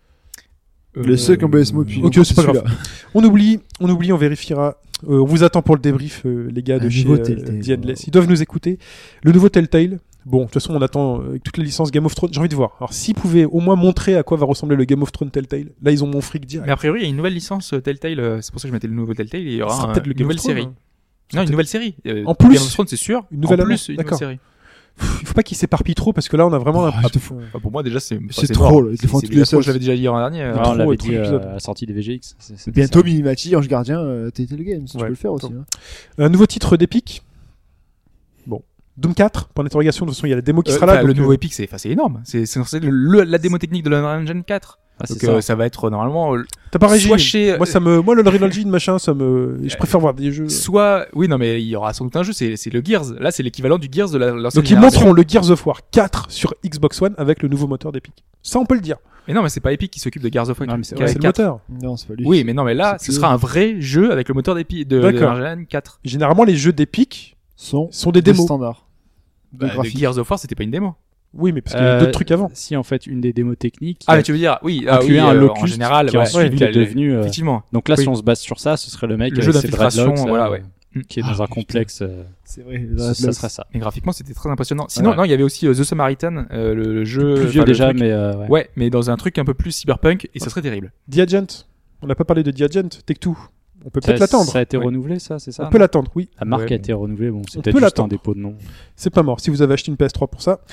Les seuls qui ont baissé ce mot depuis. Ok, longtemps, c'est pas celui-là. grave. On oublie, on vérifiera. On vous attend pour le débrief, les gars de Un chez nouveau Telltale, The Endless. Ils doivent nous écouter. Le nouveau Telltale. Bon, de toute façon, on attend avec toutes les licences Game of Thrones. J'ai envie de voir. Alors, s'ils pouvaient au moins montrer à quoi va ressembler le Game of Thrones Telltale, là, ils ont mon fric direct. Mais a priori, il y a une nouvelle licence Telltale, c'est pour ça que je mettais le nouveau Telltale, il y Ce aura sera peut-être le une Game nouvelle of Thrones, série. hein. Non, une nouvelle série. En plus, Game of Thrones, c'est sûr. une nouvelle en annonce, plus, une nouvelle d'accord. série. Il faut pas qu'ils s'éparpillent trop parce que là, on a vraiment Oh, ils te l'impression. Enfin, pour moi, déjà, c'est trop, mort. là, ils te font C'est toutes les trop, sauces. je l'avais déjà dit l'an dernier. Ouais, trop, on l'avait trop dit d'épisodes. à la sortie des VGX. C'est Bientôt, ça. Minimati, Ange Gardien, Telltale Games. Tu Ouais, peux le faire aussi. attends. Hein. Un nouveau titre d'Epic. Bon. Doom 4, point d'interrogation. De toute façon, il y a la démo qui sera là. Enfin, le donc, nouveau Epic, c'est énorme. C'est censé être la démo technique de l'Unreal Engine 4. Ah, c'est Donc ça. ça va être normalement T'as pas régi. soit chez Moi, le Unreal Engine, machin, je préfère voir des jeux. soit oui non mais il y aura sans doute un jeu, c'est le Gears. Là c'est l'équivalent du Gears de l'ancienne Donc, ils génération. montreront le Gears of War 4 sur Xbox One avec le nouveau moteur d'Epic. Ça, on peut le dire. Mais non mais c'est pas Epic qui s'occupe de Gears of War. Non, mais c'est qui vrai, a C'est le 4. moteur. Non, c'est pas lui. Oui mais non mais là C'est ce que- sera un vrai jeu avec le moteur d'Epic de D'accord. Unreal 4. Généralement, les jeux d'Epic Sont sont des des démos. standards. Bah, de graphique. Gears of War c'était pas une démo. Oui, mais parce qu'il y avait d'autres trucs avant. Si, en fait, une des démos techniques. Ah mais tu veux dire oui incluait un en Locust général qui ouais, ensuite il y a est devenu. effectivement. Donc là, Oui. si on se base sur ça, ce serait le mec Le avec jeu ses d'infiltration, dreadlocks, là, voilà, ouais. qui est dans un complexe. C'est vrai. Ça serait ça. Et graphiquement c'était très impressionnant. Sinon Ouais. non il y avait aussi The Samaritan le jeu Plus vieux enfin, le déjà, truc. mais Ouais mais dans un truc un peu plus cyberpunk et ça serait terrible. The Agent. On n'a pas parlé de The Agent. Take-Two. On peut Ça, peut-être l'attendre. ça a été Oui. renouvelé, ça, c'est ça On peut l'attendre, oui. La marque Ouais, a été renouvelée, bon, c'est on peut-être peut juste un l'attendre. dépôt de nom. C'est pas mort. Si vous avez acheté une PS3 pour ça.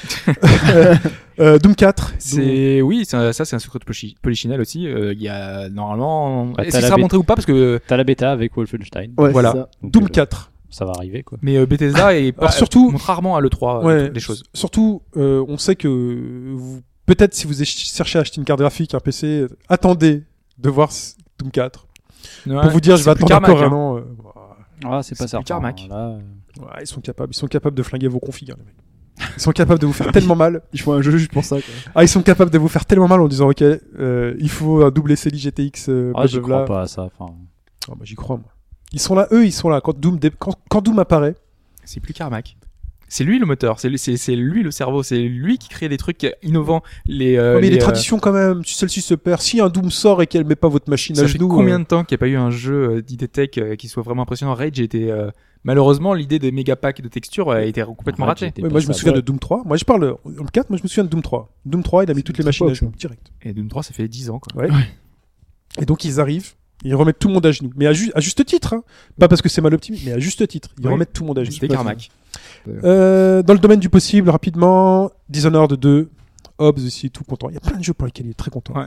Doom 4. Doom- C'est oui, ça c'est un secret de Polichinelle aussi. Il y a normalement. Bah, Est-ce t'as qu'il la sera bêta. montré ou pas parce que T'as la bêta avec Wolfenstein. Ouais, Voilà. c'est ça. Donc, Doom 4. Ça va arriver, quoi. mais Bethesda est pas Alors, surtout- montre rarement à l'E3 Ouais, des choses. Surtout, on sait que peut-être si vous cherchez à acheter une carte graphique, un PC, attendez de voir Doom 4. Pour vous dire, je vais attendre encore un an. Ah, c'est pas C'est plus certain. Carmack. Là, Ouais, ils sont capables de flinguer vos configs, hein, les mecs. Ils sont capables de vous faire tellement mal. Ils font un jeu juste pour ça. Quoi. Ah, ils sont capables de vous faire tellement mal en disant, ok, il faut un double SLI GTX, ah, j'y blablabla. crois pas à ça. Enfin, Ah, bah, j'y crois, moi. Ils sont là, eux, ils sont là. Quand Doom apparaît, C'est plus Carmack. C'est lui le moteur, c'est lui le cerveau, c'est lui qui crée des trucs innovants. mais il y a des les, traditions quand même. Si celle-ci se perd, si un Doom sort et qu'elle met pas votre machine Ça à fait genoux. combien de temps qu'il n'y a pas eu un jeu d'ID Tech qui soit vraiment impressionnant? Rage était malheureusement l'idée des méga packs de textures a été complètement Rage ratée. était Ouais, pas moi je me ça. souviens de Doom 3. Moi je parle en 4, moi je me souviens de Doom 3. Doom 3, il a mis toutes les C'est machines à pas genoux direct. Et Doom 3 ça fait 10 ans quoi. Ouais. Et donc ils arrivent, ils remettent tout le monde à genoux. Mais à juste titre, hein. Pas parce que c'est mal optimisé, mais à juste titre. Ils Oui. remettent tout le monde à genoux. C'était Carmack. Dans le domaine du possible, rapidement, Dishonored 2, Hobbs aussi, tout content. Il y a plein de jeux pour lesquels il est très content. Ouais. Hobbs.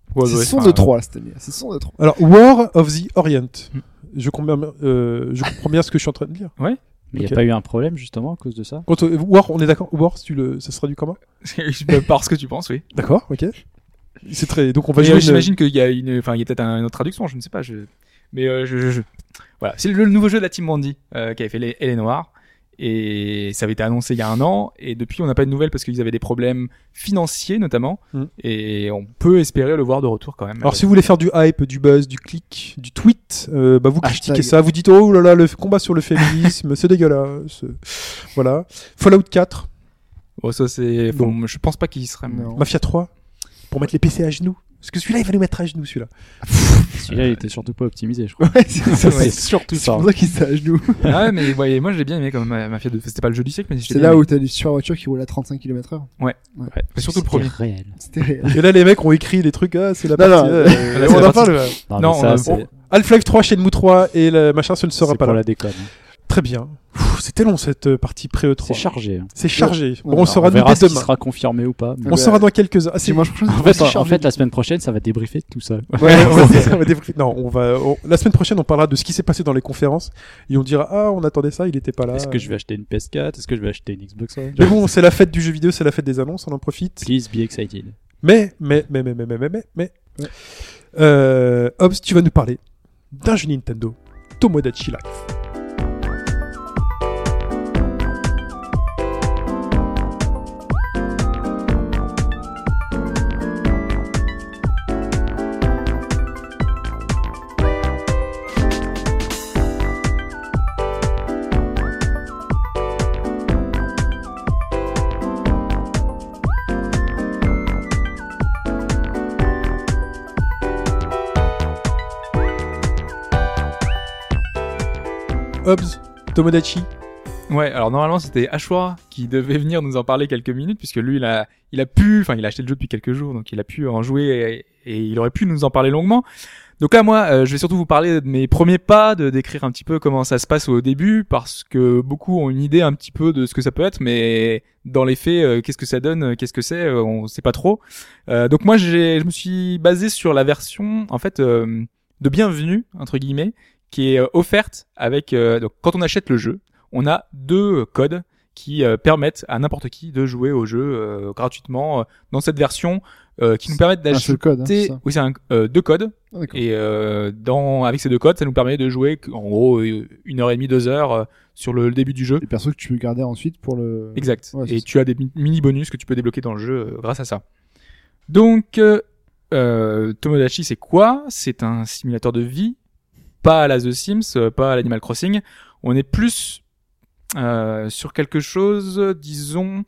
Ouais, C'est ouais, son enfin, de 3 cette année. C'est son de 3. Alors, War of the Orient. Je comprends bien ce que je suis en train de dire. Mais il n'y Ok. a pas eu un problème justement à cause de ça. Quand, War, on est d'accord. War, ça se traduit comment? Par ce que tu penses, oui. D'accord, ok. C'est très. Donc on va Mais, jouer. j'imagine qu'il y a il y a peut-être une autre traduction, je ne sais pas. Mais voilà, c'est le nouveau jeu de la Team Bandy qui avait fait les Elle est Noire. Et ça avait été annoncé il y a 1 an, et depuis on n'a pas de nouvelles parce qu'ils avaient des problèmes financiers notamment, et on peut espérer le voir de retour quand même. Alors si vous voulez faire du hype, du buzz, du clic, du tweet, vous critiquez Hashtag. ça, vous dites oh là là le combat sur le féminisme, c'est dégueulasse. Voilà. Fallout 4, Bon, ça c'est, Bon. bon, je pense pas qu'il serait. Non. Mafia 3, pour mettre les PC à genoux. Parce que celui-là il va nous mettre à genoux celui-là. Celui-là, il était surtout pas optimisé, je crois. Ouais, c'est Ouais. surtout c'est pour ça qu'il s'est à genoux. Ah ouais, mais ouais, moi je l'ai bien aimé quand même, Mafia 2. C'était pas le jeu du siècle, mais C'est là où t'as des super voitures qui roulent à 35 km/h. Ouais. Mais surtout le premier. Réel. C'était réel. Et là les mecs ont écrit des trucs, c'est la Non, partie. non. Là, c'est on la en partie. parle. Non, Non, mais ça, on a- c'est Half-Life 3, Shenmue 3 et le machin, ce ne sera c'est pas pour là. la déconne. Très bien. C'était long cette partie pré-E3. C'est chargé. Hein. C'est chargé. Bon, on Alors, saura On verra dès si demain. sera confirmé ou pas. mais- On saura dans quelques heures. Ah, c'est Dimanche prochain. En fait, la semaine prochaine, ça va débriefer de tout ça. Ouais, on va débriefer. Non, la semaine prochaine, on parlera de ce qui s'est passé dans les conférences et on dira ah, on attendait ça, il était pas là. Est-ce que je vais acheter une PS4? Est-ce que je vais acheter une Xbox One? Mais bon, c'est la fête du jeu vidéo, c'est la fête des annonces, on en profite. Please be excited. Mais. Hobbs, tu vas nous parler d'un jeu Nintendo, Tomodachi Life. Hobbs, Tomodachi. Ouais, alors normalement c'était Ashwa qui devait venir nous en parler quelques minutes, puisque lui il a acheté le jeu depuis quelques jours, donc il a pu en jouer et il aurait pu nous en parler longuement. Donc là moi je vais surtout vous parler de mes premiers pas, de décrire un petit peu comment ça se passe au début, parce que beaucoup ont une idée un petit peu de ce que ça peut être, mais dans les faits qu'est-ce que ça donne, qu'est-ce que c'est, on sait pas trop. Donc moi je me suis basé sur la version en fait de bienvenue entre guillemets, qui est offerte avec donc quand on achète le jeu, on a 2 codes qui permettent à n'importe qui de jouer au jeu gratuitement dans cette version qui nous permettent Un seul code, hein, c'est d'ajouter ça. oui, c'est 2 codes Ah, d'accord. et avec ces 2 codes, ça nous permet de jouer en gros 1h30 2 heures sur le début du jeu. Les persos que tu peux garder ensuite pour le. Exact. Ouais, c'est Et ça. tu as des mini bonus que tu peux débloquer dans le jeu grâce à ça. Donc Tomodachi c'est quoi? C'est un simulateur de vie, pas à la The Sims, pas à l'Animal Crossing. On est plus sur quelque chose, disons,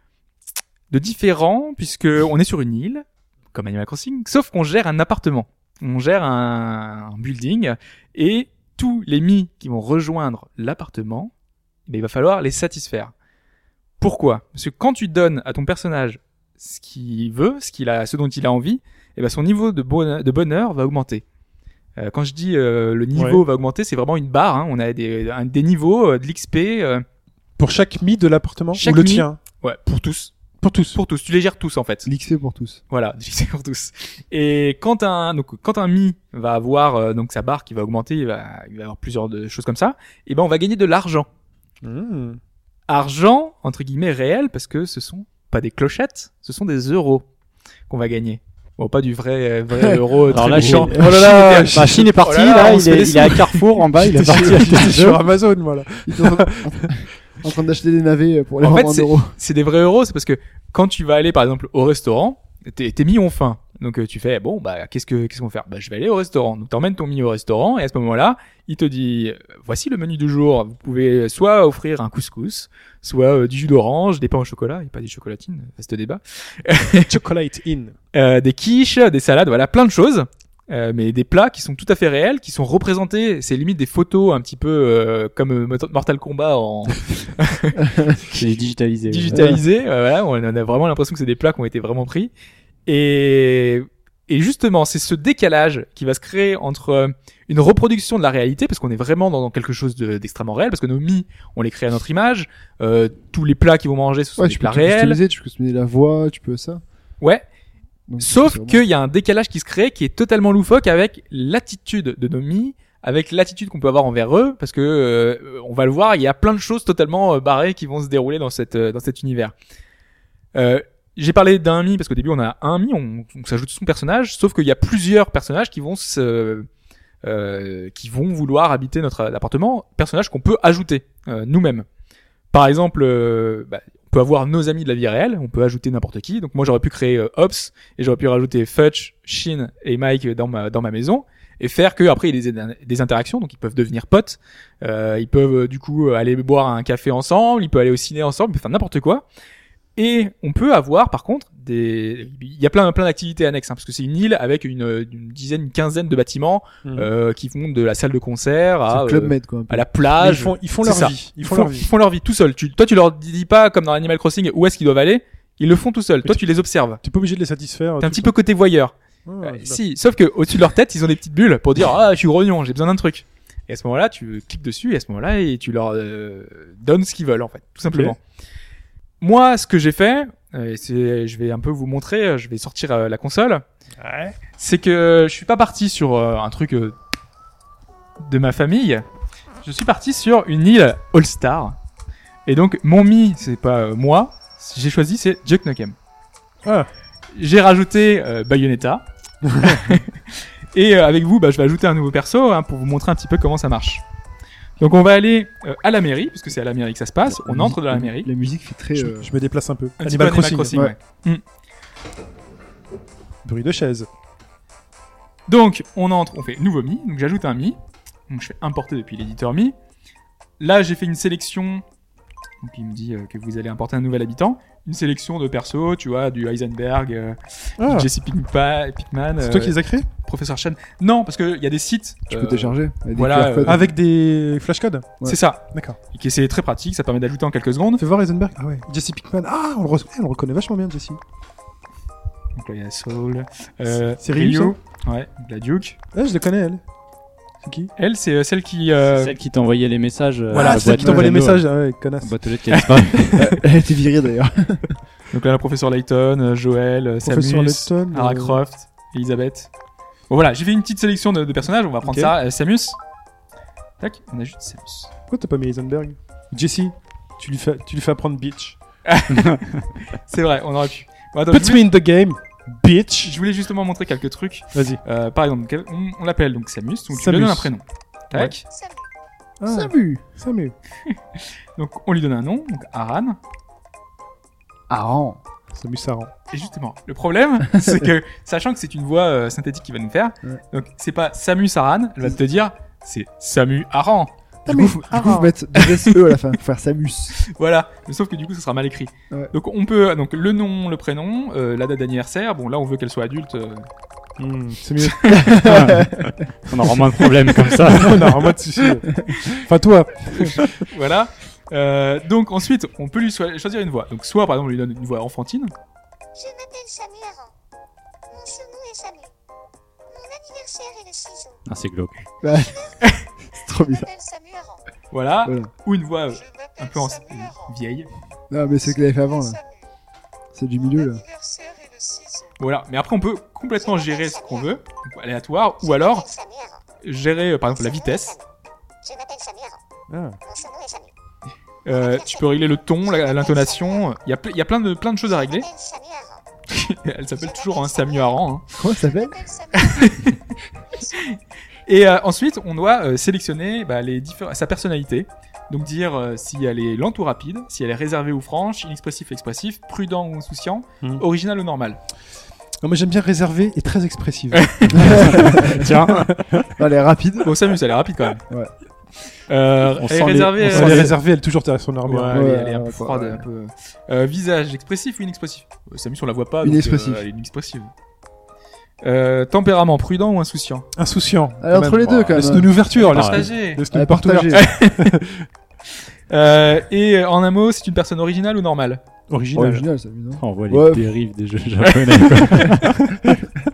de différent, puisque on est sur une île, comme Animal Crossing, sauf qu'on gère un appartement. On gère un building, et tous les mis qui vont rejoindre l'appartement, il va falloir les satisfaire. Pourquoi? Parce que quand tu donnes à ton personnage ce qu'il veut, ce dont il a envie, et ben son niveau de bonheur va augmenter. Quand je dis le niveau va augmenter, c'est vraiment une barre. Hein. On a des niveaux, de l'XP. Pour chaque mi de l'appartement Chaque ou le mi. tien? Ouais, pour tous. Pour tous. Pour tous. Tu les gères tous en fait. L'XP pour tous. Voilà, l'XP pour tous. Et quand un mi va avoir donc sa barre qui va augmenter, il va avoir plusieurs choses comme ça. Et ben on va gagner de l'argent. Mmh. Argent entre guillemets réel, parce que ce sont pas des clochettes, ce sont des euros qu'on va gagner. Bon, pas du vrai euro Alors très là, méchant. Oh là là, Chine est parti, Oh là là, là, on il se fait est, des il est à Carrefour en bas, il est parti acheter J'étais des sur jeux. Amazon, voilà. Ils sont en train d'acheter des navets pour les En fait, vendre en euros. C'est des vrais euros, c'est parce que quand tu vas aller par exemple au restaurant, t'es mis ont faim. Donc tu fais bon bah qu'est-ce qu'on va faire? Bah je vais aller au restaurant. Donc t'emmènes ton mi au restaurant et à ce moment-là, il te dit voici le menu du jour. Vous pouvez soit offrir un couscous, soit du jus d'orange, des pains au chocolat, et pas des chocolatines, vaste débat. Chocolate in. Des quiches, des salades, voilà, plein de choses. Mais des plats qui sont tout à fait réels, qui sont représentés, c'est limite des photos un petit peu comme Mortal Kombat en C'est digitalisé. digitalisé. Voilà, on a vraiment l'impression que c'est des plats qui ont été vraiment pris. Et justement, c'est ce décalage qui va se créer entre une reproduction de la réalité, parce qu'on est vraiment dans quelque chose d'extrêmement réel, parce que nos mi, on les crée à notre image. Tous les plats qu'ils vont manger, ce sont Ouais, des tu peux plats tout réels. customiser, tu peux customiser la voix, tu peux ça. Ouais. Donc, Sauf c'est vraiment- qu'il y a un décalage qui se crée qui est totalement loufoque avec l'attitude de nos mi, avec l'attitude qu'on peut avoir envers eux, parce que on va le voir, il y a plein de choses totalement barrées qui vont se dérouler dans cet univers. J'ai parlé d'un mi parce qu'au début on a un mi, on s'ajoute son personnage, sauf qu'il y a plusieurs personnages qui vont qui vont vouloir habiter notre appartement, personnages qu'on peut ajouter nous-mêmes. Par exemple, on peut avoir nos amis de la vie réelle, on peut ajouter n'importe qui. Donc moi j'aurais pu créer Ops et j'aurais pu rajouter Futch, Shin et Mike dans ma maison et faire que après il y ait des interactions, donc ils peuvent devenir potes, ils peuvent du coup aller boire un café ensemble, ils peuvent aller au ciné ensemble, ils peuvent faire n'importe quoi. Et on peut avoir par contre il y a plein d'activités annexes, hein, parce que c'est une île avec une quinzaine de bâtiments qui vont de la salle de concert C'est à Club Med, quoi. un peu. à la Mais plage. ils font C'est leur ça. vie. Ils font leur vie tout seuls. Toi, tu leur dis pas comme dans Animal Crossing où est-ce qu'ils doivent aller. Ils le font tout seuls. Toi, tu les observes. T'es pas obligé de les satisfaire. T'es un petit peu côté voyeur. Ah, Si, sauf que au-dessus de leur tête, ils ont des petites bulles pour dire je suis grognon, j'ai besoin d'un truc. Et à ce moment-là, tu cliques dessus et à ce moment-là, et tu leur donnes ce qu'ils veulent en fait, tout simplement. Ok. Moi, ce que j'ai fait, je vais un peu vous montrer, je vais sortir la console. Ouais. C'est que je suis pas parti sur un truc de ma famille. Je suis parti sur une île All-Star. Et donc, mon mi, c'est pas moi. J'ai choisi, c'est Duke Nukem. Ah. J'ai rajouté Bayonetta. Et avec vous, je vais ajouter un nouveau perso pour vous montrer un petit peu comment ça marche. Donc, on va aller à la mairie, puisque c'est à la mairie que ça se passe. On entre dans la mairie. La musique fait très. Je me déplace un peu. Un petit peu Animal Animal Crossing. Crossing, ouais. Bruit de chaise. Donc, on entre, on fait nouveau mi. Donc, j'ajoute un mi. Donc, je fais importer depuis l'éditeur mi. Là, j'ai fait une sélection. Donc, il me dit que vous allez importer un nouvel habitant. Une sélection de persos, tu vois, du Heisenberg, Ah, du Jesse Pinkman, c'est toi qui les as créés Professeur Chen. Non, parce qu'il y a des sites. Tu peux télécharger. avec des voilà, QR codes. Avec des flashcodes. C'est ça. D'accord. Et qui c'est très pratique, ça permet d'ajouter en quelques secondes. Fais voir Heisenberg. Ah ouais. Jesse Pinkman. Ah, on le reconnaît vachement bien, Jesse. Donc là, il y a Soul. C'est Ryu, Ouais, la Duke. Ah, je le connais, elle. C'est qui Elle, c'est celle qui. Celle qui t'envoyait les messages. Voilà, c'est celle qui t'envoie les messages. Ah ouais, connasse. La boîte aux lettres qui a disparu. Elle a été virée d'ailleurs. Donc là, la professeur Layton, Joël, Professeur Samus, Layton, Lara Croft, Elisabeth. Bon voilà, j'ai fait une petite sélection de personnages. On va prendre Ok. ça. Samus. Tac, on ajoute Samus. Pourquoi t'as pas mis Heisenberg Jesse, tu lui fais apprendre bitch. C'est vrai, on aurait pu. Bon, attends, Put me in the game, bitch. je voulais justement montrer quelques trucs. Vas-y. Par exemple, on l'appelle donc Samus. Donc tu Samus. lui donnes un prénom. Tac. Ah, Salut. Samu. Donc on lui donne un nom. Donc Aran. Aran. Samu Saran. Et justement, le problème, c'est que, sachant que c'est une voix synthétique qui va nous faire, Ouais. donc c'est pas Samus Aran, elle va te dire, c'est Samu Aran. Du coup, faut mettre deux SE à la fin pour faire Samus. Voilà. Mais sauf que du coup, ça sera mal écrit. Ouais. Donc on peut, donc le nom, le prénom, la date d'anniversaire. Bon, là, on veut qu'elle soit adulte. C'est mieux. On aura moins de problèmes comme ça. On a vraiment de soucis. Enfin, toi. Voilà. Donc ensuite, on peut lui choisir une voix. Donc soit, par exemple, on lui donne une voix enfantine. Je m'appelle Samu Aran. Mon surnom est Samu. Mon anniversaire est le 6 août. Ah, c'est glauque. C'est trop Je bizarre. m'appelle Samu Aran. Voilà. Voilà. Ou une voix Je m'appelle un peu Samu Aran. vieille. Non, mais c'est ce qu'il avait fait avant là. Samu. C'est du milieu Mon là. anniversaire est le 6 août. Voilà. Mais après, on peut complètement gérer ce qu'on veut, donc aléatoire, ou alors Je m'appelle Samu Aran. gérer, par exemple, la vitesse. Je m'appelle Samu Aran. Ah. Mon surnom est Samu. Tu peux régler le ton, l'intonation. Il y a plein de choses à régler. Je m'appelle Samu Aran. Elle s'appelle toujours un Samu Aran. Hein. Comment ça s'appelle? Je m'appelle Samu. Et ensuite, on doit sélectionner sa personnalité. Donc dire si elle est lente ou rapide, si elle est réservée ou franche, inexpressif ou expressif, prudent ou insouciant, original ou normal. Non, mais j'aime bien réservé et très expressive. Tiens. Elle est rapide. Bon, Samus, elle est rapide quand même. Ouais. Elle est sent réservée. Elle est réservée, elle est toujours derrière son armure. Ouais, elle est un peu Ouais, froide, ouais. un peu. Visage expressif ou inexpressif. Samus, on la voit pas. Inexpressif. Donc, elle est inexpressive. Tempérament prudent ou insouciant. Insouciant. Elle est entre les deux quand Laisse-nous même. une ouverture. laisse-nous- Partagé. laisse-nous Elle une est porte ouverte. partagée. Et en un mot, c'est une personne originale ou normale. Original. Original, ça, non? On voit les Ouais. dérives des jeux japonais. quoi.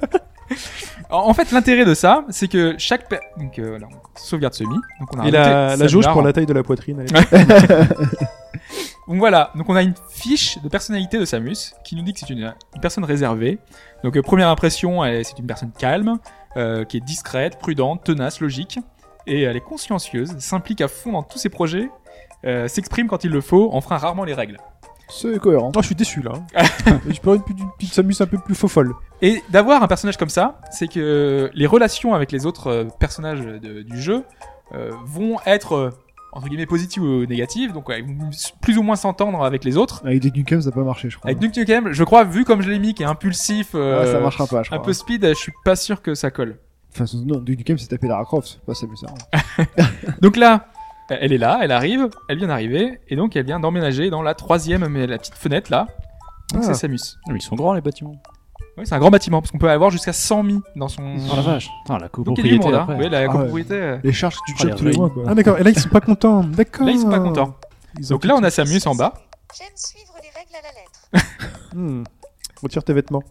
En fait, l'intérêt de ça, c'est que donc là, on sauvegarde ce mi. Donc on a Et rajouté la Samu jauge Aran. pour la taille de la poitrine. Elle est- Donc voilà, donc on a une fiche de personnalité de Samus qui nous dit que c'est une personne réservée. Donc première impression, c'est une personne calme, qui est discrète, prudente, tenace, logique, et elle est consciencieuse, s'implique à fond dans tous ses projets, s'exprime quand il le faut, enfreint rarement les règles. C'est cohérent. Oh, je suis déçu là. Je peux avoir une petite Samus un peu plus faux folle. Et d'avoir un personnage comme ça, c'est que les relations avec les autres personnages du jeu vont être entre guillemets positives ou négatives, donc ils vont plus ou moins s'entendre avec les autres. Avec Duke Nukem, ça n'a pas marché, je crois. Avec Duke Nukem, je crois, vu comme je l'ai mis, qui est impulsif, Ouais, ça marchera pas, je crois. un peu speed, je suis pas sûr que ça colle. Enfin, non, Duke Nukem, c'est taper Lara Croft, pas Samus Aran. Donc là, elle est là, elle arrive, elle vient d'arriver, et donc elle vient d'emménager dans la troisième, mais la petite fenêtre là. Donc c'est Samus. Mais ils sont grands les bâtiments. Oui, c'est un grand bâtiment, parce qu'on peut avoir jusqu'à 100 mi dans son... Oh la vache. Putain, la Donc il y a du copropriété monde, hein. après. Oui, la Ah ouais. copropriété... Les charges que tu Oh, chopes les tous les règles. mois, quoi. Ah d'accord, et là ils sont pas contents. D'accord. Là, ils sont pas contents. Ils ont Donc là, on a tout- Samus en bas. J'aime suivre les règles à la lettre. Retire tes vêtements.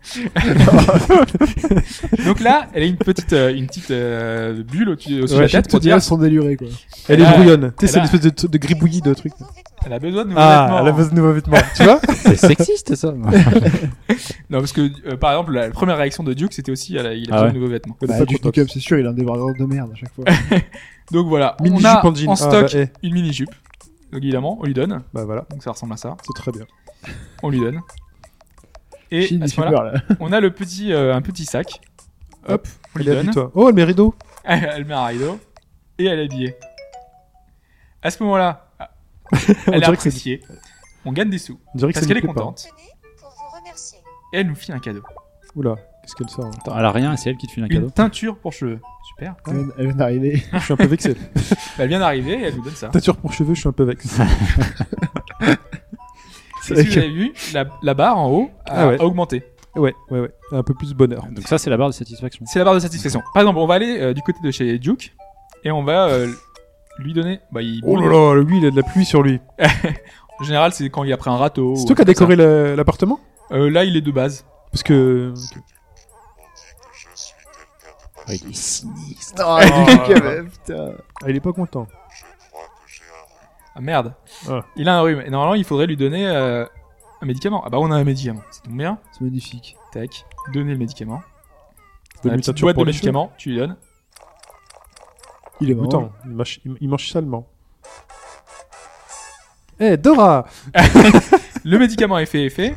Donc là, elle a une petite bulle au-dessus de la Je tête te pour dirais, dire elles sont délurées, quoi. Elle Elle est a- brouillonne. Tu sais, c'est elle une espèce de gribouillis de trucs. Nouveaux vêtements. elle a besoin de nouveaux Ah, vêtements. elle a besoin de nouveaux vêtements. Tu vois C'est sexiste ça. Non, parce que par exemple, la première réaction de Duke, c'était aussi il a Ah besoin ouais. de nouveaux vêtements. Elle est Bah, pas Duke contente. Nukem, c'est sûr, il a un débardeur de merde à chaque fois. Donc voilà, on Mini-jupe a en jean. en Ah, stock bah, une mini-jupe. Donc évidemment, on lui donne. Bah voilà, Donc ça ressemble à ça. c'est très bien. On lui donne. Et Chine, à il ce fait moment-là, peur, là. on a le petit, un petit sac. Hop, on lui Elle est donne. habille-toi. Oh, elle met rideau. Elle met un rideau. Et elle est habillée. À ce moment-là, On elle est dirait que c'est- appréciée. On gagne des sous. On dirait que Parce ça qu'elle lui est plaît pas. contente. Tenez pour vous remercier. Et elle nous file un cadeau. Oula, qu'est-ce qu'elle sort hein. Attends, elle a rien et c'est elle qui te file un cadeau. Une teinture pour cheveux. Super. Elle vient d'arriver. Je suis un peu vexé. Elle vient d'arriver et elle nous donne ça. Teinture pour cheveux, je suis un peu vexé. Et si vous avez vu, la barre en haut Ah ouais. a augmenté. Ouais. Un peu plus de bonheur. Donc ça c'est la barre de satisfaction. C'est la barre de satisfaction. Par exemple, on va aller du côté de chez Duke et on va lui donner. Bah, il Oh là là, lui, il a de la pluie sur lui. En général, c'est quand il a pris un râteau. C'est ou toi qui as comme ça. décoré l'appartement Là, il est de base. Parce que. Ah, il est sinistre. Non, Duke Nukem, putain. Ah, il est pas content. Ah merde. Ah. Il a un rhume. Et normalement, il faudrait lui donner un médicament. Ah bah, on a un médicament. Ça tombe bien. C'est magnifique. Tac. Donner le médicament. De La la petite teinture boîte pour de les cheveux. médicaments, tu lui donnes. Il est mort. Attends, il mange salement. Eh, Dora Le médicament est fait.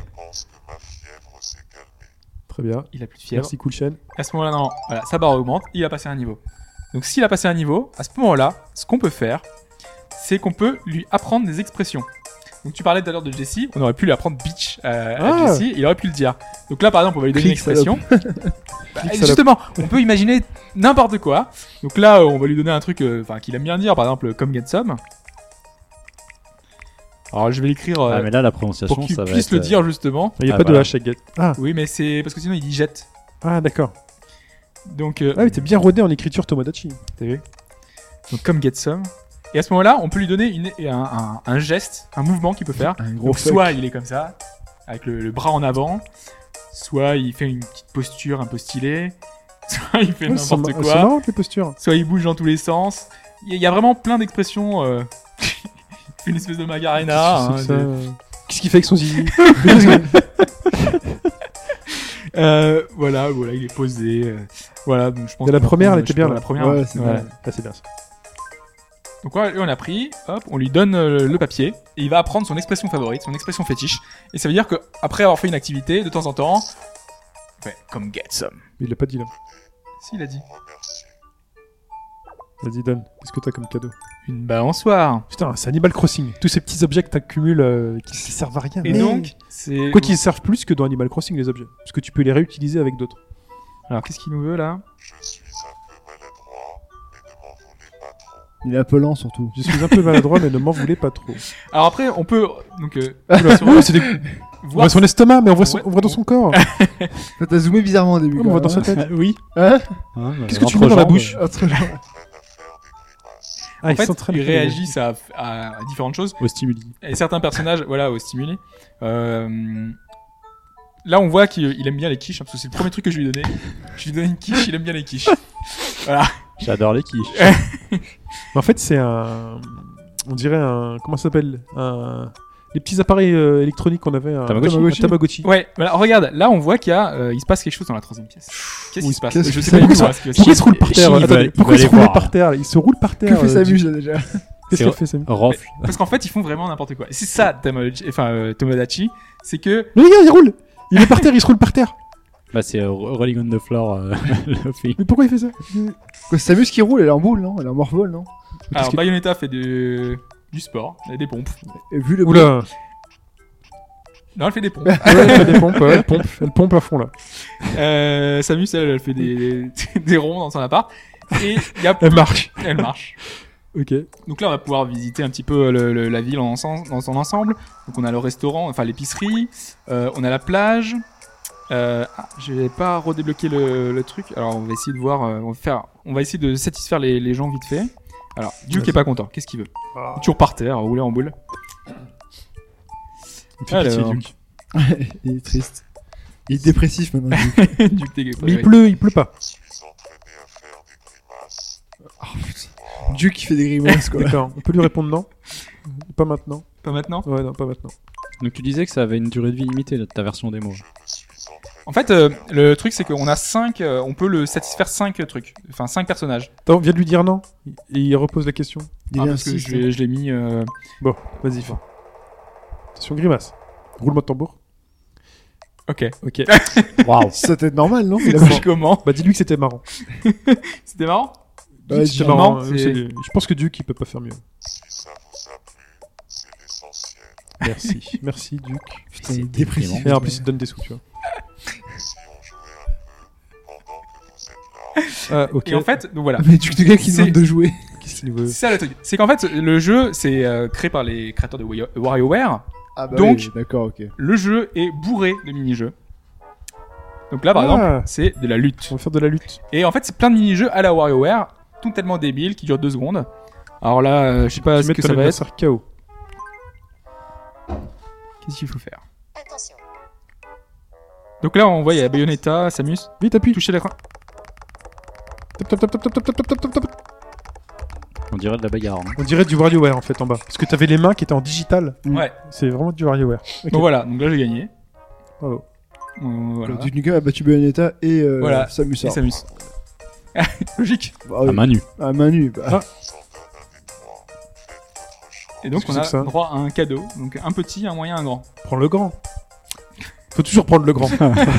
Très bien. Il a plus de fièvre. Merci, Cool Chain. À ce moment-là, non. Voilà, sa barre augmente. Il a passé un niveau. Donc, s'il a passé un niveau, à ce moment-là, ce qu'on peut faire, c'est qu'on peut lui apprendre des expressions. Donc, tu parlais tout à l'heure de Jessie. On aurait pu lui apprendre bitch à Ah. Jessie. Il aurait pu le dire. Donc là, par exemple, on va lui donner une Clique, salope. expression. Bah, Clique, justement, on peut imaginer n'importe quoi. Donc là, on va lui donner un truc qu'il aime bien dire. Par exemple, comme get some. Alors, je vais l'écrire Ah mais là la prononciation pour qu'il ça va puisse être, le dire, justement. Il n'y a Ah, pas de voilà. H à get. Ah, Oui, mais c'est parce que sinon, il dit jette. d'accord. Donc, Ah oui, t'es bien rodé en écriture Tomodachi. t'as vu Donc comme get some. Et à ce moment-là, on peut lui donner un geste, un mouvement qu'il peut faire. Un gros Donc fuck. soit il est comme ça, avec le bras en avant, soit il fait une petite posture un peu stylée, soit il fait Ouais, n'importe c'est quoi, marrant les postures. soit il bouge dans tous les sens. Il y a vraiment plein d'expressions. Il fait une espèce de magarena. hein, Qu'est-ce que c'est que de- ça Qu'est-ce qu'il fait avec son zizi voilà, il est posé. Voilà, donc je pense. Et la qu'on va première, prendre- elle était je bien, pense, là. La première. Ouais, c'est ouais. vrai. Ah, c'est bien ça. Donc voilà, lui, on a pris, hop, on lui donne le papier et il va apprendre son expression favorite, son expression fétiche. Et ça veut dire que après avoir fait une activité, de temps en temps, ouais, comme get some. Mais il l'a pas dit là. Si, il a dit. Vas-y, donne. Qu'est-ce que t'as comme cadeau Une balançoire. Putain, c'est Animal Crossing. Tous ces petits objets que t'accumules qui servent à rien. Et Mais- donc, c'est. Quoi qu'ils servent plus que dans Animal Crossing, les objets. Parce que tu peux les réutiliser avec d'autres. Alors, qu'est-ce qu'il nous veut là? Il est un peu lent, surtout. Je suis un peu maladroit, mais ne m'en voulez pas trop. Alors après, on peut. Donc, Oula, sur- c'est des- On voir. voit son estomac, mais on voit, Ouais. on voit dans son corps. T'as zoomé bizarrement au début. On quand voit même, dans sa hein. tête. Oui. Hein Qu'est-ce que tu mets dans la bouche Entre gens. Ah, En il fait, s'entraîne ils à faire des- réagissent à différentes choses. au stimuli. Et certains personnages, voilà, au stimuli. Là, on voit qu'il aime bien les quiches, hein, parce que c'est le premier truc que je lui ai donné. Je lui donne une quiche, il aime bien les quiches. Voilà. J'adore les quiches. Mais en fait, c'est un. On dirait un. Comment ça s'appelle un. Les petits appareils électroniques qu'on avait. Tamagotchi. Un Tamagotchi. Ouais, voilà, regarde, là on voit qu'il y a, il se passe quelque chose dans la troisième pièce. Qu'est-ce qui se passe? qu'est-ce Je que sais c'est pas du que tout ça ce qui va se Pourquoi il passer. se roule par terre? il va Attendez, aller- pourquoi il il va se roule aller par terre? Il se roule par terre. Que fait Samus là déjà? Qu'est-ce qu'elle fait Samus? Rofle. Parce qu'en fait, ils font vraiment n'importe quoi. Et c'est ça, Tomodachi, c'est que Mais regarde, il roule. Il est par terre, il se roule par terre. Bah, c'est Rolling on the Floor, le film. Mais pourquoi il fait ça? Quoi, c'est Samus qui roule, elle est en boule, non? Elle est en morphole, non? alors Bayonetta fait du sport, elle a des pompes. Et vu le Oula. Non, elle fait des pompes. Ouais, elle fait des pompes, ouais, elle pompe à fond là. Samus, elle fait des ronds dans son appart. Et il y a Elle marche. Elle marche. Ok. Donc là, on va pouvoir visiter un petit peu la ville dans son ensemble. Donc on a le restaurant, enfin l'épicerie, on a la plage. Je vais pas redébloquer le truc. Alors on va essayer de voir, on va essayer de satisfaire les gens vite fait. Alors Duke est pas content. Qu'est-ce qu'il veut? Toujours par terre, rouler en boule. Il me fait pitié, Alors. Duke. Il est triste. Il est dépressif maintenant. Duke, t'es Mais il pleut pas. Duke qui fait des grimaces quoi. D'accord. On peut lui répondre non? Pas maintenant. Pas maintenant. Ouais, non, pas maintenant. Donc tu disais que ça avait une durée de vie limitée, ta version démo. En fait, le truc c'est qu'on a 5, on peut le satisfaire 5 trucs, enfin 5 personnages. Attends, viens de lui dire non. Et il repose la question. Il Parce que insiste. je l'ai mis. Bon, vas-y, fais. Attention, grimace. Roulement de tambour. Ok. Ok. Waouh. Ça doit être normal, non? C'est Il a- comment? Bah dis-lui que c'était marrant. C'était marrant. Ouais, C'était dis- marrant. c'est- Je pense que Duke il peut pas faire mieux. Merci. Merci Duke. Putain, il est dépressif. Et en plus il te donne des sous, tu vois. Ah, ok. Et en fait, donc voilà. Mais Duke de gars qui C'est- demande de jouer. Qu'est-ce qu'il veut? C'est ça le truc. C'est qu'en fait, le jeu, c'est créé par les créateurs de WarioWare. Ah bah Donc- oui, d'accord, ok. Le jeu est bourré de mini-jeux. Donc là, par Ah. exemple, c'est de la lutte. On va faire de la lutte. Et en fait, c'est plein de mini-jeux à la WarioWare, tout tellement débiles, qui durent 2 secondes. Alors là, je sais pas Tu ce mets que ton ça va être. adversaire KO. Qu'est-ce qu'il faut faire? Attention. Donc là, on voit, il y a Bayonetta, Samus. Vite, appuie. Toucher l'écran. Top, top, top, top, top, top, top, top, top, top. On dirait de la bagarre. Hein. On dirait du WarioWare en fait en bas. Parce que t'avais les mains qui étaient en digital. Ouais. C'est vraiment du WarioWare. Ok. Donc voilà, donc là, j'ai gagné. Bravo. Voilà. Donc, Duke Nukem a battu Bayonetta et Voilà. Samus. Et Samus. Logique. Bah, oui. À main nue. À main nue. Bah. Ah. Et donc, Qu'est-ce on que c'est a que ça droit à un cadeau. Donc un petit, un moyen, un grand. Prends le grand. Faut toujours prendre le grand.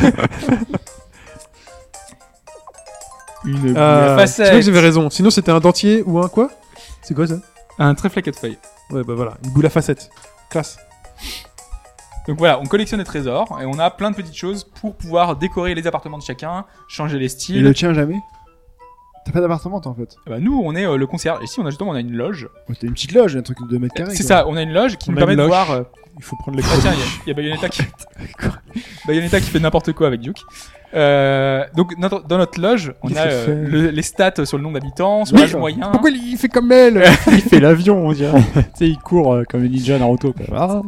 Une Tu facette. vois que j'avais raison. Sinon c'était un dentier ou un quoi? C'est quoi ça? Un trèfle à 4 feuilles. Ouais bah voilà, une boule à facettes. Classe. Donc voilà, on collectionne des trésors et on a plein de petites choses pour pouvoir décorer les appartements de chacun, changer les Il styles. le tient jamais. T'as pas d'appartement toi en fait. Bah, nous, on est le concierge. Ici, on a une loge. Ouais, t'as une petite loge, un truc de 2 mètres carrés. C'est quoi. ça, on a une loge qui On nous a permet une de loge. voir. Il faut prendre les Ah tiens, il y a Bayonetta qui... Bayonetta qui fait n'importe quoi avec Duke. Donc dans notre loge, on Qu'est-ce a qu'il fait les stats sur le nombre d'habitants, sur Oui. l'âge moyen. Pourquoi il fait comme elle? Il fait l'avion, on dirait. Tu sais, il court comme le ninja Naruto. Quoi.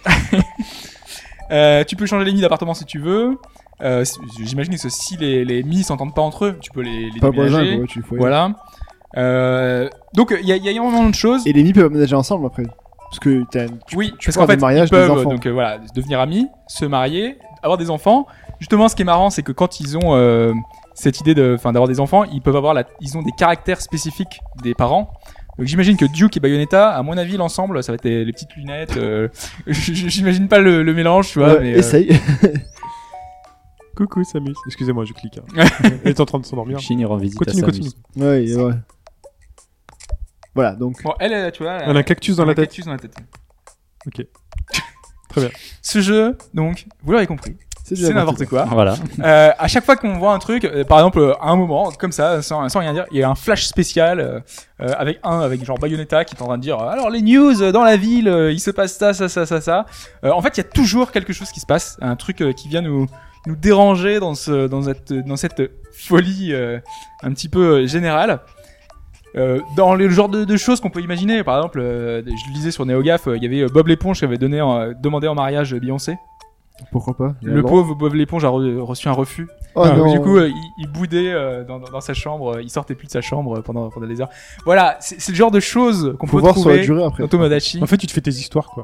Ah. Tu peux changer les nids d'appartement si tu veux. J'imagine que si les mi s'entendent pas entre eux, tu peux les Pas voisin, déménager. quoi, tu le Voilà. Donc il y a énormément de choses. Et les nids peuvent aménager ensemble après. Parce que t'as une... Oui, tu parce peux qu'en avoir fait, des mariages, ils peuvent des enfants. donc voilà, devenir amis, se marier, avoir des enfants. Justement, ce qui est marrant, c'est que quand ils ont cette idée d'avoir des enfants, ils peuvent avoir ils ont des caractères spécifiques des parents. Donc j'imagine que Duke et Bayonetta, à mon avis, l'ensemble, ça va être les petites lunettes. J'imagine pas le mélange, tu vois. Ouais, mais, essaye. Coucou Samus. Excusez-moi, je clique. Hein. Elle est en train de s'endormir. Chine, il revisite Continue, à Samus. continue. Ouais. Voilà, donc. Bon, elle, tu vois, Elle a un cactus dans la tête. cactus dans la tête. Ok. Très bien. Ce jeu, donc, vous l'aurez compris, c'est n'importe quoi. Voilà. À chaque fois qu'on voit un truc, par exemple, à un moment, comme ça, sans rien dire, il y a un flash spécial avec genre Bayonetta qui est en train de dire alors les news dans la ville, il se passe ça. En fait, il y a toujours quelque chose qui se passe, un truc qui vient nous déranger dans cette folie un petit peu générale. Dans le genre de choses qu'on peut imaginer, par exemple, je le disais sur NeoGaf, il y avait Bob l'éponge qui avait demandé en mariage Beyoncé. Pourquoi pas Le pauvre Bob l'éponge a reçu un refus. Oh Donc, non. du coup, il boudait dans sa chambre, il sortait plus de sa chambre pendant des heures. Voilà, c'est le genre de choses qu'on Faut peut voir sur la trouver durée après. dans Tomodachi. En fait, tu te fais tes histoires quoi.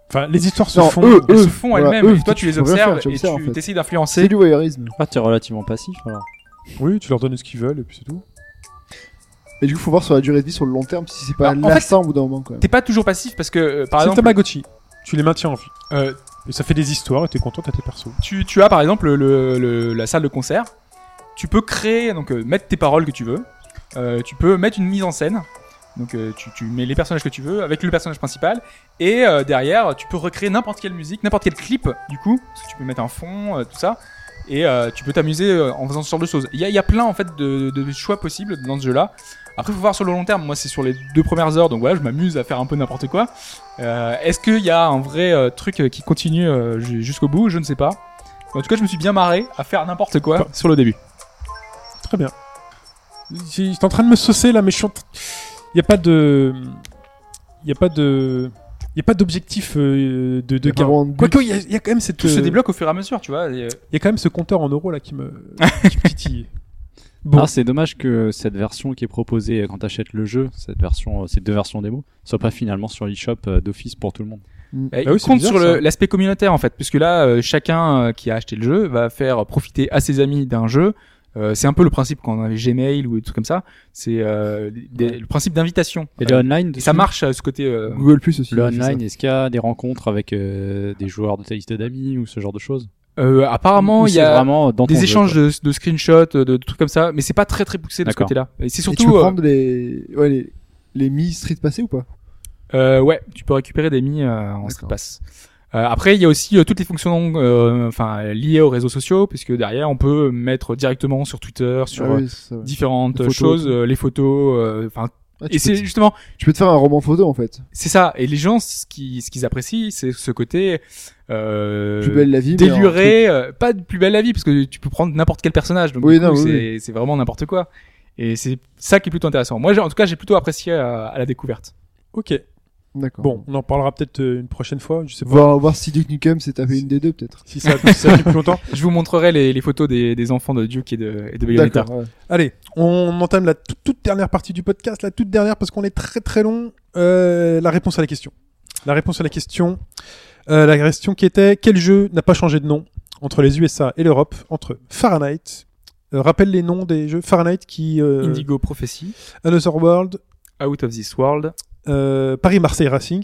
Enfin, les histoires se Non, font. eux, Elles se font voilà, elles-mêmes, eux, et toi tu les faut rien faire, observes tu et observes, en tu fait. essayes C'est d'influencer. du voyeurisme. Ah, t'es relativement passif alors. Oui, tu leur donnes ce qu'ils veulent et puis c'est tout. Et du coup, faut voir sur la durée de vie, sur le long terme, si c'est pas Alors, en fait, lassant au bout d'un moment, quand même. T'es pas toujours passif parce que, par C'est le exemple, Tamagotchi. Tu les maintiens en vie. euh, Et ça fait des histoires et t'es content, t'as tes persos. tu as par exemple la salle de concert. Tu peux créer, donc mettre tes paroles que tu veux. Tu peux mettre une mise en scène. Donc tu mets les personnages que tu veux avec le personnage principal. Et derrière, tu peux recréer n'importe quelle musique, n'importe quel clip du coup. Parce que tu peux mettre un fond, tout ça. Et tu peux t'amuser en faisant ce genre de choses. Il y a plein en fait de choix possibles dans ce jeu-là. Après, faut voir sur le long terme. Moi, c'est sur les 2 premières heures, donc voilà, je m'amuse à faire un peu n'importe quoi. Est-ce qu'il y a un vrai truc qui continue jusqu'au bout? Je ne sais pas. En tout cas, je me suis bien marré à faire n'importe quoi sur le début. Très bien. J'étais en train de me saucer là, mais je suis il n'y a pas de. Il n'y a pas de. Il n'y a pas d'objectif de Y a pas gain. vraiment de but. Quoique, il y a quand même cette. Tout se débloque au fur et à mesure, tu vois. Il y a quand même ce compteur en euros là qui me titille. Bon. Ah, c'est dommage que cette version qui est proposée quand t'achètes le jeu, ces 2 versions démo, soit pas finalement sur l'eShop d'office pour tout le monde. Ah Il oui, c'est compte bizarre, sur ça. l'aspect communautaire en fait, puisque là, chacun qui a acheté le jeu va faire profiter à ses amis d'un jeu. C'est un peu le principe quand on avait Gmail ou des trucs comme ça. C'est le principe d'invitation. Et le online, Et ça marche ce côté. Google Plus aussi. le il fait ça. online, est-ce qu'il y a des rencontres avec des joueurs de ta liste d'amis ou ce genre de choses? Apparemment, Ou il y c'est a vraiment dans ton des jeu, échanges quoi. de screenshots, de trucs comme ça, mais c'est pas très poussé de ce D'accord. côté-là. Et c'est Et tu surtout, peux prendre les Mi Street Passés ou pas? ouais, tu peux récupérer des mi en D'accord. Street Pass. Après, il y a aussi toutes les fonctions, liées aux réseaux sociaux, puisque derrière, on peut mettre directement sur Twitter, sur Ah oui, c'est ça, ouais. différentes Les photos, choses, tout. les photos, Ah, tu et peux c'est te- justement, Tu peux te faire un roman photo en fait. c'est ça. Et les gens, ce qu'ils apprécient, c'est ce côté Plus belle la vie. mais en déluré, pas de plus belle la vie, parce que tu peux prendre n'importe quel personnage. Donc Oui, du coup, non, oui, c'est vraiment n'importe quoi. Et c'est ça qui est plutôt intéressant. Moi, en tout cas, j'ai plutôt apprécié à la découverte. Ok. truc. D'accord. Bon, on en parlera peut-être une prochaine fois. Je sais pas Voir si Duke Nukem s'est tapé une des 2 peut-être. si ça a pris plus longtemps. Je vous montrerai les photos des enfants de Duke et de Bayonetta. D'accord. Ouais. Allez, on entame la toute dernière partie du podcast, la toute dernière parce qu'on est très long. La réponse à la question. La réponse à la question. La question qui était quel jeu n'a pas changé de nom entre les USA et l'Europe, entre Fahrenheit. Rappelle les noms des jeux Fahrenheit qui. Indigo Prophecy, Another World. Out of This World, Paris-Marseille Racing.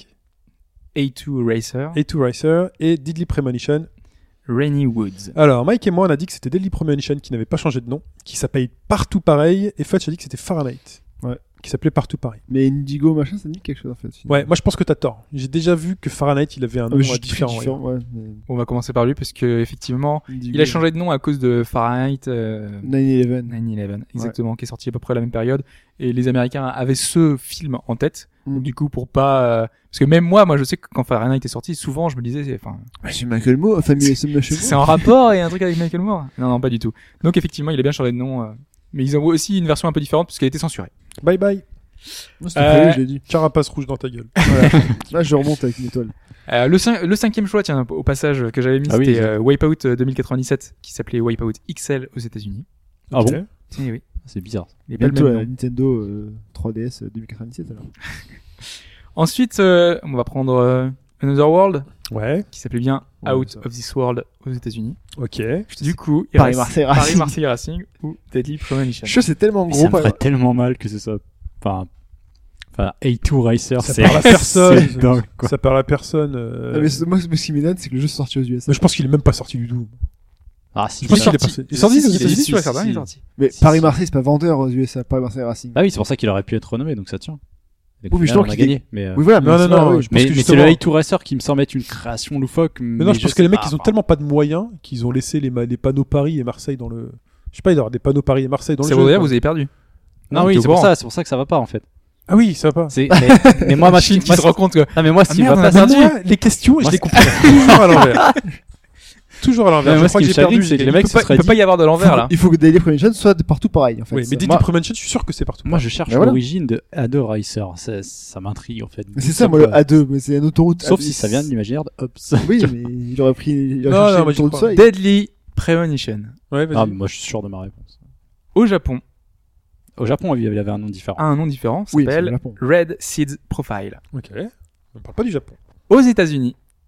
A2 Racer, A2 Racer et Deadly Premonition. Rainy Woods. Alors, Mike et moi, on a dit que c'était Deadly Premonition qui n'avait pas changé de nom, qui s'appelle partout pareil, et Fudge a dit que c'était Fahrenheit. Ouais. Qui s'appelait partout pareil. Mais Indigo machin, ça dit quelque chose en fait. Ouais, moi je pense que t'as tort. J'ai déjà vu que Fahrenheit, il avait un nom différent. ouais. Ouais, mais On va commencer par lui parce que effectivement, Indigo, il a changé de nom à cause de Fahrenheit 9/11. 9/11, exactement, qui est sorti à peu près à la même période. Et les Américains avaient ce film en tête. Donc, du coup, pour pas, parce que même moi, je sais que quand Fahrenheit est sorti, souvent, je me disais, enfin, Ouais, c'est Michael Moore, famille SM chez c'est en rapport et un truc avec Michael Moore. Non, pas du tout. Donc, effectivement, il a bien changé de nom. Mais ils ont aussi une version un peu différente puisqu'elle a été censurée. Bye bye. C'était prévu, je l'ai dit. Carapace rouge dans ta gueule. Voilà. Là, je remonte avec une étoile. Le cinquième choix, tiens, au passage, que j'avais mis, Ah oui, c'était ça. Wipeout 2097, qui s'appelait Wipeout XL aux États-Unis. Ah Ok. bon? Eh oui. C'est bizarre. Il est pas le Bientôt même à nom. Nintendo 3DS 2097 alors. Ensuite, on va prendre Another World, Ouais, qui s'appelait bien Ouais, Out ça. of This World aux États-Unis. ok. Du coup, il Paris-Marseille reste Racing. Paris-Marseille Racing ou Deadly Premonition. Je sais, c'est tellement Mais gros. ça me pas- ferait tellement mal que ce soit. Enfin, A2 Racer, Ça c'est. parle à personne. c'est dingue, quoi. Ça parle à personne. Ah, mais moi, ce qui m'étonne, c'est que le jeu est sorti aux US. Mais je pense qu'il est même pas sorti du tout. Ah, si, Je pense si, qu'il est si. passé. Il est sorti aux Si, si, États-Unis, si, sûr et si, certain, il est si. sorti. Mais Si, Paris-Marseille, c'est pas vendeur aux USA. Paris-Marseille Racing. Ah oui, c'est pour ça qu'il aurait pu être renommé, donc ça tient. Et Oui, mais je final, pense on a qu'il est- gagné. Mais, Oui, voilà. Non, non, c'est non, là, ouais, oui. je pense que mais c'est justement- le A2 Racer qui me semble être une création loufoque. Mais non, je pense sais que les mecs, pas, ils ont enfin, tellement pas de moyens qu'ils ont laissé les panneaux Paris et Marseille dans le. Je sais pas, il doit y avoir des panneaux Paris et Marseille dans le Ça jeu. veut dire que quoi. vous avez perdu. Non, Ah, oui, t'es au c'est pour courant. ça, c'est pour ça que ça va pas en fait. Ah oui, ça va pas. Mais moi, Machine qui se rend compte que. Ah, mais moi, ce qui merde, va on pas, a c'est perdu. Moi, les questions, je Moi, les c'est- comprends toujours à l'envers. Toujours à l'envers. Non, Je moi, crois ce que qui j'ai me perdu. chagrine, c'est que les mecs, Il ce peut serait pas dit. y avoir de l'envers là. Il faut que Daily Premonition soit de partout pareil en fait. Oui, mais Ça- Deadly Moi- Premonition, je suis sûr que c'est partout. Moi, je cherche Mais voilà. l'origine de A2 Racer. Ça m'intrigue en fait. Mais c'est ça, moi, le A2, mais c'est une autoroute. Sauf A2. si ça vient de l'imaginaire de Hobbs. Oui, mais il aurait pris. Il Non, aurait cherché non, moi, une j'y autoroute crois. seule. Deadly Premonition. Ouais, vas-y. Ah, mais moi, je suis sûr de ma réponse. Au Japon, Au Japon, il avait un nom différent. a un nom différent, Oui, c'est le s'appelle Japon. Red Seed Profile. Ok. On parle pas du Japon. Aux États-Unis,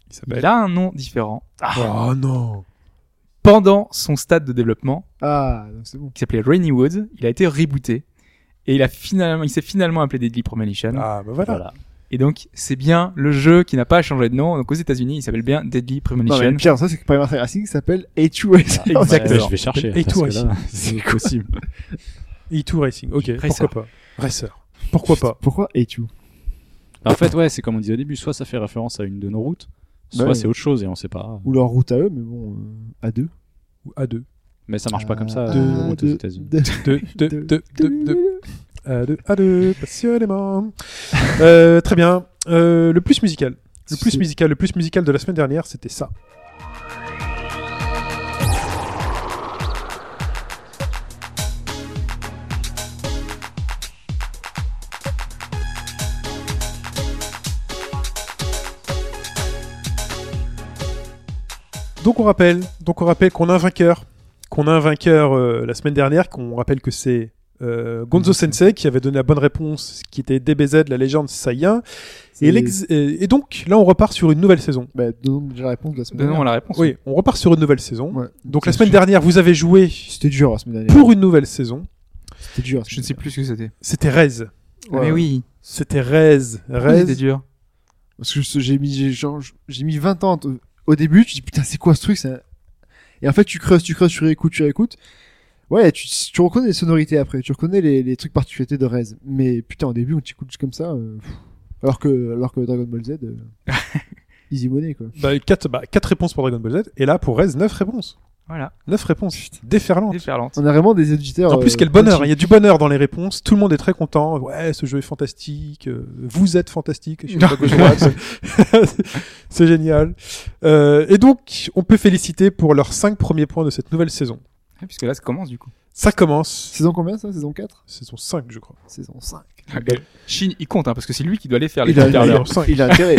Il s'appelle. Il a un nom différent. Oh non. Pendant son stade de développement, Ah, donc c'est bon. qui s'appelait Rainy Woods, il a été rebooté. Et il s'est finalement appelé Deadly Premonition. Ah bah voilà. Et donc, c'est bien le jeu qui n'a pas changé de nom. Donc, aux États-Unis, il s'appelle bien Deadly Non, Premonition. mais le pire, ça, c'est que Prime Racing s'appelle A2 Racing. Exactement. Je vais chercher. Et parce tout que Racing. là, c'est possible. E2 Racing. Ok, Racer. pourquoi pas. Racer. Pourquoi pas. Pourquoi A2? En fait, ouais, c'est comme on disait au début, soit ça fait référence à une de nos routes, soit Ouais. c'est autre chose et on sait pas. Ou leur route à eux, mais bon, A2. Ou A2. Mais ça marche pas comme ça, Deux, une route aux deux, États-Unis. A2, passionnément. Très bien. Le plus musical. Le plus musical de la semaine dernière, c'était ça. Donc on rappelle qu'on a un vainqueur. La semaine dernière, qu'on rappelle que c'est Gonzo Sensei qui avait donné la bonne réponse, qui était DBZ, la légende Saiyan. Et donc là, on repart sur une nouvelle saison. Bah, donnons déjà la réponse de la semaine Donnons dernière. la réponse. Oui, on repart sur une nouvelle saison. Ouais. Donc la C'est semaine sûr. dernière, vous avez joué C'était dur la semaine dernière. pour une nouvelle saison. C'était dur. la Je semaine ne sais plus ce que c'était. C'était Rez. Ouais. Mais oui. C'était Rez. C'était dur. Parce que j'ai mis 20 ans au début, tu dis putain, c'est quoi ce truc ça... Et en fait, tu creuses, tu réécoutes. Ouais, tu reconnais les sonorités après, tu reconnais les trucs particularités de Rez. Mais putain, au début, on t'écoute juste comme ça. Alors que Dragon Ball Z, easy money quoi. 4 réponses pour Dragon Ball Z. Et là, pour Rez, 9 réponses. Voilà. 9 réponses. Déferlantes. Déferlante. On a vraiment des éditeurs. En plus, quel bonheur. Il y a du bonheur dans les réponses. Tout le monde est très content. Ouais, ce jeu est fantastique. Vous êtes fantastique. Je sais pas gauche-droite. C'est génial. Et donc, on peut féliciter pour leurs 5 premiers points de cette nouvelle saison. Ouais, puisque là, ça commence du coup. Ça commence. Saison combien ça? Saison 4? Saison 5, je crois. Saison 5. Shin, il compte, hein, parce que c'est lui qui doit aller faire les Il a, critères il a- d'heure. il a intérêt.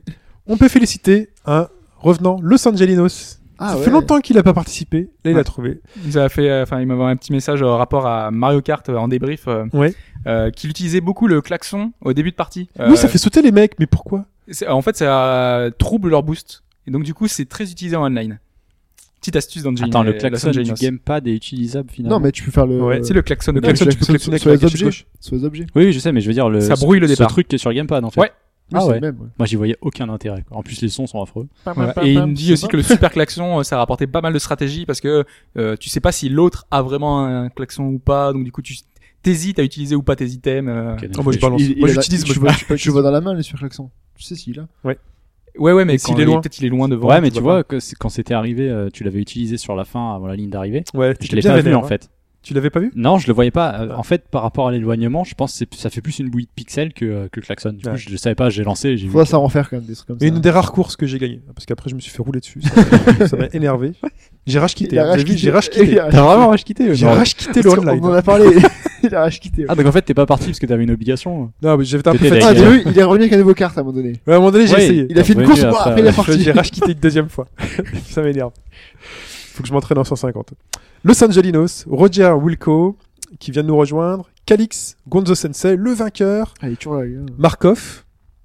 On peut féliciter un revenant Los Angelinos. Ah Ça ouais. fait longtemps qu'il n'a pas participé. Là, il a trouvé. Il nous a fait, il m'a envoyé un petit message rapport à Mario Kart en débrief, Ouais. qu'il utilisait beaucoup le klaxon au début de partie. Oui, ça fait sauter les mecs, mais pourquoi? En fait, ça trouble leur boost. Et donc, du coup, c'est très utilisé en online. Petite astuce dans Attends, le klaxon du gamepad est utilisable finalement. Non, mais tu peux faire le. Ouais. C'est le klaxon. Le Non, klaxon, mais tu peux klaxonner sur avec les la gâchette objets. gauche. Sur les objets. Oui, je sais, mais je veux dire, Ça brouille le ce départ. truc qui est sur le gamepad en fait. Ouais. Oui, Ah c'est ouais. le même. Ouais. Moi, j'y voyais aucun intérêt. Quoi. En plus, les sons sont affreux. Voilà. Et il me dit aussi que le super klaxon, ça rapportait pas mal de stratégie parce que tu sais pas si l'autre a vraiment un klaxon ou pas. Donc, du coup, tu t'hésites à utiliser ou pas tes items. Ok, Oh, moi, je balance. Il Moi, a- j'utilise. tu moi, le vois dans la main, le super klaxon. Tu sais s'il a. Ouais, mais Et s'il quand est loin. peut-être il est loin devant. Ouais, mais tu vois, que quand c'était arrivé, tu l'avais utilisé sur la fin avant la ligne d'arrivée. Ouais, Je t'étais l'ai bien pas vu vénère, en hein. fait. Tu l'avais pas vu? Non, je le voyais pas. En fait, par rapport à l'éloignement, je pense que ça fait plus une bouillie de pixels que le klaxon. Du Ouais. coup, je le savais pas, j'ai lancé, j'ai vu. Faudra s'en refaire quand même des trucs comme ça. Et une des rares courses que j'ai gagnées. Parce qu'après, je me suis fait rouler dessus. Ça m'a énervé. J'ai rage quitté. Il a Vous avez rage vu, quitté. j'ai rage quitté. Il a rage T'as vraiment rage quitté J'ai non. rage quitté le Parce qu'on online. en a parlé. Il a rage quitté. Ah, donc en fait, t'es pas parti parce que t'avais une obligation. Non, mais j'avais un peu T'étais fatigué. Ah, D'ailleurs. t'as vu, il est revenu avec un nouveau carte à un moment donné. Ouais, à un moment donné, j'ai Ouais, essayé. Il a fait une revenu course, après, après il est ouais. parti. J'ai rage quitté une deuxième fois. Ça m'énerve. Faut que je m'entraîne en 150. Los Angelinos, Roger Wilco, qui vient de nous rejoindre. Calix, Gonzo Sensei, le vainqueur. Ah, il est toujours là, le gars. Markov,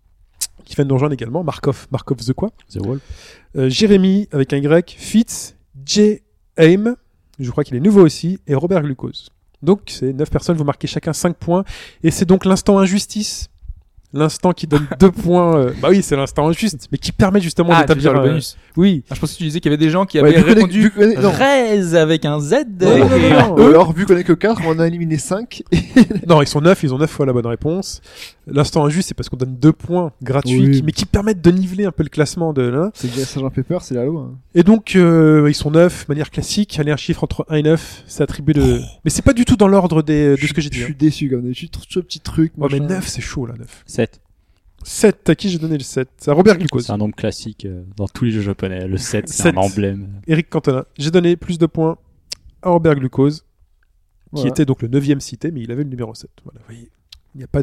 qui vient de nous rejoindre également. Markov the quoi? The Wall. Jérémy, avec un Y. Fitz, J. Aim, je crois qu'il est nouveau aussi. Et Robert Glucose. Donc, c'est 9 personnes, vous marquez chacun 5 points. Et c'est donc l'instant injustice. L'instant qui donne 2 points. Bah oui, c'est l'instant injuste, mais qui permet justement Ah, tu veux dire d'établir le bonus. Oui. Ah, je pensais que tu disais qu'il y avait des gens qui Ouais, avaient vu qu'on est- répondu vu qu'on est- non. Rez avec un Z. Non, non, non, et non, un non. Ou alors, vu qu'on est que 4, on en a éliminé 5. Non, ils sont 9, ils ont 9 fois la bonne réponse. L'instant injuste, c'est parce qu'on donne 2 points gratuits, Oui. mais qui permettent de niveler un peu le classement de l'un. C'est déjà Sgt Pepper, c'est la loi. Hein. Et donc, ils sont 9, manière classique. Allez, un chiffre entre 1 et 9, c'est attribué de... Mais c'est pas du tout dans l'ordre de ce que j'ai dit. Je Hein. suis déçu quand même. Je suis trop petit truc. Ouais, mais machin. 9, c'est chaud, là, 9. 7. 7, à qui j'ai donné le 7? C'est à Robert Glucose. C'est un nombre classique dans tous les jeux japonais. Le 7, c'est 7. un emblème. Eric Cantona. J'ai donné plus de points à Robert Glucose, qui Voilà. était donc le 9e cité, mais il avait le numéro 7. Voilà, vous voyez. Il n'y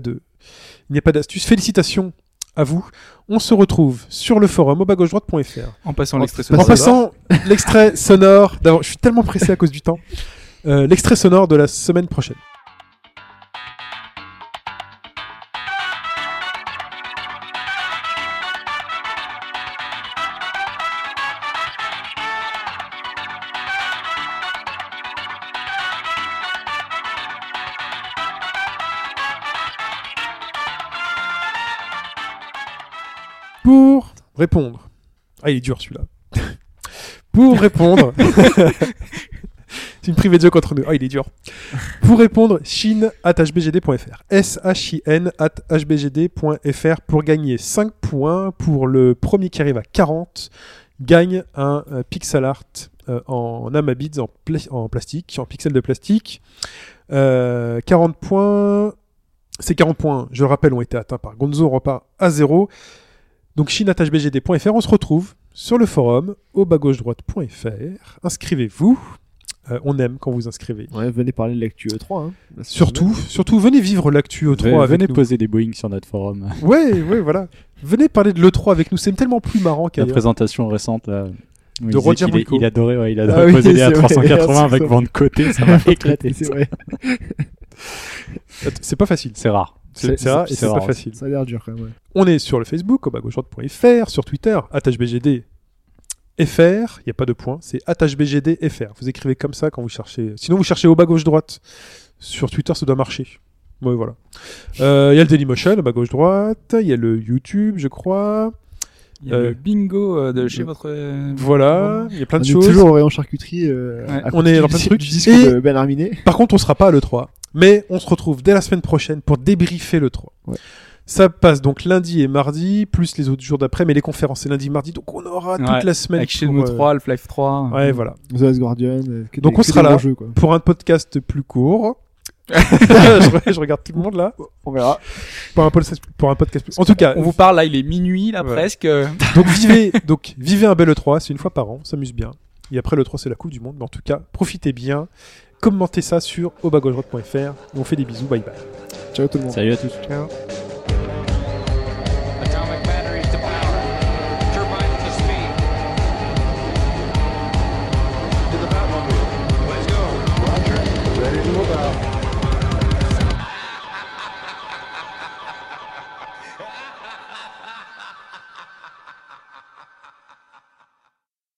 a pas d'astuce. Félicitations à vous. On se retrouve sur le forum obagauche-droite.fr. En passant l'extrait En sonore. passant l'extrait sonore d'avant. Je suis tellement pressé à cause du temps. L'extrait sonore de la semaine prochaine. Pour répondre. Ah, il est dur celui-là. Pour répondre. C'est une private joke entre nous. Ah, il est dur. Pour répondre, chine@hbgd.fr. SHIN@hbgd.fr pour gagner 5 points. Pour le premier qui arrive à 40, gagne un pixel art en Amabids en plastique, en pixels de plastique. 40 points. Ces 40 points, je le rappelle, ont été atteints par Gonzo. On repart à 0. Donc chine@hbgd.fr. On se retrouve sur le forum au bas-gauche-droite.fr. Inscrivez-vous. On aime quand vous inscrivez. Ouais, venez parler de l'actu E3. Hein. Là, c'est Surtout, venez vivre l'actu E3 Venez avec nous. poser des Boeing sur notre forum. Ouais, voilà. Venez parler de l'E3 avec nous. C'est tellement plus marrant La qu'ailleurs. présentation récente là, où il De disait Roger qu'il Mulco. il adorait Ah oui, poser des c'est vrai, A380 avec c'est vent de côté, ça m'a éclaté. C'est vrai. C'est pas facile. C'est rare. C'est rare et c'est pas rare. facile. Ça a l'air dur quand même. Ouais. On est sur le Facebook, au bas-gauche-droite.fr, sur Twitter, @hbgd. FR, il n'y a pas de point, c'est @hbgdfr. Vous écrivez comme ça quand vous cherchez. Sinon, vous cherchez au bas-gauche-droite. Sur Twitter, ça doit marcher. Ouais, voilà. Il y a le Dailymotion, au bas-gauche-droite. Il y a le YouTube, je crois. Il y a le bingo de chez votre... Voilà, il y a plein de On est choses. toujours au rayon charcuterie. À On côté est du dans plein de disque- trucs. Du disque Et- de Ben Arminet. Par contre, on sera pas à l'E3. Mais on se retrouve dès la semaine prochaine pour débriefer l'E3. Ouais. Ça passe donc lundi et mardi, plus les autres jours d'après, mais les conférences c'est lundi, mardi, donc on aura toute Ouais, la semaine. Avec Shenmue 3, Half-Life 3. Ouais, voilà. The Last Guardian. Donc on sera là. Pour un podcast plus court. je regarde tout le monde là. On verra. Pour un podcast plus... En tout cas, On vous parle là, il est minuit là Ouais. presque. donc vivez un bel E3, c'est une fois par an, on s'amuse bien. Et après l'E3 c'est la Coupe du Monde, mais en tout cas, profitez bien. Commentez ça sur aubasgauche-droite.fr. On fait des bisous, bye bye. Ciao tout le monde. Salut à tous. Ciao.